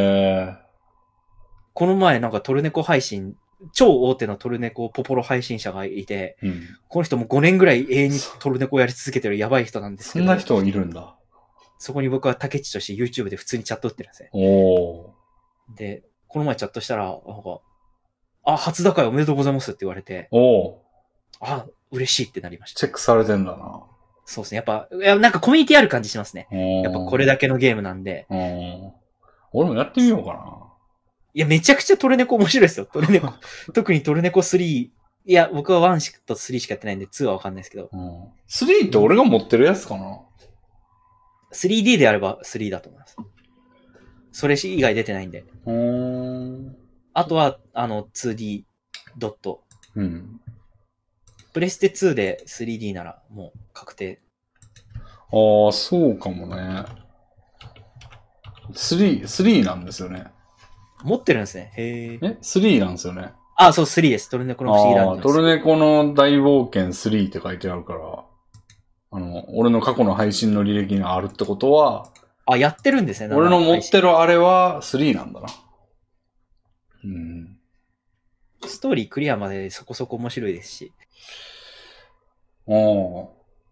この前なんかトルネコ配信、超大手のトルネコポポロ配信者がいて、この人も5年ぐらい永遠にトルネコをやり続けてるやばい人なんですけど。 そんな人いるんだ。 そこに僕は竹内として YouTube で普通にチャット打ってるんですね。で、この前チャットしたら、なんか、初高いおめでとうございますって言われて、嬉しいってなりました。 チェックされてんだな。 そうですね。なんかコミュニティある感じしますね。やっぱこれだけのゲームなんで。 俺もやってみようかな。 いや、めちゃくちゃトルネコ面白いですよ。トルネコ。特にトルネコ3。いや、僕は1と3しかやってないんで2はわかんないですけど。 3って俺が持ってるやつかな？ 3D であれば3だと思います。それ以外出てないんで。あとは、2D ドット。プレステ2で 3D ならもう確定。 そうかもね。3なんですよね。 持ってるんですね。へえ ?3 なんですよね。 そう、3です。トルネコの不思議ダンジョン。 トルネコの大冒険3って書いてあるから、俺の過去の配信の履歴があるってことは、 やってるんですね。 俺の持ってるあれは3なんだな。 ストーリークリアまでそこそこ面白いですし。 プ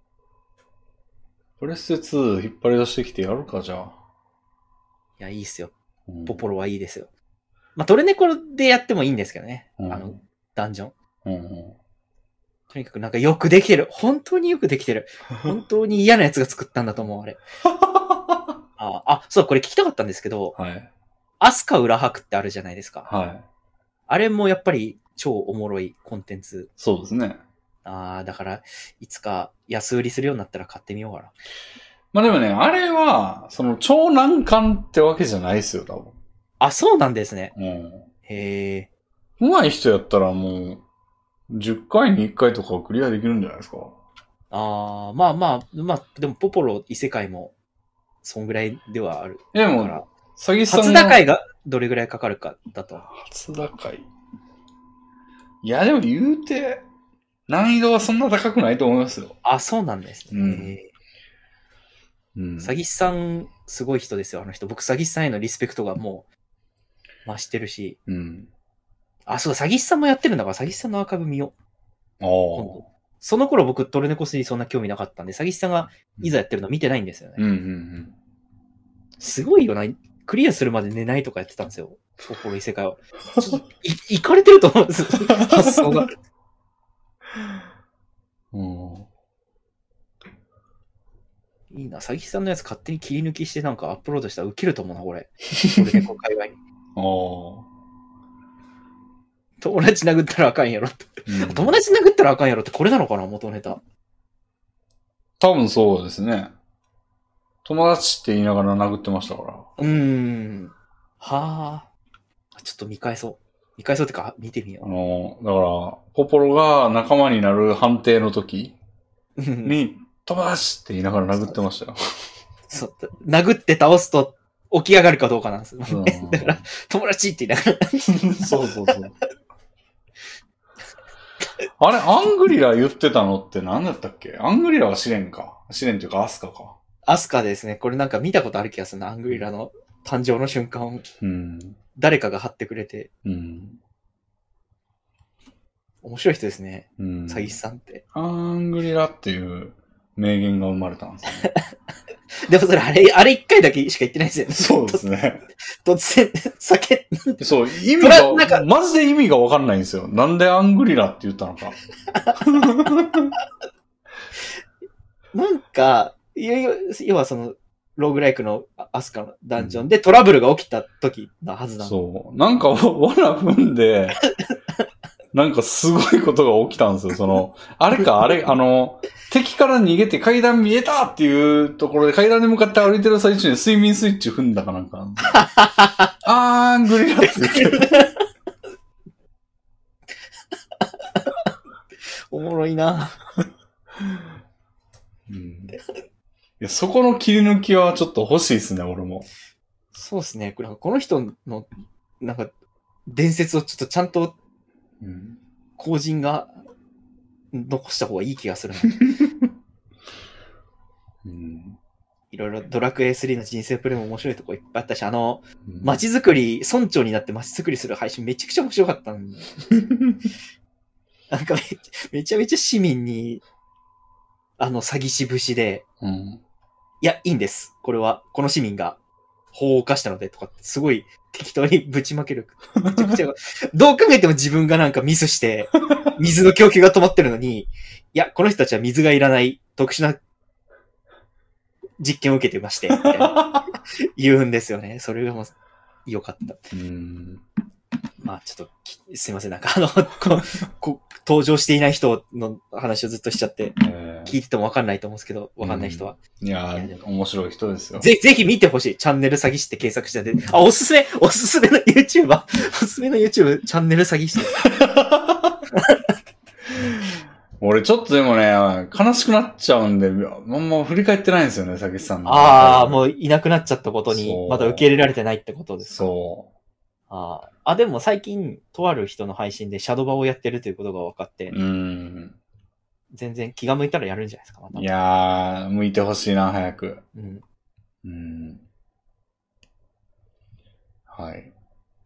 レステ2引っ張り出してきてやるか、じゃあ。 いや、いいっすよ。ポポロはいいですよ。トルネコでやってもいいんですけどね。ダンジョン。とにかくなんかよくできてる。本当によくできてる。本当に嫌なやつが作ったんだと思う、あれ。そう、これ聞きたかったんですけど、アスカ裏拍ってあるじゃないですか。あれもやっぱり超おもろいコンテンツ。 そうですね。 だから、いつか安売りするようになったら買ってみようかな。でもね、あれは、超難関ってわけじゃないですよ、多分。 そうなんですね。へ上手い人やったらもう、10回に1回とかクリアできるんじゃないですか。 まあ、でもポポロ異世界も、そんぐらいではある。 でも、詐欺師さん初打開がどれぐらいかかるかだと。 初打開。いや、でも言うて、難易度はそんな高くないと思いますよ。 あ、そうなんですね。詐欺師さん、すごい人ですよ、あの人。僕、詐欺師さんへのリスペクトがもう、増してるし。そうだ、詐欺師さんもやってるんだから、詐欺師さんのアーカイブ見よう。その頃僕、トルネコスにそんな興味なかったんで、詐欺師さんがいざやってるの見てないんですよね。すごいよな。クリアするまで寝ないとかやってたんですよ。心異世界は。いかれてると思うんですよ。発想が。いいな。詐欺師さんのやつ勝手に切り抜きしてなんかアップロードしたらウケると思うな、これ。トルネコ界隈に。友達殴ったらあかんやろって。友達殴ったらあかんやろってこれなのかな、元ネタ。 多分そうですね。友達って言いながら殴ってましたから。 はあ。ちょっと見返そう。見返そうってか、見てみよう。だから、ポポロが仲間になる判定の時に、友達って言いながら殴ってましたよ。 そう。殴って倒すと起き上がるかどうかなんですよ。だから、友達って言いながら。 そうそうそう。あれ、アングリラ言ってたのって何だったっけ？アングリラは試練か。試練というかアスカか。 アスカですね。これなんか見たことある気がするな。アングリラの誕生の瞬間を。誰かが貼ってくれて。面白い人ですね。詐欺師さんって。 アングリラっていう名言が生まれたんですね。 でもそれあれ一回だけしか言ってないですよね。 そうですね。 突然、 そう、意味が、マジで意味がわかんないんですよ。なんでアングリラって言ったのか。 なんか、要はその、ローグライクのアスカのダンジョンでトラブルが起きた時のはずなんそう。なんか、罠踏んで、なんかすごいことが起きたんですよ。敵から逃げて階段見えたっていうところで階段に向かって歩いてる最中に睡眠スイッチ踏んだかなんか。アングリラって言って。 おもろいな。 いや、そこの切り抜きはちょっと欲しいですね、俺も。 そうですね。この人の、なんか、伝説をちょっとちゃんと、後人が残した方がいい気がするな。いろいろドラクエ3の人生プレイも面白いとこいっぱいあったし、街づくり、村長になって街づくりする配信めちゃくちゃ面白かったんで。なんかめちゃめちゃ市民に、詐欺師節で、いや、いいんです。これは、この市民が法を犯したのでとか、すごい適当にぶちまける。めちゃくちゃ、どう考えても自分がなんかミスして、水の供給が止まってるのに、いや、この人たちは水がいらない特殊な実験を受けてまして、みたいな言うんですよね。それがもう良かった。まあちょっと、すいません。なんか登場していない人の話をずっとしちゃって、聞いててもわかんないと思うんですけど、わかんない人は。 いや面白い人ですよ。 ぜひ見てほしい。チャンネル詐欺師って検索してて。おすすめの YouTuber。おすすめの YouTube、チャンネル詐欺師。 俺ちょっとでもね、悲しくなっちゃうんで、もう振り返ってないんですよね、詐欺師さんの。 もういなくなっちゃったことに、まだ受け入れられてないってことですか。 そう。 でも最近、とある人の配信でシャドバをやってるということが分かって、全然気が向いたらやるんじゃないですか、また。 いやー、向いてほしいな、早く。はい。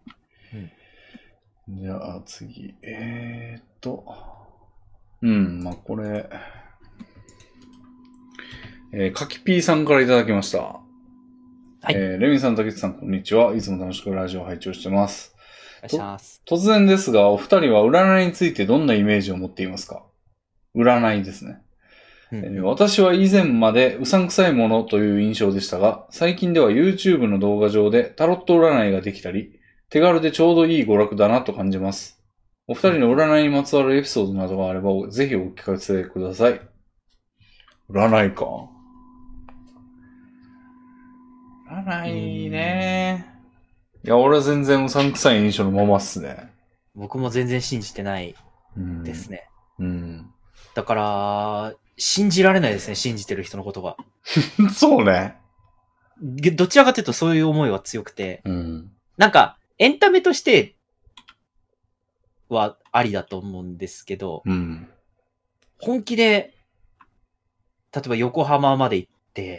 じゃあ次、まあ、これ、かきぴーさんからいただきました。はい。レミさん、竹内さん、こんにちは。いつも楽しくラジオを拝聴してます。 お願いします。 突然ですが、お二人は占いについてどんなイメージを持っていますか？占いですね。私は以前までうさんくさいものという印象でしたが、最近では YouTube の動画上でタロット占いができたり、手軽でちょうどいい娯楽だなと感じます。お二人の占いにまつわるエピソードなどがあれば、ぜひお聞かせください。占いか。占いね。いや、俺は全然うさんくさい印象のままっすね。 僕も全然信じてないですね。 うん。 だから、信じられないですね、信じてる人のことが。 そうね。 どちらかというとそういう思いは強くて、 うん、 なんか、エンタメとしてはありだと思うんですけど、 うん、 本気で、例えば横浜まで行って、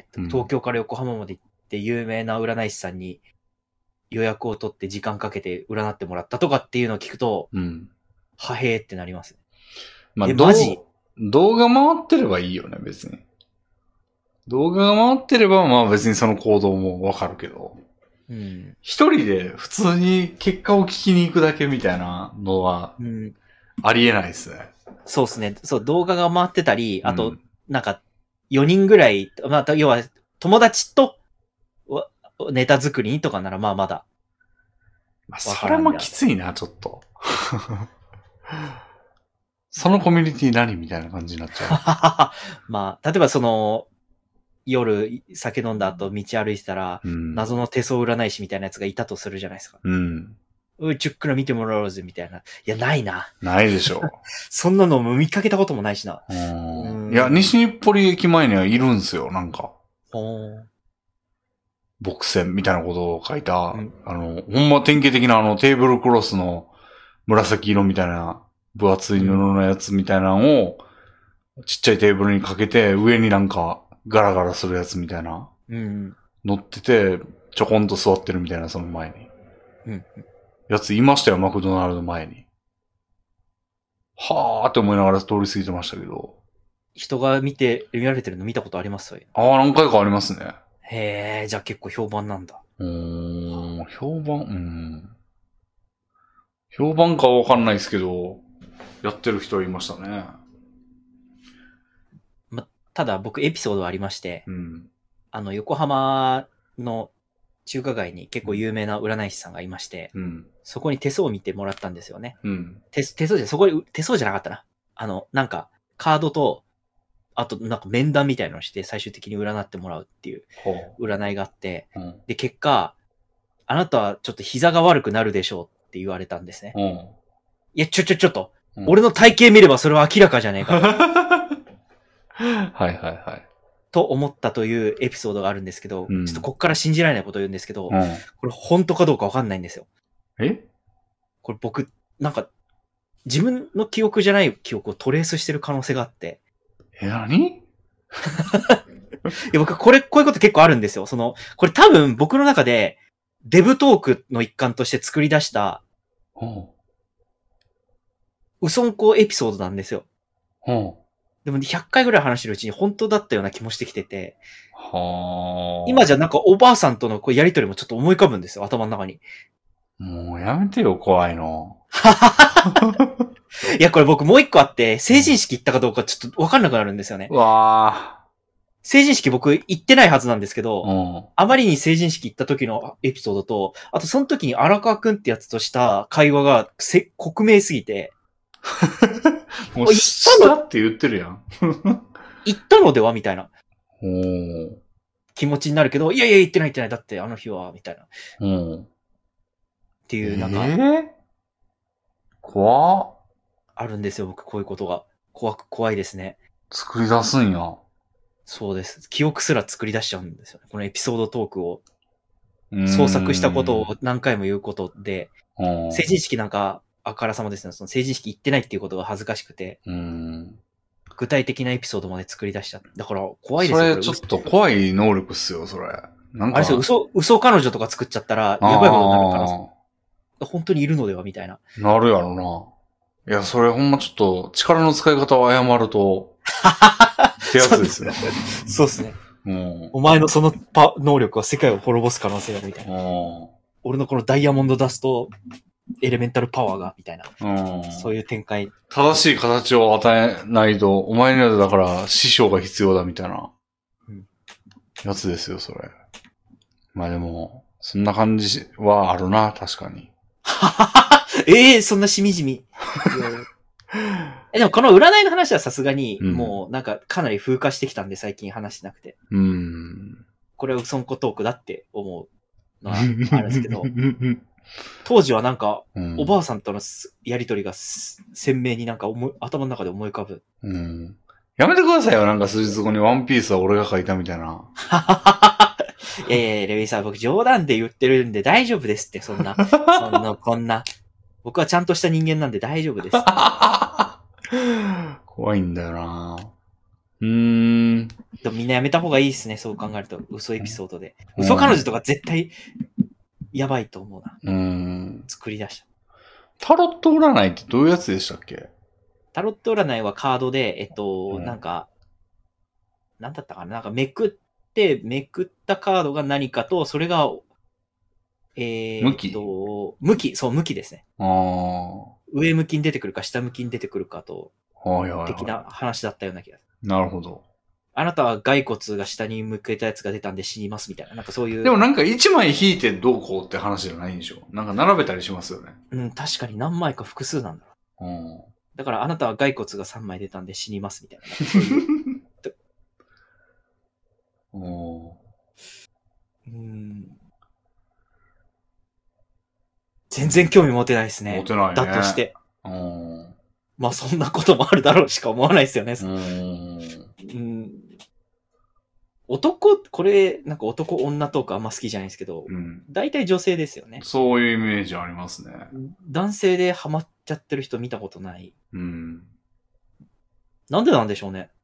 東京から横浜まで行って、有名な占い師さんに予約を取って時間かけて占ってもらったとかっていうのを聞くと、 うん。 はへーってなります。 まあ、 マジ動画回ってればいいよね、別に。動画が回ってれば、まあ別にその行動もわかるけど。 うん。 一人で普通に結果を聞きに行くだけみたいなのは、ありえないですね。 そうですね。そう、動画が回ってたり、あと、なんか、4人ぐらい、まあ、要は、友達と、ネタ作りにとかなら、まあまだ。 まあ、それもきついな、ちょっと。そのコミュニティ何みたいな感じになっちゃう。まあ、例えばその、夜、酒飲んだ後、道歩いてたら、謎の手相占い師みたいなやつがいたとするじゃないですか。 うん。 チュックの見てもらおうぜ、みたいな。いや、ないな。 ないでしょう。 そんなのも見かけたこともないしな。 いや、西日暮里駅前にはいるんすよ、なんか。墨線みたいなことを書いた、ほんま典型的なテーブルクロスの紫色みたいな分厚い布のやつみたいなのを、ちっちゃいテーブルにかけて上になんかガラガラするやつみたいな。乗ってて、ちょこんと座ってるみたいな、その前に。やついましたよ、マクドナルド前に。はーって思いながら通り過ぎてましたけど。 人が見られてるの見たことあります？ 何回かありますね。 へじゃあ結構評判なんだ。 評判評判かはわかんないですけど、やってる人はいましたね。 ただ僕エピソードありまして、横浜の中華街に結構有名な占い師さんがいまして、そこに手相を見てもらったんですよね。手相じゃなかったな。なんか、カードと、あとなんか面談みたいなのをして最終的に占ってもらうっていう占いがあって、で、結果、あなたはちょっと膝が悪くなるでしょうって言われたんですね。いや、ちょっと、俺の体型見ればそれは明らかじゃねえか。 はいはいはい。 と思ったというエピソードがあるんですけど、ちょっとこっから信じられないことを言うんですけど、これ本当かどうかわかんないんですよ。これ僕、なんか、自分の記憶じゃない記憶をトレースしてる可能性があって。 何いや、僕、こういうこと結構あるんですよ。これ多分僕の中で、デブトークの一環として作り出した、嘘んこエピソードなんですよ。でも100回ぐらい話してるうちに本当だったような気もしてきてて、今じゃなんかおばあさんとのやりとりもちょっと思い浮かぶんですよ、頭の中に。 もうやめてよ、怖いの。 いや、これ僕もう一個あって、成人式行ったかどうかちょっとわかんなくなるんですよね。成人式僕行ってないはずなんですけど、あまりに成人式行った時のエピソードと、あとその時に荒川くんってやつとした会話が克明すぎて、 もうしたって言ってるやん。 行ったのではみたいな気持ちになるけど、いやいや行ってないだってあの日は、みたいな。っていうなんか、 怖っ。 あるんですよ、僕こういうことが。怖いですね。 作り出すんや。 そうです。記憶すら作り出しちゃうんですよね。このエピソードトークを創作したことを何回も言うことで、成人式なんかあからさまですね。その成人式行ってないっていうことが恥ずかしくて、具体的なエピソードまで作り出しちゃって。だから怖いですよ。 それちょっと怖い能力っすよ、それ。 なんかあれですよ、嘘彼女とか作っちゃったら、やばいことになるから、本当にいるのではみたいな。 なるやろな。いや、それほんまちょっと力の使い方を誤ると、ってやつですね。 そうですね。お前のその能力は世界を滅ぼす可能性があるみたいな。俺のこのダイヤモンドダスト、エレメンタルパワーが、みたいな。そういう展開。 正しい形を与えないと、お前にはだから師匠が必要だみたいな、やつですよ、それ。まあでも、そんな感じはあるな、確かに。 そんなしみじみ。でもこの占いの話はさすがに、もうなんかかなり風化してきたんで最近話してなくて。これは嘘んこトークだって思うのはあるんですけど。 当時はなんか、おばあさんとのやりとりが鮮明になんか頭の中で思い浮かぶ。 やめてくださいよ、なんか数日後にワンピースは俺が書いたみたいな。 いやいや、レビーさん、僕冗談で言ってるんで大丈夫ですって、そんな、こんな。僕はちゃんとした人間なんで大丈夫です。 怖いんだよな。 でもみんなやめた方がいいですね、そう考えると。嘘エピソードで。嘘彼女とか絶対、やばいと思うな。作り出した。 タロット占いってどういうやつでしたっけ？ タロット占いはカードで、なんか、なんだったかな、なんかめくったカードが何かと、それが、向き、そう、向きですね。上向きに出てくるか、下向きに出てくるかと、的な話だったような気がする。 なるほど。 あなたは骸骨が下に向けたやつが出たんで死にますみたいな。なんかそういう。 でもなんか1枚引いてどうこうって話じゃないんでしょ？なんか並べたりしますよね。 確かに何枚か複数なんだろう。だからあなたは骸骨が3枚出たんで死にますみたいな。全然興味持てないですね。 持てないね。 だとして。まあそんなこともあるだろうしか思わないですよね。これ、なんか男女トークあんま好きじゃないですけど、大体女性ですよね。 そういうイメージありますね。 男性でハマっちゃってる人見たことない。なんでなんでしょうね。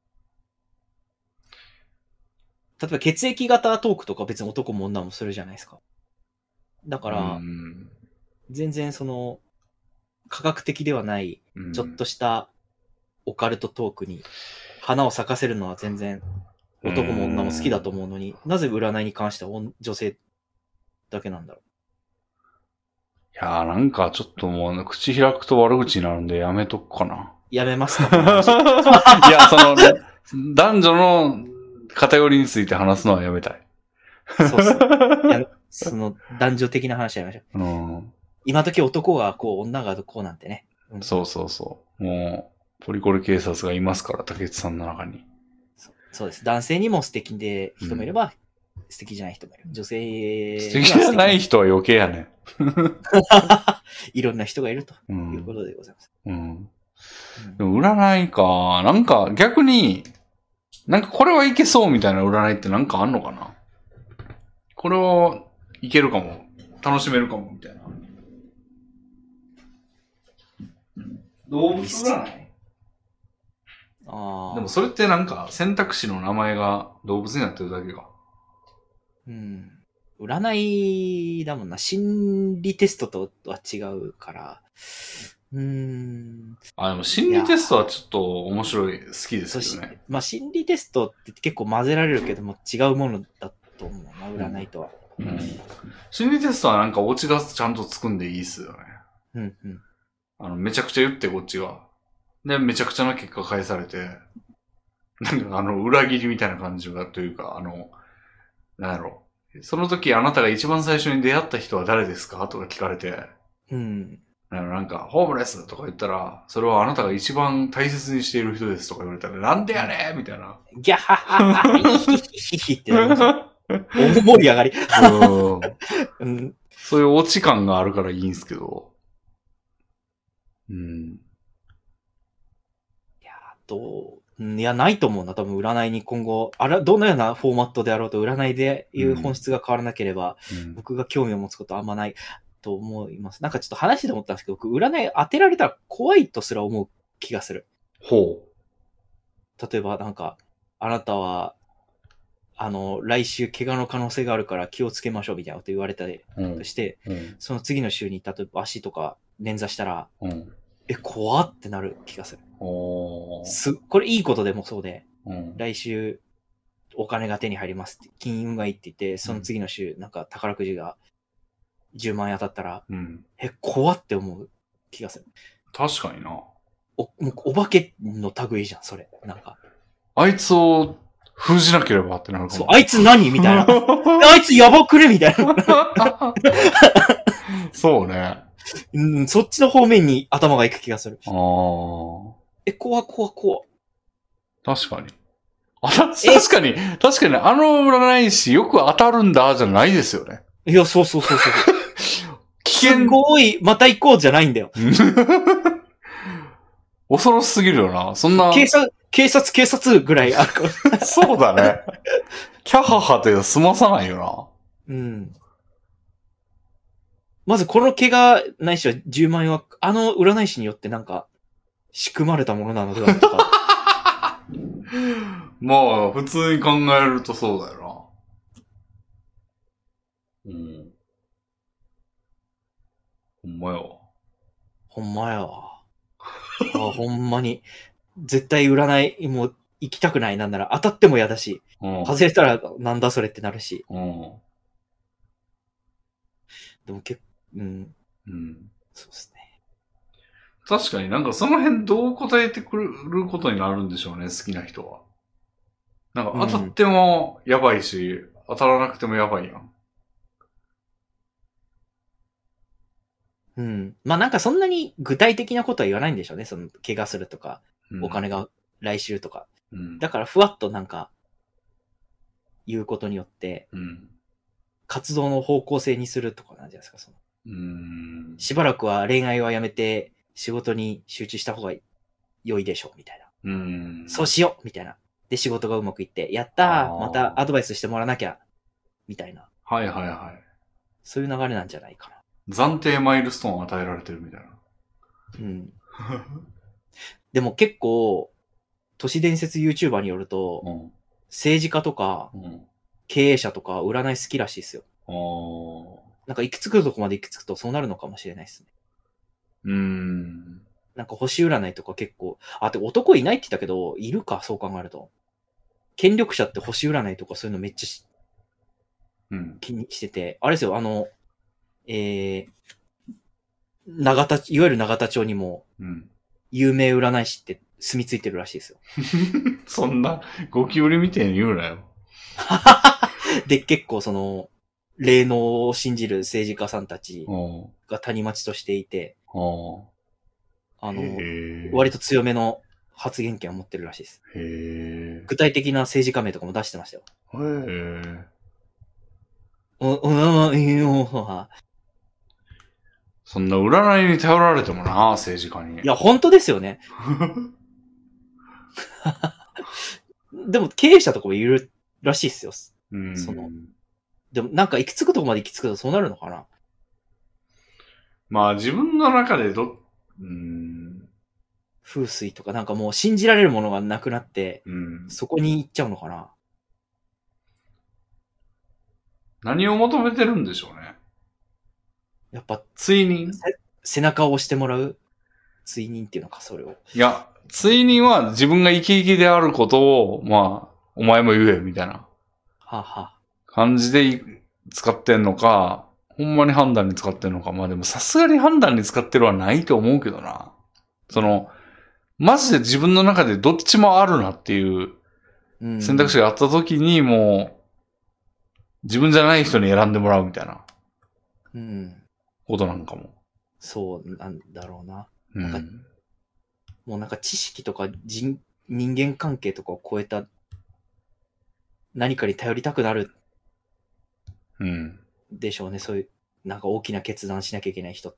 例えば血液型トークとか別に男も女もするじゃないですか。だから、全然科学的ではない、ちょっとしたオカルトトークに花を咲かせるのは全然男も女も好きだと思うのに、なぜ占いに関しては女性だけなんだろう。 いやーなんかちょっともう口開くと悪口になるんでやめとくかな。 やめますか？ いや、男女の偏りについて話すのはやめたい。 そうそう。男女的な話やめましょう。今時男がこう、女がこうなんてね。 そうそうそう。もう、ポリコレ警察がいますから、竹内さんの中に。 そうです。男性にも素敵で人もいれば、素敵じゃない人もいる。女性素敵じゃない人は余計やね。 いろんな人がいるということでございます。 でも占いか。なんか逆に、なんかこれはいけそうみたいな占いってなんかあんのかな？これはいけるかも。楽しめるかもみたいな。動物占い？でもそれってなんか選択肢の名前が動物になってるだけか。 占いだもんな。心理テストとは違うから。 でも心理テストはちょっと面白い、好きですけどね。 まあ心理テストって結構混ぜられるけども違うものだと思うな、占いとは。 心理テストはなんかオチがちゃんとつくんでいいっすよね。めちゃくちゃ言ってこっちが。で、めちゃくちゃな結果返されて、なんか裏切りみたいな感じがというか、なんやろ。その時あなたが一番最初に出会った人は誰ですかとか聞かれて、なんか、ホームレスとか言ったら、それはあなたが一番大切にしている人ですとか言われたら、なんでやねんみたいな。 ギャハハハヒヒってなりました。大盛り上がり。 そういうオチ感があるからいいんですけど。 いや、ないと思うな。多分占いに今後、どのようなフォーマットであろうと占いでいう本質が変わらなければ、僕が興味を持つことはあんまないと思います。なんかちょっと話で思ったんですけど、僕占い当てられたら怖いとすら思う気がする。例えばなんか、あなたは、来週怪我の可能性があるから気をつけましょうみたいなこと言われたりして、その次の週に例えば足とか捻挫したら、怖ってなる気がする。これいいことでもそうで、来週お金が手に入りますって、金運がいいって言って、その次の週、なんか宝くじが10万円当たったら、怖って思う気がする。 確かにな。 お化けの類じゃん、それ。なんか。 あいつを封じなければってなるかも。 そう、あいつ何みたいな。あいつやばくねみたいな。 そうね。 そっちの方面に頭が行く気がする。 怖。確かに。確かに、占い師よく当たるんだ、じゃないですよね。 いや、そう。 すごい、また行こうじゃないんだよ。 恐ろしすぎるよな。そんな。 警察ぐらいあるから。 そうだね。キャハハで済まさないよな。うん。まずこの怪我ないしは10万円は、占い師によってなんか、仕組まれたものなのではとか。 まあ、普通に考えるとそうだよな。うん。ほんまやわ。 ほんまやわ。ほんまに。絶対占い、もう行きたくない。なんなら当たっても嫌だし、外れたらなんだそれってなるし。でもうん。そうですね。 確かになんかその辺どう答えてくることになるんでしょうね、好きな人は。なんか当たってもやばいし、当たらなくてもやばいやん。 うん。まあなんかそんなに具体的なことは言わないんでしょうね。その、怪我するとか、お金が来週とか。だからふわっとなんか、言うことによって、活動の方向性にするとかなんじゃないですか、その。しばらくは恋愛はやめて、仕事に集中した方が良いでしょう、みたいな。そうしようみたいな。で、仕事がうまくいって、やったーまたアドバイスしてもらわなきゃみたいな。 はいはいはい。 そういう流れなんじゃないかな。 暫定マイルストーン与えられてるみたいな。 うん。でも結構、都市伝説 YouTuber によると、政治家とか、経営者とか占い好きらしいですよ。なんか行き着くとこまで行き着くとそうなるのかもしれないですね。なんか星占いとか結構、で男いないって言ったけど、いるか、そう考えると。権力者って星占いとかそういうのめっちゃ気にしてて、あれですよ、いわゆる永田町にも、有名占い師って住み着いてるらしいですよ。 そんな、ゴキブリみたいに言うなよ。 で、結構その、霊能を信じる政治家さんたちが谷町としていて、割と強めの発言権を持ってるらしいです。具体的な政治家名とかも出してましたよ。 そんな占いに頼られてもな、政治家に。 いや、本当ですよね。でも、経営者とかもいるらしいっすよ。でも、なんか行き着くとこまで行き着くとそうなるのかな。 まあ、自分の中で風水とかなんかもう信じられるものがなくなって、そこに行っちゃうのかな。 何を求めてるんでしょうね。 やっぱ、 追認背中を押してもらう追認っていうのか、それを。 いや、追認は自分が生き生きであることを、まあ、お前も言え、みたいな。感じで使ってんのか、ほんまに判断に使ってんのか。まあでもさすがに判断に使ってるはないと思うけどな。マジで自分の中でどっちもあるなっていう選択肢があった時にもう、自分じゃない人に選んでもらうみたいな。ことなんかも。 そうなんだろうな。もうなんか知識とか人間関係とかを超えた何かに頼りたくなる。でしょうね。そういう、なんか大きな決断しなきゃいけない人って。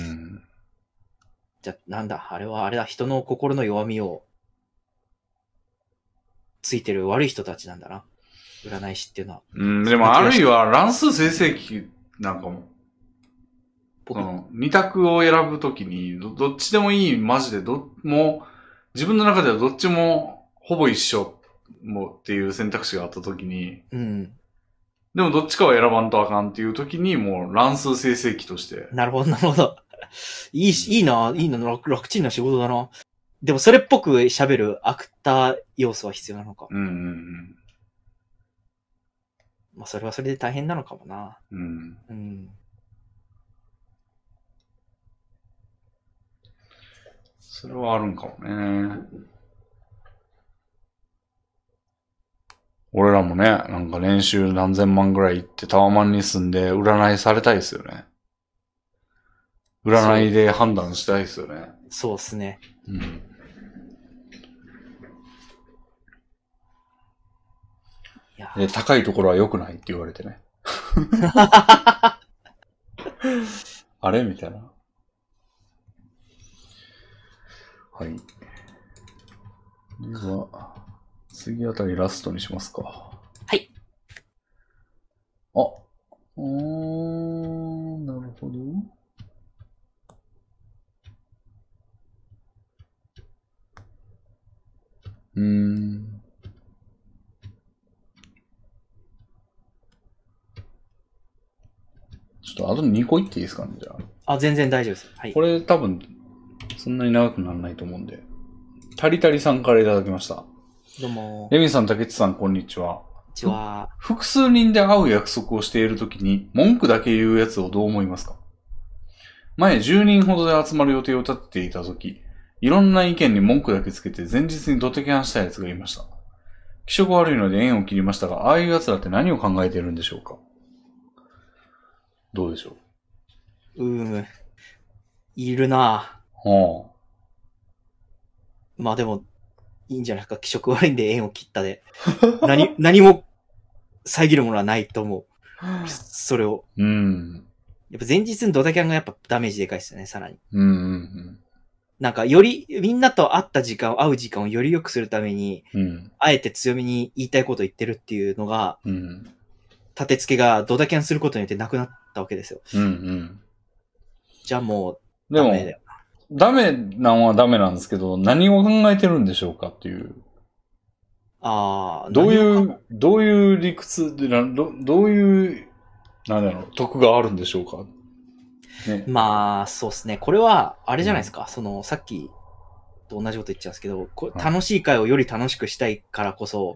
じゃ、なんだ、あれだ、人の心の弱みをついてる悪い人たちなんだな。占い師っていうのは。 でもあるいは乱数生成器なんかも。二択を選ぶときにどっちでもいい、マジでもう、自分の中ではどっちもほぼ一緒もっていう選択肢があったときに、でもどっちかは選ばんとあかんっていうときに、もう乱数生成器として。 なるほど、なるほど。いいな、楽ちんな仕事だな。でもそれっぽく喋るアクター要素は必要なのか。まあそれはそれで大変なのかもな。 それはあるんかもね。俺らもね、なんか年収何千万ぐらい行ってタワマンに住んで占いされたいですよね。占いで判断したいですよね。 そうっすね。 で、高いところは良くないって言われてね。 あれみたいな。はい。では、次あたりラストにしますか。 はい。 あ、なるほど。ちょっとあと2個言っていいですかね、じゃあ。全然大丈夫です。はい。 これ多分、そんなに長くならないと思うんで。タリタリさんからいただきました。 どうも。 レミさん、竹内さん、こんにちは。 こんにちは。 複数人で会う約束をしているときに、文句だけ言うやつをどう思いますか？前10人ほどで集まる予定を立てていたとき、いろんな意見に文句だけつけて前日にドタキャンしたやつがいました。気色悪いので縁を切りましたが、ああいう奴らって何を考えているんでしょうか？どうでしょう。いるなぁ。 はあ。 まあでも、いいんじゃないですか。気色悪いんで縁を切ったで。何も遮るものはないと思う。それを。やっぱ前日にドタキャンがやっぱダメージでかいですよね、さらに。なんかより、みんなと会う時間をより良くするために、あえて強めに言いたいことを言ってるっていうのが、立て付けがドタキャンすることによってなくなったわけですよ。じゃあもう、ダメだよ。 ダメなんはダメなんですけど、何を考えてるんでしょうかっていう。どういう理屈で、どういう、なんだろう、得があるんでしょうか。 ね、まあ、そうですね。これは、あれじゃないですか。さっきと同じこと言っちゃうんですけど、楽しい会をより楽しくしたいからこそ、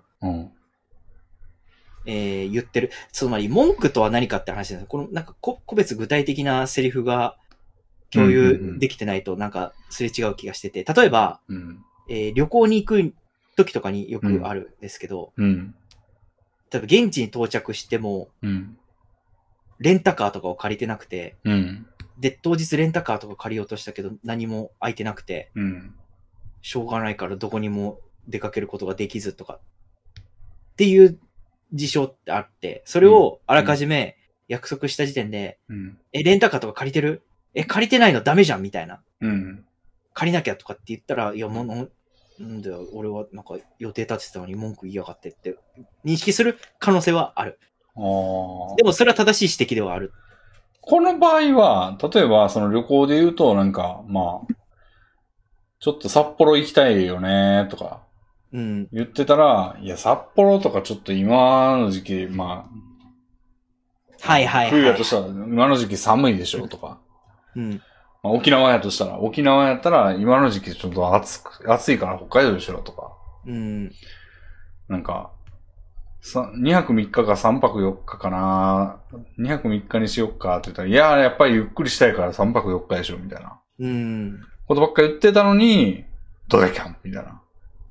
言ってる。つまり、文句とは何かって話なんです。この、なんか個別具体的なセリフが共有できてないと、なんか、すれ違う気がしてて。例えば、旅行に行く時とかによくあるんですけど、例えば現地に到着しても、レンタカーとかを借りてなくて、で、当日レンタカーとか借りようとしたけど、何も空いてなくて、しょうがないからどこにも出かけることができずとか、っていう事象ってあって、それをあらかじめ約束した時点で、レンタカーとか借りてる？借りてないのダメじゃんみたいな。借りなきゃとかって言ったら、いや、もう、なんだよ、俺はなんか予定立ててたのに文句言いやがってって認識する可能性はある。でもそれは正しい指摘ではある。 この場合は、例えばその旅行で言うと、なんか、まあ、ちょっと札幌行きたいよねとか、言ってたら、いや、札幌とかちょっと今の時期、まあ、冬やとしたら、今の時期寒いでしょとか。まあ、沖縄やとしたら、沖縄やったら今の時期ちょっと暑いから北海道でしょとか。なんか、2泊3日か3泊4日かな。2泊3日にしよっかって言ったら、いや、やっぱりゆっくりしたいから3泊4日でしょみたいな。ことばっか言ってたのに、ドタキャンみたいな。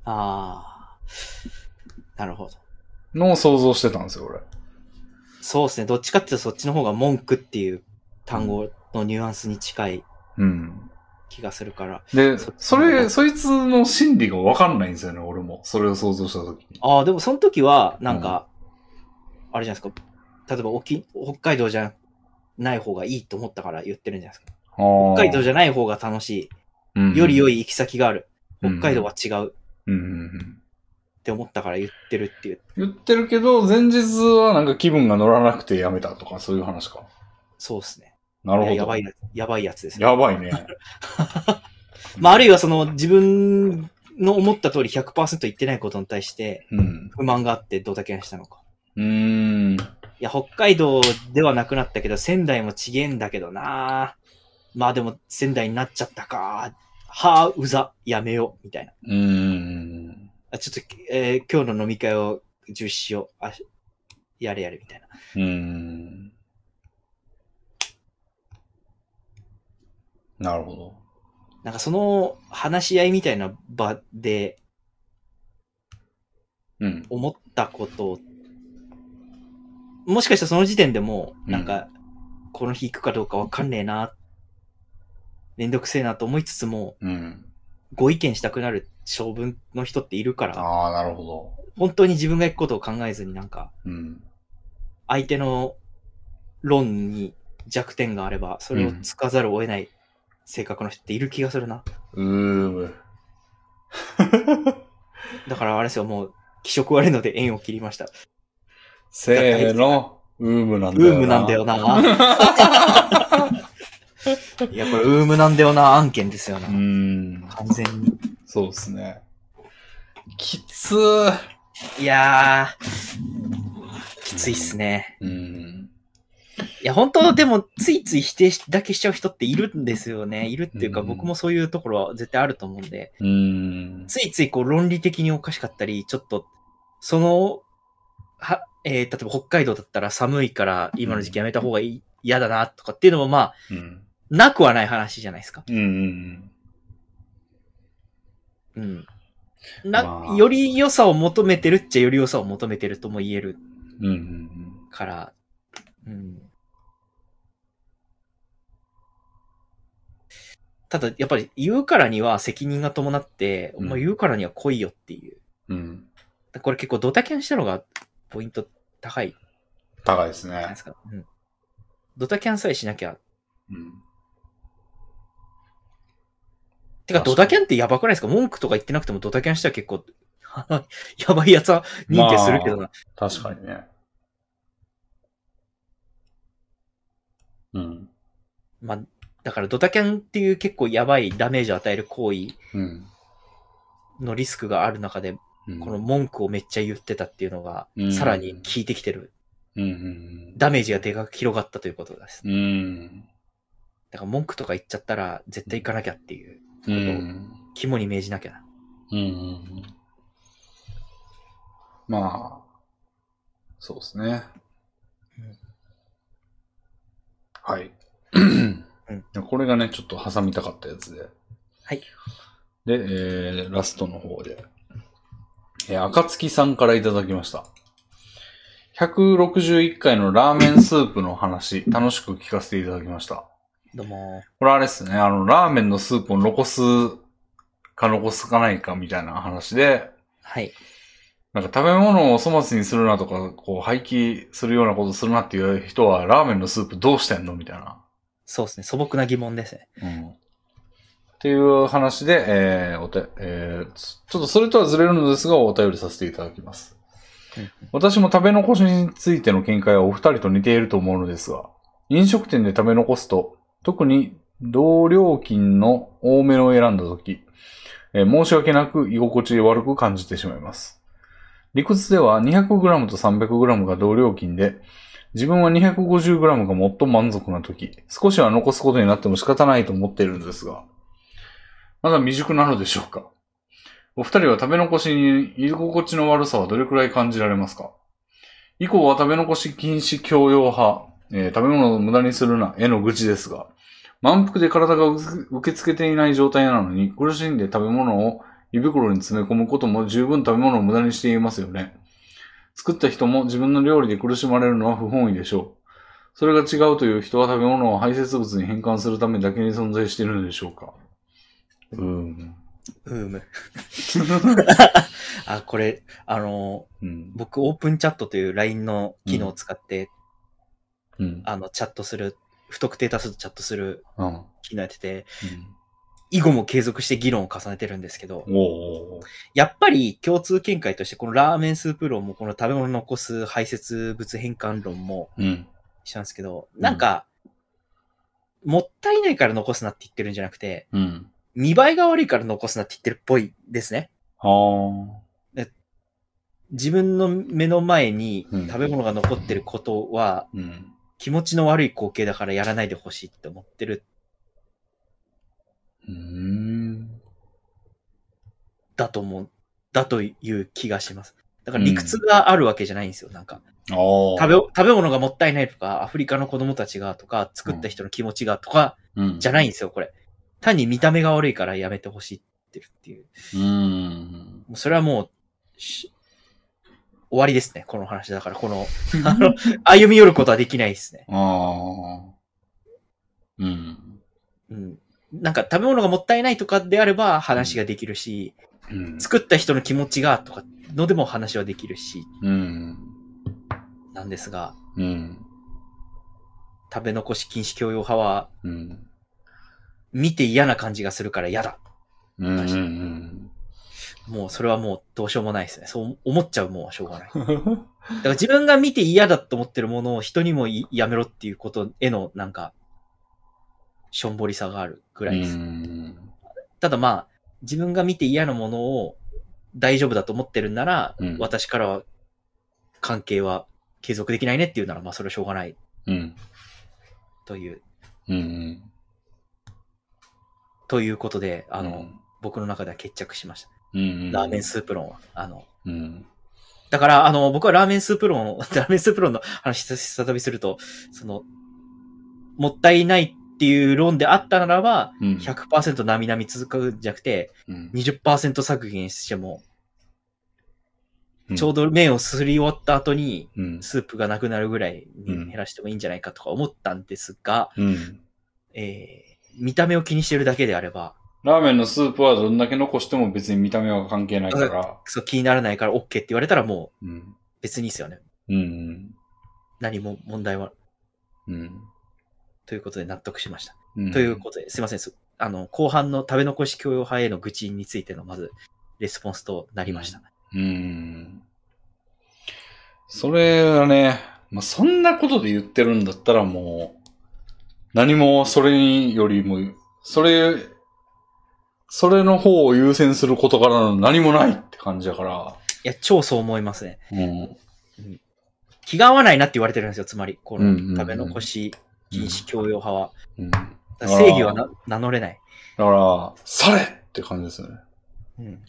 なるほど。 のを想像してたんですよ、俺。 そうですね。どっちかっていうとそっちの方が文句っていう単語のニュアンスに近い気がするから。 で、そいつの心理がわかんないんですよね、俺も。それを想像したときに。 でもその時は、なんか、あれじゃないですか。例えば北海道じゃない方がいいと思ったから言ってるんじゃないですか。北海道じゃない方が楽しい。より良い行き先がある。北海道は違う。って思ったから言ってるっていう。 言ってるけど、前日はなんか気分が乗らなくてやめたとか、そういう話か。 そうですね。 なるほど。 やばいやつですね。やばいね。 まあ、あるいはその自分の思った通り 100% 言ってないことに対して、不満があってドタキャンしたのか。いや、北海道ではなくなったけど、仙台もちげえんだけどな。まあでも仙台になっちゃったか。うざ、やめよう、みたいな。ちょっと、今日の飲み会を重視しよう。やれ、みたいな。 なるほど。 なんかその話し合いみたいな場で、思ったことを、もしかしたらその時点でも、なんか、この日行くかどうかわかんねえな、めんどくせえなと思いつつも、ご意見したくなる性分の人っているから、 なるほど。 本当に自分が行くことを考えずになんか、相手の論に弱点があれば、それをつかざるを得ない性格の人っている気がするな。だからあれですよ、もう、気色悪いので縁を切りました。 せーの、ウームなんだよな。 ウームなんだよな。いや、これウームなんだよな案件ですよな。完全に。 そうですね。きつー。 いやー、きついっすね。いや、本当でも、ついつい否定だけしちゃう人っているんですよね。いるっていうか、僕もそういうところは絶対あると思うんで。ついついこう論理的におかしかったり、ちょっと、その、例えば北海道だったら寒いから今の時期やめた方が嫌だなとかっていうのもまあ、なくはない話じゃないですか。より良さを求めてるっちゃより良さを求めてるとも言える。から、ただ、やっぱり言うからには責任が伴って、お前言うからには来いよっていう。これ結構ドタキャンしたのがポイント高い。 高いですね。 ドタキャンさえしなきゃ。てか、ドタキャンってやばくないですか？文句とか言ってなくてもドタキャンしたら結構、やばいやつは認定するけどな。 確かにね。 まあ、だからドタキャンっていう結構やばいダメージを与える行為のリスクがある中で、この文句をめっちゃ言ってたっていうのが、さらに効いてきてる。ダメージがでかく広がったということです。だから文句とか言っちゃったら絶対行かなきゃっていうことを肝に銘じなきゃな。 まあ、そうですね。はい。これがね、ちょっと挟みたかったやつで。 はい。 で、ラストの方で。暁さんからいただきました。161回のラーメンスープの話、楽しく聞かせていただきました。 どうも。 これあれですね、ラーメンのスープを残すか残すかないかみたいな話で、 はい。 なんか食べ物を粗末にするなとか、こう廃棄するようなことするなっていう人は、ラーメンのスープどうしてんのみたいな。 そうですね、素朴な疑問ですね。 っていう話で、ちょっとそれとはずれるのですが、お便りさせていただきます。私も食べ残しについての見解はお二人と似ていると思うのですが、飲食店で食べ残すと、特に同料金の多めのを選んだとき、申し訳なく居心地悪く感じてしまいます。理屈では 200g と 300g が同料金で、自分は 250g が最も満足なとき、少しは残すことになっても仕方ないと思っているのですが、まだ未熟なのでしょうか。お二人は食べ残しに居心地の悪さはどれくらい感じられますか？以降は食べ残し禁止強要派、食べ物を無駄にするなへの愚痴ですが、満腹で体が受け付けていない状態なのに苦しんで食べ物を胃袋に詰め込むことも十分食べ物を無駄にしていますよね。作った人も自分の料理で苦しまれるのは不本意でしょう。それが違うという人は食べ物を排泄物に変換するためだけに存在しているのでしょうか。 これ、僕、オープンチャットという LINE の機能を使って、チャットする、不特定多数とチャットする機能やってて、以後も継続して議論を重ねてるんですけど、やっぱり共通見解として、このラーメンスープ論も、この食べ物を残す排泄物変換論も一緒なんですけど、なんか、もったいないから残すなって言ってるんじゃなくて、見栄えが悪いから残すなって言ってるっぽいですね。自分の目の前に食べ物が残ってることは、気持ちの悪い光景だからやらないでほしいって思ってる。だという気がします。だから理屈があるわけじゃないんですよ、なんか。食べ物がもったいないとか、アフリカの子供たちがとか、作った人の気持ちがとか、じゃないんですよ、これ。単に見た目が悪いからやめてほしいっていう。それはもう、終わりですね、この話。だから、歩み寄ることはできないですね。なんか食べ物がもったいないとかであれば話ができるし、作った人の気持ちがとかのでも話はできるし、なんですが、 食べ残し禁止強要派は、見て嫌な感じがするから嫌だ。もうそれはもうどうしようもないですね。そう思っちゃうもんはしょうがない。だから自分が見て嫌だと思ってるものを人にもやめろっていうことへのなんか、しょんぼりさがあるぐらいです。ただまあ、自分が見て嫌なものを大丈夫だと思ってるんなら、私からは関係は継続できないねっていうなら、まあそれはしょうがない。という。ということで、僕の中では決着しました。ラーメンスープ論は。だから、僕はラーメンスープ論の話再びすると、もったいないっていう論であったならば、100% なみなみ続くんじゃなくて、20% 削減しても、ちょうど麺をすり終わった後に、スープがなくなるぐらいに減らしてもいいんじゃないかとか思ったんですが、見た目を気にしてるだけであれば、 ラーメンのスープはどんだけ残しても別に見た目は関係ないから。 そう、気にならないから OK って言われたらもう、別にいいですよね。何も問題は。ということで納得しました。ということで、すいません。後半の食べ残し強要派への愚痴についてのまず、レスポンスとなりました。 それはね、まあ、そんなことで言ってるんだったらもう、何もそれよりも、それの方を優先することからの何もないって感じだから。 いや、超そう思いますね。気が合わないなって言われてるんですよ、つまり。この食べ残し禁止強要派は。正義は名乗れない。 だから、されって感じですよね。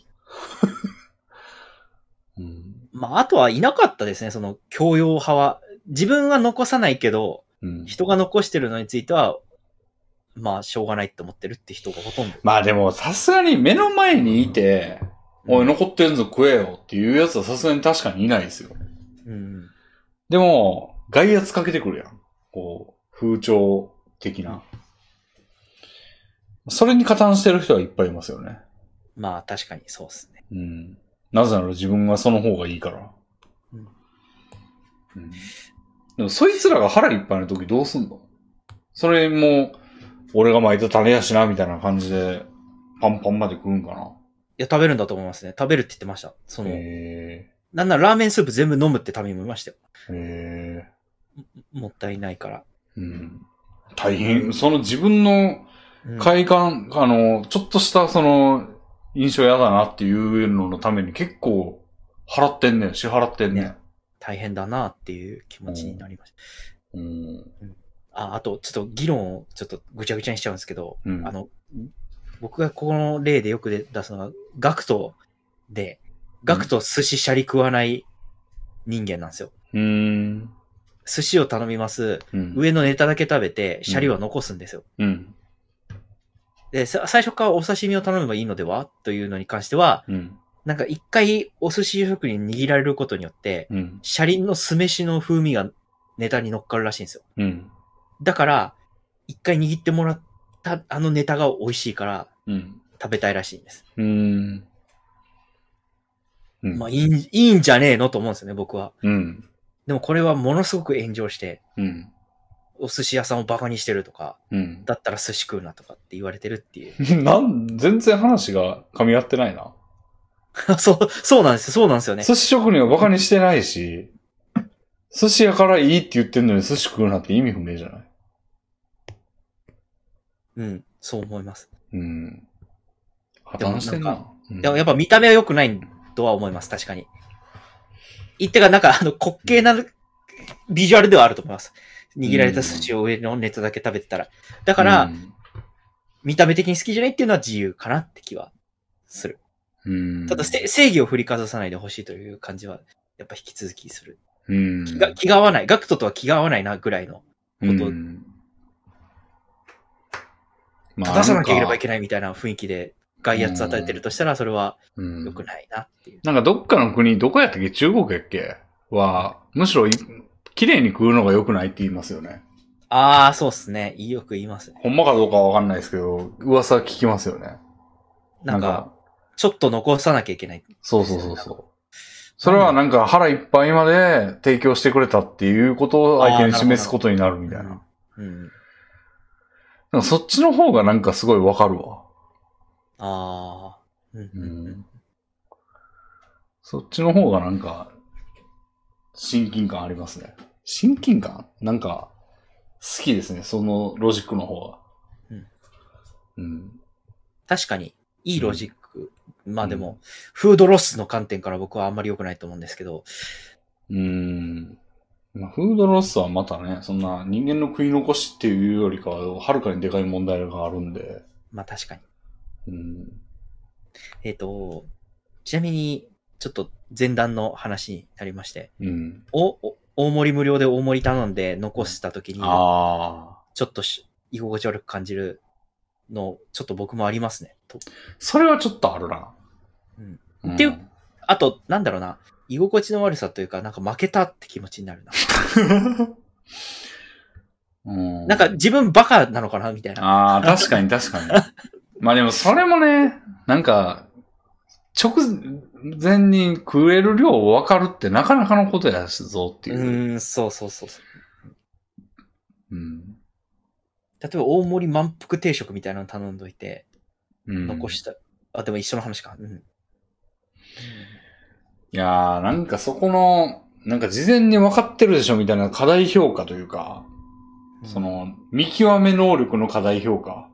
まあ、あとはいなかったですね、その強要派は。自分は残さないけど、人が残してるのについては、まあ、しょうがないって思ってるって人がほとんど。 まあでも、さすがに目の前にいて、おい、残ってんぞ食えよっていうやつはさすがに確かにいないですよ。でも、外圧かけてくるやん。こう、風潮的な。それに加担してる人はいっぱいいますよね。 まあ、確かにそうですね。 なぜなら自分はその方がいいから。でも、そいつらが腹いっぱいの時どうすんの？それも、俺が巻いた種やしな、みたいな感じで、パンパンまで食うんかな。 いや、食べるんだと思いますね。食べるって言ってました。なんならラーメンスープ全部飲むって食べましたよ。もったいないから。 大変。その自分の快感、ちょっとした印象嫌だなっていうののために結構支払ってんねん。 大変だなっていう気持ちになりました。あと、ちょっと議論をちょっとぐちゃぐちゃにしちゃうんですけど、僕がこの例でよく出すのが、ガクト寿司シャリ食わない人間なんですよ。寿司を頼みます。上のネタだけ食べて、シャリは残すんですよ。で、最初からお刺身を頼めばいいのではというのに関しては、なんか一回お寿司職人に握られることによって、シャリの酢飯の風味がネタに乗っかるらしいんですよ。だから、一回握ってもらったあのネタが美味しいから、食べたいらしいんです。まあいいんじゃねえのと思うんですよね、僕は。でもこれはものすごく炎上して、お寿司屋さんをバカにしてるとか、だったら寿司食うなとかって言われてるっていう。 全然話が噛み合ってないな。 そうなんですよ。そうなんですよね。 寿司職人はバカにしてないし、寿司屋からいいって言ってんのに寿司食うなって意味不明じゃない？ そう思います。 破綻してんな。 でもやっぱ見た目は良くないとは思います、確かに。なんか滑稽なビジュアルではあると思います。握られた寿司を上のネタだけ食べてたら。だから、見た目的に好きじゃないっていうのは自由かなって気はする。ただ正義を振りかざさないでほしいという感じは、やっぱ引き続きする。気が合わない。ガクトとは気が合わないなぐらいのこと。正さなきゃいければいけないみたいな雰囲気で外圧与えてるとしたら、それは良くないなっていう。 なんかどっかの国、どこやったっけ？中国やっけ？は、むしろ綺麗に食うのが良くないって言いますよね。 ああ、そうっすね。よく言いますね。 ほんまかどうかはわかんないですけど、噂聞きますよね。 なんか、ちょっと残さなきゃいけない。 そう。それはなんか腹いっぱいまで提供してくれたっていうことを相手に示すことになるみたいな。 うん。 なんかそっちの方がなんかすごいわかるわ。 ああ。 うん。そっちの方がなんか、親近感ありますね。親近感なんか、好きですね。そのロジックの方が。 うん。 うん。 確かに、いいロジック。まあでも、フードロスの観点から僕はあんまり良くないと思うんですけど。 フードロスはまたね、そんな人間の食い残しっていうよりかは、はるかにでかい問題があるんで。 まあ確かに。 うん。 ちなみに、ちょっと前段の話になりまして。 うん。 大盛り無料で大盛り頼んで残した時に、ちょっと居心地悪く感じるの、ちょっと僕もありますね。 それはちょっとあるな。 うん。っていう、あと、なんだろうな、居心地の悪さというか、なんか負けたって気持ちになるな。なんか自分バカなのかなみたいな。 ああ、確かに確かに。まあでもそれもね、なんか、直前に食える量分かるってなかなかのことやしぞっていう。 そうそうそう。 うん。 例えば大盛り満腹定食みたいなの頼んどいて、残した。でも一緒の話か。うん。いやー、なんかそこの、なんか事前に分かってるでしょみたいな課題評価というか、その、見極め能力の課題評価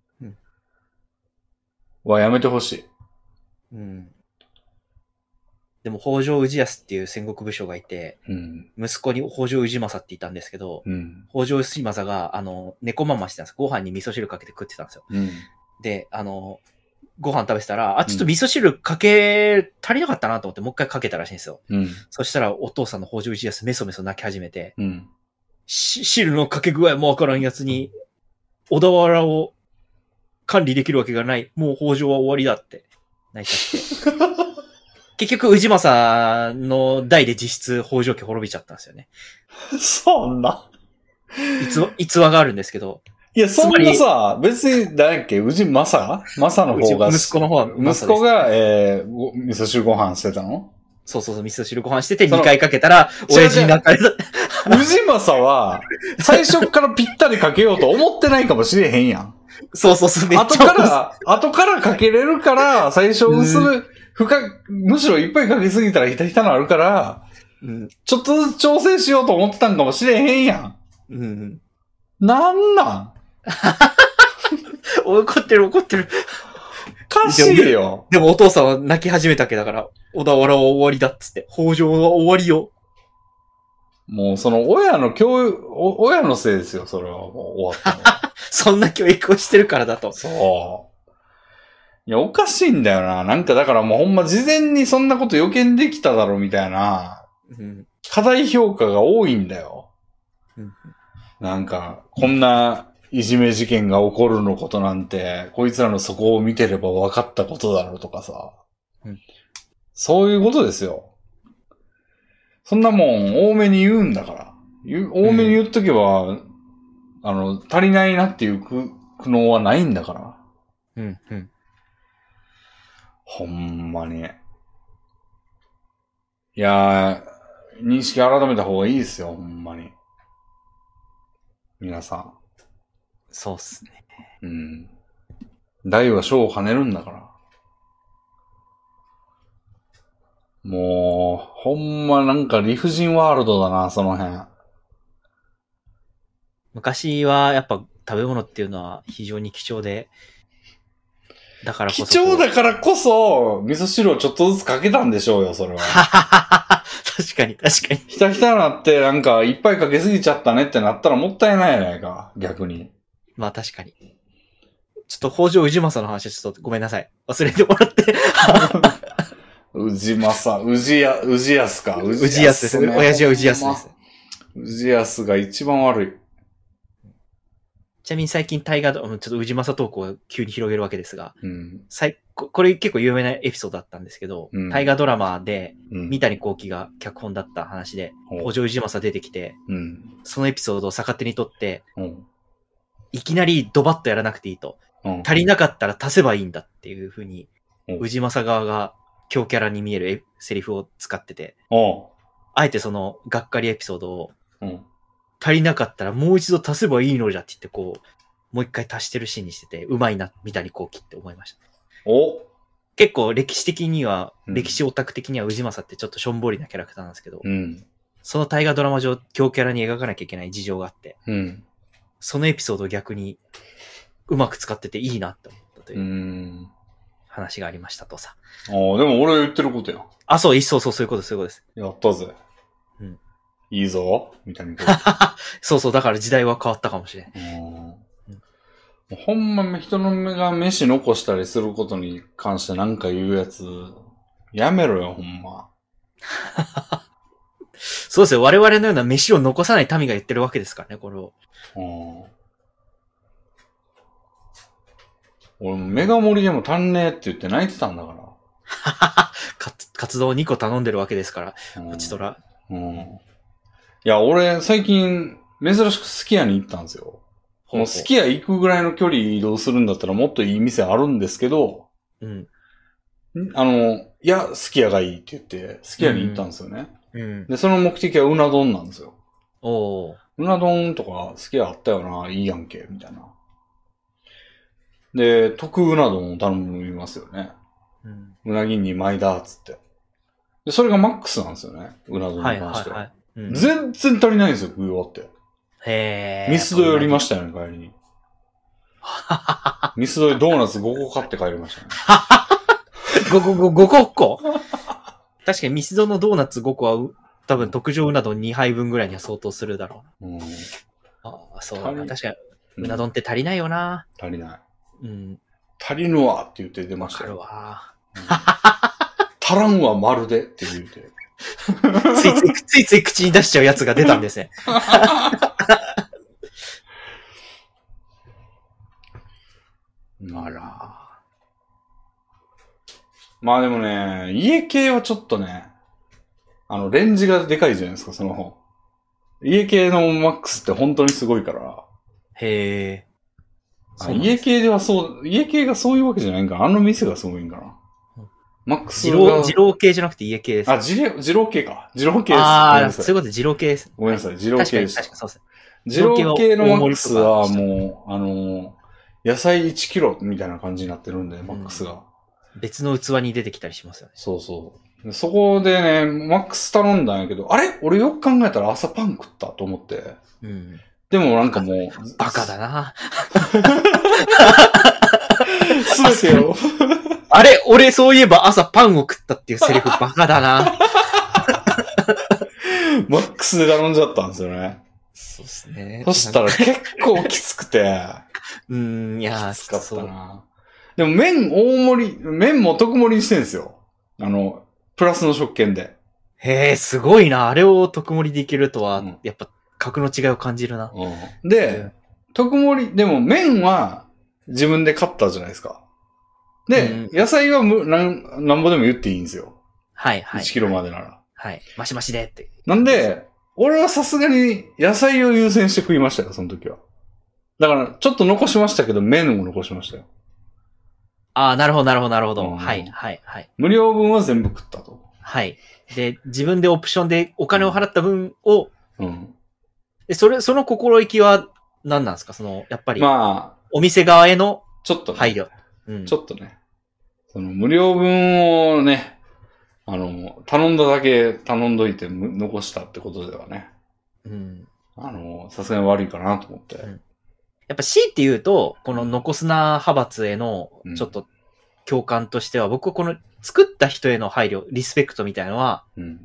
はやめてほしい。 うん。でも、北条氏康っていう戦国武将がいて、息子に北条氏政って言ったんですけど、北条氏政が、猫まんましてたんです。ご飯に味噌汁かけて食ってたんですよ。で、ご飯食べてたら、ちょっと味噌汁かけ、足りなかったなと思ってもう一回かけたらしいんですよ。そしたらお父さんの北条氏康メソメソ泣き始めて、汁のかけ具合もわからんやつに、小田原を管理できるわけがない。もう北条は終わりだって泣いちゃって。結局、氏政の代で実質北条家滅びちゃったんですよね。 そんな逸話があるんですけど。 いや、そんなさ、別に、誰だっけ氏政の方が。 息子の方は息子が、味噌汁ご飯してたのそう、味噌汁ご飯してて2回かけたら、親父に泣かれた。 氏政は、最初からぴったりかけようと思ってないかもしれへんやん。 そう、 後からかけれるから、最初むしろいっぱいかけすぎたらひたひたのあるから、ちょっとずつ調整しようと思ってたんかもしれへんやん。なんなん怒ってる。おかしいよ。 でもお父さんは泣き始めたわけだから、小田原は終わりだっつって、北条は終わりよ。 もうその親のせいですよ、それはもう終わったの。 そんな教育をしてるからだと。 そう。いや、おかしいんだよな。なんかだからもうほんま事前にそんなこと予見できただろみたいな、課題評価が多いんだよ。なんか、こんないじめ事件が起こるのことなんて、こいつらの底を見てれば分かったことだろうとかさ。そういうことですよ。そんなもん多めに言うんだから。多めに言っとけば、足りないなっていう苦悩はないんだから。ほんまに。いやー、認識改めた方がいいですよ、ほんまに。皆さん。 そうっすね。 大は小を跳ねるんだから。もう、ほんまなんか理不尽ワールドだな、その辺。 昔はやっぱ食べ物っていうのは非常に貴重で、だからこそ。 貴重だからこそ、味噌汁をちょっとずつかけたんでしょうよ、それは。 確かに。 ひたひたなってなんかいっぱいかけすぎちゃったねってなったらもったいないやないか、逆に。 まあ確かに。ちょっと北条氏政の話ちょっとごめんなさい。忘れてもらって。 氏政、氏康か。 氏康ですね。親父は氏康です。 氏康が一番悪い。 ちなみに最近大河、ちょっと氏政トークを急に広げるわけですが、これ結構有名なエピソードだったんですけど、大河ドラマで、三谷幸喜が脚本だった話で、北条氏政出てきて、そのエピソードを逆手にとって、いきなりドバッとやらなくていいと。足りなかったら足せばいいんだっていう風に、氏政側が強キャラに見えるセリフを使ってて、あえてそのがっかりエピソードを足りなかったらもう一度足せばいいのじゃって言ってこう、もう一回足してるシーンにしてて、うまいな、三谷幸喜って思いました。 お結構歴史的には、歴史オタク的には氏政ってちょっとしょんぼりなキャラクターなんですけど、その大河ドラマ上、強キャラに描かなきゃいけない事情があって、そのエピソードを逆にうまく使ってていいなって思ったという話がありましたとさ。 ああ、でも俺言ってることやん。 あ、そういうことです。 やったぜ。いいぞみたいな。 そう、だから時代は変わったかもしれん。 ほんま人の目が飯残したりすることに関してなんか言うやつ、やめろよ、ほんま。 そうですよ。我々のような飯を残さない民が言ってるわけですからね、これを。 俺もメガ盛りでも足んねえって言って泣いてたんだから。 カツ丼を2個頼んでるわけですから、こちとら。 いや、俺最近珍しくすき家に行ったんですよ。もうすき家行くぐらいの距離移動するんだったらもっといい店あるんですけど、いや、すき家がいいって言って、すき家に行ったんですよね。で、その目的はうな丼なんですよ。うな丼とかすき家あったよな、いいやんけ、みたいな。で、特うな丼を頼みますよね。うなぎ2枚だ、つって。で、それがマックスなんですよね。うな丼に関しては。全然足りないんですよ、食い終わって。ミスド寄りましたよね、帰りに。ミスドでドーナツ5個買って帰りましたね。 5個確かにミスドのドーナツ5個は多分特上うな丼2杯分ぐらいには相当するだろう。そうだな。確かにうな丼って足りないよな。 足りない。足りぬわって言って出ましたよ。足らんわ、まるでって言うて。 ついつい口に出しちゃうやつが出たんですね。あら。 まあでもね、家系はちょっとね、レンジがでかいじゃないですか、家系のマックスって本当にすごいから。 へー。家系がそういうわけじゃないんかな。あの店がすごいんかな。マックスが。 二郎系じゃなくて家系です。 二郎系か。二郎系です。 そういうことで二郎系です。 ごめんなさい、二郎系です。 確かにそうです。 二郎系のマックスはもう、野菜1キロみたいな感じになってるんで、マックスが。 別の器に出てきたりしますよね。 そうそう。そこでね、マックス頼んだんやけど、あれ俺よく考えたら朝パン食ったと思って。でもなんかもう。 バカだな。 すべてを。 あれ俺そういえば朝パンを食ったっていうセリフバカだな。 マックスで頼んじゃったんですよね。 そうですね。 そしたら結構きつくて。 いやきつかったな。でも麺も特盛りにしてるんですよ。プラスの食券で。 へえ、すごいな。あれを特盛りでいけるとは、やっぱ格の違いを感じるな。 で、特盛り、でも麺は自分で買ったじゃないですか。で、野菜はなんぼでも言っていいんですよ。 1 キロまでなら。 マシマシでって。 なんで、俺はさすがに野菜を優先して食いましたよ、その時は。だから、ちょっと残しましたけど、麺も残しましたよ。 なるほど。 無料分は全部食ったと。 で、自分でオプションでお金を払った分を、で、その心意気は何なんですか？やっぱり、お店側への配慮。 ちょっとね。無料分をね、頼んだだけ頼んどいて残したってことではね。さすがに悪いかなと思って。 やっぱ C って言うと、この残すな派閥への、ちょっと共感としては、僕はこの作った人への配慮、リスペクトみたいなのは、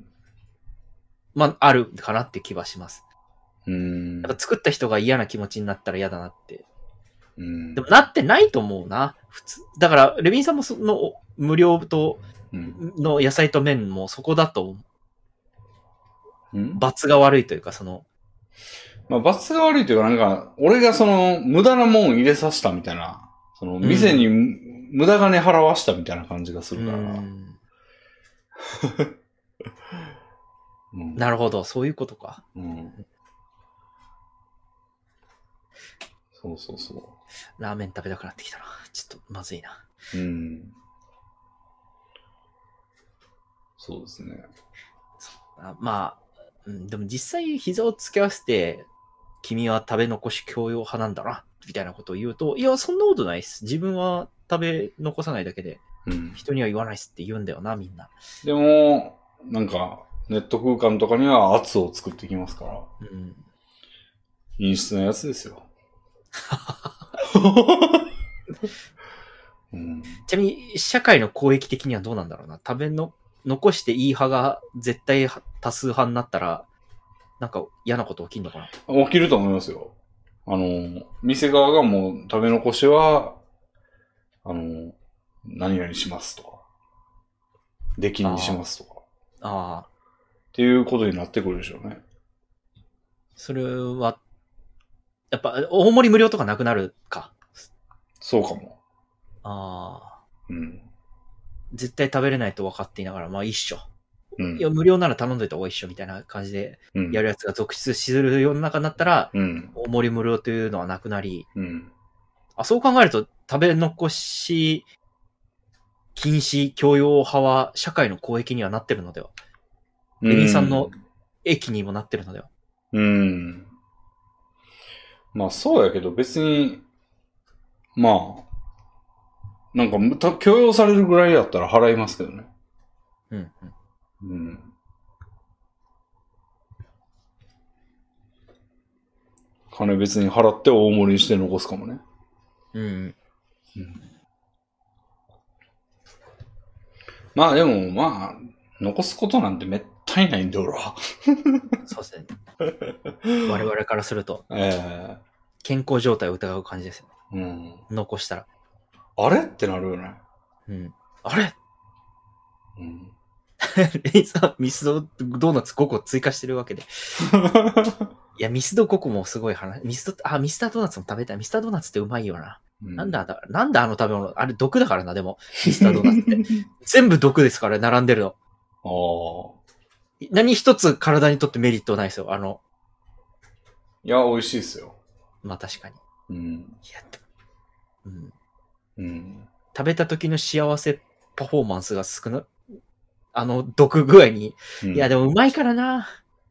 あるかなって気はします。やっぱ作った人が嫌な気持ちになったら嫌だなって。でもなってないと思うな。普通。だから、レビンさんもその無料と、の野菜と麺もそこだと思う。罰が悪いというか、 罰が悪いというか、なんか、俺が無駄なもん入れさせたみたいな、店に無駄金払わしたみたいな感じがするから。 なるほど、そういうことか。 そう。 ラーメン食べたくなってきたな。ちょっとまずいな。 そうですね。 でも実際膝を突き合わせて、 君は食べ残し強要派なんだな、みたいなことを言うと、いや、そんなことないっす。自分は食べ残さないだけで、人には言わないっすって言うんだよな、みんな。 でも、なんか、ネット空間とかには圧を作ってきますから。陰湿なやつですよ。 ちなみに、社会の公益的にはどうなんだろうな。残していい派が絶対多数派になったら、なんか嫌なこと起きんのかな？ 起きると思いますよ。店側がもう食べ残しは、何々しますとか、出禁にしますとか。っていうことになってくるでしょうね。 それは、やっぱ、大盛り無料とかなくなるか。 そうかも。 絶対食べれないと分かっていながら、まあ一緒。いや、無料なら頼んどいた方が一緒みたいな感じで、やるやつが続出する世の中になったら、大盛り無料というのはなくなり、そう考えると、食べ残し禁止強要派は社会の公益にはなってるのでは。レミさんの益にもなってるのでは。 まあそうやけど別に、まあ、なんか強要されるぐらいやったら払いますけどね。金別に払って大盛りにして残すかもね。まあでも、まあ、残すことなんてめったにないんで、俺は。 そうですね。我々からすると、健康状態を疑う感じですよね。残したら。 あれってなるよね。 あれレイさん、ミスドドーナツ5個追加してるわけで。いや、ミスド5個もすごい話。ミスタードーナツも食べたい。ミスタードーナツってうまいよな。なんだあの食べ物。あれ毒だからな、でも。ミスタードーナツって。全部毒ですから、並んでるの。何一つ体にとってメリットないですよ。 いや、美味しいですよ。 まあ確かに。食べた時の幸せパフォーマンスが少な、毒具合に。いや、でもうまいからな。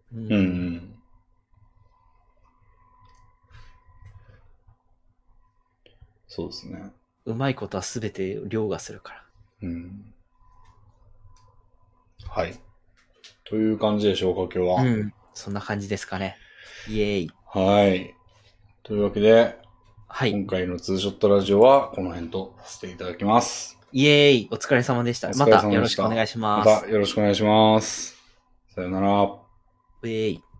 そうですね。 うまいことはすべて凌駕するから。 はい。という感じでしょうか、今日は。 そんな感じですかね。イエーイ。 はい。というわけで、今回のツーショットラジオはこの辺とさせていただきます。 イエーイ。お疲れ様でした。またよろしくお願いします。 またよろしくお願いします。さよなら。 イエーイ。